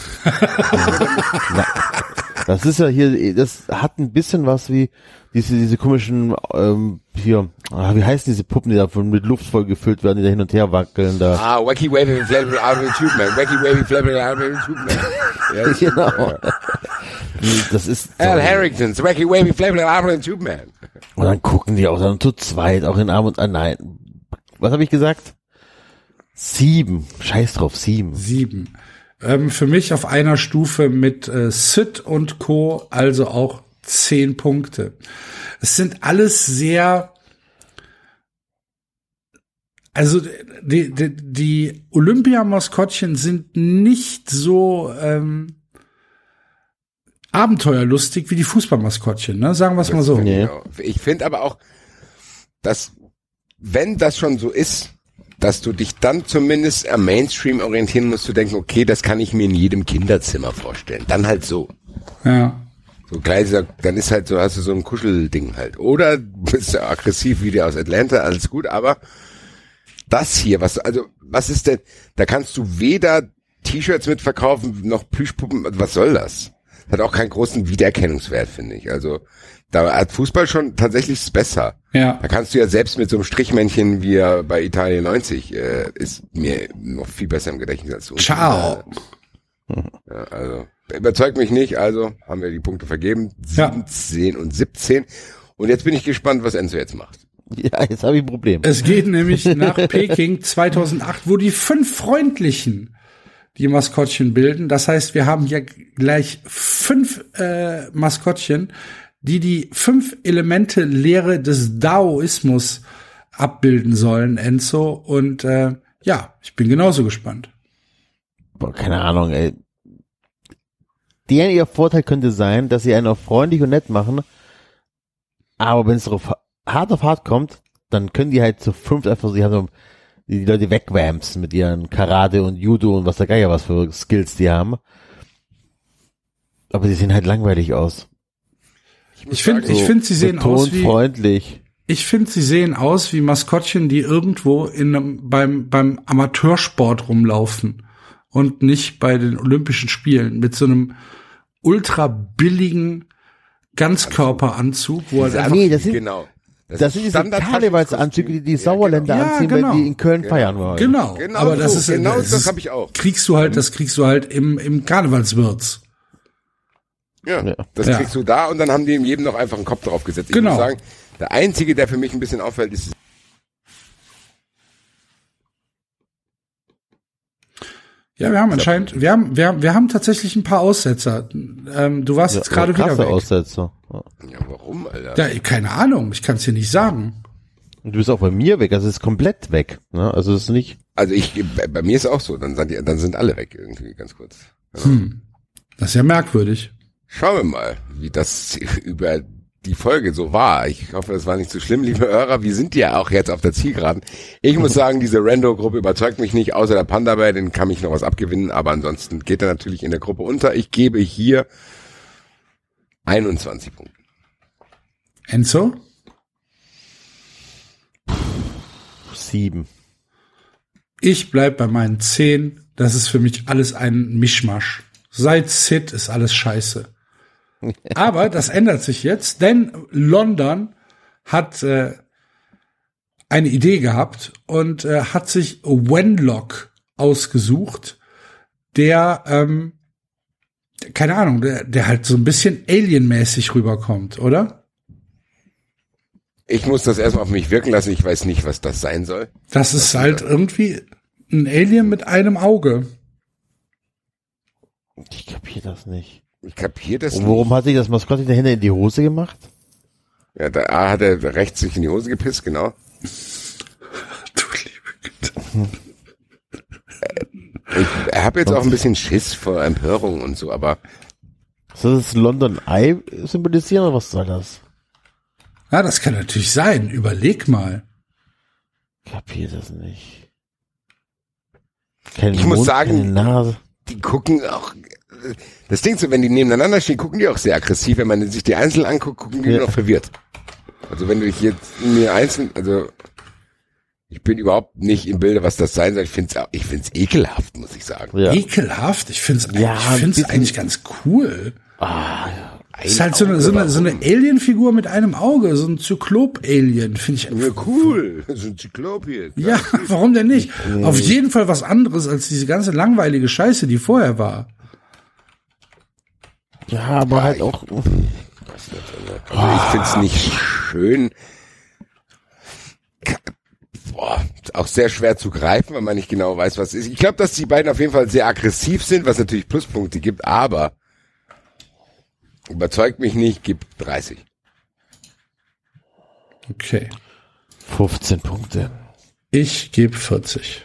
Das ist ja hier, das hat ein bisschen was wie diese komischen, wie heißen diese Puppen, die da mit Luft voll gefüllt werden, die da hin und her wackeln da. Wacky Wavy Inflatable Armored Tube Man. Wacky Wavy Inflatable Armored Tube Man. Ja, genau. Das ist Al Harringtons Wacky Wavy Inflatable Armored Tube Man. Und dann gucken die auch dann zu zweit, auch in Arm und an. Nein. Was habe ich gesagt? 7. Scheiß drauf, 7. 7. Für mich auf einer Stufe mit Sid und Co., also auch 10 Punkte. Es sind alles sehr, also die Olympia-Maskottchen sind nicht so abenteuerlustig wie die Fußballmaskottchen, ne? Sagen wir es mal so. Nee. Ich finde aber auch, dass, wenn das schon so ist, dass du dich dann zumindest am Mainstream orientieren musst, zu denken, okay, das kann ich mir in jedem Kinderzimmer vorstellen. Dann halt so. Ja. So gleich, dann ist halt so, hast du so ein Kuschelding halt. Oder bist du aggressiv wie der aus Atlanta, alles gut, aber das hier, was ist denn, da kannst du weder T-Shirts mitverkaufen, noch Plüschpuppen, was soll das? Hat auch keinen großen Wiedererkennungswert, finde ich. Also, da hat Fußball schon tatsächlich besser. Ja. Da kannst du ja selbst mit so einem Strichmännchen wie bei Italien 90, ist mir noch viel besser im Gedächtnis als du. Ciao. Ja, also, überzeugt mich nicht, also haben wir die Punkte vergeben. 17 und 17. Und jetzt bin ich gespannt, was Enzo jetzt macht. Ja, jetzt habe ich ein Problem. Es geht nämlich nach Peking 2008, wo die 5 Freundlichen die Maskottchen bilden. Das heißt, wir haben hier gleich 5 Maskottchen, die 5 Elemente Lehre des Daoismus abbilden sollen, Enzo. Und ich bin genauso gespannt. Boah, keine Ahnung, ey. Ihr Vorteil könnte sein, dass sie einen auf freundlich und nett machen, aber wenn es darauf hart auf hart kommt, dann können die halt zu 5 einfach, sie haben so die Leute wegwamsen mit ihren Karate und Judo und was der Geier was für Skills die haben. Aber die sehen halt langweilig aus. Ich finde, sie sehen aus wie freundlich. Ich finde, sie sehen aus wie Maskottchen, die irgendwo beim Amateursport rumlaufen und nicht bei den Olympischen Spielen mit so einem ultra billigen Ganzkörperanzug, wo halt einfach das sind diese Karnevalsanzüge, die Sauerländer anziehen, genau. wenn die in Köln feiern wollen. Genau. Aber das ist das habe ich auch. Das kriegst du halt im Karnevalswirts. Ja, das kriegst du da und dann haben die in jedem noch einfach einen Kopf drauf gesetzt. Ich muss sagen, der einzige, der für mich ein bisschen auffällt, ist ja, wir haben anscheinend, wir haben tatsächlich ein paar Aussetzer. Du warst jetzt gerade wieder weg. Aussetzer. Ja, warum, Alter? Ja, keine Ahnung, ich kann es dir nicht sagen. Und du bist auch bei mir weg, also es ist komplett weg. Ne? Also es ist nicht. Also bei mir ist es auch so, dann sind alle weg irgendwie, ganz kurz. Ja. Das ist ja merkwürdig. Schauen wir mal, wie das über die Folge so war. Ich hoffe, das war nicht so schlimm, liebe Hörer. Wir sind ja auch jetzt auf der Zielgeraden. Ich muss sagen, diese Rando-Gruppe überzeugt mich nicht, außer der Panda Bear, den kann ich noch was abgewinnen, aber ansonsten geht er natürlich in der Gruppe unter. Ich gebe hier 21 Punkte. Enzo? 7. Ich bleib bei meinen 10. Das ist für mich alles ein Mischmasch. Seit Sid ist alles scheiße. Aber das ändert sich jetzt, denn London hat eine Idee gehabt und hat sich Wenlock ausgesucht, der, keine Ahnung, der halt so ein bisschen alienmäßig rüberkommt, oder? Ich muss das erstmal auf mich wirken lassen. Ich weiß nicht, was das sein soll. Das ist halt irgendwie ein Alien mit einem Auge. Ich kapiere das nicht. Ich kapiere das nicht. Und warum hat sich das Maskottchen dahinter in die Hose gemacht? Ja, da hat er rechts sich in die Hose gepisst, genau. Du liebe Güte. Ich habe jetzt auch ein bisschen Schiss vor Empörung und so, aber... Soll das London Eye symbolisieren oder was soll das? Ja, das kann natürlich sein. Überleg mal. Ich kapiere das nicht. Ich muss sagen, die gucken auch... Das Ding so, wenn die nebeneinander stehen, gucken die auch sehr aggressiv. Wenn man sich die einzeln anguckt, gucken die noch verwirrt. Also wenn du dich jetzt mir einzeln... Also ich bin überhaupt nicht im Bilde, was das sein soll. Ich find's ekelhaft, muss ich sagen. Ja. Ekelhaft? Ich find's eigentlich ganz cool. Es ist halt so eine Alien-Figur mit einem Auge, so ein Zyklop-Alien, finde ich einfach cool. So ein Zyklop hier. Ja, warum denn nicht? Auf jeden Fall was anderes als diese ganze langweilige Scheiße, die vorher war. Ja, aber halt auch... Also ich find's nicht schön. Auch sehr schwer zu greifen, weil man nicht genau weiß, was es ist. Ich glaube, dass die beiden auf jeden Fall sehr aggressiv sind, was natürlich Pluspunkte gibt, aber überzeugt mich nicht, gibt 30. Okay. 15 Punkte. Ich gebe 40.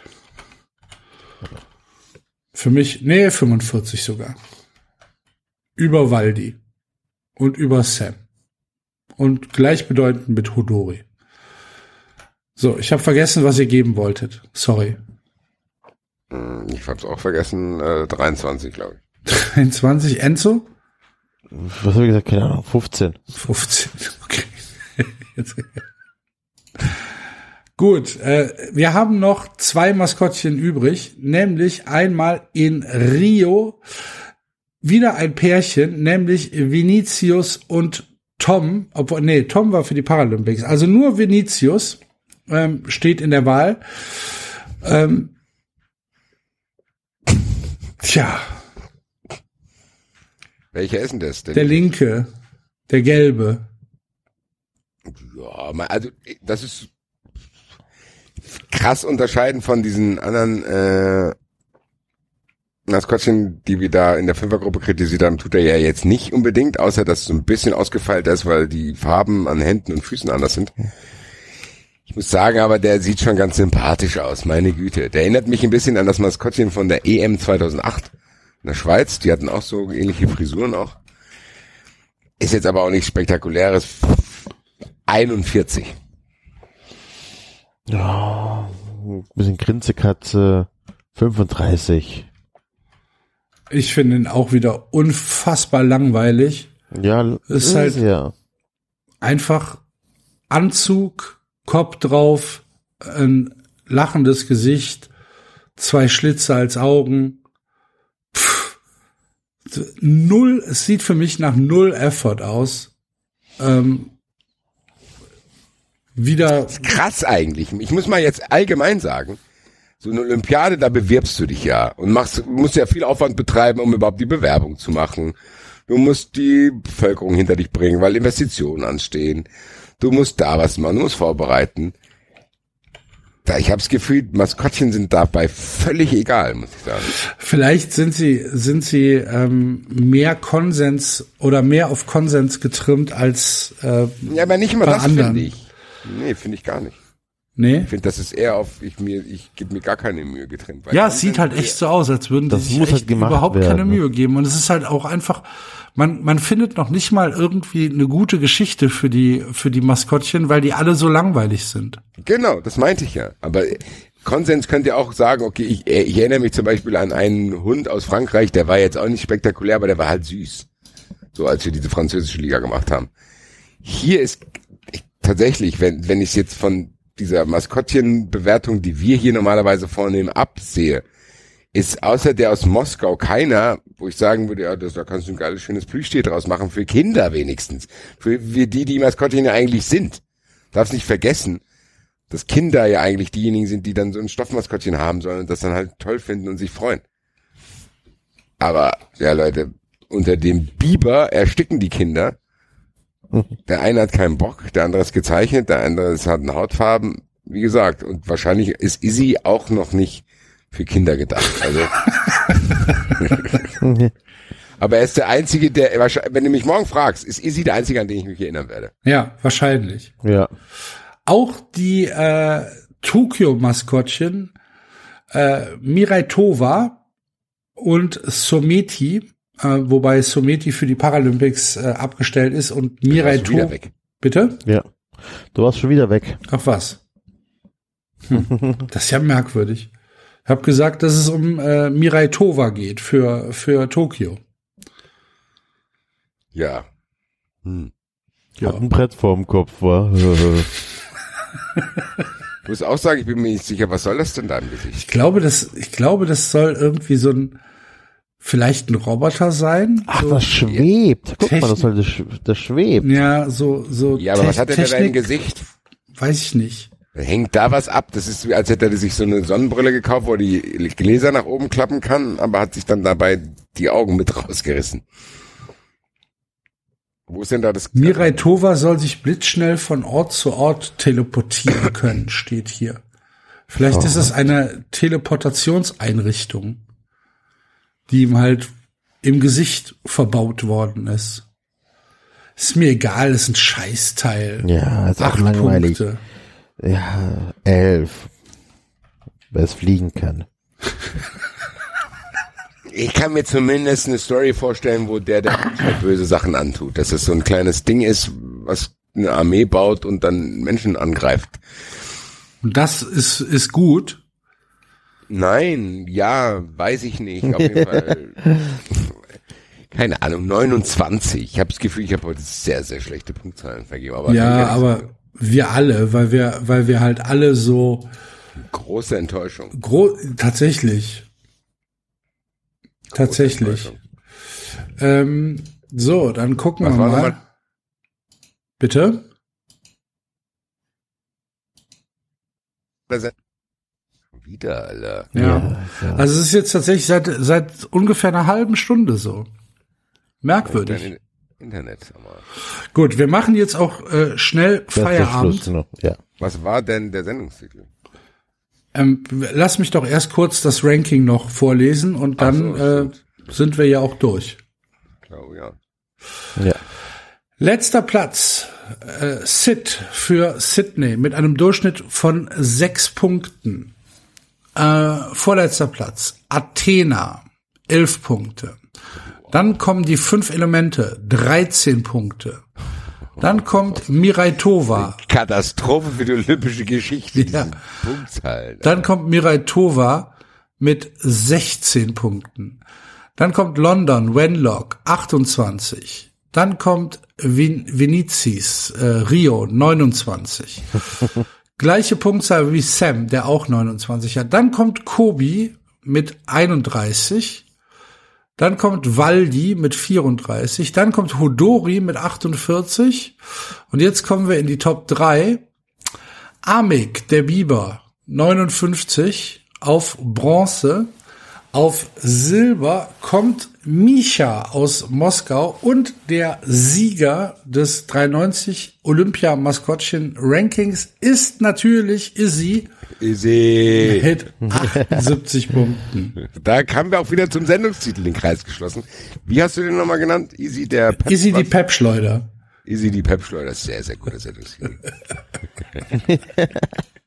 Für mich, 45 sogar. Über Waldi. Und über Sam. Und gleichbedeutend mit Hodori. So, ich habe vergessen, was ihr geben wolltet. Sorry. Ich hab's auch vergessen. 23, glaube ich. 23, Enzo? Was habe ich gesagt? Keine Ahnung. 15. 15, okay. Gut, wir haben noch 2 Maskottchen übrig, nämlich einmal in Rio wieder ein Pärchen, nämlich Vinicius und Tom, Tom war für die Paralympics, also nur Vinicius steht in der Wahl. Tja. Welcher ist denn das? Der linke, der gelbe. Ja, also das ist krass unterscheiden von diesen anderen Maskottchen, die wir da in der Fünfergruppe kritisiert haben, tut er ja jetzt nicht unbedingt, außer dass so ein bisschen ausgefeilt ist, weil die Farben an Händen und Füßen anders sind. Ich muss sagen, aber der sieht schon ganz sympathisch aus, meine Güte. Der erinnert mich ein bisschen an das Maskottchen von der EM 2008 in der Schweiz. Die hatten auch so ähnliche Frisuren auch. Ist jetzt aber auch nichts Spektakuläres. 41. Ja, ein bisschen Grinsekatze. 35. Ich finde ihn auch wieder unfassbar langweilig. Ja, ist halt ja. Einfach Anzug, Kopf drauf, ein lachendes Gesicht, 2 Schlitze als Augen. Es sieht für mich nach 0 Effort aus. Wieder. Das ist krass eigentlich. Ich muss mal jetzt allgemein sagen, so eine Olympiade, da bewirbst du dich ja und musst ja viel Aufwand betreiben, um überhaupt die Bewerbung zu machen. Du musst die Bevölkerung hinter dich bringen, weil Investitionen anstehen. Du musst da was machen, du musst vorbereiten. Ich habe das Gefühl, Maskottchen sind dabei völlig egal, muss ich sagen. Vielleicht sind sie mehr Konsens oder mehr auf Konsens getrimmt als ja, aber nicht immer bei das, anderen. Finde ich. Nee, finde ich gar nicht. Nee. Ich finde, das ist eher ich gebe mir gar keine Mühe getrennt. Ja, es sieht halt echt so aus, als würden die sich echt überhaupt keine Mühe geben. Und es ist halt auch einfach, man findet noch nicht mal irgendwie eine gute Geschichte für die Maskottchen, weil die alle so langweilig sind. Genau, das meinte ich ja. Aber Konsens könnt ihr auch sagen, okay, ich erinnere mich zum Beispiel an einen Hund aus Frankreich, der war jetzt auch nicht spektakulär, aber der war halt süß. So, als wir diese französische Liga gemacht haben. Hier ist tatsächlich, wenn ich es jetzt von dieser Maskottchenbewertung, die wir hier normalerweise vornehmen, absehe, ist außer der aus Moskau keiner, wo ich sagen würde, ja, da kannst du ein geiles, schönes Plüschtier draus machen, für Kinder wenigstens. Für die Maskottchen ja eigentlich sind. Darfst nicht vergessen, dass Kinder ja eigentlich diejenigen sind, die dann so ein Stoffmaskottchen haben sollen und das dann halt toll finden und sich freuen. Aber, ja Leute, unter dem Biber ersticken die Kinder. Der eine hat keinen Bock, der andere ist gezeichnet, der andere hat eine Hautfarben, wie gesagt. Und wahrscheinlich ist Izzy auch noch nicht für Kinder gedacht. Also, aber er ist der Einzige, wenn du mich morgen fragst, ist Izzy der Einzige, an den ich mich erinnern werde. Ja, wahrscheinlich. Ja. Auch die Tokio-Maskottchen Mirai Towa und Someti, wobei Someti für die Paralympics abgestellt ist und Mirai Towa. Wieder weg. Bitte? Ja. Du warst schon wieder weg. Ach was. Das ist ja merkwürdig. Ich habe gesagt, dass es um Mirai Towa geht für Tokio. Ja. Ja. Hat ein Brett vorm Kopf, war. Ich muss auch sagen, ich bin mir nicht sicher, was soll das denn da im Gesicht? Ich glaube, das soll irgendwie so vielleicht ein Roboter sein. Ach, so das schwebt. Guck mal, das schwebt. Ja, so. Ja, aber was hat er da im Gesicht? Weiß ich nicht. Hängt da was ab? Das ist, als hätte er sich so eine Sonnenbrille gekauft, wo er die Gläser nach oben klappen kann, aber hat sich dann dabei die Augen mit rausgerissen. Wo ist denn da das? Mirai Towa soll sich blitzschnell von Ort zu Ort teleportieren können, steht hier. Vielleicht ist es eine Teleportationseinrichtung, die ihm halt im Gesicht verbaut worden ist. Ist mir egal, ist ein Scheißteil. Ja, ist auch langweilig. Punkte. Ja, 11. Wer es fliegen kann. Ich kann mir zumindest eine Story vorstellen, wo der böse Sachen antut. Dass es so ein kleines Ding ist, was eine Armee baut und dann Menschen angreift. Und das ist gut? Nein, ja, weiß ich nicht. Auf jeden Fall. Keine Ahnung, 29. Ich habe das Gefühl, ich habe heute sehr, sehr schlechte Punktzahlen vergeben. Aber ja, aber wir alle, weil wir halt alle so große Enttäuschung. Tatsächlich. So, dann gucken wir mal. Bitte? Wieder, Alter. Ja. Also es ist jetzt tatsächlich seit ungefähr einer halben Stunde so. Merkwürdig. Internet. Aber gut, wir machen jetzt auch schnell Feierabend. Ja. Was war denn der Sendungstitel? Lass mich doch erst kurz das Ranking noch vorlesen und dann sind wir ja auch durch. Glaube, ja. Ja. Letzter Platz, Sid für Sydney mit einem Durchschnitt von 6 Punkten. Vorletzter Platz, Athena, 11 Punkte. Dann kommen die 5 Elemente, 13 Punkte. Dann kommt Mirai Towa. Katastrophe für die olympische Geschichte. Ja. Dann kommt Mirai Towa mit 16 Punkten. Dann kommt London, Wenlock, 28. Dann kommt Vinicius, Rio, 29. Gleiche Punktzahl wie Sam, der auch 29 hat. Dann kommt Kobi mit 31. Dann kommt Waldi mit 34. Dann kommt Hodori mit 48. Und jetzt kommen wir in die Top 3. Amik, der Biber, 59 auf Bronze. Auf Silber kommt Misha aus Moskau und der Sieger des 93 Olympia-Maskottchen-Rankings ist natürlich Izzy. Mit 78 Punkten. Da kamen wir auch wieder zum Sendungstitel, den Kreis geschlossen. Wie hast du den nochmal genannt? Izzy der Pep, Izzy die Pep-Schleuder. Izzy die Pep-Schleuder, sehr, sehr guter Sendungstitel.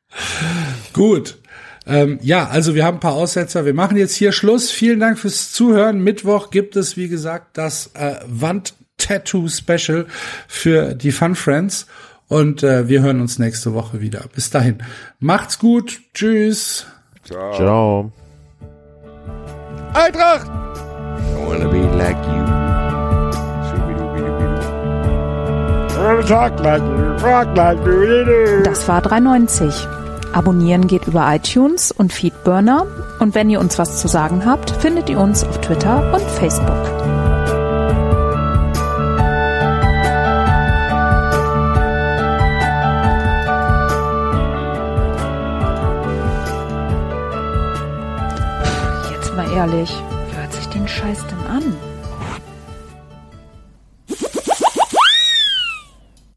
Gut. Ja, also wir haben ein paar Aussetzer. Wir machen jetzt hier Schluss. Vielen Dank fürs Zuhören. Mittwoch gibt es, wie gesagt, das Wand-Tattoo-Special für die Fun Friends. Und wir hören uns nächste Woche wieder. Bis dahin. Macht's gut. Tschüss. Ciao. Ciao. Eintracht! I wanna be like you. Talk like you, rock like you. Das war 390. Abonnieren geht über iTunes und Feedburner. Und wenn ihr uns was zu sagen habt, findet ihr uns auf Twitter und Facebook. Jetzt mal ehrlich, wer hört sich den Scheiß denn an?